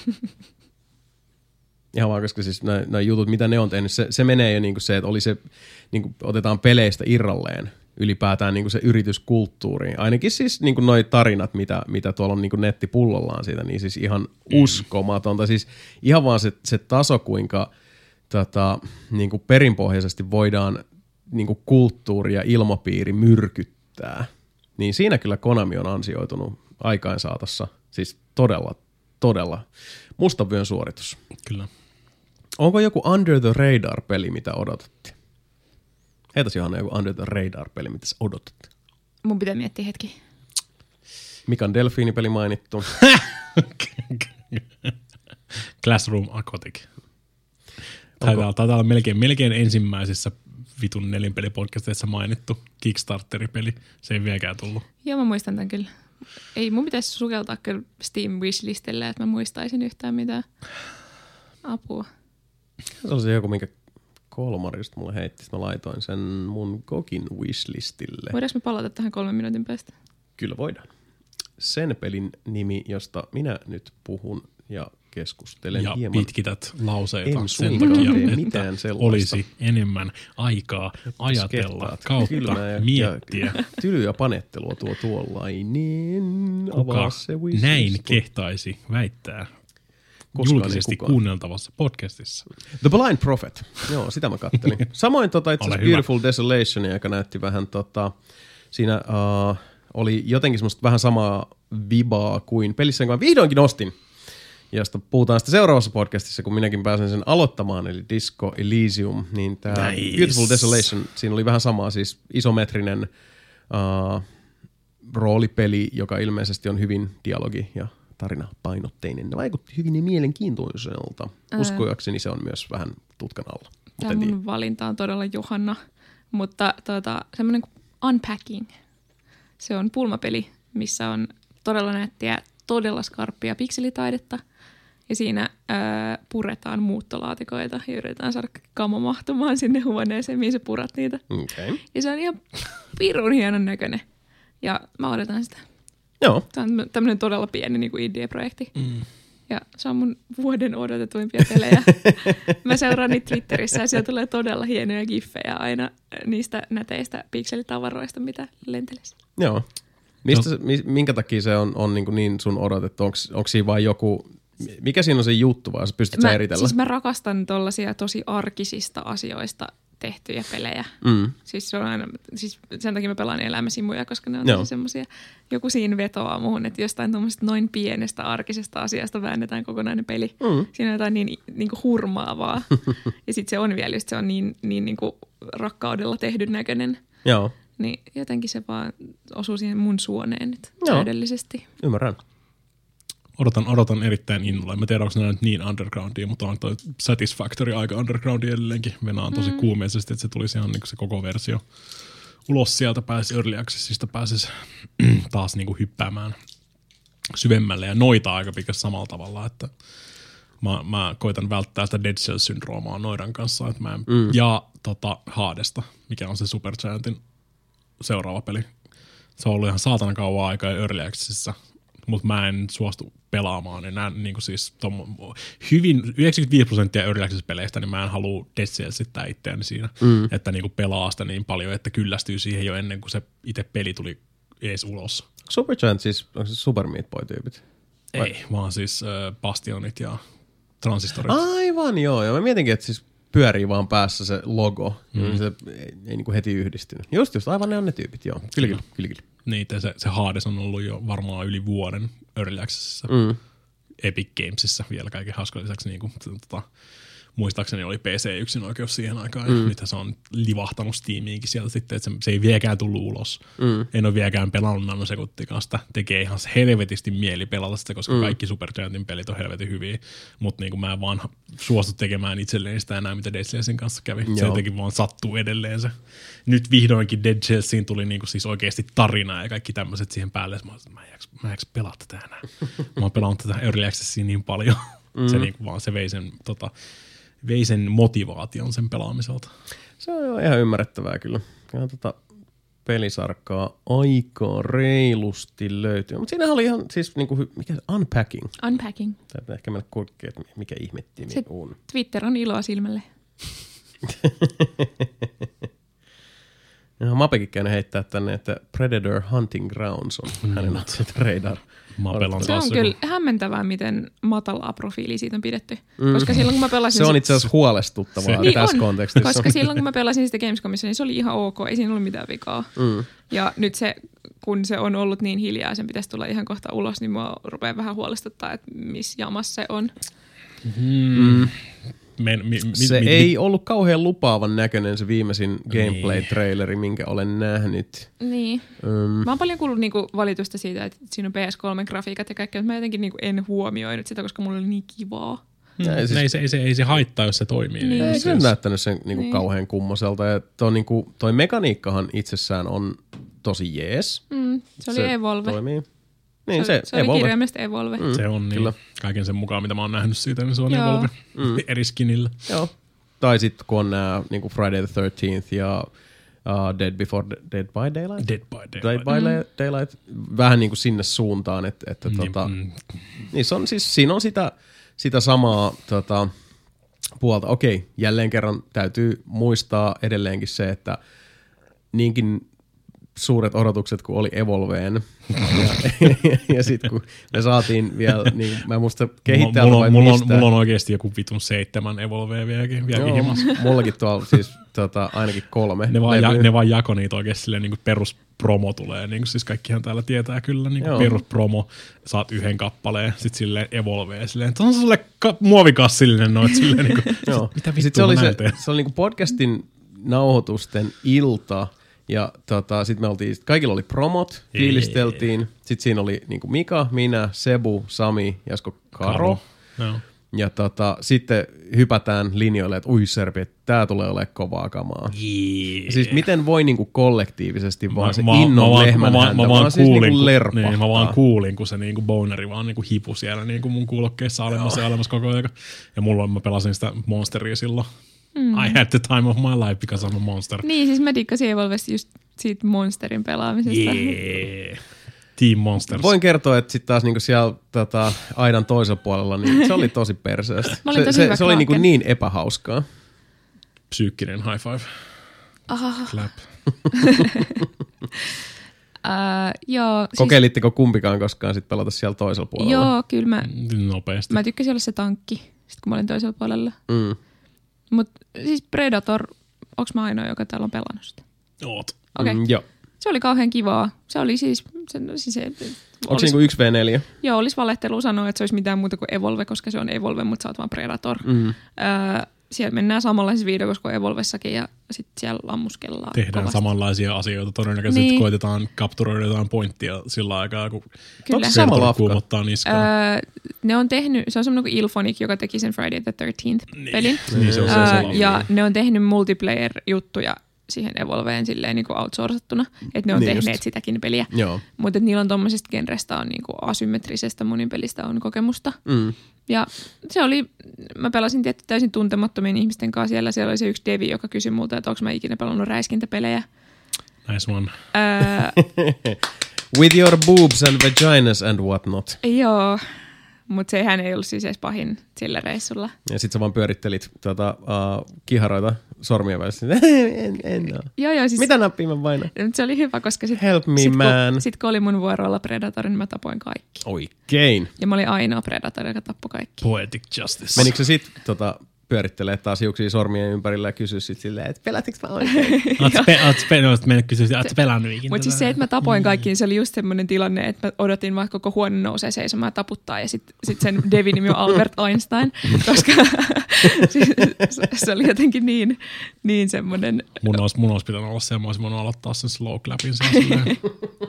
Ihan vaan, koska siis nämä jutut, mitä ne on tehnyt, se menee jo niinku se, että oli se, niinku otetaan peleistä irralleen ylipäätään niinku se yrityskulttuuri. Ainakin siis niinku noi tarinat, mitä tuolla on niinku nettipullollaan siitä, niin siis ihan uskomatonta. Siis ihan vaan se taso, kuinka niinku perinpohjaisesti voidaan niinku kulttuuri ja ilmapiiri myrkyttää. Niin siinä kyllä Konami on ansioitunut aikaansaatossa. Siis todella mustavyön suoritus. Kyllä. Onko joku Under the Radar-peli, mitä odotatte? Heitäs Johanna joku Under the Radar-peli, mitä sä odotatte? Mun pitää miettiä hetki. Mikan delfiinipeli mainittu. Classroom Aquatic. Taitaa olla melkein ensimmäisessä vitun nelinpelipodcasteissa mainittu Kickstarteri-peli. Se ei vieläkään tullut. Joo, mä muistan tämän kyllä. Ei, mun pitäisi sukeltaa kyllä Steam Wishlistille, että mä muistaisin yhtään mitään apua. Se on se joku, minkä Kolmari just mulle heitti, mä laitoin sen mun Gogin wishlistille. Voidaanko me palata tähän 3 minuutin päästä? Kyllä voidaan. Sen pelin nimi, josta minä nyt puhun ja keskustelen ja hieman. pitkität lauseita En sen suinkaan takia, tee että mitään sellaista. olisi enemmän aikaa ajatella kautta miettiä. Tylyä panettelua tuollainen. Kuka Avaa se wishlist. näin kehtaisi väittää Koskaan julkisesti ei kukaan. kuunneltavassa podcastissa. The Blind Prophet. Joo, sitä mä kattelin. Samoin itse asiassa hyvä. Beautiful Desolation, joka näytti vähän siinä oli jotenkin semmoista vähän samaa vibaa kuin pelissä, jonka mä vihdoinkin ostin. Josta puhutaan sitten seuraavassa podcastissa, kun minäkin pääsen sen aloittamaan, eli Disco Elysium. Niin tämä Nice. Beautiful Desolation, siinä oli vähän samaa, siis isometrinen roolipeli, joka ilmeisesti on hyvin dialogi- ja tarinapainotteinen. Ne vaikutti hyvin ja mielenkiintoiselta. Uskoakseni se on myös vähän tutkan alla. Tämä mun valinta on todella Johanna, mutta semmoinen kuin Unpacking. Se on pulmapeli, missä on todella nättiä, todella skarppia pikselitaidetta. Ja siinä puretaan muuttolaatikoita ja yritetään saada kamo mahtumaan sinne huoneeseen, mihin sä purat niitä. Okay. Ja se on ihan pirun hienon näköinen. Ja mä odotan sitä. Joo. Tämä on tämmöinen todella pieni niin kuin indie-projekti. Ja se on mun vuoden odotetuimpia pelejä. Mä seuraan niitä Twitterissä ja siellä tulee todella hienoja giffejä aina niistä näteistä pikselitavaroista, mitä lentelisi. Joo. Minkä takia se on niin sun odotettu? Onko siinä vain joku, mikä siinä on se juttu, vai pystyt sä eritellä? Siis mä rakastan tollaisia tosi arkisista asioista tehtyjä pelejä. Siis se on aina, siis sen takia mä pelaan elämäsimuja, koska ne on tosi semmosia, joku siinä vetoaa muhun, että jostain tuommoista noin pienestä arkisesta asiasta väännetään kokonainen peli. Siinä on jotain niin kuin hurmaavaa. Ja sit se on vielä just, se on niin kuin rakkaudella tehdyn näköinen. Joo. Niin jotenkin se vaan osuu siihen mun suoneen nyt täydellisesti. Ymmärrän. Odotan erittäin innolla. Mä tiedän, onko nämä nyt niin undergroundia, mutta on toi Satisfactory aika undergroundia edelleenkin. Venaan tosi kuumeisesti, että se tulisi ihan niin kuin se koko versio ulos sieltä, pääsisi Early Accessista, pääsisi taas niin kuin hyppäämään syvemmälle ja noita aika pitkästi samalla tavalla, että mä koitan välttää sitä Dead Cells-syndroomaa noidan kanssa, että mä en, ja Hadesta, mikä on se Supergiantin seuraava peli. Se on ollut ihan saatana kauan aikaa Early Accessissa, mutta mä en suostu pelaamaan. Ja nää, niin siis hyvin 95% Early Access-peleistä, niin mä en halua Dead Cellsittää itseäni siinä, että niin pelaa sitä niin paljon, että kyllästyy siihen jo ennen kuin se itse peli tuli ees ulos. Supergiant siis, onko se Super Meat Boy-tyypit? Ei, vaan siis Bastionit ja Transistorit. Aivan, joo. Mä mietinkin, että siis pyörii vaan päässä se logo. Se ei niinku heti yhdistynyt. Just, aivan ne on ne tyypit, joo. Kyllä. Niin, se Hades on ollut jo varmaan yli vuoden Early Accessissa. Epic Gamesissa vielä kaiken hauskan lisäksi. Niin kuin, muistaakseni oli PC-yksin oikeus siihen aikaan. Ja nythän se on livahtanut Steamiinkin sieltä sitten, että se ei vieläkään tullut ulos. En ole vieläkään pelannut nanosekuntikaan sitä. Tekee ihan helvetisti mieli pelata sitä, koska kaikki Supergiantin pelit on helvetin hyviä. Mutta niin mä en vaan suostu tekemään itselleen sitä enää, mitä Dead Cellsin kanssa kävi. Se jotenkin vaan sattuu edelleen se. Nyt vihdoinkin Dead Cellsiin tuli niin kuin siis oikeasti tarina ja kaikki tämmöiset siihen päälle. Mä en jaksa pelaa tätä enää. Mä oon pelannut tätä Early Accessia niin paljon. Se niin kuin vaan se vei sen motivaation sen pelaamiselta. Se on ihan ymmärrettävää kyllä. Pelisarkkaa aika reilusti löytyy. Mutta siinähän oli ihan siis niinku, mikä se Unpacking. Unpacking. Täytyy ehkä mennä kurkkiin, että mikä ihmettiin se on. Twitter on iloa silmälle. Mapekin käynyt heittää tänne, että Predator Hunting Grounds on hänen radar. Se on kyllä hämmentävää, miten matalaa profiilia siitä on pidetty. Koska silloin, kun mä pelasin... Se on itse asiassa huolestuttavaa niin tässä kontekstissa. Koska silloin, kun mä pelasin sitä Gamescomissa, niin se oli ihan ok. Ei siinä ollut mitään vikaa. Ja nyt se, kun se on ollut niin hiljaa, sen pitäisi tulla ihan kohta ulos, niin mua rupeaa vähän huolestuttaa, että missä jamassa se on. Se ei ollut kauhean lupaavan näköinen se viimeisin gameplay-traileri, minkä olen nähnyt. Niin. Mä oon paljon kuullut niinku valitusta siitä, että siinä on PS3-grafiikat ja kaikkea, mutta mä jotenkin niinku en huomioinut sitä, koska mulla oli niin kivaa. Ei se haittaa, jos se toimii. Niin. Ei se näyttänyt sen niinku kauhean kummoselta. Ja toi mekaniikkahan itsessään on tosi jees. Se oli Evolve. Toimii. Niin, se oli kirjaimellisesti Evolve. Se on niin. Kyllä. Kaiken sen mukaan, mitä mä oon nähnyt siitä, niin se on Evolve eri skinillä. Joo. tai sitten kun on nämä niinku Friday the 13th ja Dead by Daylight? Dead by Daylight. Vähän niinku sinne suuntaan, että niin se on siis, siinä on sitä samaa puolta. Okei, jälleen kerran täytyy muistaa edelleenkin se, että niinkin suuret odotukset kuin oli Evolveen. ja sitten kun me saatiin vielä, niin mä muista kehittäjältä vai mistä. Mulla on oikeasti joku vitun 7 Evolvea vieläkin himassa. Mullakin tuolla siis ainakin 3. Ne vaan jako niitä oikeasti silleen niin kuin peruspromo tulee. Niin kuin siis kaikkihan täällä tietää kyllä niin kuin peruspromo. Saat yhden kappaleen, sit silleen Evolvea silleen. On sulle muovikassillinen noit silleen niin kuin, mitä vittua mä näin teen? Se oli niin kuin podcastin nauhoitusten ilta. Ja sitten me oltiin, kaikilla oli promot, fiilisteltiin. Sitten siinä oli niinku Mika, minä, Sebu, Sami, Jasko, Karo. No. Ja sitten hypätään linjoille, että Serbi, että tää tulee olemaan kovaa kamaa. Siis miten voi niinku kollektiivisesti vaan se innon lehmän häntä, vaan siis niinku lerpahtaa. Niin, mä vaan kuulin, kun se niinku boneri vaan niinku hipu siellä niinku mun kuulokkeissa alemmas ja alemmas koko ajan. Ja mä pelasin sitä Monsteria silloin. I had the time of my life because I'm a monster. Niin, siis mä dikkasin Evolvesta just siitä Monsterin pelaamisesta. Yeah. Team Monsters. Voin kertoa, että sitten taas niinku siellä aidan toisella puolella, niin se oli tosi perseestä. Se oli niinku niin epähauskaa. Psyykkinen high five. Clap. Joo, siis, kokeilitteko kumpikaan koskaan sit pelata siellä toisella puolella? Joo, kyllä Nopeasti. Mä tykkäsin olla se tankki, sit kun mä olin toisella puolella. Mut siis Predator, onks mä ainoa, joka täällä on pelannut sitä? Oot. Okei. Joo. Se oli kauhean kivaa. Se oli siis... Onko se niinku 1v4? Joo, olisi valehtelu sanoa, että se olisi mitään muuta kuin Evolve, koska se on Evolve, mutta sä oot vaan Predator. Siellä mennään samanlaisissa viidokossa kuin Evolvessakin ja sitten siellä ammuskellaan tehdään kovasti samanlaisia asioita. Todennäköisesti niin koitetaan kapturoida jotain pointtia sillä aikaa, kun Sertor kuumottaa niskaa. Ne on tehnyt, se on semmoinen kuin Ilphonic, joka teki sen Friday the 13th-pelin. Niin, se on ja ne on tehnyt multiplayer-juttuja siihen Evolveen silleen niin kuin outsourcattuna, että ne on tehneet just sitäkin peliä. Mutta niillä on tommosesta genrestä on niin kuin asymmetrisestä monin pelistä on kokemusta. Ja se oli, mä pelasin täysin tuntemattomien ihmisten kanssa siellä. Siellä oli se yksi devi, joka kysyi multa, että onko mä ikinä pelannut räiskintäpelejä. Nice one. With your boobs and vaginas and whatnot. Joo. Mutta sehän ei ollut siis edes pahin sillä reissulla. Ja sit sä vaan pyörittelit kiharoita sormien välissä. En oo. Joo, siis mitä nappia mä painan? Se oli hyvä, koska help me, man. Sit kun oli mun vuoro olla Predator, niin mä tapoin kaikki. Oikein. Ja mä olin ainoa Predator, joka tappoi kaikki. Poetic justice. Menikö se sit pyörittelee taas hiuksia sormien ympärillä ja kysyä sit silleen, että pelatteko mä oikein? Ootko pelannut ikinä? Mutta siis se, että mä tapoin kaikki, niin se oli just semmoinen tilanne, että mä odotin vaikka koko huone nousee seisomaan ja taputtaa ja sit sen devin nimi on Albert Einstein, koska se oli jotenkin niin semmoinen. Mun olisi pitänyt olla se, mä olisin voinut aloittaa sen slow clapin sen.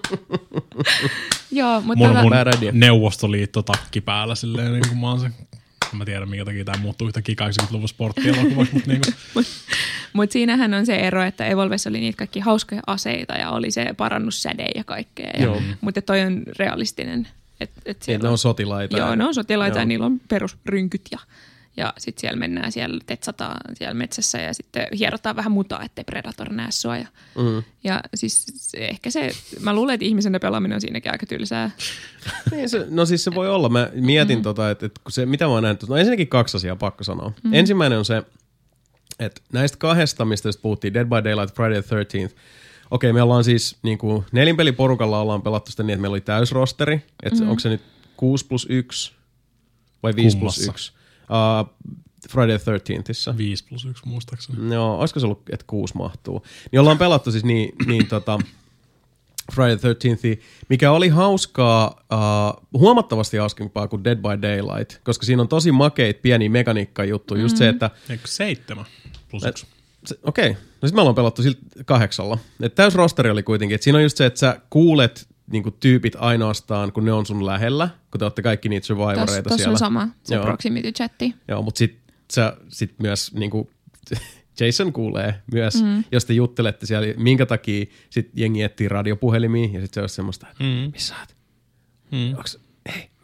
Joo, mutta mun Neuvostoliitto takki päällä silleen, niin kuin mä oon se. Mä tiedän, minkä takia tämä muuttuu yhtäkkiä 80-luvun sporttielokuvaksi. Mutta siinähän on se ero, että Evolvessa oli niitä kaikki hauskoja aseita ja oli se parannussäde ja kaikkea. Mutta toi on realistinen. Ne on sotilaita. Joo, ne on sotilaita ja niillä on perusrynkyt ja sitten siellä mennään, siellä tetsataan siellä metsässä ja sitten hierotaan vähän mutaa, ettei Predator näe sua. Ja siis ehkä se, mä luulen, että ihmisen pelaaminen on siinäkin aika tylsää. No siis se voi olla. Mä mietin että se, mitä mä oon nähnyt. No ensinnäkin 2 asiaa, pakko sanoa. Ensimmäinen on se, että näistä 2, mistä puhuttiin, Dead by Daylight, Friday the 13th, okei, me ollaan siis niin kuin 4-peliporukalla ollaan pelattu sitä niin, että meillä oli täysrosteri. Että onko se nyt 6+1 vai 5+1? Friday the 13thissa. 5+1 muistaakseni. Joo, olisiko se ollut, että 6 mahtuu. Niin ollaan pelattu siis Friday the 13th, mikä oli hauskaa, huomattavasti hauskempaa kuin Dead by Daylight, koska siinä on tosi makeit pieniä mekaniikkajuttuja. Just se, että 7+1. Okei. No sit me ollaan pelattu siltä 8. Täysrosteri oli kuitenkin, että siinä on just se, että sä kuulet niinku tyypit ainoastaan, kun ne on sun lähellä, kun te olette kaikki niitä survivoreita siellä. Tuossa on sama, se proximity chatti. Joo, mutta sit myös niinku Jason kuulee myös, jos te juttelette siellä, minkä takia sit jengi etsii radiopuhelimiin ja sit se olisi semmoista, että missä oot?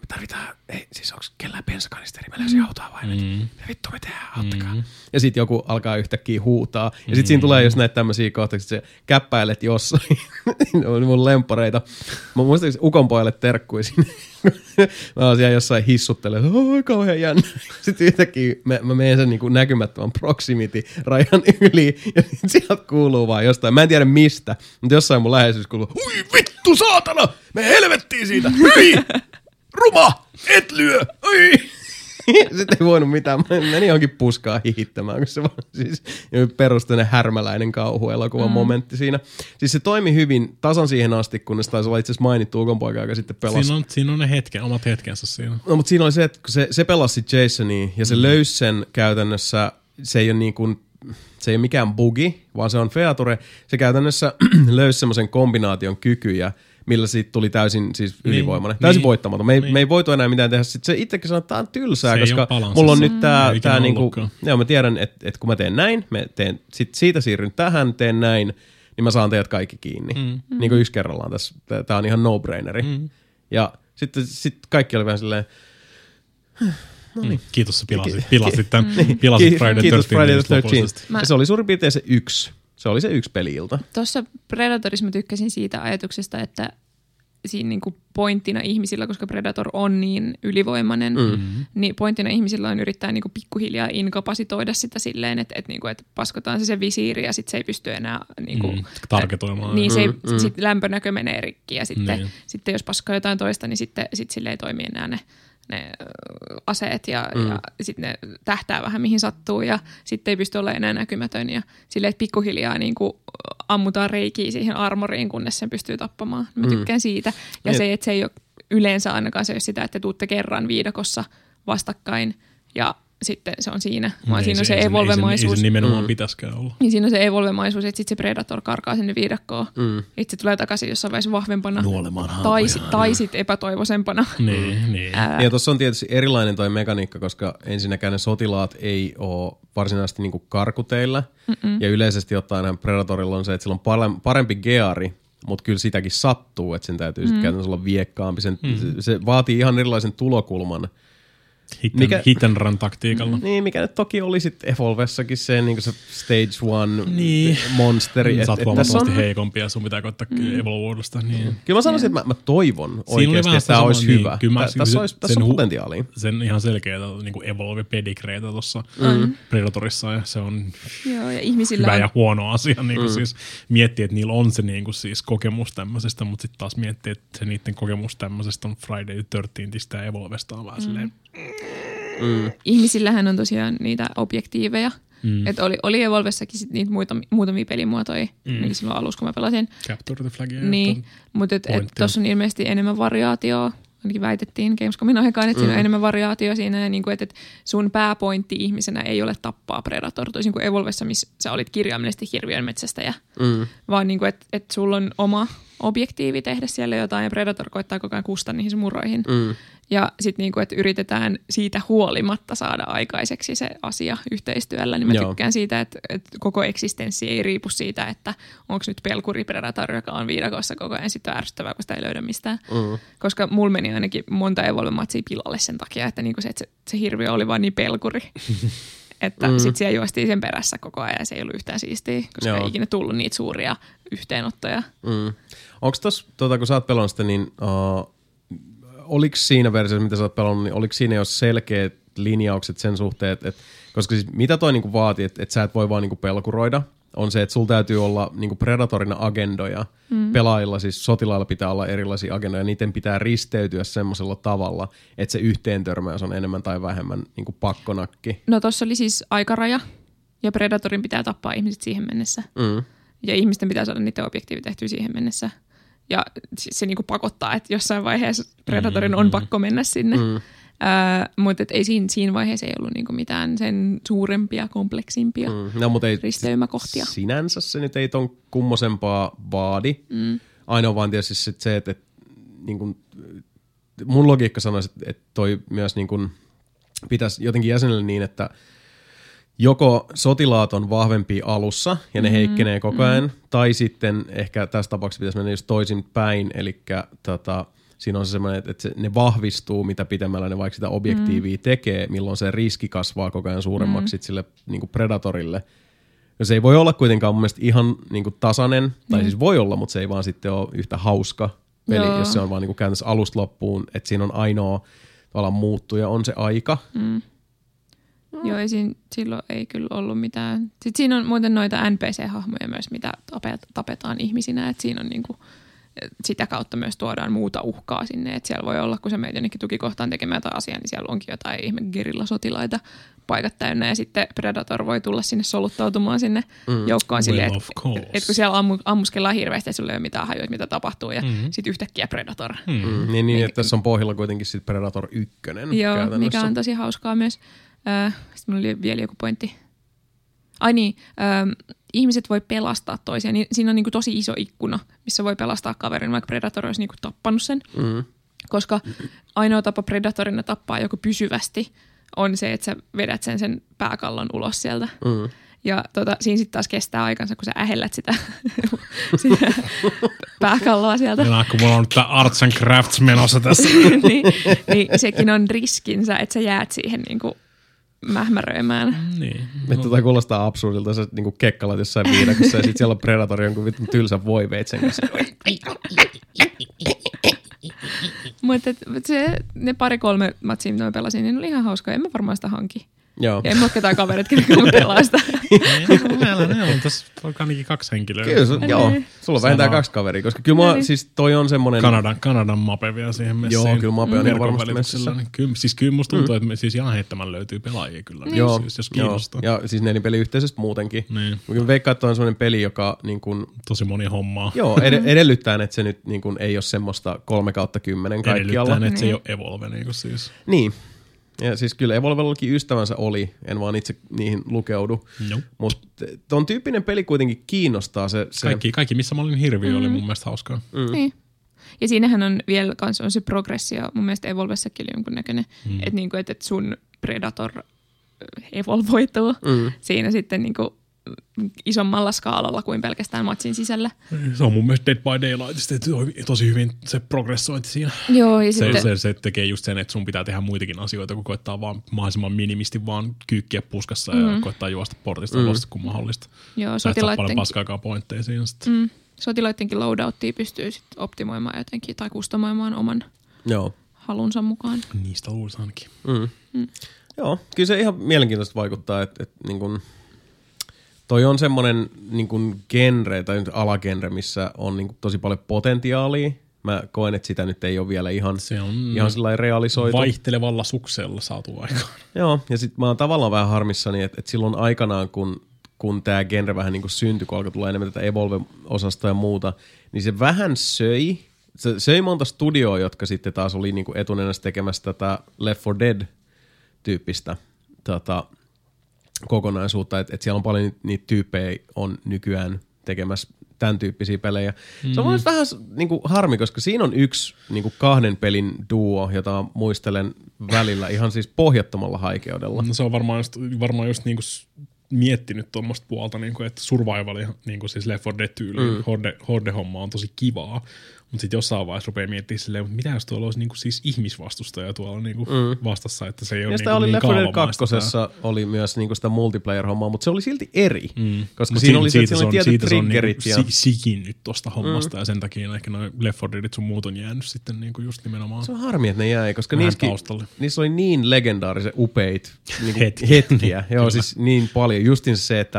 tarvitaan, ei, siis onko kellään bensakanisteri, mä löysin autoa vai nyt? Mitä vittu me tehdään, auttakaa. Ja sit joku alkaa yhtäkkiä huutaa. Ja sit siinä tulee just näitä tämmöisiä kohtauksia, että sä käppäilet jossain. Ne on mun lempareita. Mä muistan, että ukonpojalle terkkuisin. Mä oon siellä jossain hissuttelemaan, että kauhean jännä. Sitten yhtäkkiä mä menen sen niin kuin näkymättömän proximity-rajan yli. Ja sieltä kuuluu vaan jostain. Mä en tiedä mistä, mutta jossain mun läheisyys kuuluu, ui vittu saatana, me helvettiin siitä. Hyi! Ruma! Et lyö! Oi! Sitten ei voinut mitään. Mä menin johonkin puskaan hihittämään, kun se vaan siis perustainen härmäläinen kauhuelokuvan momentti siinä. Siis se toimi hyvin tasan siihen asti, kunnes taisi olla itse asiassa mainittu ukonpoika, joka sitten pelasi. Siinä on ne omat hetkensä siinä. No, mutta siinä oli se, että kun se pelasi Jasonia ja se löysi sen käytännössä, se ei ole niin kuin, se ei ole mikään bugi, vaan se on feature. Se käytännössä löysi semmoisen kombinaation kykyjä, millä siitä tuli täysin siis ylivoimainen, täysin voittamaton. Me ei voitu enää mitään tehdä. Sitten se itsekin sanoi, että tämä on tylsää, koska mulla on nyt tää niinku, joo, mä tiedän, että kun mä teen näin, sit siitä siirryn tähän, teen näin, niin mä saan teidät kaikki kiinni. Niin kuin yksi kerrallaan tässä. Tää on ihan no-braineri. Ja sitten kaikki oli vähän silleen, no niin. Kiitos, sä pilasit tämän. Pilasit Friday the 13th. Ja se oli suurin piirtein se yksi. Se oli se yksi peli-ilta. Tuossa Predatorissa mä tykkäsin siitä ajatuksesta, että siinä niinku pointtina ihmisillä, koska Predator on niin ylivoimainen, niin pointtina ihmisillä on yrittää niinku pikkuhiljaa inkapasitoida sitä silleen, että paskotaan se visiiri ja sitten se ei pysty enää niinku, targetoimaan. Niin sit lämpönäkö menee rikki ja sitten jos paskaa jotain toista, niin sitten sille ei toimi enää ne aseet ja sitten ne tähtää vähän mihin sattuu ja sitten ei pysty olemaan enää näkymätön ja silleen, että pikkuhiljaa niin kuin ammutaan reikiä siihen armoriin, kunnes sen pystyy tappamaan. Mä tykkään siitä. Ja se, että se ei ole yleensä ainakaan se ole sitä, että tuutte kerran viidakossa vastakkain ja sitten se on siinä, vaan siinä on se evolvemaisuus. Ei se nimenomaan pitäisikään olla. Niin siinä on se evolvemaisuus, että sitten se Predator karkaa sinne viidakkoon. Itse tulee takaisin jossain vaiheessa vahvempana tai sitten epätoivoisempana. Niin. Ja tuossa on tietysti erilainen toi mekaniikka, koska ensinnäkään ne sotilaat ei ole varsinaisesti niinku karkuteillä. Ja yleisesti ottaen Predatorilla on se, että sillä on parempi geari, mutta kyllä sitäkin sattuu, että sen täytyy sitten käytännössä olla viekkaampi. Se vaatii ihan erilaisen tulokulman. Hit and run taktiikalla. Niin, mikä nyt toki oli sitten Evolvessakin se, niin se stage 1 monsteri. Sä oot huomattavasti heikompi ja sun pitää koittaa Evolve-vuodosta. Niin. Kyllä mä sanoisin, että mä toivon oikeasti, että tämä olisi hyvä. Tässä on potentiaalia. Sen ihan selkeätä niin Evolve-pedigreitä tuossa Predatorissa ja se on hyvä ja huono asia. Niin siis miettii, että niillä on se niin kuin siis kokemus tämmöisestä, mutta sitten taas miettii, että se niiden kokemus tämmöisestä on Friday the 13th ja Evolvesta on vähän silleen. Ihmisillähän on tosiaan niitä objektiiveja. Että oli Evolvessakin sit niitä muutamia pelimuotoja, niin silloin alussa, kun mä pelasin. Capture the flag. Niin, mutta tuossa on ilmeisesti enemmän variaatioa. Ainakin väitettiin Gamescomin aikaan, että siinä on enemmän variaatio siinä. Ja niinku, että sun pääpointti ihmisenä ei ole tappaa Predator. Toisin kuin Evolvessa, missä sä olit kirjaimellisesti hirviön metsästäjä. Vaan niinku, että sulla on oma objektiivi tehdä siellä jotain ja Predator koittaa koko ajan kustaa niihin muroihin. Ja sitten niinku, että yritetään siitä huolimatta saada aikaiseksi se asia yhteistyöllä. Niin mä tykkään siitä, että koko eksistenssi ei riipu siitä, että onko nyt pelkuri Predator, joka on viidakossa koko ajan sitten ärsyttävää, kun sitä ei löydä mistään. Koska mulla meni ainakin monta Evolve-matsia pilalle sen takia, että niinku se hirviö oli vaan niin pelkuri. Että sitten siellä juostiin sen perässä koko ajan ja se ei ollut yhtään siistiä, koska ei ikinä tullut niitä suuria yhteenottoja. Onko tuossa, kun sä oot pelannut sitä, niin oliko siinä versiossa, mitä sä oot pelannut, niin oliko siinä jo selkeät linjaukset sen suhteen, että koska siis mitä toi niinku vaatii, että sä et voi vaan niinku pelkuroida, on se, että sulla täytyy olla niinku Predatorina agendoja. Pelaajilla, siis sotilailla pitää olla erilaisia agendoja. Niiden pitää risteytyä semmoisella tavalla, että se yhteentörmäys on enemmän tai vähemmän niinku pakkonakki. No tossa oli siis aikaraja ja Predatorin pitää tappaa ihmiset siihen mennessä. Ja ihmisten pitää saada niiden objektiivi tehtyä siihen mennessä. Ja se niinku pakottaa, että jossain vaiheessa Predatorin on pakko mennä sinne. Mutta ei siinä vaiheessa ei ollut niinku mitään sen suurempia, kompleksimpia risteymäkohtia. Sinänsä se nyt ei ton kummosempaa vaadi. Ainoa vaan tietysti se, että niin mun logiikka sanoisi, että toi myös niin pitäisi jotenkin jäsenellä niin, että joko sotilaat on vahvempia alussa ja ne heikkenee koko ajan, tai sitten ehkä tässä tapauksessa pitäisi mennä just toisin päin, eli siinä on se semmoinen, että ne vahvistuu, mitä pitemmällä ne vaikka sitä objektiivia tekee, milloin se riski kasvaa koko ajan suuremmaksi sille niin kuin predatorille. Ja se ei voi olla kuitenkaan mun mielestä ihan niin kuin tasainen, tai siis voi olla, mutta se ei vaan sitten ole yhtä hauska peli, jos se on vaan niin kuin käytännössä alusta loppuun, että siinä on ainoa tavallaan muuttuja, on se aika. Joo, silloin ei kyllä ollut mitään. Sitten siinä on muuten noita NPC-hahmoja myös, mitä tapetaan ihmisinä, että siinä on niinku, sitä kautta myös tuodaan muuta uhkaa sinne, että siellä voi olla, kun sä menet jonnekin tukikohtaan tekemään jotain asiaa, niin siellä onkin jotain ihme gerillasotilaita paikat täynnä, ja sitten Predator voi tulla sinne soluttautumaan sinne joukkoon silleen, että kun siellä ammuskellaan hirveästi, että sulla ei ole mitään hajua, mitä tapahtuu, ja sitten yhtäkkiä Predator. Niin, että tässä on pohjalla kuitenkin sitten Predator 1. Joo, mikä on tosi hauskaa myös. Sitten mulla oli vielä joku pointti. Ai niin, ihmiset voi pelastaa toisiaan. Siinä on niinku tosi iso ikkuna, missä voi pelastaa kaverin, vaikka Predator olisi niinku tappanut sen. Koska ainoa tapa Predatorina tappaa joku pysyvästi on se, että sä vedät sen pääkallon ulos sieltä. Ja siinä sitten taas kestää aikansa, kun sä ähellät sitä pääkalloa sieltä. Ja kun mulla on nyt tää Arts and Crafts menossa tässä. niin sekin on riskinsä, että sä jäät siihen niinku mähmäröimään. Niin. Tämä kuulostaa absurdilta, sä niinku kekkalat jossain viidakossa ja sit siellä on Predator jonkun vitun tylsän voiveitsen kanssa. Mutta ne 2-3 matsia, mitä mä pelasin, niin oli ihan hauskaa. En mä varmaan sitä hanki. Joo. Ja en mä ole ketään kaverit, kenellä mä pelaa sitä. Meillä on tässä ainakin 2 henkilöä. Kyllä, joo. Sulla on vähintään 2 kaveria, koska kyllä siis toi on semmonen... Kanadan mape vielä siihen messiin. Joo, kyllä mape on ihan varmasti messissä. Kyllä musta tuntuu, että siis ihan heittämään löytyy pelaajia kyllä. Joo, siis, jos kiinnostaa. Ja siis peliyhteisöstä muutenkin. Niin. Mä veikkaan, että on semmoinen peli, joka niin kuin... Tosi moni hommaa. Joo, edellyttää, että se nyt niin kuin ei ole semmoista 3/10 kaikkialla. Edellyttää, että se ei ole Evolve niin kuin siis. Niin. Ja siis kyllä Evolvellakin ystävänsä oli, en vaan itse niihin lukeudu. Mutta ton tyyppinen peli kuitenkin kiinnostaa. Kaikki missä mä olin hirviö, oli mun mielestä hauskaa. Niin. Ja siinähän on vielä kans on se progressio, mun mielestä Evolvessakin oli jonkunnäköinen, että niinku, et sun Predator evolvoituu siinä sitten niinku isommalla skaalalla kuin pelkästään matsin sisällä. Se on mun mielestä Dead by Daylightista tosi hyvin se progressointi siinä. Joo, ja sitten... se tekee just sen, että sun pitää tehdä muitakin asioita, kun koettaa vaan mahdollisimman minimisti vaan kyykkiä puskassa ja koettaa juosta portista ulos, kun mahdollista. Joo, sotilaiden... paljon paskaakaan pointteja siinä sitten. Sotilaittenkin loadouttia pystyy sitten optimoimaan jotenkin tai kustomoimaan oman halunsa mukaan. Niistä luulisi ainakin. Joo, kyllä se ihan mielenkiintoista vaikuttaa, että niin kun toi on semmoinen niin kun genre tai alagenre, missä on niin kun tosi paljon potentiaalia. Mä koen, että sitä nyt ei ole vielä ihan sellainen realisoitu. Vaihtelevalla suksella saatu aikaan. Joo, ja sit mä oon tavallaan vähän harmissani, että silloin aikanaan, kun tää genre vähän niin kuin syntyi, kun alkoi tulla enemmän tätä Evolve-osasta ja muuta, niin se vähän söi monta studioa, jotka sitten taas oli niin kuin etunenässä tekemässä tätä Left 4 Dead-tyyppistä kokonaisuutta, että siellä on paljon niitä tyyppejä on nykyään tekemässä tämän tyyppisiä pelejä. Se on myös vähän niin kuin harmi, koska siinä on yksi niin kuin 2 pelin duo, jota muistelen välillä ihan siis pohjattomalla haikeudella. No se on varmaan just niin kuin miettinyt tuommoista puolta, niin kuin, että survival, niin kuin siis Left 4 Dead-tyyli, horde-homma on tosi kivaa, mutta sitten jossain vaiheessa rupeaa miettimään silleen, mitä jos tuolla olisi niin kuin siis ihmisvastustaja tuolla niin kuin vastassa, että se ei ole niin oli niin Left 4 Dead 2 oli myös niin kuin sitä multiplayer-hommaa, mutta se oli silti eri, koska siinä oli tietyt triggerit. Se on sikinnyt tuosta hommasta ja sen takia ehkä noin Left 4 Deadit sun muut on jäänyt sitten niin kuin just nimenomaan. Se on harmi, että ne jäi, koska niissä oli niin legendaarisen upeit niin hetkiä. Joo, siis niin paljon. Justin se, että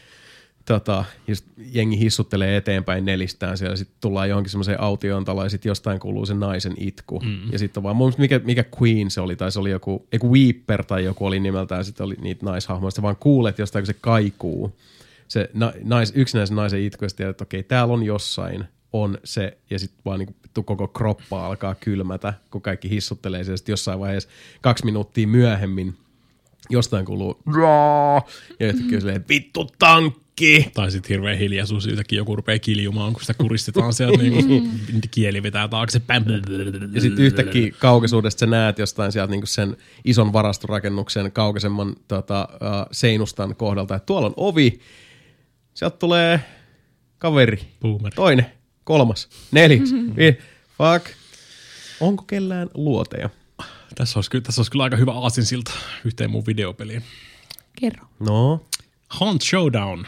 just jengi hissuttelee eteenpäin nelistään siellä, sitten tullaan johonkin semmoiseen autioon taloon ja sitten jostain kuuluu sen naisen itku. Ja sitten on vaan, mikä Queen se oli, tai se oli joku Weeper tai joku oli nimeltään, sitten oli niitä naishahmoja, sitten vaan kuulet jostain, kun se kaikuu. Se yksinäisen naisen itku, ja sitten tiedät, että okei, täällä on jossain, on se, ja sitten vaan niin koko kroppa alkaa kylmätä, kun kaikki hissuttelee siellä, sitten jossain vaiheessa 2 minuuttia myöhemmin jostain kuuluu ja yhtäkkiä silleen, vittu tankki! Tai sitten hirveä hiljaisuus, yhtäkkiä joku rupeaa kiljumaan, kun sitä kuristetaan sieltä, niin kieli vetää taaksepäin. Ja sitten yhtäkkiä kaukaisuudesta sä näet jostain sieltä niin sen ison varastorakennuksen kaukaisemman seinustan kohdalta, että tuolla on ovi, sieltä tulee kaveri, Boomer. toinen, 3, 4, 5, fuck. Onko kellään luoteja? Tässä olisi kyllä aika hyvä aasinsilta yhteen mun videopeliin. Kerro. No. Hunt Showdown.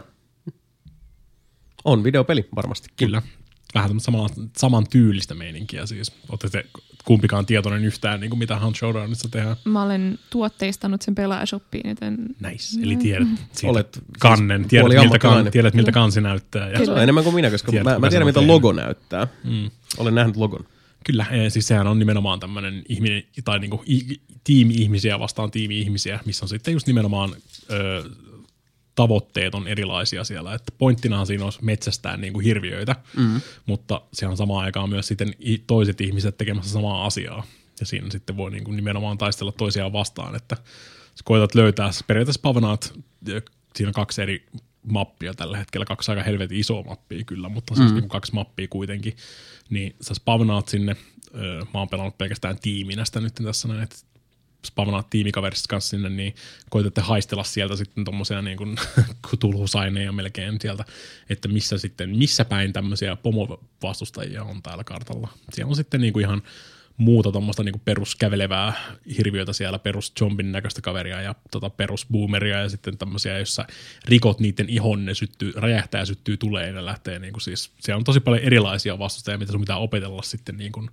On videopeli varmasti. Kyllä. Vähän saman tyylistä meininkiä siis. Olette te kumpikaan tietoinen yhtään, niin kuin mitä Hunt Showdownissa tehdään? Mä olen tuotteistanut sen pelaajashoppiin, joten... Nice. Eli tiedät siitä Olet kannen, siis tiedät miltä kansi näyttää. Ja se on enemmän kuin minä, koska mä tiedän miltä logo näyttää. Olen nähnyt logon. Kyllä, siis sehän on nimenomaan tämmöinen ihminen, tai niinku tiimi-ihmisiä vastaan tiimi-ihmisiä, missä on sitten just nimenomaan tavoitteet on erilaisia siellä. Että pointtinahan siinä on metsästää niinku hirviöitä, mutta siellä on samaan aikaan myös sitten toiset ihmiset tekemässä samaa asiaa. Ja siinä sitten voi niinku nimenomaan taistella toisiaan vastaan, että koetat löytää, periaatteessa pavanaat, siinä on 2 eri mappia tällä hetkellä, 2 aika helvetin isoa mappia kyllä, mutta siis niinku 2 mappia kuitenkin, niin sä spavnaat sinne, mä oon pelannut pelkästään tiiminä sitä nyt tässä näin, että spavnaat tiimikaverista kanssa sinne, niin koitatte haistella sieltä sitten tommosia niin kuin tulhusaineja melkein sieltä, että missä päin tämmöisiä pomovastustajia on täällä kartalla. Siellä on sitten niin kuin ihan muuta tommoista niinku peruskävelevää hirviötä siellä, perus zombin näköistä kaveria ja perus boomeria ja sitten tämmöisiä, jossa rikot niiden ihon, ne räjähtää ja syttyy tuleen ja ne lähtee niinku siis, siellä on tosi paljon erilaisia vastustajia, mitä sun pitää opetella sitten niinku,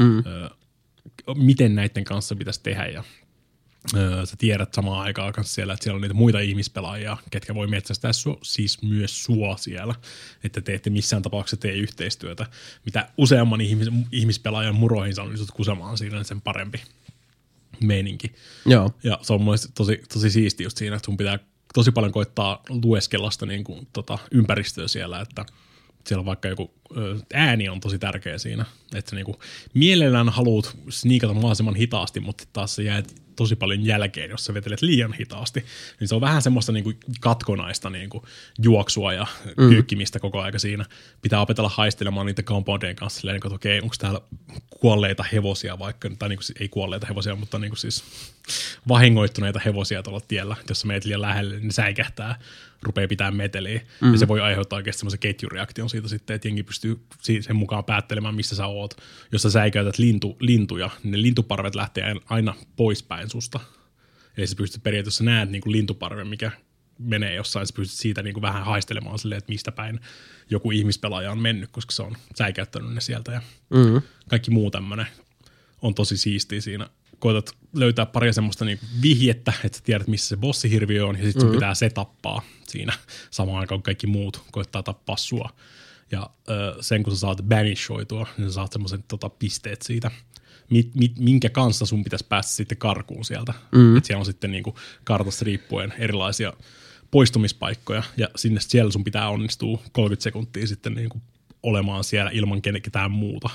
miten näiden kanssa pitäisi tehdä ja sä tiedät samaan aikaan kanssa siellä, että siellä on niitä muita ihmispelaajia, ketkä voi metsästää siis myös sua siellä, että te ette missään tapauksessa tee yhteistyötä. Mitä useamman ihmispelaajan muroihin sä onnistut kusemaan siinä, niin sen parempi meininki. Joo. Ja se on mielestäni tosi siisti just siinä, että sun pitää tosi paljon koittaa lueskella sitä niin kuin, ympäristöä siellä, että siellä on vaikka joku ääni on tosi tärkeä siinä, että sä niinku mielellään haluat sniikata mahdollisimman hitaasti, mutta taas sä jäät tosi paljon jälkeen, jos sä vetelet liian hitaasti. Niin se on vähän semmoista niinku katkonaista niinku juoksua ja kyykkimistä koko aika siinä. Pitää opetella haistelemaan niitä compoundien kanssa silleen, että okei, onko täällä kuolleita hevosia vaikka, tai niinku, ei kuolleita hevosia, mutta niinku siis vahingoittuneita hevosia tuolla tiellä. Jos sä meet liian lähelle, niin ne säikähtää, rupeaa pitää meteliä. Ja se voi aiheuttaa oikeasti semmoisen ketjureaktion siitä sitten, että jengi pystyy sen mukaan päättelemään, missä sä oot. Jos sä säikäytät lintuja, niin ne lintuparvet lähtee aina poispäin susta. Eli sä pystyt periaatteessa näet niin kuin lintuparven, mikä menee jossain, sä pystyt siitä niin kuin vähän haistelemaan silleen, että mistä päin joku ihmispelaaja on mennyt, koska se on säikäyttänyt ne sieltä. Ja kaikki muu tämmönen on tosi siistiä siinä. Koetat löytää pari semmoista niinku vihjettä, että sä tiedät, missä se bossihirviö on, ja sitten sun pitää se tappaa siinä samaan aikaan, kun kaikki muut koettaa tappaa sua. Ja sen, kun sä saat banishoitua, niin sä saat semmoiset pisteet siitä, minkä kanssa sun pitäisi päästä sitten karkuun sieltä. Että siellä on sitten niinku kartasta riippuen erilaisia poistumispaikkoja, ja siellä sun pitää onnistua 30 sekuntia sitten niinku olemaan siellä ilman ketään muuta.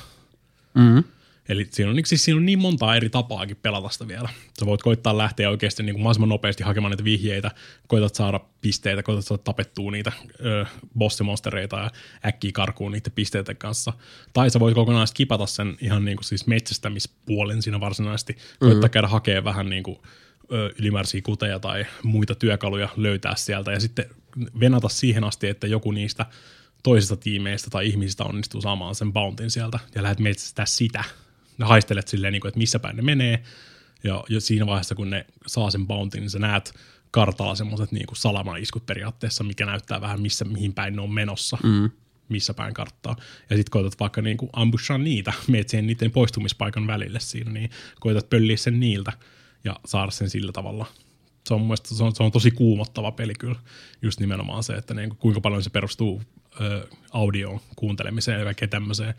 Eli siinä on niin montaa eri tapaakin pelata sitä vielä. Sä voit koittaa lähteä oikeasti niin kuin mahdollisimman nopeasti hakemaan niitä vihjeitä, koitat saada pisteitä, koitat saada tapettua niitä bossimonstereita ja äkkiä karkuun niiden pisteiden kanssa. Tai sä voit kokonaan skipata sen ihan niin kuin siis metsästämispuolen siinä varsinaisesti, koittaa käydä hakemaan vähän niin kuin ylimääräisiä kuteja tai muita työkaluja löytää sieltä ja sitten venata siihen asti, että joku niistä toisista tiimeistä tai ihmisistä onnistuu saamaan sen bountin sieltä ja lähdet metsästää sitä. Ne haistelet silleen, että missä päin ne menee, ja siinä vaiheessa, kun ne saa sen bountin, niin sä näet kartalla semmoiset niin salamaiskut periaatteessa, mikä näyttää vähän mihin päin ne on menossa, missä päin karttaa. Ja sit koetat vaikka niin ambushaa niitä, meet siihen niiden poistumispaikan välille siinä, niin koetat pölliä sen niiltä ja saada sen sillä tavalla. Se on mun mielestä, se on tosi kuumottava peli kyllä, just nimenomaan se, että niin kuinka paljon se perustuu audioon kuuntelemiseen ja kaikkea tämmöiseen.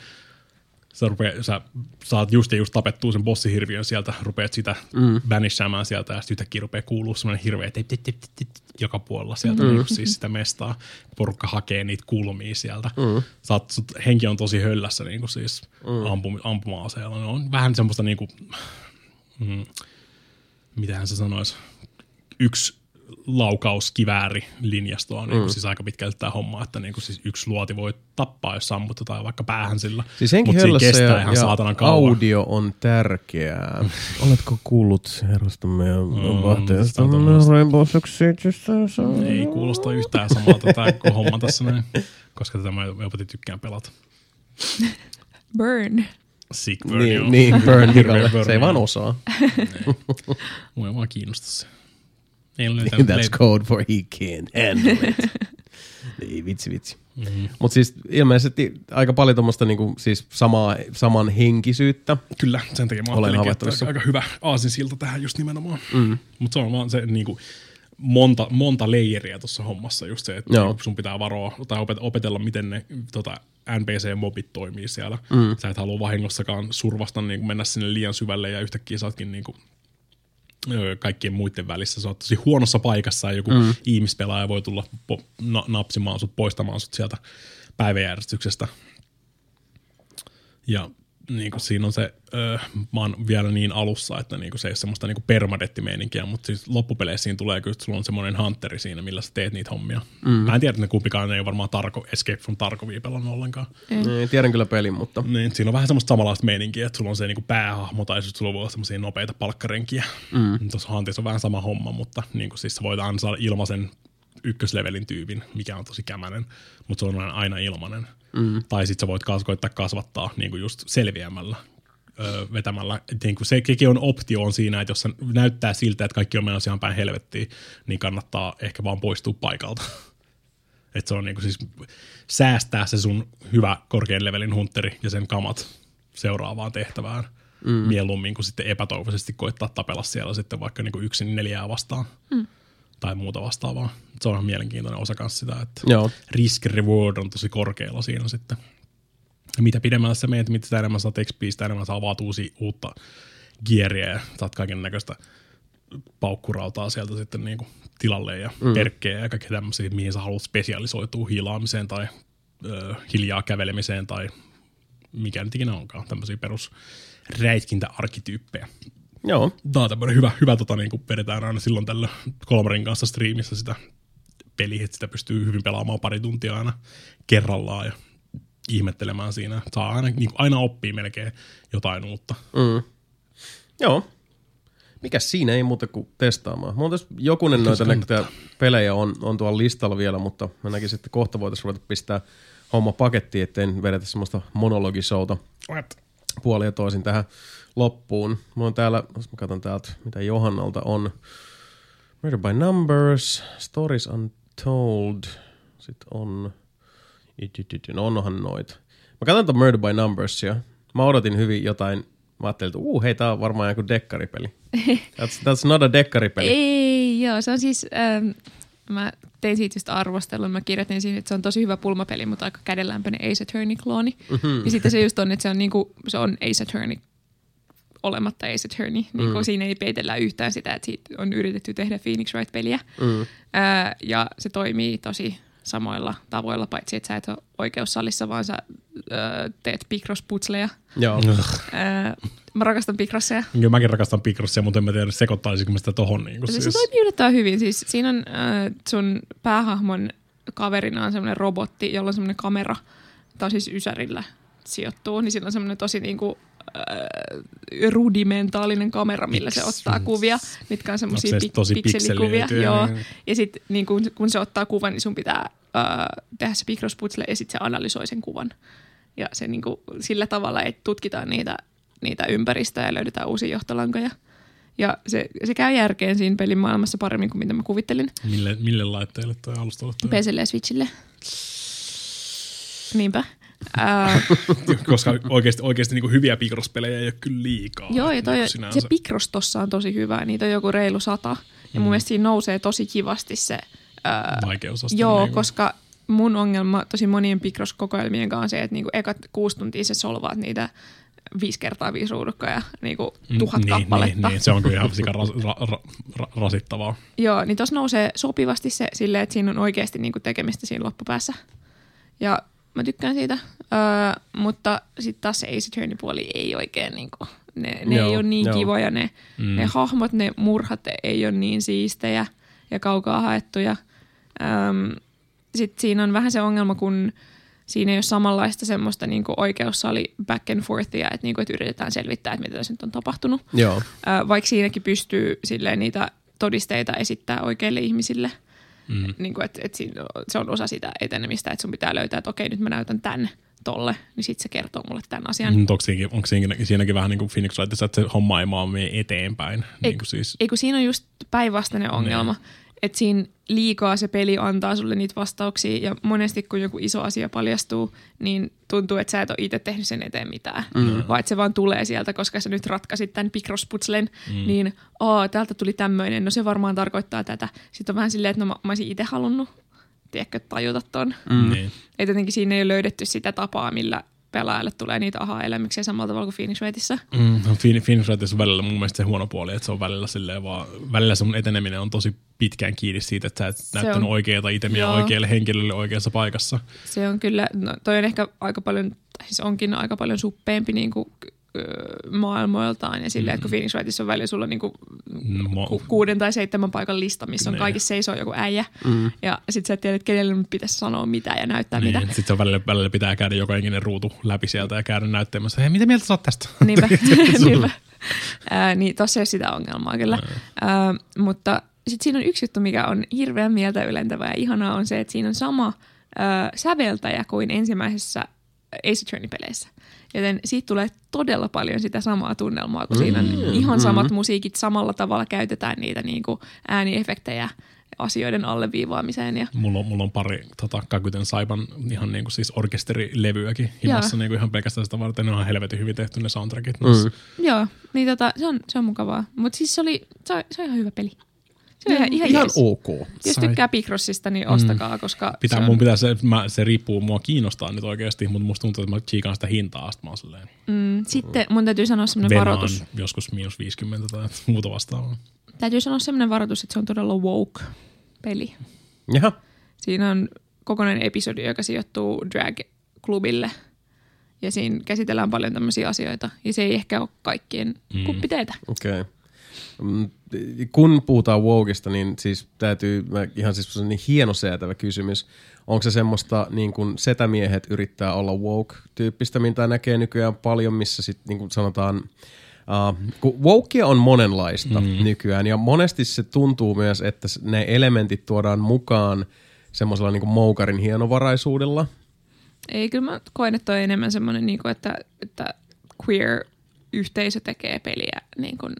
Sä saat just tapettua sen bossihirviön sieltä, rupeat sitä banishaamaan sieltä ja sitten yhtäkkiä rupeaa kuulua semmoinen hirveä joka puolella sieltä niin siis sitä mestaa. Porukka hakee niitä kulmia sieltä. Henki on tosi höllässä niin kuin siis ampuma-aseella. Ne on vähän semmoista niin kuin, mitähän se sanoisi, yksi laukauskiväärilinjastoa, niin siis aika pitkälti tämä homma, että niin siis yksi luoti voi tappaa, jos sammutetaan vaikka päähän sillä. Siis henki höllässä ja audio on tärkeää. Oletko kuullut herrastamme ja vahteesta Rainbow Six Siegestä? Ei kuulosta yhtään samalta tämä homma tässä näin, koska tätä mä jopa tykkään pelata. Burn. Sick burn, joo. Niin, burn Hirveä Mikalle. burn, Se ei vaan joo. osaa. Mua ei vaan kiinnosta se. That's code for he can't handle it. Ei, vitsi. Mm-hmm. Mutta siis ilmeisesti aika paljon tuommoista niinku, siis saman henkisyyttä. Kyllä, sen takia mä Olen ajattelin, että havaittavissa. aika hyvä aasinsilta tähän just nimenomaan. Mutta se on vaan se niinku, monta leijeriä tuossa hommassa just se, että Joo. sun pitää varoa tai opetella, miten ne NPC-mobit toimii siellä. Sä et halua vahingossakaan survasta niin mennä sinne liian syvälle ja yhtäkkiä sä ootkin niin kuin, kaikkien muiden välissä. Sä oot tosi huonossa paikassa ja joku ihmispelaaja voi tulla napsimaan sut, poistamaan sut sieltä päiväjärjestyksestä. Ja niin kuin siinä on se, mä oon vielä niin alussa, että niin kuin se ei ole semmoista niin kuin permadetti-meininkiä, mutta siis loppupeleissä siinä tulee kyllä, että sulla on semmoinen hunteri siinä, millä sä teet niitä hommia. Mä en tiedä, että ne kumpikaan ei ole varmaan Escape from Tarkovia pelannut ollenkaan. Ei, tiedän kyllä pelin, mutta... Niin, siinä on vähän semmoista samanlaista meininkiä, että sulla on se niin kuin päähahmo tai sitten sulla voi olla semmoisia nopeita palkkarenkiä. Tuossa Huntissa on vähän sama homma, mutta niin kuin siis sä voit aina saada ilmaisen ykköslevelin tyypin, mikä on tosi kämänen, mutta se on aina ilmainen. Tai sitten sä voit koittaa kasvattaa niin kuin just selviämällä, vetämällä. Niin kuin sekin on optio on siinä, että jos se näyttää siltä, että kaikki on menossa ihan päin helvettiin, niin kannattaa ehkä vaan poistua paikalta. Että se on niin kuin siis säästää se sun hyvä korkean levelin hunteri ja sen kamat seuraavaan tehtävään. Mieluummin kuin sitten epätoivoisesti koittaa tapella siellä sitten vaikka niin kuin 1-4 vastaan. Tai muuta vastaavaa. Se on mielenkiintoinen osa kanssa sitä, että risk-reward on tosi korkealla siinä sitten. Ja mitä pidemmällä sä menet, mitä enemmän saat XP, sitä enemmän sä avaat uutta gearia ja saat kaiken näköistä paukkurautaa sieltä sitten niinku tilalle ja perkkejä ja kaikki tämmöisiä, mihin sä haluat spesialisoitua hiilaamiseen tai hiljaa kävelemiseen tai mikä nyt ikinä onkaan. Tämmöisiä perus räiskintä-arkkityyppejä. Joo. Tämä on tämmöinen hyvä niin kuin vedetään aina silloin tällä Kolmarin kanssa striimissä sitä peliä, että sitä pystyy hyvin pelaamaan pari tuntia aina kerrallaan ja ihmettelemään siinä. Saa aina, niin aina oppii melkein jotain uutta. Joo. Mikäs siinä ei muuta kuin testaamaan. Mä oon tässä jokunen noita pelejä on tuolla listalla vielä, mutta mä näkisin, että kohta voitaisiin ruveta pistää homma pakettiin, ettei vedetä semmoista monologisouta puolin ja toisin tähän loppuun. Mulla on täällä, jos mä katson täältä, mitä Johannalta on. Murder by Numbers, Stories Untold, sitten on, no onhan noita. Mä katson tämän Murder by Numbersia. Mä odotin hyvin jotain, mä ajattelin, että hei, tää on varmaan joku dekkaripeli. That's not a dekkaripeli. Ei, joo, se on siis, mä tein siitä just arvostelun, mä kirjoitin siihen, että se on tosi hyvä pulmapeli, mutta aika kädenlämpöinen Ace Attorney-klooni. Ja sitten se just on, että se on Ace Attorney olematta Ace Attorney. Niin siinä ei peitellä yhtään sitä, että siitä on yritetty tehdä Phoenix Wright-peliä. Ja se toimii tosi samoilla tavoilla, paitsi että sä et ole oikeussalissa, vaan sä teet Picross-putsleja. Joo. Mä rakastan Picrosseja. Kyllä mäkin rakastan Picrossia, mutta en mä tiedä sekoittaisinko mä sitä tohon. Niin se toimii yllättävän hyvin. Siis siinä on sun päähahmon kaverina on semmoinen robotti, jolla on semmoinen kamera, tai siis ysärillä sijoittuu, niin sillä on semmoinen tosi niinku rudimentaalinen kamera, millä se ottaa kuvia, mitkä on semmoisia pikselikuvia. Joo. Ja sitten niin kun se ottaa kuvan, niin sun pitää tehdä se Picross-putsle ja sitten se analysoi sen kuvan. Ja se niin kuin, sillä tavalla, että tutkitaan niitä ympäristöjä ja löydetään uusia johtolankoja. Ja se käy järkeen siinä pelin maailmassa paremmin kuin mitä mä kuvittelin. Mille laitteille tai alustalle? PC:lle ja Switchille. Niinpä. Koska oikeasti niin kuin hyviä Picross-pelejä ei ole kyllä liikaa. Joo, ja se Picross tossa on tosi hyvä. Niitä on joku reilu 100. Ja mun mielestä siinä nousee tosi kivasti se vaikeusaste. Joo, niin koska mun ongelma tosi monien Picross-kokoelmien kanssa on se, että niinku ekat 6 tuntia sä solvaat niitä 5x5 ruudukkoja, niinku 1000 kappaletta. Niin, se on kyllä ihan rasittavaa. Joo, niin tossa nousee sopivasti se silleen, että siinä on oikeasti niinku tekemistä siinä loppupäässä. Ja mä tykkään siitä, mutta sitten taas se Ace Attorney-puoli ei oikein, niinku, ne ei ole niin kivoja, ne hahmot, ne murhat ei ole niin siistejä ja kaukaa haettuja. Sitten siinä on vähän se ongelma, kun siinä ei ole samanlaista semmoista niinku oikeussali back and forthia, että niinku, et yritetään selvittää, että mitä tässä nyt on tapahtunut. Joo. Vaikka siinäkin pystyy silleen niitä todisteita esittää oikeille ihmisille. Niin kuin, että se on osa sitä etenemistä, että sun pitää löytää, että okei, nyt mä näytän tämän tolle, niin sitten se kertoo mulle tämän asian. Onko siinäkin vähän niin kuin Phoenix Wrightissa, että se homma ei vaan mene eteenpäin? Ei kun siinä on just päinvastainen ongelma. Että siinä liikaa se peli antaa sulle niitä vastauksia ja monesti kun joku iso asia paljastuu, niin tuntuu, että sä et ole itse tehnyt sen eteen mitään. Vaan että se vaan tulee sieltä, koska sä nyt ratkaisit tämän Picross-putslen, niin täältä tuli tämmöinen, no se varmaan tarkoittaa tätä. Sitten on vähän silleen, että mä olisin itse halunnut, tiedätkö, tajuta ton. Että jotenkin siinä ei ole löydetty sitä tapaa, millä pelaajalle tulee niitä aha-elämyksiä samalla tavalla kuin Phoenix Wrightissa. Phoenix Wrightissa on välillä mun mielestä se huono puoli, että se on välillä silleen vaan, välillä sun eteneminen on tosi pitkään kiinni siitä, että sä et näyttänyt oikeita itemiä oikealle henkilölle oikeassa paikassa. Se on kyllä, toi on ehkä aika paljon, siis onkin aika paljon suppeempi niinku maailmoiltaan ja silleen, että kun Phoenix Wrightissa on välillä sulla niinku 6 tai 7 paikan lista, missä on kaikissa seisoo joku äijä ja sit sä et tiedä, että kenelle pitäisi sanoa mitä ja näyttää mitä. Sitten se välillä pitää käydä joka ikinen ruutu läpi sieltä ja käydä näyttämässä, hei mitä mieltä sä oot tästä? Niinpä. Niin tossa ei ole sitä ongelmaa kyllä. Mutta sitten siinä on yksi juttu, mikä on hirveän mieltä ylentävää ja ihanaa on se, että siinä on sama säveltäjä kuin ensimmäisessä Ace Attorney-peleissä. Joten siitä tulee todella paljon sitä samaa tunnelmaa, kun siinä on ihan samat musiikit, samalla tavalla käytetään niitä niin kuin ääniefektejä asioiden alleviivaamiseen. Ja mulla on pari Kakuten Saiban ihan niin kuin siis orkesterilevyäkin himassa niin kuin ihan pelkästään sitä varten. Ne on helvetin hyvin tehty ne soundtrackit. Joo, niin se on mukavaa. Mutta siis se on ihan hyvä peli. Se on ihan ok. Jos tykkää Picrossista, niin ostakaa, koska se riippuu, mua kiinnostaa nyt oikeasti, mutta musta tuntuu, että mä chiikaan sitä hintaa, mä oon silleen. Sitten mun täytyy sanoa semmoinen varoitus. Joskus -50 tai muuta vastaavaa. Täytyy sanoa semmoinen varoitus, että se on todella woke-peli. Jaha. Siinä on kokonainen episodi, joka sijoittuu drag-klubille. Ja siinä käsitellään paljon tämmöisiä asioita. Ja se ei ehkä ole kaikkien kuppiteitä. Okei. Kun puhutaan wokeista, niin siis täytyy ihan siis niin hienosäätävä kysymys. Onko se semmoista, niin kuin setämiehet yrittää olla woke-tyyppistä, mitä näkee nykyään paljon, missä sitten niin kuin sanotaan, kun wokea on monenlaista nykyään, ja monesti se tuntuu myös, että ne elementit tuodaan mukaan semmoisella niin kuin moukarin hienovaraisuudella. Ei, kyllä mä koen, että on enemmän semmoinen, niin kuin, että queer-yhteisö tekee peliä niin kuin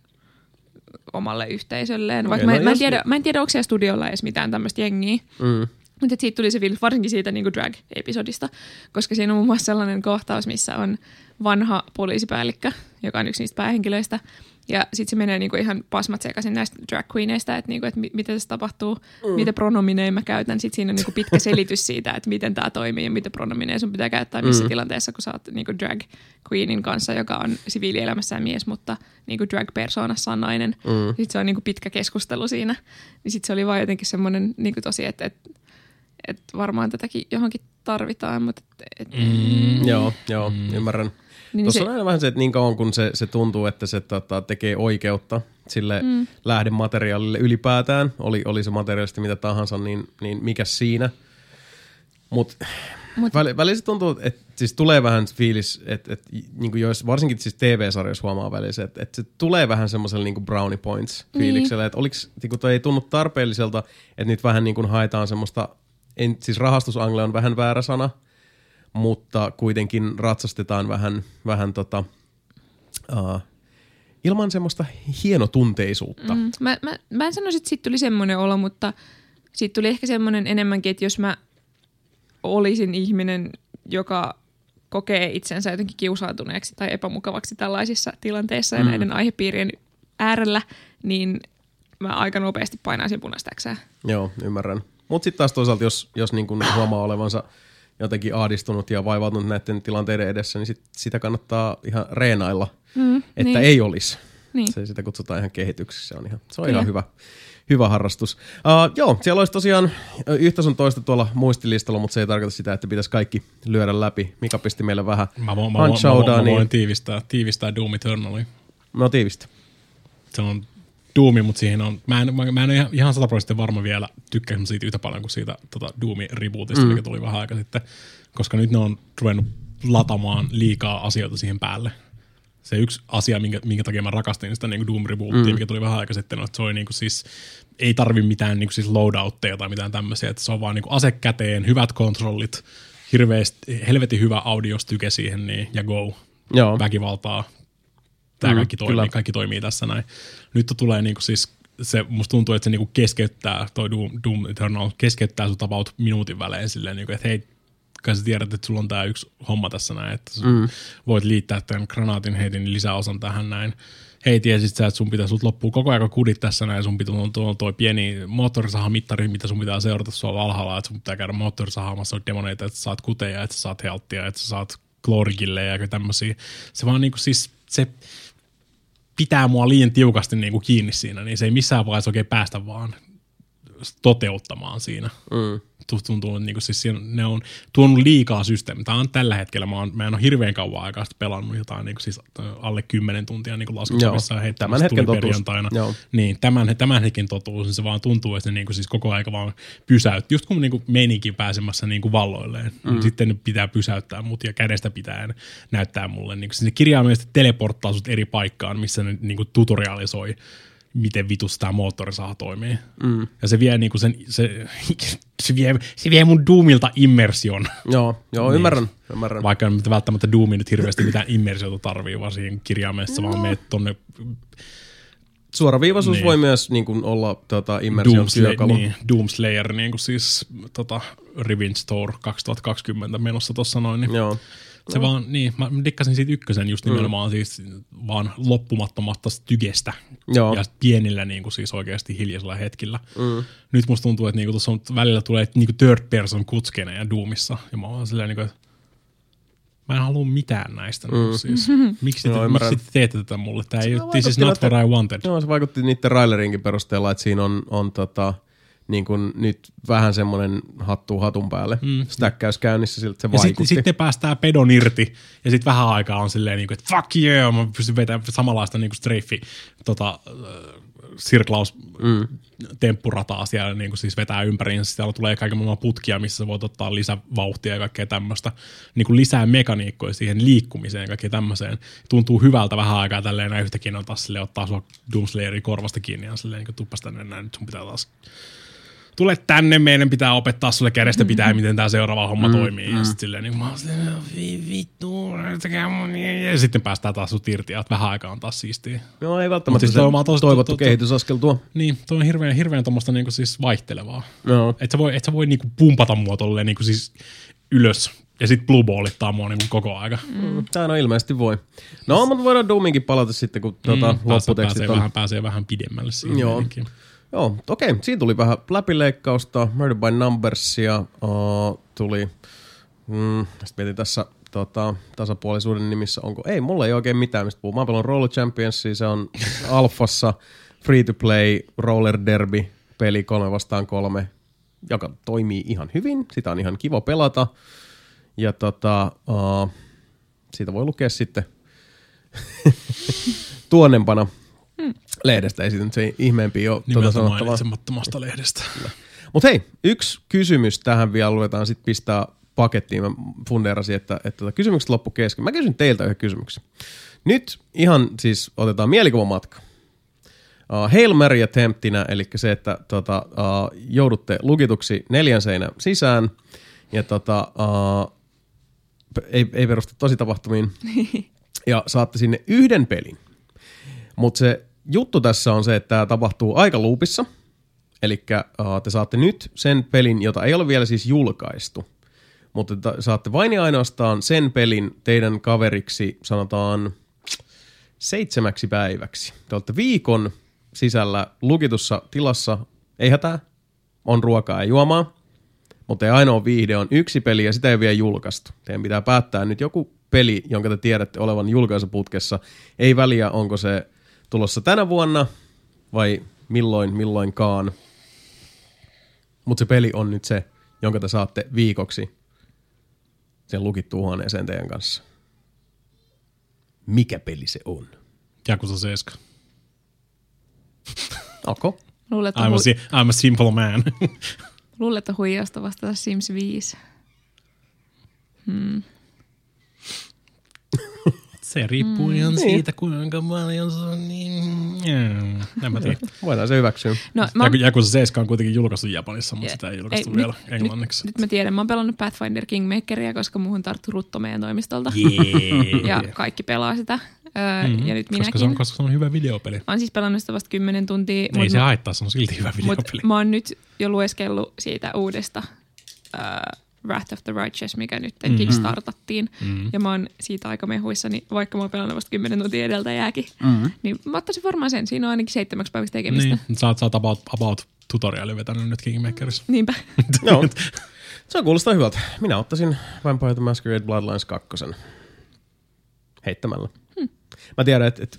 omalle yhteisölleen. Vaikka mä en tiedä, onko siellä studiolla edes mitään tämmöistä jengiä. Mutta siitä tuli se fiilis, varsinkin siitä niinku drag-episodista, koska siinä on muun muassa sellainen kohtaus, missä on vanha poliisipäällikkö, joka on yksi niistä päähenkilöistä. Ja sitten se menee niinku ihan pasmat sekaisin näistä drag queeneista, että niinku, miten tässä tapahtuu, mitä pronomineja mä käytän. Sitten siinä on niinku pitkä selitys siitä, että miten tämä toimii ja mitä pronomineja sun pitää käyttää missä tilanteessa, kun sä oot niinku drag queenin kanssa, joka on siviilielämässään mies, mutta niinku drag-persoonassa on nainen. Sitten se on niinku pitkä keskustelu siinä. Niin sitten se oli vaan jotenkin semmoinen niinku tosi, että varmaan tätäkin johonkin tarvitaan. Mutta Joo, ymmärrän. Niin tuossa on aina vähän se, että niin kauan kun se tuntuu, että se tekee oikeutta sille lähdemateriaalille ylipäätään, oli se materiaalista mitä tahansa, niin mikä siinä. Mutta välillä se tuntuu, että siis tulee vähän fiilis, että niin kuin varsinkin siis TV-sarjoissa huomaa välillä se, että se tulee vähän semmoisella niin kuin brownie points fiiliksellä, että oliko, niin kuin toi ei tunnu tarpeelliselta, että nyt vähän niin kuin haetaan semmoista, siis rahastusangle on vähän väärä sana, mutta kuitenkin ratsastetaan vähän ilman semmoista hienotunteisuutta. Mä en sanoisi, että siitä tuli semmoinen olo, mutta siitä tuli ehkä semmoinen enemmänkin, että jos mä olisin ihminen, joka kokee itsensä jotenkin kiusaantuneeksi tai epämukavaksi tällaisissa tilanteissa ja näiden aihepiirien äärellä, niin mä aika nopeasti painaisin punaista Xää. Joo, ymmärrän. Mutta sitten taas toisaalta, jos niin kun huomaa olevansa jotenkin ahdistunut ja vaivautunut näiden tilanteiden edessä, niin sitä kannattaa ihan reenailla, että ei olisi. Niin. Sitä kutsutaan ihan kehitykseksi. Se on ihan hyvä harrastus. Joo, siellä olisi tosiaan yhtä sun toista tuolla muistilistalla, mutta se ei tarkoita sitä, että pitäisi kaikki lyödä läpi. Mika pisti meille vähän Mä voin tiivistää Doom Eternalia. No tiivistä. Se on Doomi, mutta siihen on, mä en ole ihan 100% varma vielä, tykkään siitä yhtä paljon kuin siitä Doomi-rebootista, mikä tuli vähän aika sitten, koska nyt ne on ruvennut latamaan liikaa asioita siihen päälle. Se yksi asia, minkä takia mä rakastin sitä niin Doom-rebootia, mikä tuli vähän aika sitten, että se oli niin kuin siis, ei tarvi mitään niin kuin siis loadoutteja tai mitään tämmöisiä, että se on vaan niin kuin ase käteen, hyvät kontrollit helvetin hyvä audiostyke siihen niin, ja go. Joo. Väkivaltaa. Tämä kaikki toimii tässä näin. Nyt tulee niinku siis, se, musta tuntuu, että se niinku keskeyttää, toi Doom Eternal keskeyttää sut about minuutin välein silleen, niinku, että hei, kai sä tiedät, että sulla on tää yksi homma tässä näin, että voit liittää tämän granaatin heitin lisäosan tähän näin. Hei, tiesit sä, että sun pitää sut loppuu koko ajan kudit tässä näin, sun pitää on toi pieni moottorisahamittari, mitä sun pitää seurata sua alhaalla, että sun pitää käydä moottorisahaamassa demoneita, että sä saat kuteja, että sä saat healthia, että sä saat glory-killejä ja tämmösiä. Se vaan niinku siis, se pitää mua liian tiukasti niinku kiinni siinä, niin se ei missään vaiheessa oikein päästä vaan toteuttamaan siinä. Tuntuu, että niinku siis ne on tuonut liikaa systeemiä. Tämä on tällä hetkellä, mä en ole hirveän kauan aikaa pelannut jotain niinku siis alle 10 tuntia niinku laskussa ja tämän hetken totuus. Perjantaina. Niin, tämän hetken totuus, niin se vaan tuntuu, että se niinku siis koko aika vaan pysäytti. Just kun niinku menikin pääsemässä niinku valloilleen, sitten ne pitää pysäyttää mut ja kädestä pitää näyttää mulle. Niinku se kirjaimellisesti teleporttaa sut eri paikkaan, missä ne niinku tutorialisoi, miten vitus tämä moottorisaha toimii. Ja se vie niinku se vie mun Doomilta immersion. Joo, niin. ymmärrän. Vaikka en välttämättä Doomi nyt hirveästi mitään immersiota tarvii, vaan siihen kirjaimessa vaan meet tonne. Suoraviivaisuus voi myös niin kuin olla immersion työkalu. Niin, Doomslayer, niin kuin siis Revenge Store 2020 menossa tossa noin. Niin. Joo. Se vaan, niin, mä dikkasin siitä ykkösen just nimenomaan siis vaan loppumattomatta tygestä. Joo. Ja pienillä niin kuin siis oikeasti hiljaisilla hetkillä. Nyt musta tuntuu, että niinku tuossa välillä tulee niinku third person kutskeneja Doomissa. Ja mä oon silleen niinku, että mä en halua mitään näistä. Siis. Miksi te teette tätä mulle? Tää ei this is not what I wanted. Joo, se vaikutti niiden trailerinkin perusteella, että siinä on niin kuin nyt vähän semmoinen hatun päälle stäkkäys käynnissä, siltä se ja vaikutti. Sitten päästään pedon irti, ja sitten vähän aikaa on silleen, niin kuin, että fuck yeah, mä pystyn vetämään samanlaista niin kuin streifi sirklaus temppurataa siellä niin kuin siis vetää ympäriinsä. Siellä tulee kaiken maailman putkia, missä sä voit ottaa lisävauhtia ja kaikkea tämmöistä. Niin kuin lisää mekaniikkoja siihen liikkumiseen ja kaikkea tämmöiseen. Tuntuu hyvältä vähän aikaa tälleen näin yhtäkkiä on taas silleen ottaa sua Doomslayerin korvasta kiinni ja silleen niin tuppas tänne näin, nyt sun pitää taas tule tänne, meidän pitää opettaa sulle kädestä pitää, miten tää seuraava homma toimii. Ja sitten silleen, niin mä oon silleen, vittu, ja sitten päästään taas sut irti, ja vähän aikaa on taas siistiä. Joo, ei välttämättä siis se toivottu kehitysaskel tuo. Niin, toi on hirveän tommoista niinku siis vaihtelevaa. No. Et sä voi niinku pumpata mua tolleen niinku siis ylös, ja sit blue ballittaa mua niinku koko aika. Tää no ilmeisesti voi. No, mutta voidaan Doominkin palata sitten, kun lopputekstit pääsee vähän pidemmälle siihen. Joo. Joo, okei. Siinä tuli vähän läpileikkausta, Murder by Numbersia, tuli, sitten mietin tässä tasapuolisuuden nimissä, ei mulla ei oikein mitään, mistä puhuu. Mä pelon Roller Championsia, se on alfassa, free to play, roller derby, peli 3-3, joka toimii ihan hyvin, sitä on ihan kiva pelata, ja siitä voi lukea sitten tuonnempana. Lehdestä ei sitten se ihmeempiä ole sanottavaa. Mainitsemattomasta lehdestä. Mutta hei, yksi kysymys tähän vielä luetaan sitten pistää pakettiin. Mä fundeerasin, että kysymykset loppu kesken. Mä kysyn teiltä yhden kysymyksen. Nyt ihan siis otetaan mielikuvamatka. Hail Mary attemptinä, eli se, että joudutte lukituksi 4 seinän sisään ja ei perustu tositapahtumiin ja saatte sinne yhden pelin. Mutta se juttu tässä on se, että tämä tapahtuu aikaluupissa, eli te saatte nyt sen pelin, jota ei ole vielä siis julkaistu, mutta saatte vain ja ainoastaan sen pelin teidän kaveriksi, sanotaan 7 päiväksi. Te olette viikon sisällä lukitussa tilassa, ei hätää, on ruokaa ja juomaa, mutta ainoa viihde on yksi peli ja sitä ei ole vielä julkaistu. Teidän pitää päättää nyt joku peli, jonka te tiedätte olevan julkaisuputkessa. Ei väliä, onko se tulossa tänä vuonna vai milloinkaan. Mutta se peli on nyt se, jonka te saatte viikoksi sen lukittuun huoneeseen teidän kanssa. Mikä peli se on? Yakuza 7. Okay. I'm a simple man. Luulen, että huijausta vastata Sims 5. Se riippuu ihan siitä, kuinka paljon se on niin... En mä tiedä. Voidaan se hyväksyä. No, Yakuza 7 on kuitenkin julkaistu Japanissa, mutta sitä ei julkaistu vielä englanniksi. Nyt mä tiedän, mä oon pelannut Pathfinder Kingmakeria, koska muuhun tarttu rutto meidän toimistolta. Ja kaikki pelaa sitä. Ja nyt minäkin. Koska se on hyvä videopeli. Mä oon siis pelannut sitä vasta 10 tuntia. Ei se haittaa, se on silti hyvä videopeli. Mä oon nyt jo lueskellut siitä uudesta Wrath of the Righteous, mikä nyt kickstartattiin. Ja mä oon siitä aika mehuissani, vaikka mä oon pelannut vasta 10 tuntia edeltäjääkin. Niin mä ottaisin varmaan sen. Siinä on ainakin 7 päiväksi tekemistä. Niin, sä oot about tutoriali vetänyt nyt Kingmakerissa. Niinpä. No, se on kuulostaa hyvältä. Minä ottaisin Vampire the Masquerade Bloodlines 2 heittämällä. Mä tiedän, että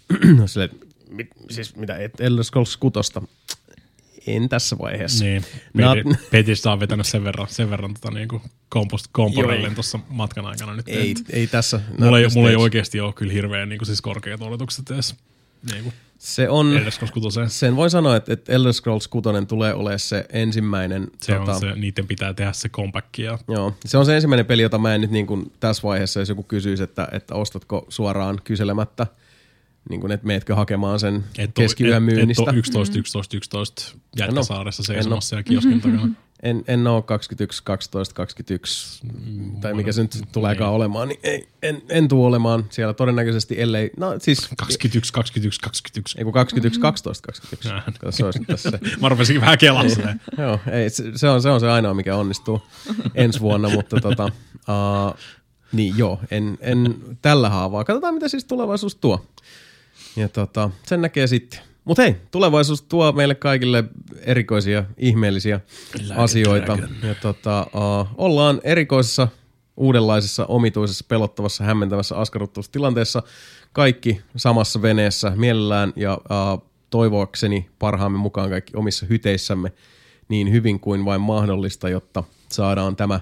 siis mitä, Elder Scrolls 6 en tässä vaiheessa. Niin, Petistä on vetänyt sen verran niinku komporellen tuossa matkan aikana nyt. Ei tässä. Mulla ei oikeasti ole kyllä hirveän niinku siis korkeat odotukset edes. Niinku. Se on, Elder Scrolls 6. Sen voi sanoa, että Elder Scrolls 6 tulee olemaan se ensimmäinen. Niiden pitää tehdä se comeback. Joo, se on se ensimmäinen peli, jota mä en nyt niin kuin tässä vaiheessa, jos joku kysyisi, että ostatko suoraan kyselemättä, niin kuin, että meetkö hakemaan sen keskiyön myynnistä. Et ole 11 Jätkäsaaressa seisomassa ja kioskin takana. En ole 21, 12, 21, tai mikä se nyt tuleekaan olemaan, niin en tule olemaan siellä todennäköisesti, ellei, no siis... 21. Ei kun 21, 12, 21. Se olisi tässä. Mä rupesin vähän kelaa sitä. Joo, se on se ainoa, mikä onnistuu ensi vuonna, mutta niin joo, en tällä haavaa. Katsotaan, mitä siis tulevaisuus tuo. Ja sen näkee sitten. Mutta hei, tulevaisuus tuo meille kaikille erikoisia, ihmeellisiä asioita. Ja ollaan erikoisessa, uudenlaisessa, omituisessa, pelottavassa, hämmentävässä, askarruttavassa tilanteessa. Kaikki samassa veneessä mielellään ja toivoakseni parhaamme mukaan kaikki omissa hyteissämme niin hyvin kuin vain mahdollista, jotta saadaan tämä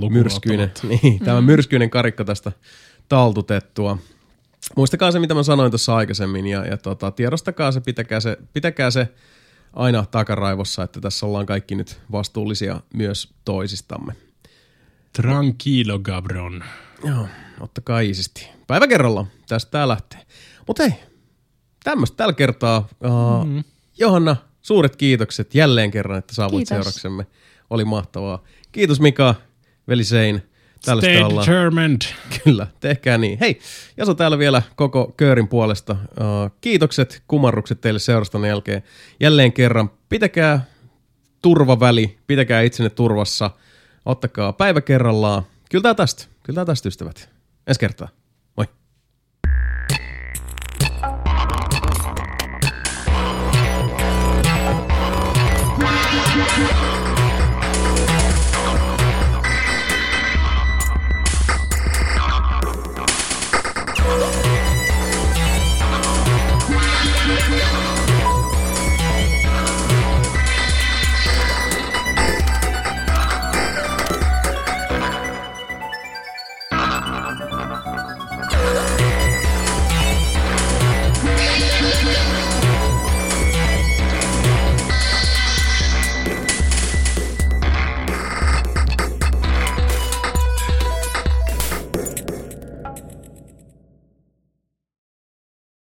myrskyinen karikka tästä taltutettua. Muistakaa se, mitä mä sanoin tuossa aikaisemmin ja tiedostakaa se, pitäkää se aina takaraivossa, että tässä ollaan kaikki nyt vastuullisia myös toisistamme. Tranquilo, Gabron. Joo, ottakaa iisisti. Päivä kerralla, tästä tää lähtee. Mutta hei, tämmöistä tällä kertaa. Johanna, suuret kiitokset jälleen kerran, että saavuit seuraksemme. Oli mahtavaa. Kiitos Mika, veli Sein. Stay determined. Kyllä, tehkää niin. Hei, Jaso täällä vielä koko köörin puolesta. Kiitokset, kumarrukset teille seurastan jälkeen. Jälleen kerran, pitäkää turvaväli, pitäkää itsenne turvassa. Ottakaa päivä kerrallaan. Kyllä tää tästä ystävät. Ensi kertaa.